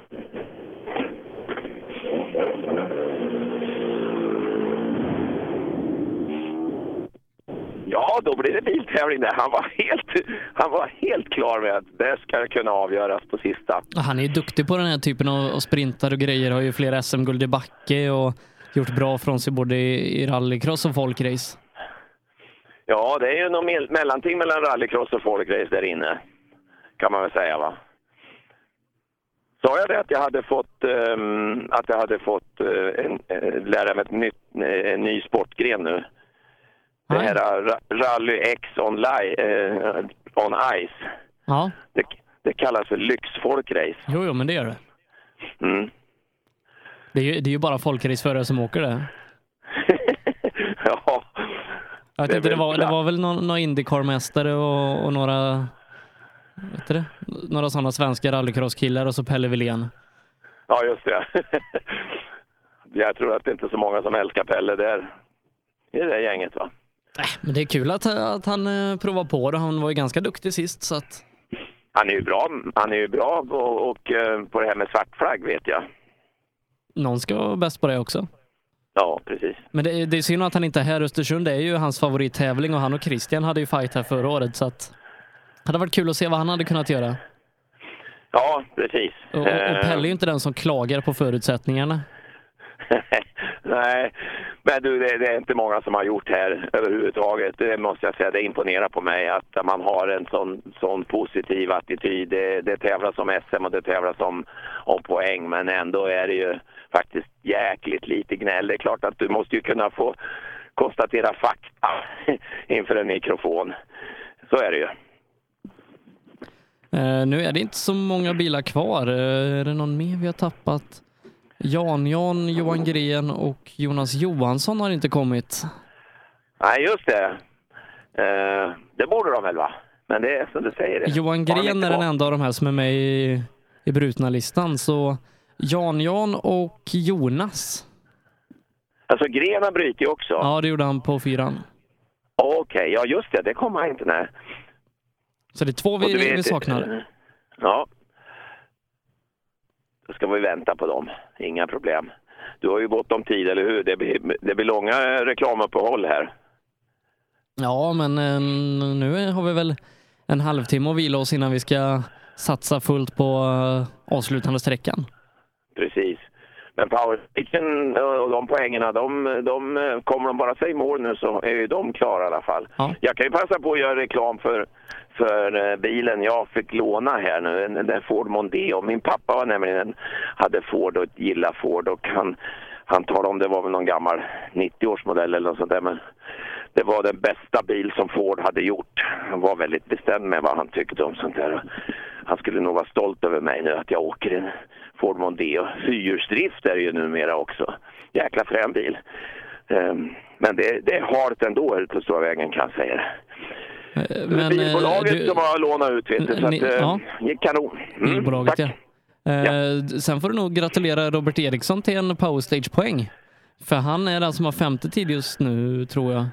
S3: Ja, då blir det biltävling där. Han var helt klar med att det ska kunna avgöras på sista.
S17: Han är ju duktig på den här typen av sprintar och grejer. Har ju flera SM-guld i backe och gjort bra från sig både i rallycross och folkrace.
S3: Ja, det är ju något mellanting mellan rallycross och folkrace där inne. Kan man väl säga, va? Sa jag det att jag hade fått lära mig en ny sportgren nu? Det här Rally X online, on ice.
S17: Ja.
S3: Det kallas för lyxfolkrace.
S17: Jo, men det gör det.
S3: Mm.
S17: Det är ju bara folkraceförare som åker det.
S3: Ja.
S17: Jag vet inte, det var väl någon IndyCar-mästare och några... Vet du det? Några sådana svenska rallycross-killar och så Pelle Wilén.
S3: Ja, just det. Jag tror att det inte är så många som älskar Pelle där i det gänget, va?
S17: Men det är kul att han provar på det. Han var ju ganska duktig sist, så att...
S3: Han är ju bra och på det här med svart flagg, vet jag.
S17: Någon ska vara bäst på det också.
S3: Ja, precis.
S17: Men det är synd att han inte är här. Östersund är ju hans favorittävling och han och Christian hade ju fight här förra året, så att... Det hade varit kul att se vad han hade kunnat göra.
S3: Ja, precis.
S17: Och Pelle är ju inte den som klagar på förutsättningarna.
S3: Nej, men du, det är inte många som har gjort här överhuvudtaget. Det måste jag säga, det imponerar på mig att man har en sån positiv attityd. Det tävlas om SM och det tävlas om poäng, men ändå är det ju faktiskt jäkligt lite gnäll. Det är klart att du måste ju kunna få konstatera fakta inför en mikrofon. Så är det ju.
S17: Nu är det inte så många bilar kvar. Är det någon mer vi har tappat? Jan, Johan Gren och Jonas Johansson har inte kommit.
S3: Nej, just det. Det borde de väl, va? Men det är som du säger.
S17: Johan Gren är den enda av de här som är med i brutna listan. Så Jan och Jonas.
S3: Alltså Gren har brutit också?
S17: Ja, det gjorde han på 4.
S3: Okej, ja just det. Det kommer han inte när.
S17: Så det är 2 vi saknar.
S3: Ja. Då ska vi vänta på dem. Inga problem. Du har ju gått om tid, eller hur? Det blir långa reklamuppehåll här.
S17: Ja, men nu har vi väl en halvtimme att vila oss innan vi ska satsa fullt på avslutande sträckan.
S3: Precis. Men powerstagen och de poängerna, de kommer de bara sig i mål nu så är ju de klara i alla fall. Ja. Jag kan ju passa på att göra reklam för bilen jag fick låna här nu, den Ford Mondeo. Min pappa var nämligen hade Ford och gillade Ford och han talade om det var väl någon gammal 90-årsmodell eller något sånt där, men det var den bästa bil som Ford hade gjort. Han var väldigt bestämd med vad han tyckte om sånt där. Han skulle nog vara stolt över mig nu att jag åker en Ford Mondeo. Fyrhjulsdrift är det ju numera också. Jäkla frän bil. Men det är hårt ändå på stora vägen kan jag säga det. Men bilbolaget som har lånat ut vet du, så att kanon.
S17: Bilbolaget, tack. Sen får du nog gratulera Robert Eriksson till en powerstage-poäng. För han är den som har 50 tid just nu, tror jag.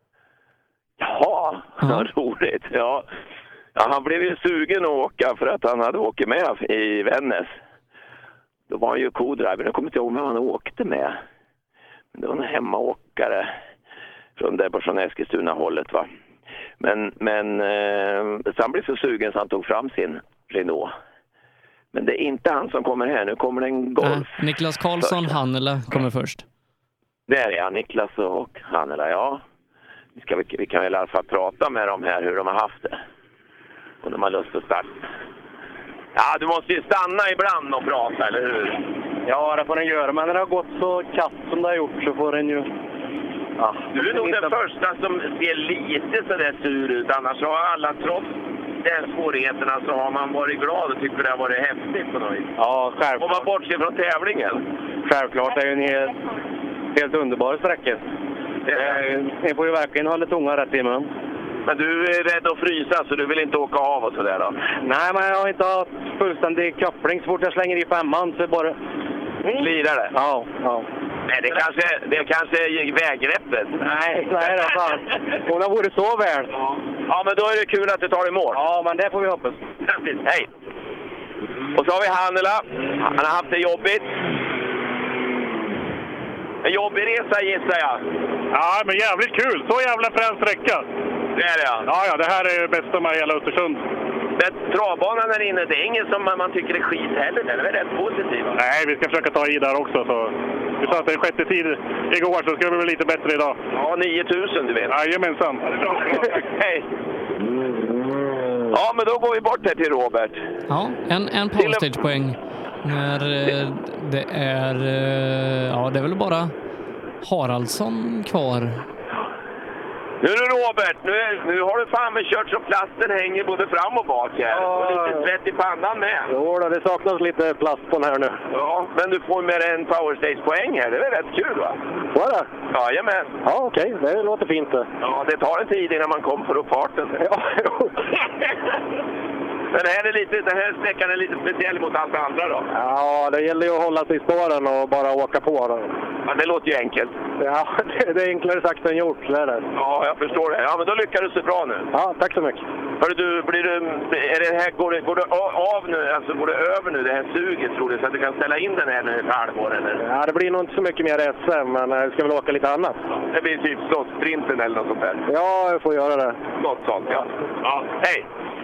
S3: Jaha, roligt. Ja, han blev ju sugen att åka för att han hade åkt med i Vännäs. Då var han ju co-driver. Jag kommer inte ihåg vem han åkte med. Men det var en hemmaåkare från Eskilstuna-hållet, va. Men så han blev så sugen så han tog fram sin Renault. Men det är inte han som kommer här. Nu kommer en Golf.
S17: Niklas Karlsson, Hannela kommer först.
S3: Där är han, Niklas och Hannela, ja. Vi kan väl i alla fall prata med dem här hur de har haft det. Och de har lust att starta. Ja, du måste ju stanna ibland och prata, eller hur?
S5: Ja, det får den göra. Men när det har gått så katt som det har gjort så får den ju... Ja,
S3: du är nog den första som ser lite sådär sur ut. Annars har alla, trots de svårigheterna, så har man varit glad och tycker det har varit häftigt på något vis.
S5: Ja, självklart.
S3: Och man bortser från tävlingen.
S5: Självklart, det är ju en helt underbar sträcka. Ni får ju verkligen hålla tungan rätt i mun.
S3: Men du är rädd att frysa så du vill inte åka av och sådär då?
S5: Nej, men jag har inte haft fullständig koppling. Så fort jag slänger i femman så bara...
S3: Glider det?
S5: Ja.
S3: Nej, det kanske är väggreppet.
S5: Nej, det är fan. Hon har varit så väl.
S3: Ja, men då är det kul att du tar i mål.
S5: Ja, men det får vi hoppas.
S3: Hej! Och så har vi Hannela. Han har haft det jobbigt. En jobbig resa gissar jag.
S15: Ja, men jävligt kul. Så jävla frän sträcka.
S3: Det är det, ja.
S15: Ja, det här är det bästa med hela Östersund.
S3: Men travbanan där inne, det är ingen som man tycker är skit heller. Det är väl rätt positivt?
S15: Nej, vi ska försöka ta i där också. Så. Vi sa att det är sjätte tid igår, så ska det bli lite bättre idag.
S3: Ja, 9000 du vet.
S15: Jajamensan.
S3: Hej. Ja, men då går vi bort här till Robert.
S17: Ja, en powerstage-poäng. När det är... Ja, det är väl bara Haraldsson kvar.
S3: Nu är det Robert, nu har du fan med kört så plasten hänger både fram och bak här. Ja. Och lite svett i pannan med.
S5: Jo, det saknas lite plast på den här nu.
S3: Ja, men du får med en powerstage-poäng här. Det är väl rätt kul, va?
S5: Var det?
S3: Jajamän.
S5: Ja, okej. Det låter fint det.
S3: Ja, det tar en tid innan man kommer på farten.
S5: Ja, jo.
S3: Men den här sträckan är lite speciell mot allt andra då?
S5: Ja, det gäller ju att hålla sig i spåren och bara åka på då.
S3: Ja, det låter ju enkelt.
S5: Ja, det är enklare sagt än gjort, det är det.
S3: Ja, jag förstår det. Ja, men då lyckas du så bra nu.
S5: Ja, tack så mycket.
S3: Hörru du, går det av nu, alltså går det över nu, det här suget tror du, så att du kan ställa in den här nu ett halvår eller?
S5: Ja, det blir nog inte så mycket mer SM, men jag ska väl åka lite annat.
S3: Det blir typ slottsprinten eller något sånt där?
S5: Ja, jag får göra det.
S3: Något sånt, ja. Ja, hej!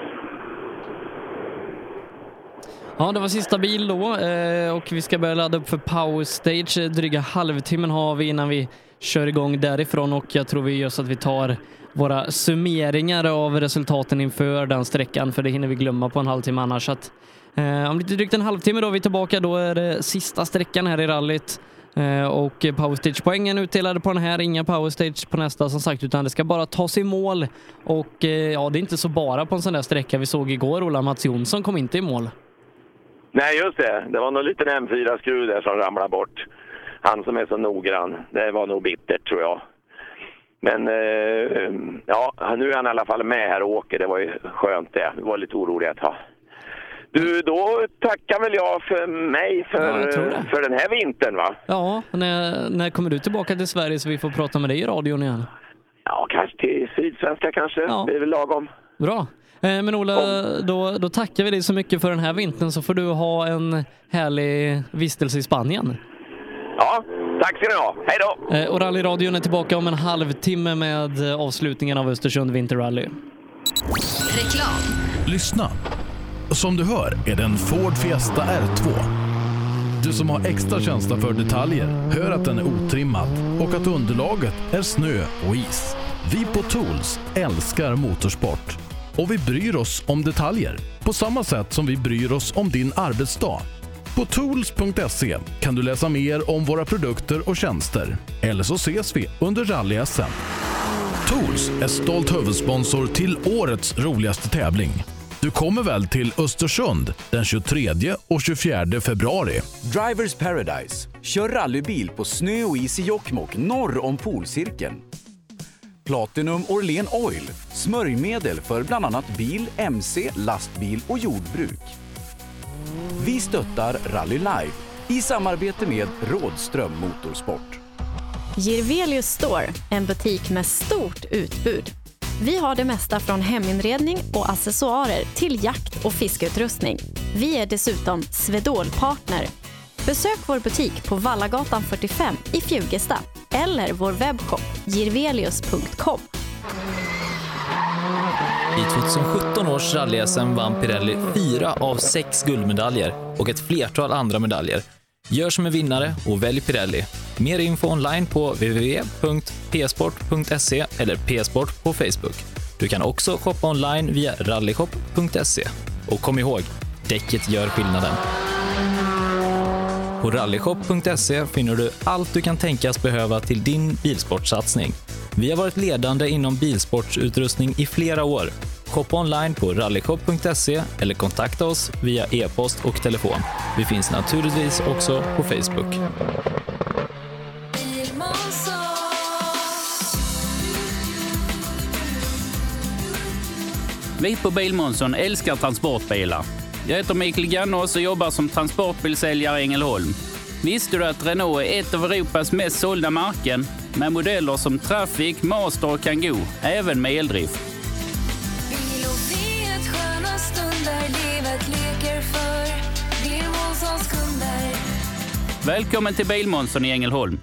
S17: Ja, det var sista bil då och vi ska börja ladda upp för Power Stage. Dryga halvtimmen har vi innan vi kör igång därifrån och jag tror vi gör så att vi tar våra summeringar av resultaten inför den sträckan, för det hinner vi glömma på en halvtimme annars. Så att, om lite drygt en halvtimme då är vi tillbaka, då är det sista sträckan här i rallyt. Och powerstage-poängen utdelade på den här, inga powerstage på nästa som sagt, utan det ska bara tas i mål. Och ja, det är inte så bara på en sån där sträcka. Vi såg igår Ola Mats Jonsson kom inte i mål.
S3: Nej, just det. Det var någon liten M4-skruv där som ramlade bort. Han som är så noggrann. Det var nog bittert tror jag. Men ja, nu är han i alla fall med här och åker. Det var ju skönt det. Vi var lite oroliga att ha. Du, då tackar väl jag för mig för den här vintern, va?
S17: Ja, när kommer du tillbaka till Sverige så vi får prata med dig i radion igen?
S3: Ja, kanske till Sydsvenska kanske. Ja. Det är väl lagom.
S17: Bra. Men Ola, då tackar vi dig så mycket för den här vintern, så får du ha en härlig vistelse i Spanien.
S3: Ja, Tack ska ni ha. Hej då!
S17: Och rallyradion är tillbaka om en halvtimme med avslutningen av Östersund Vinterrally.
S18: Reklam.
S7: Lyssna. Som du hör är det en Ford Fiesta R2. Du som har extra känsla för detaljer hör att den är otrimmad och att underlaget är snö och is. Vi på Tools älskar motorsport och vi bryr oss om detaljer på samma sätt som vi bryr oss om din arbetsdag. På tools.se kan du läsa mer om våra produkter och tjänster. Eller så ses vi under Rally-SM. Tools är stolt huvudsponsor till årets roligaste tävling. Du kommer väl till Östersund den 23 och 24 februari.
S20: Drivers Paradise. Kör rallybil på snö och is i Jokkmokk norr om polcirkeln. Platinum Orlen Oil. Smörjmedel för bland annat bil, MC, lastbil och jordbruk. Vi stöttar Rally Live i samarbete med Rådström Motorsport.
S21: Girvelius Store, en butik med stort utbud. Vi har det mesta från heminredning och accessoarer till jakt- och fiskeutrustning. Vi är dessutom Swedol-partner. Besök vår butik på Vallagatan 45 i Fjugesta eller vår webbshop girvelius.com.
S24: I 2017 års rally-SM vann Pirelli 4 av 6 guldmedaljer och ett flertal andra medaljer. Gör som en vinnare och välj Pirelli. Mer info online på www.psport.se eller psport på Facebook. Du kan också shoppa online via rallyshop.se. Och kom ihåg, däcket gör skillnaden. På rallyshop.se finner du allt du kan tänkas behöva till din bilsportsatsning. Vi har varit ledande inom bilsportsutrustning i flera år. Shoppa online på rallyshop.se eller kontakta oss via e-post och telefon. Vi finns naturligtvis också på Facebook.
S22: Vi på Bilmånsson älskar transportbilar. Jag heter Mikael Gannås och jobbar som transportbilsäljare i Ängelholm. Visste du att Renault är ett av Europas mest sålda märken med modeller som Traffic, Master och Kangoo, även med eldrift? Välkommen till Bilmånsson i Ängelholm.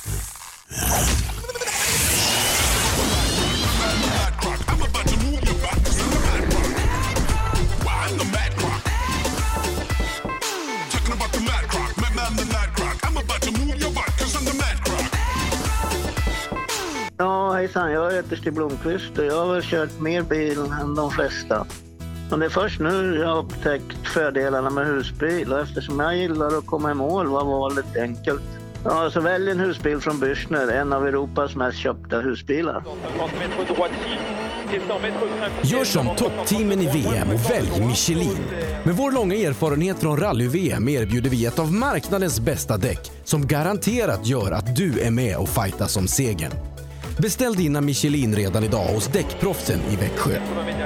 S23: Ja, hejsan. Jag heter Stig Blomqvist och jag har väl kört mer bil än de flesta. Och det är först nu jag har upptäckt fördelarna med husbil och eftersom jag gillar att komma i mål var valet enkelt. Ja, så välj en husbil från Bürstner, en av Europas mest köpta husbilar.
S25: Gör som toppteamen i VM och välj Michelin. Med vår långa erfarenhet från rally-VM erbjuder vi ett av marknadens bästa däck som garanterat gör att du är med och fightas om segern. Beställ dina Michelin redan idag hos Däckproffsen i Växjö.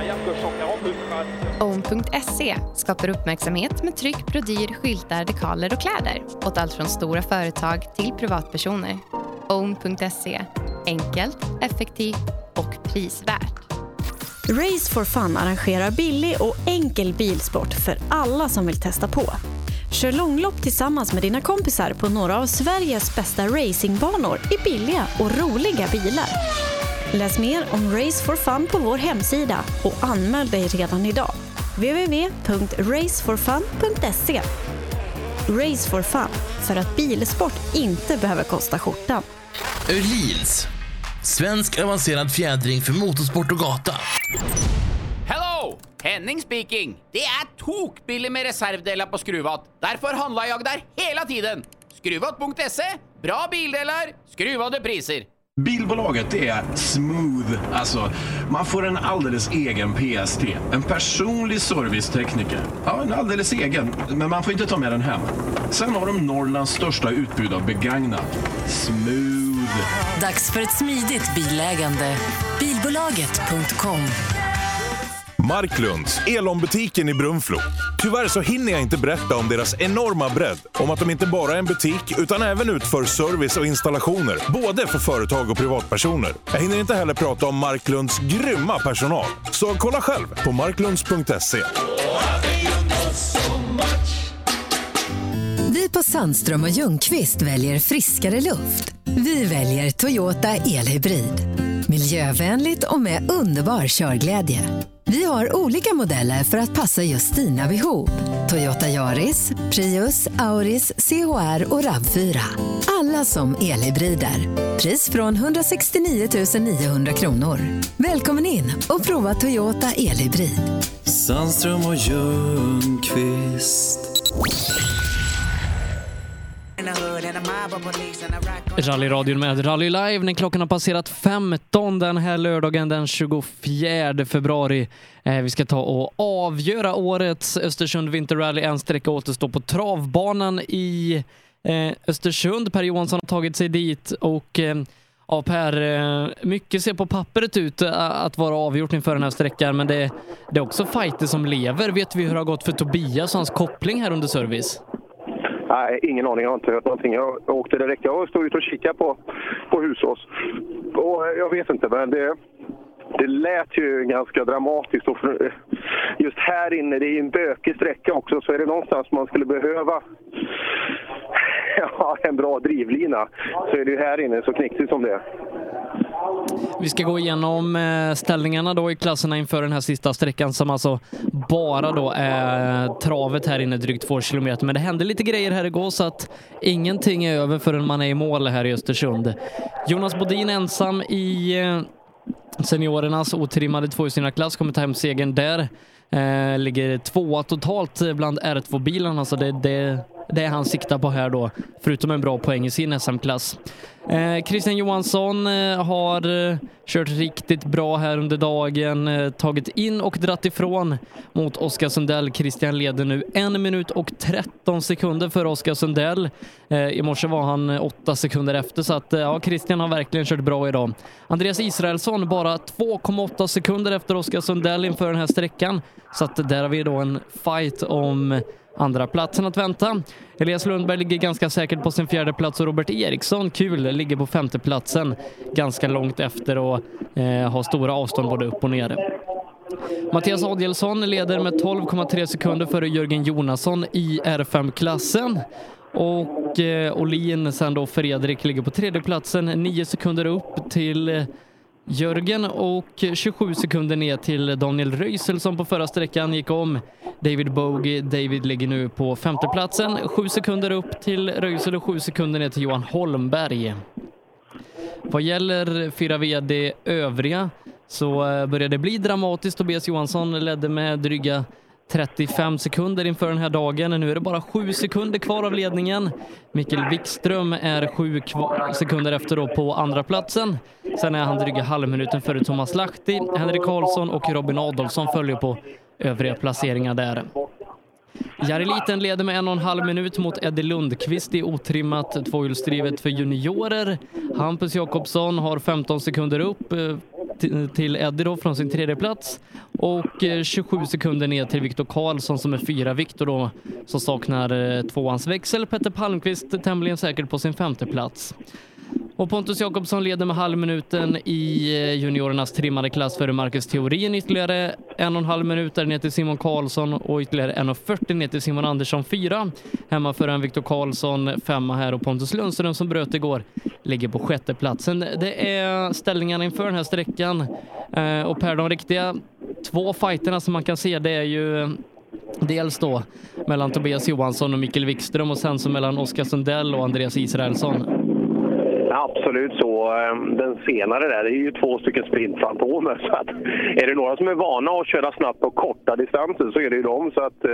S26: Own.se skapar uppmärksamhet med tryck, brodyr, skyltar, dekaler och kläder åt allt från stora företag till privatpersoner. Own.se. Enkelt, effektivt och prisvärt.
S21: Race for Fun arrangerar billig och enkel bilsport för alla som vill testa på. Kör långlopp tillsammans med dina kompisar på några av Sveriges bästa racingbanor i billiga och roliga bilar. Läs mer om Race for Fun på vår hemsida och anmäl dig redan idag. www.raceforfun.se. Race for Fun, för att bilsport inte behöver kosta skjortan.
S27: Öhlins. Svensk avancerad fjädring för motorsport och gata.
S30: Hello! Henning speaking. Det är tokbilligt med reservdelar på Skruvat. Därför handlar jag där hela tiden. Skruvat.se. Bra bildelar, skruvade priser.
S31: Bilbolaget är smooth. Alltså, man får en alldeles egen PST. En personlig servicetekniker. Ja, en alldeles egen. Men man får inte ta med den hem. Sen har de Norrlands största utbud av begagnat. Smooth.
S18: Dags för ett smidigt bilägande. Bilbolaget.com.
S1: Marklunds, Elon-butiken i Brunflo. Tyvärr så hinner jag inte berätta om deras enorma bredd. Om att de inte bara är en butik utan även utför service och installationer. Både för företag och privatpersoner. Jag hinner inte heller prata om Marklunds grymma personal. Så kolla själv på marklunds.se.
S2: Vi på Sandström och Ljungqvist väljer friskare luft. Vi väljer Toyota elhybrid. Miljövänligt och med underbar körglädje. Vi har olika modeller för att passa just dina behov. Toyota Yaris, Prius, Auris, CHR och RAV4. Alla som elhybrider. Pris från 169 900 kronor. Välkommen in och prova Toyota elhybrid.
S8: Sandström och Ljungqvist.
S17: Rallyradion med Rally Live när klockan har passerat 15 den här lördagen den 24 februari. Vi ska ta och avgöra årets Östersund Vinterrally. En sträcka återstår på travbanan i Östersund. Per Johansson har tagit sig dit och ja, Per, mycket ser på pappret ut att vara avgjort inför den här sträckan, men det är också fighter som lever. Vet vi hur det har gått för Tobias och hans koppling här under service?
S10: Nej, ingen aning. Jag har inte hört någonting. Jag åkte direkt. Jag stod ut och kikade på Husås. Och jag vet inte, men det lät ju ganska dramatiskt. Och just här inne, det är en bökig sträcka också, så är det någonstans man skulle behöva en bra drivlina. Så är det ju här inne så knixigt som det är.
S17: Vi ska gå igenom ställningarna då i klasserna inför den här sista sträckan som alltså bara då är travet här inne drygt 2 kilometer. Men det händer lite grejer här igår så att ingenting är över förrän man är i mål här i Östersund. Jonas Bodin ensam i seniorernas otrimmade 2-klass kommer ta hem segern där. Ligger 2 totalt bland R2-bilarna, så det är han siktar på här då, förutom en bra poäng i sin SM-klass. Christian Johansson har kört riktigt bra här under dagen, tagit in och dratt ifrån mot Oskar Sundell. Christian leder nu 1 minut och 13 sekunder för Oskar Sundell. I morse var han 8 sekunder efter, så att ja, Christian har verkligen kört bra idag. Andreas Israelsson bara 2,8 sekunder efter Oskar Sundell inför den här sträckan, så att där har vi då en fight om andra platsen att vänta. Elias Lundberg ligger ganska säkert på sin 4:e plats och Robert Eriksson, kul, ligger på 5:e platsen ganska långt efter och har stora avstånd både upp och ner. Mattias Adielsson leder med 12,3 sekunder före Jörgen Jonasson i R5-klassen. Och Olin sen då Fredrik ligger på 3:e platsen, 9 sekunder upp till Jörgen och 27 sekunder ner till Daniel Röisel som på förra sträckan gick om David Bogie. David ligger nu på 5:e platsen, 7 sekunder upp till Röisel och 7 sekunder ner till Johan Holmberg. Vad gäller 4 VD övriga så började det bli dramatiskt. Tobias Johansson ledde med dryga 35 sekunder inför den här dagen. Nu är det bara 7 sekunder kvar av ledningen. Mikael Wikström är 7 sekunder efter då på andra platsen. Sen är han dryga halvminuten före Thomas Lahti. Henrik Karlsson och Robin Adolfsson följer på övriga placeringar där. Jari Liten leder med 1,5 minut mot Eddie Lundqvist i otrimmat 2-hjulsdrivet för juniorer. Hampus Jakobsson har 15 sekunder upp till Eddie då från sin 3:e plats och 27 sekunder ner till Viktor Karlsson som är 4. Viktor då som saknar 2:ans växel. Petter Palmqvist tämligen säkert på sin 5:e plats. Och Pontus Jakobsson leder med halvminuten i juniorernas trimmade klass före Marcus Theorin. Ytterligare 1,5 minuter ner till Simon Karlsson och ytterligare 1,40 ner till Simon Andersson 4. Hemma för en Viktor Karlsson 5 här och Pontus Lundström som bröt igår ligger på 6:e platsen. Det är ställningarna inför den här sträckan. Och Per, de riktiga 2 fighterna som man kan se, det är ju dels då mellan Tobias Johansson och Mikael Wikström och sen så mellan Oskar Sundell och Andreas Israelsson.
S10: Absolut så. Den senare där, det är ju 2 stycken sprintfantomer. Så att är det några som är vana att köra snabbt på korta distanser så är det ju dem. Så att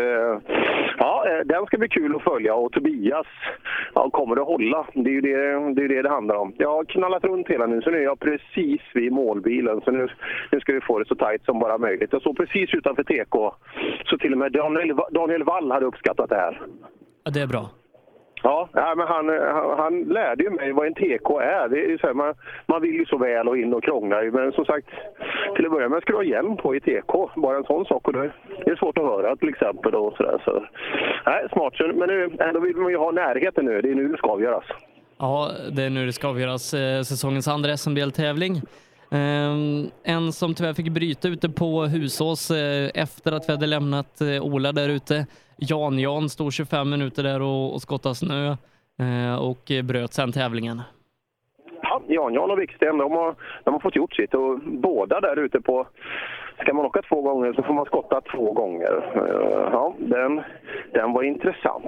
S10: ja, den ska bli kul att följa. Och Tobias kommer att hålla. Det är ju det handlar om. Jag har knallat runt hela nu så nu är jag precis vid målbilen. Så nu ska vi få det så tajt som bara möjligt. Jag såg precis utanför TK. Så till och med Daniel Wall hade uppskattat det här.
S17: Ja, det är bra.
S10: Ja, men han lärde ju mig vad en TK är. Det är så här, man vill ju så väl och in och krångla. Men som sagt, till att börja med ska du ha hjälm på i TK. Bara en sån sak. Och det är svårt att höra till exempel. Och så där, så. Nej, smart. Men nu ändå vill man ju ha närheten nu. Det är nu det ska avgöras.
S17: Ja, det är nu det ska avgöras. Säsongens andra SM-tävling. En som tyvärr fick bryta ute på Husås efter att vi hade lämnat Ola där ute. Jan stod 25 minuter där och skottade snö och bröt sen tävlingen.
S10: Ja, Jan och Wiksten, de har fått gjort sitt och båda där ute på... Ska man åka 2 gånger så får man skotta 2 gånger. Ja, den var intressant.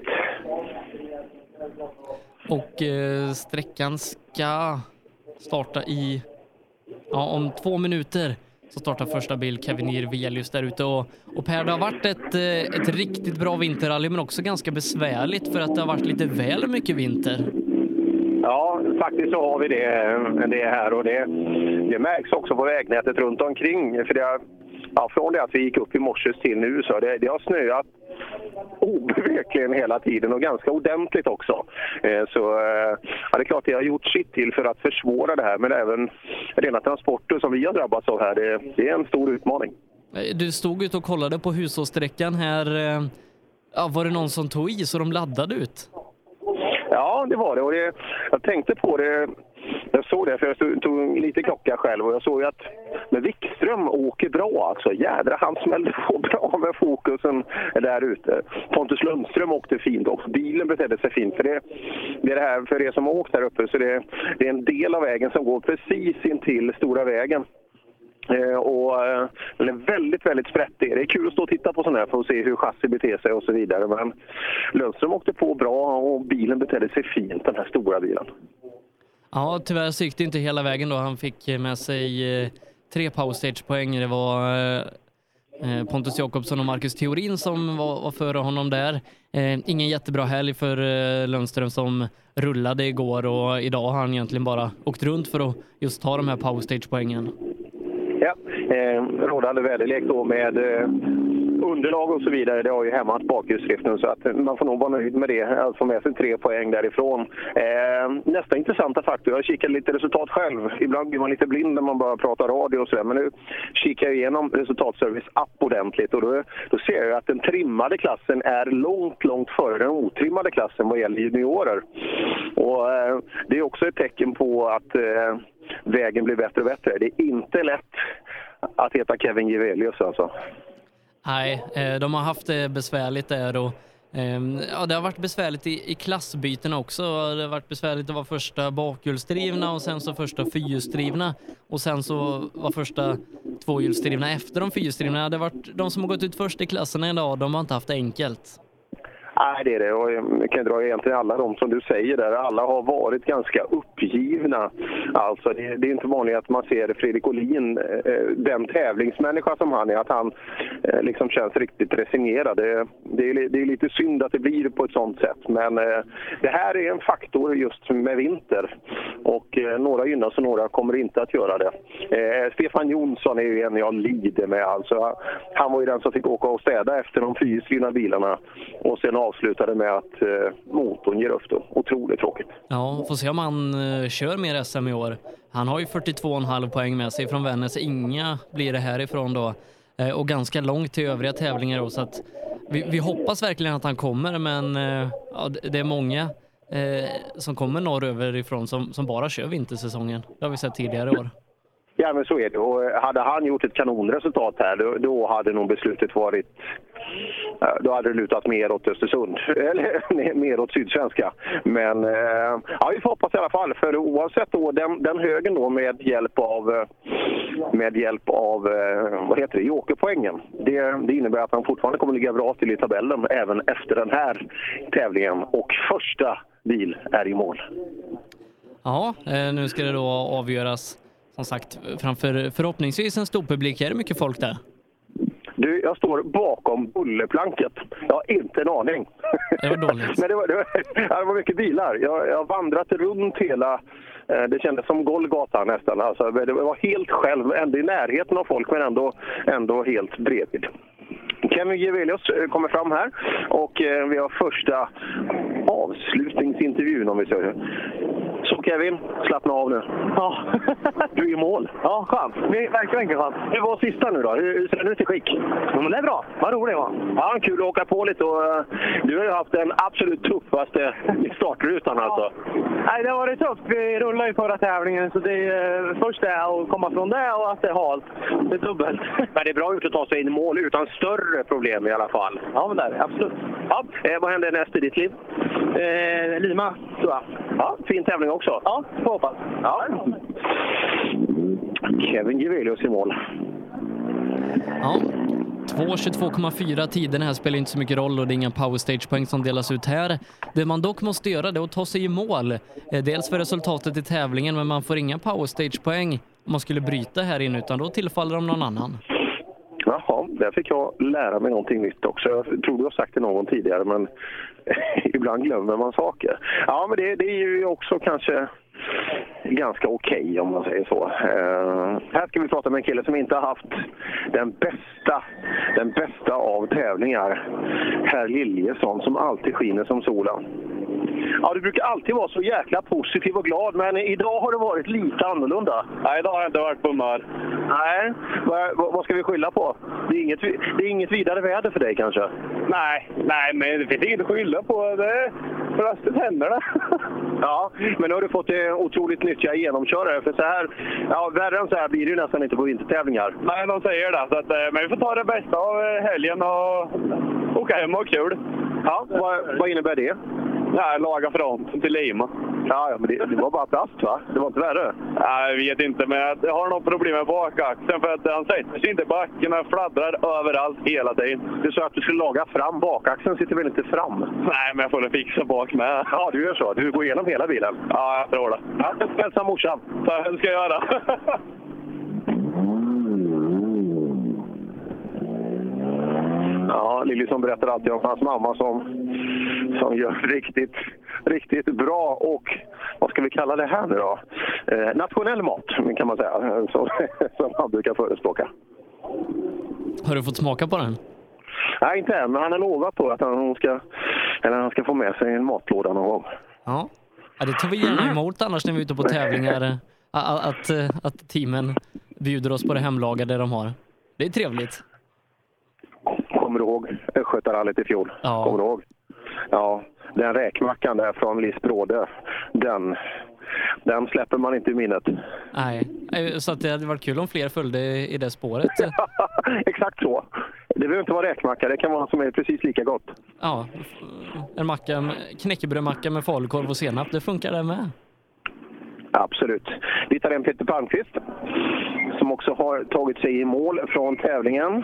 S17: Och sträckan ska starta om 2 minuter. Så startar första bil Kevin Jirvelius där ute. Och Per, det har varit ett riktigt bra vinterrally, men också ganska besvärligt för att det har varit lite väl mycket vinter.
S10: Ja, faktiskt så har vi det här, och det märks också på vägnätet runt omkring. För från det att vi gick upp i morse till nu så det har snöat obevekligen hela tiden och ganska ordentligt också. Så det är klart det har gjort sitt till för att försvåra det här, men även rena transporter som vi har drabbats av här, det är en stor utmaning.
S17: Du stod ut och kollade på hushållssträckan här. Var det någon som tog i så de laddade ut?
S10: Ja, det var det. Och jag tänkte på det. Jag såg det, för jag tog lite klocka själv, och jag såg ju att med Wikström åker bra. Alltså jädra, han smällde på bra med fokusen där ute. Pontus Lundström åkte fint också. Bilen betedde sig fint. För det är det här, för er som har åkt där uppe, så det är en del av vägen som går precis in till stora vägen. Och den är väldigt, väldigt sprättig. Det är kul att stå och titta på sån här för att se hur chassi beter sig och så vidare. Men Lundström åkte på bra och bilen betedde sig fint, den här stora bilen.
S17: Ja, tyvärr så gick det inte hela vägen då. Han fick med sig 3 powerstage-poäng. Det var Pontus Jakobsson och Marcus Theorin som var före honom där. Ingen jättebra helg för Lundström som rullade igår, och idag har han egentligen bara åkt runt för att just ta de här powerstage-poängen.
S10: Ja, rådande väderlek då med underlag och så vidare. Det har ju hämmat bakhjulsdriften, så att man får nog vara nöjd med det. Alltså med sig 3 poäng därifrån. Nästa intressanta faktor, jag kikade lite resultat själv. Ibland blir man lite blind när man bara pratar radio och sådär. Men nu kikar jag igenom resultatservice app ordentligt, och då ser jag att den trimmade klassen är långt före den otrimmade klassen vad gäller juniorer. Och det är också ett tecken på att vägen blir bättre och bättre. Det är inte lätt att heta Kevin Jirvelius alltså.
S17: Nej, de har haft det besvärligt där, och det har varit besvärligt i klassbytena också. Det har varit besvärligt att vara första bakhjulsdrivna och sen så första fyrhjulsdrivna, och sen så var första tvåhjulsdrivna efter de fyrhjulsdrivna. Det har varit de som har gått ut först i klasserna idag, de har inte haft det enkelt.
S10: Nej, det är det. Och jag kan dra egentligen alla de som du säger där. Alla har varit ganska uppgivna. Alltså det är inte vanligt att man ser Fredrik Olin, den tävlingsmänniska som han är, att han liksom känns riktigt resignerad. Det är lite synd att det blir på ett sånt sätt. Men det här är en faktor just med vinter. Och några gynnas och några kommer inte att göra det. Stefan Jonsson är ju en jag lider med. Alltså, han var ju den som fick åka och städa efter de fyrhjulsdrivna bilarna. Och sen avslutade med att motorn ger upp då. Otroligt tråkigt.
S17: Ja, får se om han kör mer SM i år. Han har ju 42,5 poäng med sig från Vännäs. Inga blir det härifrån då. Och ganska långt till övriga tävlingar då, så att vi hoppas verkligen att han kommer, men ja, det är många som kommer norröver ifrån som bara kör vintersäsongen. Det har vi sett tidigare år.
S10: Ja, men så är det. Och hade han gjort ett kanonresultat här, då hade nog beslutet varit... Då hade det lutat mer åt Östersund. Eller mer åt Sydsvenska. Men ja, vi får hoppas i alla fall. För oavsett då, den högen då med hjälp av vad heter det, jokerpoängen. Det innebär att han fortfarande kommer ligga bra till i tabellen även efter den här tävlingen. Och första bil är i mål.
S17: Ja, nu ska det då avgöras. Som sagt, framför förhoppningsvis en stor publik. Är det mycket folk där?
S10: Du, jag står bakom bullerplanket. Jag har inte en aning.
S17: Det var dåligt.
S10: Men det var mycket bilar. Jag har vandrat runt hela... Det kändes som Golgata nästan. Alltså, det var helt själv, ändå i närheten av folk, men ändå helt bredvid. Kevin Jirvelius kommer fram här och vi har första avslutningsintervjun, om vi säger. Så Kevin, slappna av nu.
S4: Ja.
S10: Du är i mål.
S4: Ja, skönt. Det verkar inte skönt.
S10: Du var sista nu då. Hur ser den ut i skick?
S4: Ja, men det är bra. Vad roligt va?
S10: Ja, kul att åka på lite. Och, du har ju haft den absolut tuffaste i startrutan alltså.
S4: Nej, det har varit tufft. Vi rullade ju förra tävlingen, så det är först det att komma från det och att det är halt. Det är dubbelt.
S10: Men det är bra gjort att ta sig in i mål utan större problem i alla fall.
S4: Ja, men där, absolut.
S10: Ja, vad händer näst i ditt liv?
S4: Lima, tror jag.
S10: Ja, fin tävling också.
S4: Ja, får hoppas.
S10: Ja. Kevin Jevelius i mål.
S17: Ja. 2.22,4 tiden här spelar inte så mycket roll och det är inga power stage-poäng som delas ut här. Det man dock måste göra det är att ta sig i mål. Dels för resultatet i tävlingen, men man får inga power stage-poäng om man skulle bryta här inne, utan då tillfaller de någon annan.
S10: Jaha, där fick jag lära mig någonting nytt också. Jag tror du har sagt det någon tidigare, men ibland glömmer man saker. Ja, men det är ju också kanske ganska okej om man säger så. Här ska vi prata med en kille som inte har haft den bästa av tävlingar. Herr Liljesson, som alltid skiner som solen. Ja, du brukar alltid vara så jäkla positiv och glad, men idag har det varit lite annorlunda.
S15: Nej, idag har jag inte varit på humör.
S10: Nej, vad ska vi skylla på? Det är inget vidare väder för dig kanske?
S15: Nej, men det finns inget att skylla på. Det är bröstet händerna.
S10: Ja, men nu har du fått otroligt nyttiga genomkörare. För så här, ja, värre än så här blir det ju nästan inte på vintertävlingar.
S15: Nej, de säger det. Så att, men vi får ta det bästa av helgen och åka hem och ha kul.
S10: Ja, vad innebär det?
S15: Nej, laga fronten till Lima.
S10: Ja, men det var bara plast va? Det var inte värre?
S15: Nej, jag vet inte, men jag har något problem med bakaxeln för att han sätter sig inte i backen och fladdrar överallt hela tiden.
S10: Du sa att du skulle laga fram, bakaxeln sitter väl inte fram?
S15: Nej, men jag får fixa bak med.
S10: Ja, du gör så. Du går igenom hela bilen?
S15: Ja, jag tror det.
S10: Ja, hälsa morsan.
S15: Det ska jag göra.
S10: Ja, Liljesson berättar alltid om hans mamma som gör riktigt bra och vad ska vi kalla det här nu då? Nationell mat kan man säga, som han brukar förespråka.
S17: Har du fått smaka på den?
S10: Nej, inte än, men han har lovat på att han ska få med sig en matlåda någon gång.
S17: Ja, det tar vi gärna emot annars när vi är ute på tävlingar, att teamen bjuder oss på det hemlagade de har. Det är trevligt.
S10: Kommer du ihåg Östgötarallyt i fjol?
S17: Ja.
S10: Kommer du ihåg? Ja, den räkmackan där från Lis Bråde, den släpper man inte i minnet.
S17: Nej, så att det hade varit kul om fler följde i det spåret.
S10: Exakt så. Det behöver inte vara räkmacka, det kan vara som är precis lika gott.
S17: Ja, en knäckebrödmacka med falukorv och senap, det funkar det med.
S10: Absolut. Vi tar en Peter Palmqvist som också har tagit sig i mål från tävlingen.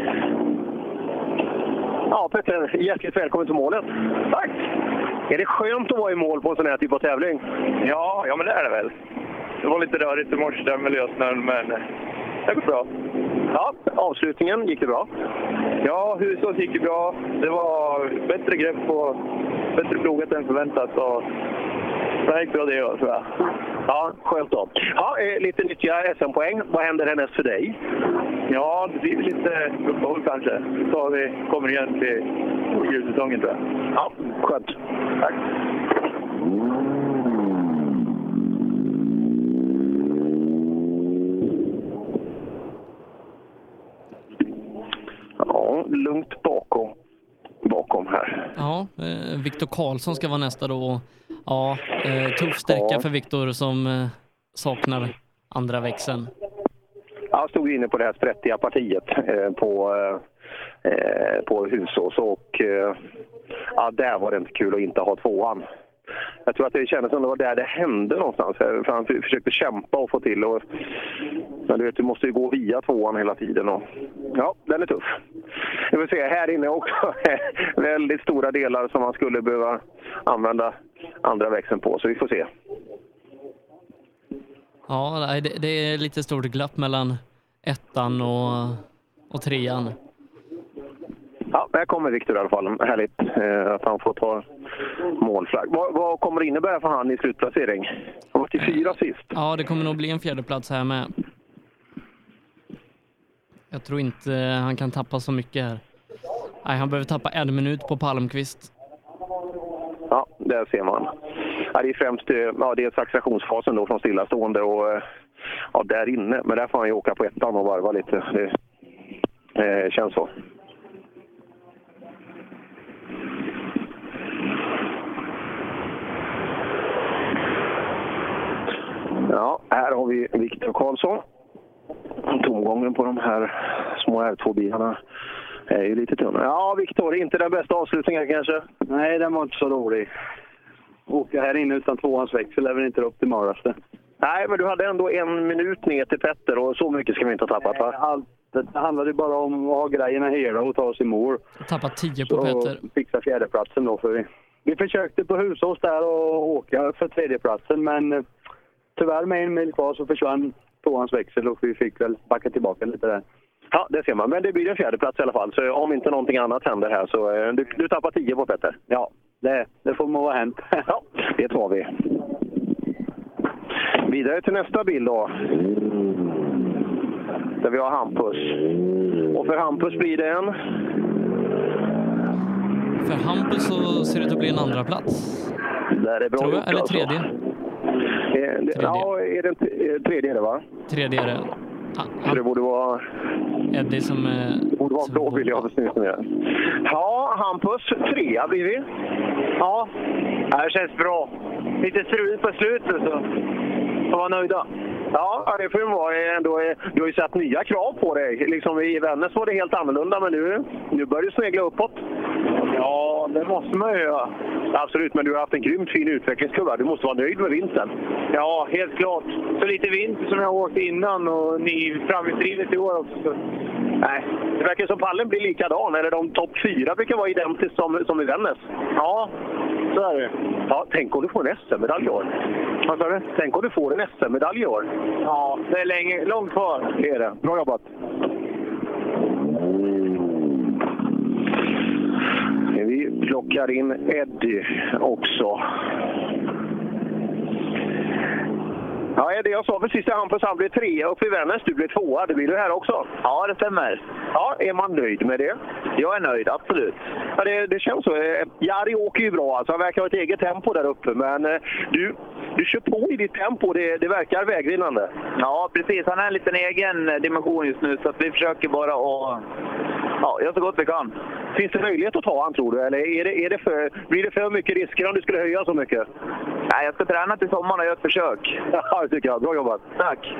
S10: Ja, Petter, hjärtligt välkommen till målet.
S15: Tack!
S10: Är det skönt att vara i mål på en sån här typ av tävling?
S15: Ja, men det är det väl. Det var lite rörigt i morse där med lösnön, men det går bra.
S10: Ja, avslutningen, gick det bra?
S15: Ja, huset gick det bra. Det var bättre grepp och bättre plogat än förväntat. Och det gick bra det, tror jag.
S10: Ja, skönt då. Ja, lite nyttiga SM-poäng. Vad händer härnäst för dig?
S15: Ja, det blir lite uppehåll kanske. Så vi kommer igen till julsäsongen, tror jag.
S10: Ja, skönt.
S15: Tack.
S10: Ja, lugnt bakom här.
S17: Ja, Viktor Karlsson ska vara nästa då. Ja, tuff sträcka för Viktor som saknar andra växeln.
S10: Jag stod inne på det här sprättiga partiet på Husås och ja, där var det inte kul att inte ha tvåan. Jag tror att det kändes som det var där det hände någonstans. För han försökte kämpa och få till. Men du vet, du måste ju gå via tvåan hela tiden. Och, ja, den är tuff. Jag vill se här inne också väldigt stora delar som man skulle behöva använda andra växeln på. Så vi får se.
S17: Ja, det är lite stort glapp mellan ettan och trean.
S10: Ja, här kommer Viktor i alla fall. Härligt att han får ta målflagg. Vad kommer det innebära för han i slutplacering? Han var till 4 sist.
S17: Ja, det kommer nog bli en fjärde plats här med. Jag tror inte han kan tappa så mycket här. Nej, han behöver tappa 1 minut på Palmqvist.
S10: Ja, där ser man. Ja, det är främst dels accelerationsfasen då från stillastående och där inne. Men där får han ju åka på ettan och varva lite. Det känns så. Ja, här har vi Viktor Karlsson. Tomgången på de här små R2-bilarna är ju lite tunna. Ja, Viktor, inte den bästa avslutningen kanske?
S4: Nej, den var inte så rolig. Åka här inne utan tvåans växel är väl inte det optimalaste.
S10: Nej, men du hade ändå 1 minut ner till Petter och så mycket ska vi inte ha tappat, va?
S4: Det handlade bara om att ha grejerna hela och ta oss i mål.
S17: Tappat 10 på Petter.
S4: Fixa fjärdeplatsen då för vi försökte på Husås där och åka för tredjeplatsen, men tyvärr med 1 mil kvar så försvann tvåans växel och vi fick väl backa tillbaka lite där.
S10: Ja, det ser man. Men det blir en fjärdeplats i alla fall. Så om inte någonting annat händer här så du tappar 10 på Petter.
S4: Ja, det får man vara hänt.
S10: Ja, det tar vi. Vidare till nästa bild då. Där vi har Hampus. Och för Hampus blir det en...
S17: För Hampus så ser det ut att bli en andra plats.
S10: Där är bra.
S17: Tror jag, eller tredje.
S10: Ja, är det tredje det, va?
S17: Tredje är det.
S10: Så det borde vara...
S17: Eddie som...
S10: borde vara blå vill jag precis med. Ja, Hampus, 3 blir vi.
S4: Ja, det känns bra. Lite struligt på slutet så jag var nöjda.
S10: Ja, det får ju vara ändå. Du har ju sett nya krav på dig. Liksom i Vännäs var det helt annorlunda, men nu börjar du snegla uppåt.
S4: Ja, det måste man ju göra.
S10: Absolut, men du har haft en grymt fin utvecklingskurva. Du måste vara nöjd med vintern.
S4: Ja, helt klart. Så lite vinter som jag har åkt innan och ni framhjulsdrivet i år också. Så.
S10: Nej, det verkar som pallen blir likadan. Eller de topp 4 brukar vara identiskt som i Vännäs.
S4: Ja, så är det.
S10: Ja, tänk om du får en SM-medalj i år.
S4: Vad sa du?
S10: Tänk om du får en SM-medalj i år.
S4: Ja, det är långt kvar.
S10: Det är det. Bra jobbat. Vi plockar in Eddie också. Ja, det jag sa precis att Hampus han blev 3 uppe i Vännäs. Du blev 2. Det blir du här också.
S4: Ja, det stämmer.
S10: Ja, är man nöjd med det?
S4: Jag är nöjd, absolut.
S10: Ja, det känns så. Jari åker ju bra. Alltså, han verkar ha ett eget tempo där uppe. Men du kör på i ditt tempo. Det verkar vägvinnande.
S4: Ja, precis. Han har en liten egen dimension just nu. Så att vi försöker bara att göra så gott vi kan.
S10: Finns det möjlighet att ta han, tror du? Eller blir det för mycket risker om du skulle höja så mycket?
S4: Nej, jag ska träna till sommaren och göra ett försök.
S10: Ja, det tycker jag. Bra jobbat.
S4: Tack.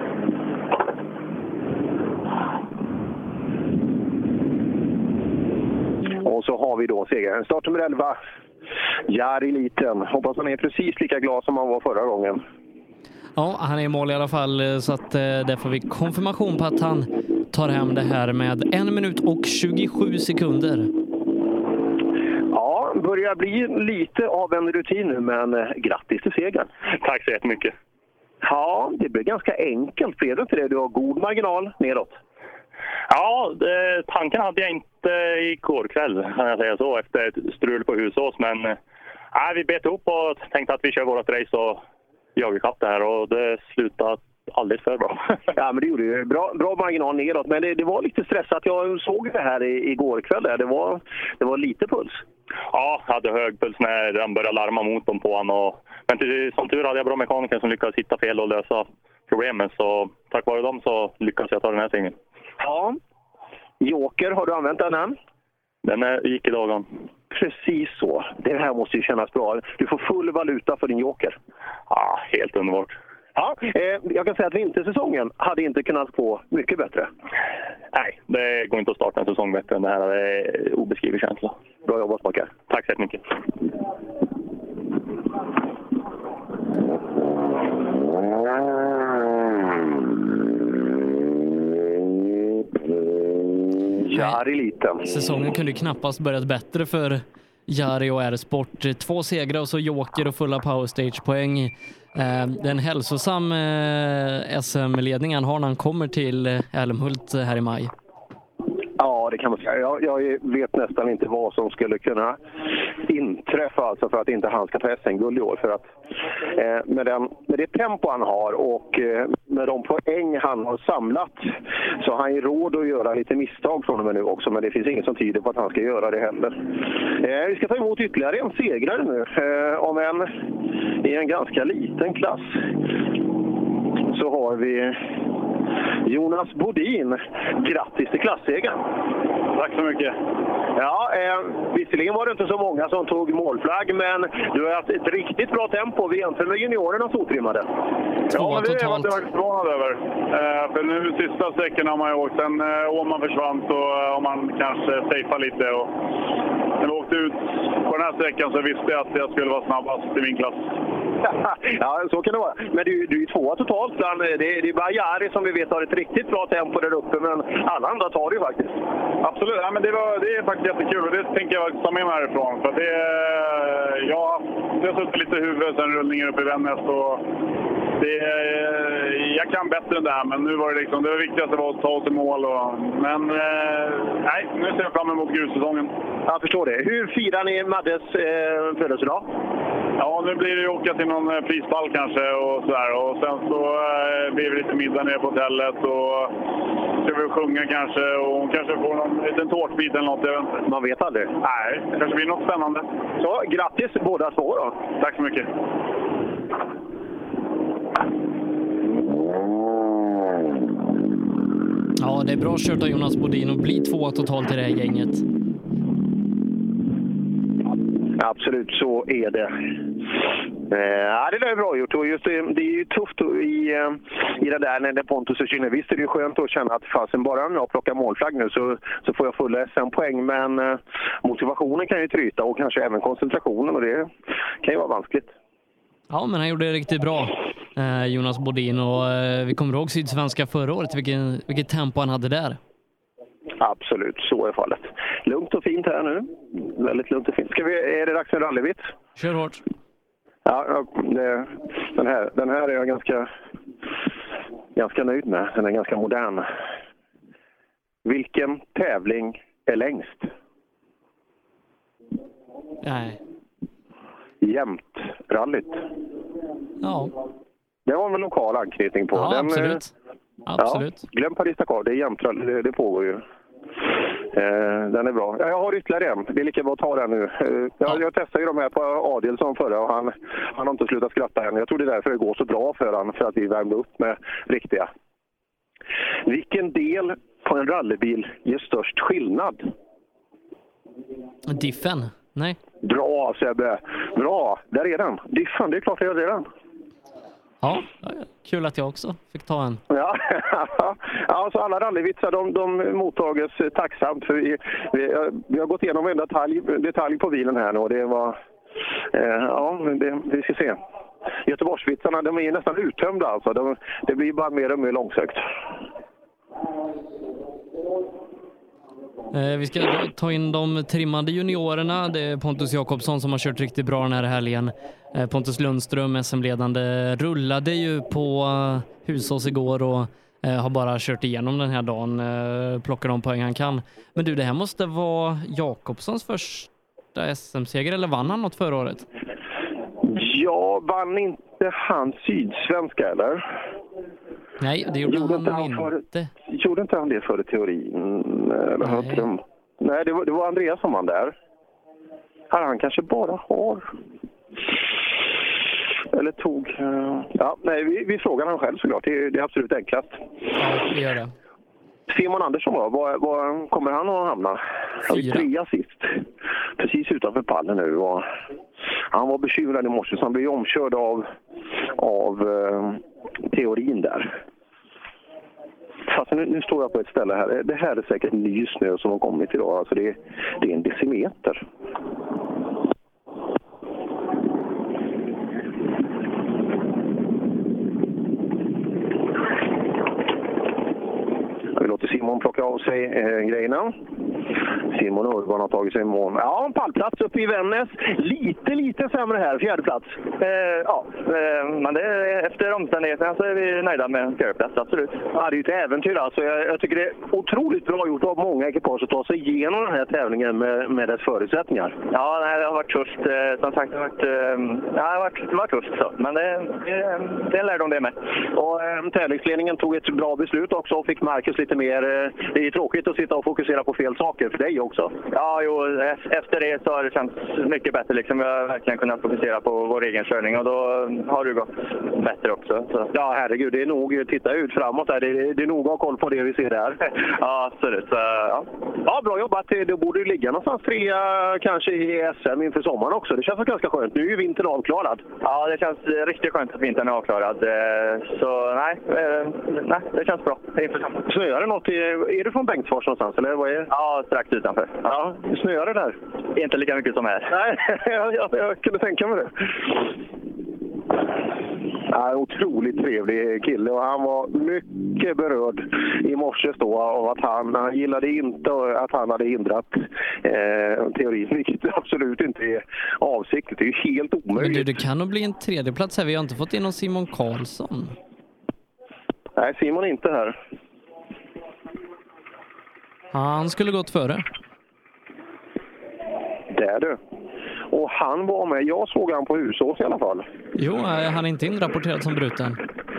S10: Och så har vi då segraren. Startnummer 11, Jari Liten. Hoppas han är precis lika glad som han var förra gången.
S17: Ja, han är i mål i alla fall, så att där får vi konfirmation på att han tar hem det här med 1 minut och 27 sekunder.
S10: Ja, börjar bli lite av en rutin nu, men grattis till segern.
S5: Tack så jättemycket.
S10: Ja, det blir ganska enkelt. Blev det inte det? Du har god marginal neråt.
S5: Ja, tanken hade jag inte igår kväll, kan jag säga så, efter ett strul på Husås. Men vi bet ihop och tänkte att vi kör vårt race och jagar ikapp det här. Och det slutade alldeles för bra.
S10: Ja, men det gjorde ju bra marginal neråt. Men det var lite stressat. Jag såg det här igår kväll. Det var lite puls.
S5: Ja, jag hade hög puls när han började larma motorn på honom. Men som tur hade jag bra mekaniker som lyckades hitta fel och lösa problemen. Så tack vare dem så lyckades jag ta den här svingen.
S10: Ja. Joker, har du använt den än?
S5: Den gick i dagen.
S10: Precis så. Det här måste ju kännas bra. Du får full valuta för din joker.
S5: Ja, helt underbart.
S10: Ja, jag kan säga att vintersäsongen hade inte kunnat gå mycket bättre.
S5: Nej, det går inte att starta en säsong bättre än det här. Det är obeskrivlig känsla.
S10: Bra jobbat, Makar.
S5: Tack så mycket.
S10: Jari Liten.
S17: Säsongen kunde knappast börjat bättre för Jari och R-Sport. 2 segrar och så joker och fulla powerstage-poäng. Den hälsosam SM-ledningen har när han kommer till Älmhult här i maj.
S10: Ja, det kan man säga. Jag vet nästan inte vad som skulle kunna inträffa alltså för att inte han ska ta SM-guld i år. För att med det tempo han har och med de poäng han har samlat så har han ju råd att göra lite misstag från och med nu också. Men det finns inget som tyder på att han ska göra det heller. Vi ska ta emot ytterligare en segrare nu. Om en i en ganska liten klass så har vi Jonas Bodin. Grattis till klassegern.
S15: Tack så mycket.
S10: Ja, visserligen var det inte så många som tog målflagg, men du har haft ett riktigt bra tempo. Vi jämför med juniorernas otrimmade.
S15: Ja, men det var jag förvånad över. För nu sista sträckan har man ju åkt. Sen Åman försvann så har man kanske safeat lite. Och när vi åkte ut på den här sträckan så visste jag att jag skulle vara snabbast i min klass.
S10: Ja, så kan det vara. Men du är ju tvåa totalt. Det är bara Jari som vi vet har ett riktigt bra tempo där uppe, men alla andra tar det ju faktiskt.
S15: Absolut, ja, men det är faktiskt jättekul och det tänker jag ta med mig härifrån. För det, jag har suttit lite i huvudet sen rullningen upp i Vännäs och jag kan bättre än det här, men nu var det liksom, det viktigaste var att ta oss i mål. Men nej, nu ser jag fram emot grussäsongen.
S10: Jag förstår det. Hur firar ni Maddes födelsedag?
S15: Ja, nu blir det ju åka till någon prispall kanske och sådär. Och sen så blir det lite middag nere på hotellet och ska vi sjunga kanske och hon kanske får någon liten tårtbit eller något. Jag vet inte.
S10: Man vet aldrig.
S15: Nej, det kanske blir något spännande.
S10: Så, grattis båda två då.
S15: Tack så mycket.
S17: Ja, det är bra kört av Jonas Bodin och bli tvåa totalt i det här gänget.
S10: Absolut, så är det. Ja, det är bra gjort. Och just det är ju tufft i det där när Pontus och Kynne. Visst är det ju skönt att känna att fasen bara när jag plockar målflagg nu så får jag fulla SM-poäng. Men motivationen kan ju tryta och kanske även koncentrationen och det kan ju vara vanskligt.
S17: Ja, men han gjorde det riktigt bra, Jonas Bodin. Och vi kommer ihåg Sydsvenska förra året, vilket tempo han hade där.
S10: Absolut, så är fallet. Lugnt och fint här nu. Väldigt lugnt och fint. Är det dags för rallyvitt?
S17: Kör hårt.
S10: Ja, den här är jag ganska nöjd med. Den är ganska modern. Vilken tävling är längst?
S17: Nej.
S10: Jämtrallyt.
S17: Ja.
S10: Det var en lokal anknytning på.
S17: Ja, absolut. Absolut.
S10: Ja, glöm Paris-Dakar, det är jämtrally, det pågår ju. Den är bra. Jag har ytterligare en. Det är lika bra att ta den nu. Jag testade ju de här på Adelsson förra och han har inte slutat skratta än. Jag tror det är därför det går så bra för han, för att vi värmde upp med riktiga. Vilken del på en rallybil ger störst skillnad?
S17: Diffen? Nej.
S10: Bra Sebbe. Bra. Där är den. Diffen, det är klart jag gör den.
S17: Ja, kul att jag också fick ta en.
S10: Ja, alltså alla rallyvitsar de mottages tacksamt. För vi har gått igenom en detalj på bilen här nu och det var... vi ska se. Göteborgsvitsarna, de är nästan uttömda alltså. Det blir bara mer och mer långsökt.
S17: Vi ska ta in de trimmade juniorerna. Det är Pontus Jakobsson som har kört riktigt bra den här helgen. Pontus Lundström, SM-ledande, rullade ju på Husås igår och har bara kört igenom den här dagen. Plockar de poäng han kan. Men du, det här måste vara Jakobssons första SM-seger, eller vann han något förra året?
S10: Ja, vann inte han Sydsvenska, eller?
S17: Nej, det gjorde han inte.
S10: Gjorde inte han det före teorin? Eller nej, det var Andreas som vann där. Han kanske bara har... Eller tog... Ja, nej, vi frågar han själv såklart. Det är absolut enklast.
S17: Ja, vi gör det.
S10: Simon Andersson var kommer han att hamna?
S17: 4.
S10: 3 sist. Precis utanför pallen nu. Han var bekymrad i morse så han blev omkörd av teorin där. Fast nu står jag på ett ställe här. Det här är säkert ny snö som har kommit idag. Alltså det är en decimeter. Vi låter Simon plocka av sig grejerna. Simon Urban har tagit sig i mål. Ja, en pallplats uppe i Vännäs. Lite sämre här, fjärde plats.
S4: Men det är, efter omständigheterna så är vi nöjda med fjärde plats, absolut.
S10: Ja, det är ju ett äventyr alltså. Jag tycker det är otroligt bra gjort av många ekipage att ta sig igenom den här tävlingen med dess förutsättningar.
S4: Ja, nej, det har varit tufft. Som sagt, det har varit tufft. Så. Men det är lärdom det med.
S10: Och tävlingsledningen tog ett bra beslut också och fick Marcus lite mer... det är tråkigt att sitta och fokusera på fel saker för dig också.
S4: Ja, jo, efter det så har det känts mycket bättre. Liksom. Vi har verkligen kunnat fokusera på vår egen körning och då har det gått bättre också. Så.
S10: Ja, herregud, det är nog titta ut framåt där. Det är nog att ha koll på det vi ser där.
S4: Ja, absolut. Så,
S10: ja, bra jobbat. Det borde ju ligga någonstans 3 kanske i SM inför sommaren också. Det känns ganska skönt. Nu är ju vintern avklarad.
S4: Ja, det känns riktigt skönt att vintern är avklarad. Så nej, det känns bra.
S10: Snöar det något? Är du från Bengtsfors någonstans? Eller vad är det?
S4: Ja, strax utanför.
S10: Ja, snöar det där?
S4: Inte lika mycket som här.
S10: Nej, jag kunde tänka mig det. Ja, otroligt trevlig kille och han var mycket berörd i morse då av att han gillade inte att han hade hindrat teorin, vilket absolut inte är avsiktligt. Det är ju helt omöjligt.
S17: Men det kan nog bli en tredje plats här. Vi har inte fått in någon Simon Karlsson.
S10: Nej, Simon är inte här.
S17: Han skulle gått före.
S10: Där du. Och han var med. Jag såg han på Husås i alla fall.
S17: Jo, han är inte inrapporterad som bruten.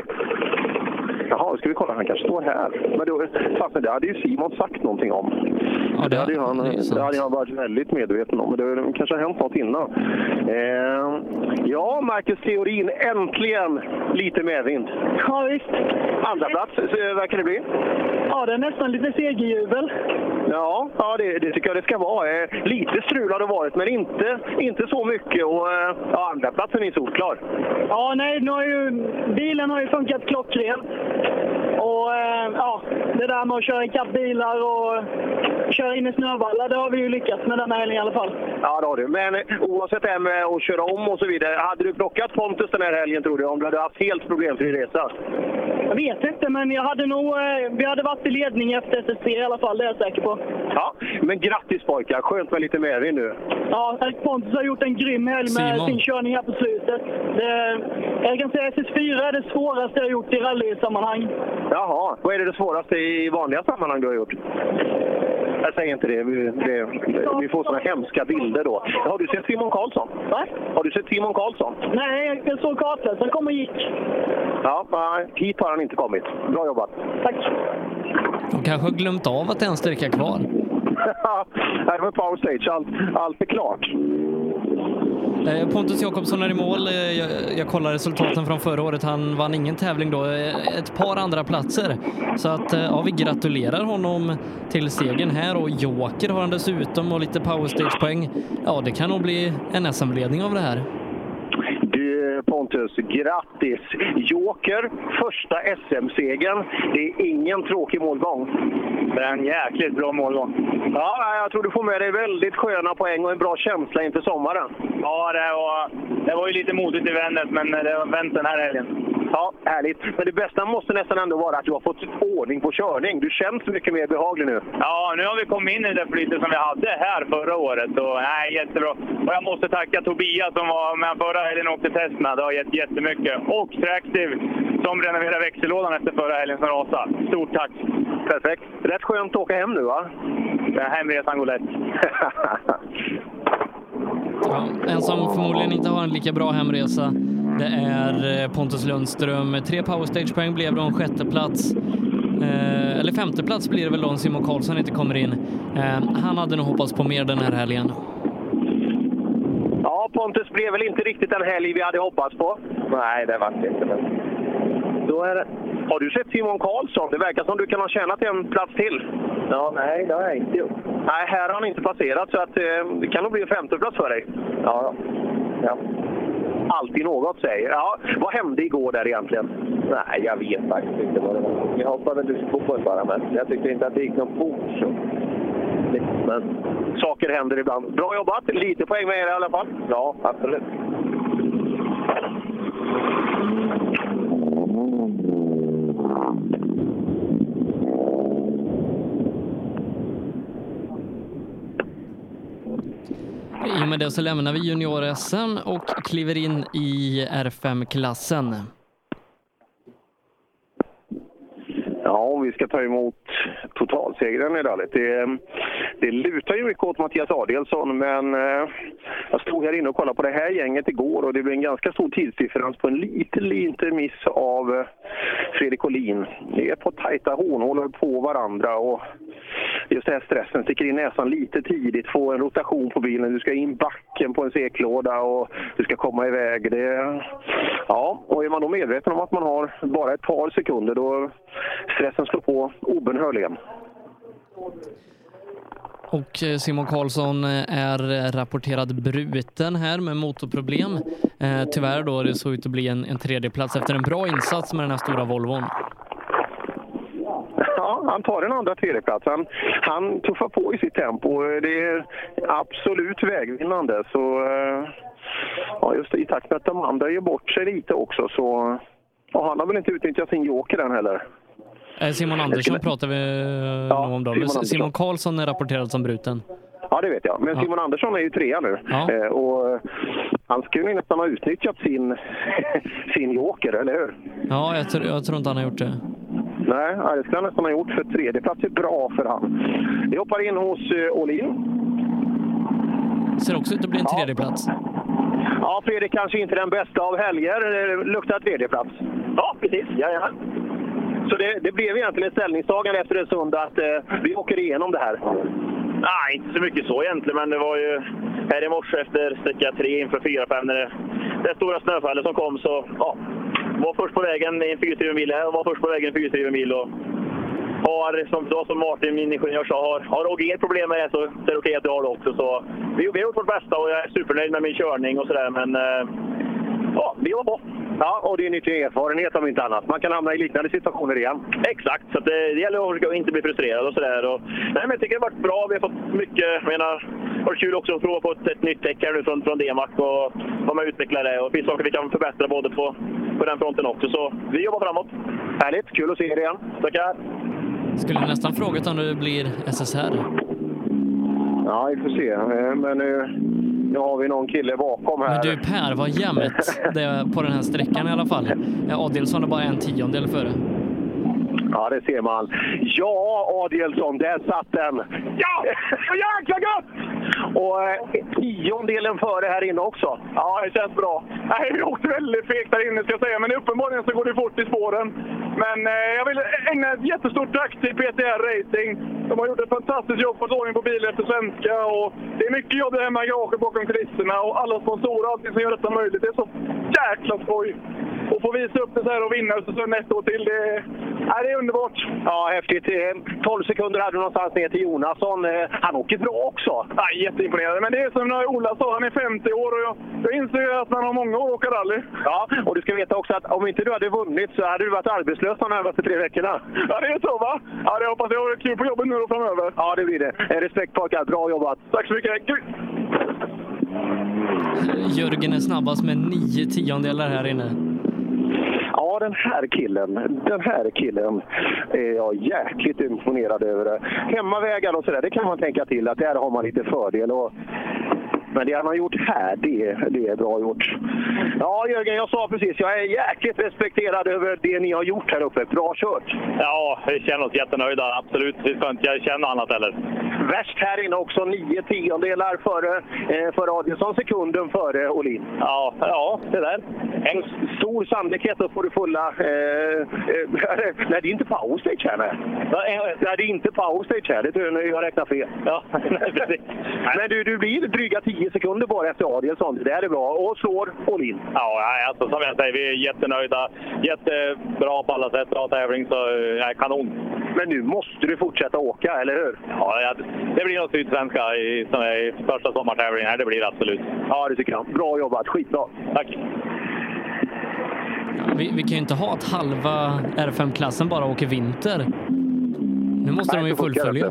S10: Jaha, ska vi kolla. Han kanske står här. Men då, fast det hade ju Simon sagt någonting om.
S17: Ja,
S10: det hade han varit väldigt medveten om. Men det kanske har hänt något innan. Ja, Marcus Theorin, äntligen lite medvind.
S3: Ja, visst.
S10: Andra plats, verkar det bli?
S3: Ja, det är nästan lite segerjubel.
S10: Ja, det tycker jag det ska vara. Lite strul har det varit, men inte så mycket. Och andra platsen är solklar.
S3: Ja, nej, bilen har ju funkat klockrent. Och det där med att köra ikapp bilar och köra in i snövallar, det har vi ju lyckats med den här helgen i alla fall.
S10: Ja, det har du. Men oavsett det här med att köra om och så vidare, hade du plockat Pontus den här helgen tror du, om du hade haft helt problemfri resa?
S3: Jag vet inte, men vi hade varit i ledning efter SSC i alla fall, det är jag säker på.
S10: Ja, men grattis pojkar, skönt med lite medvind nu.
S3: Ja, Pontus har gjort en grym helg med sin körning här på slutet. Jag kan säga att SS4 är det svåraste jag har gjort i rally-sammanhang.
S10: Jaha, vad är det svåraste i vanliga sammanhang du har gjort? Jag säger inte det. Vi får såna hemska bilder då. Har du sett Simon Karlsson?
S3: Va?
S10: Har du sett Simon Karlsson?
S3: Nej, jag såg kartan. Sen kom och gick.
S10: Ja, hit har han inte kommit. Bra jobbat.
S3: Tack.
S17: De kanske har glömt av att det är en styrka kvar.
S10: Det var Power Stage. Allt är klart.
S17: Pontus Jakobsson är i mål. Jag kollar resultaten från förra året. Han vann ingen tävling då. Ett par andra platser. Så att vi gratulerar honom till segern här. Och Joker har han dessutom och lite powerstage-poäng. Ja, det kan nog bli en SM-ledning av det här.
S10: Pontus, grattis! Joker, första SM-segern. Det är ingen tråkig målgång.
S4: Det är en jäkligt bra målgång.
S10: Ja, jag tror du får med dig väldigt sköna poäng och en bra känsla inför sommaren.
S4: Ja, det var ju lite modigt i Vännäs, men det var vänt den här helgen.
S10: Ja, härligt. Men det bästa måste nästan ändå vara att du har fått ordning på körning. Du känns mycket mer behaglig nu.
S4: Ja, nu har vi kommit in i det flytet som vi hade här förra året. Och, jättebra. Och jag måste tacka Tobias som var med förra helgen och åkte test med. Det har gett jättemycket. Och Tractive som renoverade växellådan efter förra helgen som rasade. Stort tack.
S10: Perfekt. Rätt skönt att åka hem nu, va?
S4: Den hemresan går lätt.
S17: Ja, en som förmodligen inte har en lika bra hemresa, det är Pontus Lundström. 3 powerstage-poäng blev det, en sjätte plats. Eller femte plats blir det väl då om Simon Karlsson inte kommer in. Han hade nog hoppats på mer den här helgen.
S10: Ja, Pontus blev väl inte riktigt den helg vi hade hoppats på.
S4: Nej, det var det inte.
S10: Då är det... Har du sett Simon Karlsson? Det verkar som du kan ha tjänat en plats till.
S4: Ja, nej, det har jag inte gjort.
S10: Nej, här har han inte passerat så att det kan nog bli en femte plats för dig.
S4: Ja.
S10: Alltid något säger. Ja, vad hände igår där egentligen?
S4: Nej, jag vet faktiskt inte vad det var. Jag hoppade väl fotboll bara, men jag tyckte inte att det gick någon fort. Så.
S10: Men saker händer ibland. Bra jobbat, lite poäng med er i alla fall.
S4: Ja, absolut.
S17: I och med det så lämnar vi junior-SM och kliver in i R5-klassen.
S10: Ja, vi ska ta emot totalsegern i rallyt. Det lutar ju mycket åt Mattias Adielsson, men jag stod här inne och kollade på det här gänget igår och det blev en ganska stor tidsdifferens på en liten miss av Fredrik Olin. Det är på tajta hårnålar på varandra och just den här stressen sticker in näsan lite tidigt, få en rotation på bilen, du ska in backen på en seklåda och du ska komma iväg. Ja, och är man då medveten om att man har bara ett par sekunder, då stressen slår på obenhörligen.
S17: Och Simon Karlsson är rapporterad bruten här med motorproblem. Tyvärr då det såg ut att bli en tredje plats efter en bra insats med den här stora Volvon.
S10: Ja, han tar en andra tredjeplatsen. Han tuffar på i sitt tempo. Det är absolut vägvinnande. Så ja, just i takt med att de andra gör bort sig lite också. Så, och han har väl inte utnyttjat sin joker än heller.
S17: Simon Andersson pratar vi nog om dem. Simon Karlsson är rapporterad som bruten.
S10: Ja, det vet jag. Men Simon Andersson är ju trea nu.
S17: Ja.
S10: Och han skulle ju nästan ha utnyttjat sin joker, eller hur?
S17: Ja, jag tror inte han har gjort det.
S10: Nej, det skulle han nästan ha gjort, för tredje plats är bra för han. Vi hoppar in hos Olin.
S17: Ser också ut att bli en tredje plats.
S10: Ja, Fredrik kanske inte den bästa av helger. Luktar tredje plats. Ja, precis. Ja. Så det blev egentligen ett ställningstagande efter en söndag att vi åker igenom det här.
S5: Nej, inte så mycket så egentligen, men det var ju här i morse efter sträcka 3 inför 4-5 när det stora snöfallet som kom, så ja, var först på vägen i en 4-3 mil här och var först på vägen i en 4-3 mil och har, som Martin, min ingenjör, sa, har OG problem med det, så är det okej att du har det också. Så vi har gjort vårt bästa och jag är supernöjd med min körning och sådär, men ja, vi var på.
S10: Ja, och det är nyttig erfarenhet om inte annat. Man kan hamna i liknande situationer igen.
S5: Exakt, så det gäller att inte bli frustrerad och sådär. Nej, men jag tycker det har varit bra. Vi har fått mycket, det var kul också att prova på ett nytt däck här nu från DMAC och vara med och utveckla det. Och det finns saker vi kan förbättra både på den fronten också. Så vi jobbar framåt.
S10: Härligt, kul att se er igen.
S5: Tackar.
S17: Skulle nästan frågat om det blir SSR.
S10: Ja, vi får se. Men nu har vi någon kille bakom här.
S17: Men du Per, vad jämnt det på den här sträckan i alla fall. Adielsson är bara 1/10 före.
S10: Ja, det ser man. Ja, Adielsson, där satt den. Ja, jäkla gott! Och 10 före här inne också.
S15: Ja, det känns bra. Nej, vi åkte väldigt fegt där inne, ska jag säga. Men uppenbarligen så går det fort i spåren. Men jag vill ägna ett jättestort tack till PTR Racing. De har gjort ett fantastiskt jobb på ordning på bilen efter svenska. Och det är mycket jobb där hemma i garaget bakom kulisserna. Och alla sponsorer, allting som gör detta möjligt. Det är så jäkla skoj. Och få visa upp det så här och vinna så ett år till. Det är underbart.
S10: Ja, häftigt. 12 sekunder hade du någonstans ner till Jonasson. Han åker bra också.
S15: Ja, jätteimponerande. Men det är som när Ola sa, han är 50 år och jag inser att man har många år att åka rally.
S10: Ja, och du ska veta också att om inte du hade vunnit så hade du varit arbetslös de närmaste 3 veckorna.
S15: Ja, det är så va? Ja, det hoppas jag har kul på jobbet nu och framöver.
S10: Ja, det blir det. Respekt pojkar, bra jobbat.
S15: Tack så mycket. Kul.
S17: Jörgen är snabbast med 9/10 här inne.
S10: Ja, den här killen är jag jäkligt imponerad över. Hemmavägar och sådär, det kan man tänka till att där har man lite fördel. Men det han har gjort här, det är bra gjort. Ja, Jörgen, jag sa precis, jag är jäkligt respekterad över det ni har gjort här uppe. Bra kört!
S5: Ja, vi känner oss jättenöjda, absolut. Vi ska inte känna annat heller.
S10: Värst här inne också, 9/10 före Adielsson, sekunden före Olin.
S5: Ja, det där.
S10: En stor sannolikhet att få du fulla... nej, det är inte power stage här. Nej, det är inte power stage här. Det är jag räknar fel.
S5: Ja, precis.
S10: Men du blir dryga 10 sekunder bara efter Adielsson. Det är bra. Och slår Olin.
S5: Ja, alltså, som jag säger, vi är jättenöjda. Jättebra på alla sätt. Bra tävling, så kanon.
S10: Men nu måste du fortsätta åka, eller hur?
S5: Ja, det blir något sydsvenska som är första sommartävlingen här. Det blir det absolut.
S10: Ja, det tycker jag. Bra jobbat. Skitbra.
S5: Tack.
S17: Vi kan ju inte ha att halva R5-klassen bara åker vinter. Nu måste de ju fullfölja.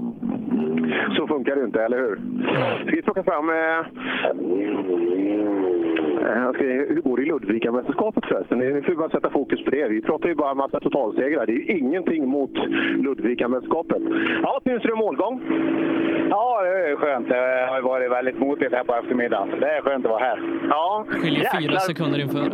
S10: Så funkar det inte, eller hur? Ska vi plocka fram Hur går det i Ludvika-mästerskapet förresten? Nu får vi bara sätta fokus på det. Vi pratar ju bara om massa totalsegrar. Det är ju ingenting mot Ludvika-mästerskapet. Ja, finns det målgång?
S6: Ja, det är skönt. Det har varit väldigt motigt här på eftermiddagen. Det är skönt att vara här.
S10: Ja.
S17: Skiljer 4 sekunder inför.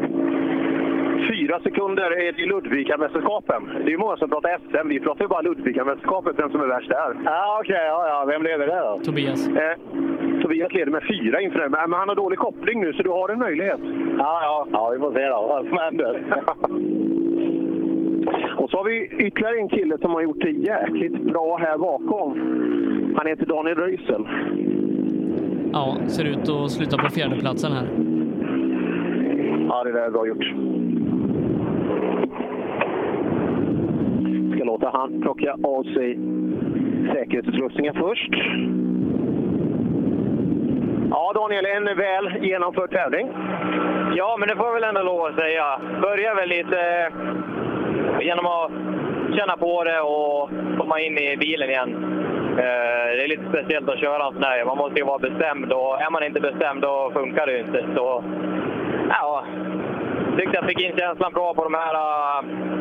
S10: 4 sekunder är det i Ludvika-mästerskapen. Det är ju många som pratar SM. Vi pratar ju bara Ludvika-mästerskapet, vem som är värst där.
S6: Ja, okej. Ja. Vem leder det då?
S17: Tobias.
S10: Tobias leder med 4 inför det. Men han har dålig koppling nu, så du har en möjlighet.
S6: Ja, vi får se då vad som händer.
S10: Och så har vi ytterligare en kille som har gjort det jäkligt bra här bakom. Han heter Daniel Röisel.
S17: Ja, ser ut att sluta på 4:e platsen här.
S10: Ja, det där är bra gjort. Ska låta han plocka av sig säkerhetsutrustningen först. Ja, Daniel, en väl genomförd tävling.
S7: Ja, men det får jag väl ändå lov att säga. Börjar väl lite genom att känna på det och komma in i bilen igen. Det är lite speciellt att köra en sån här. Man måste ju vara bestämd, och är man inte bestämd då funkar det ju inte. Så, ja, tyckte jag fick in känslan bra på de här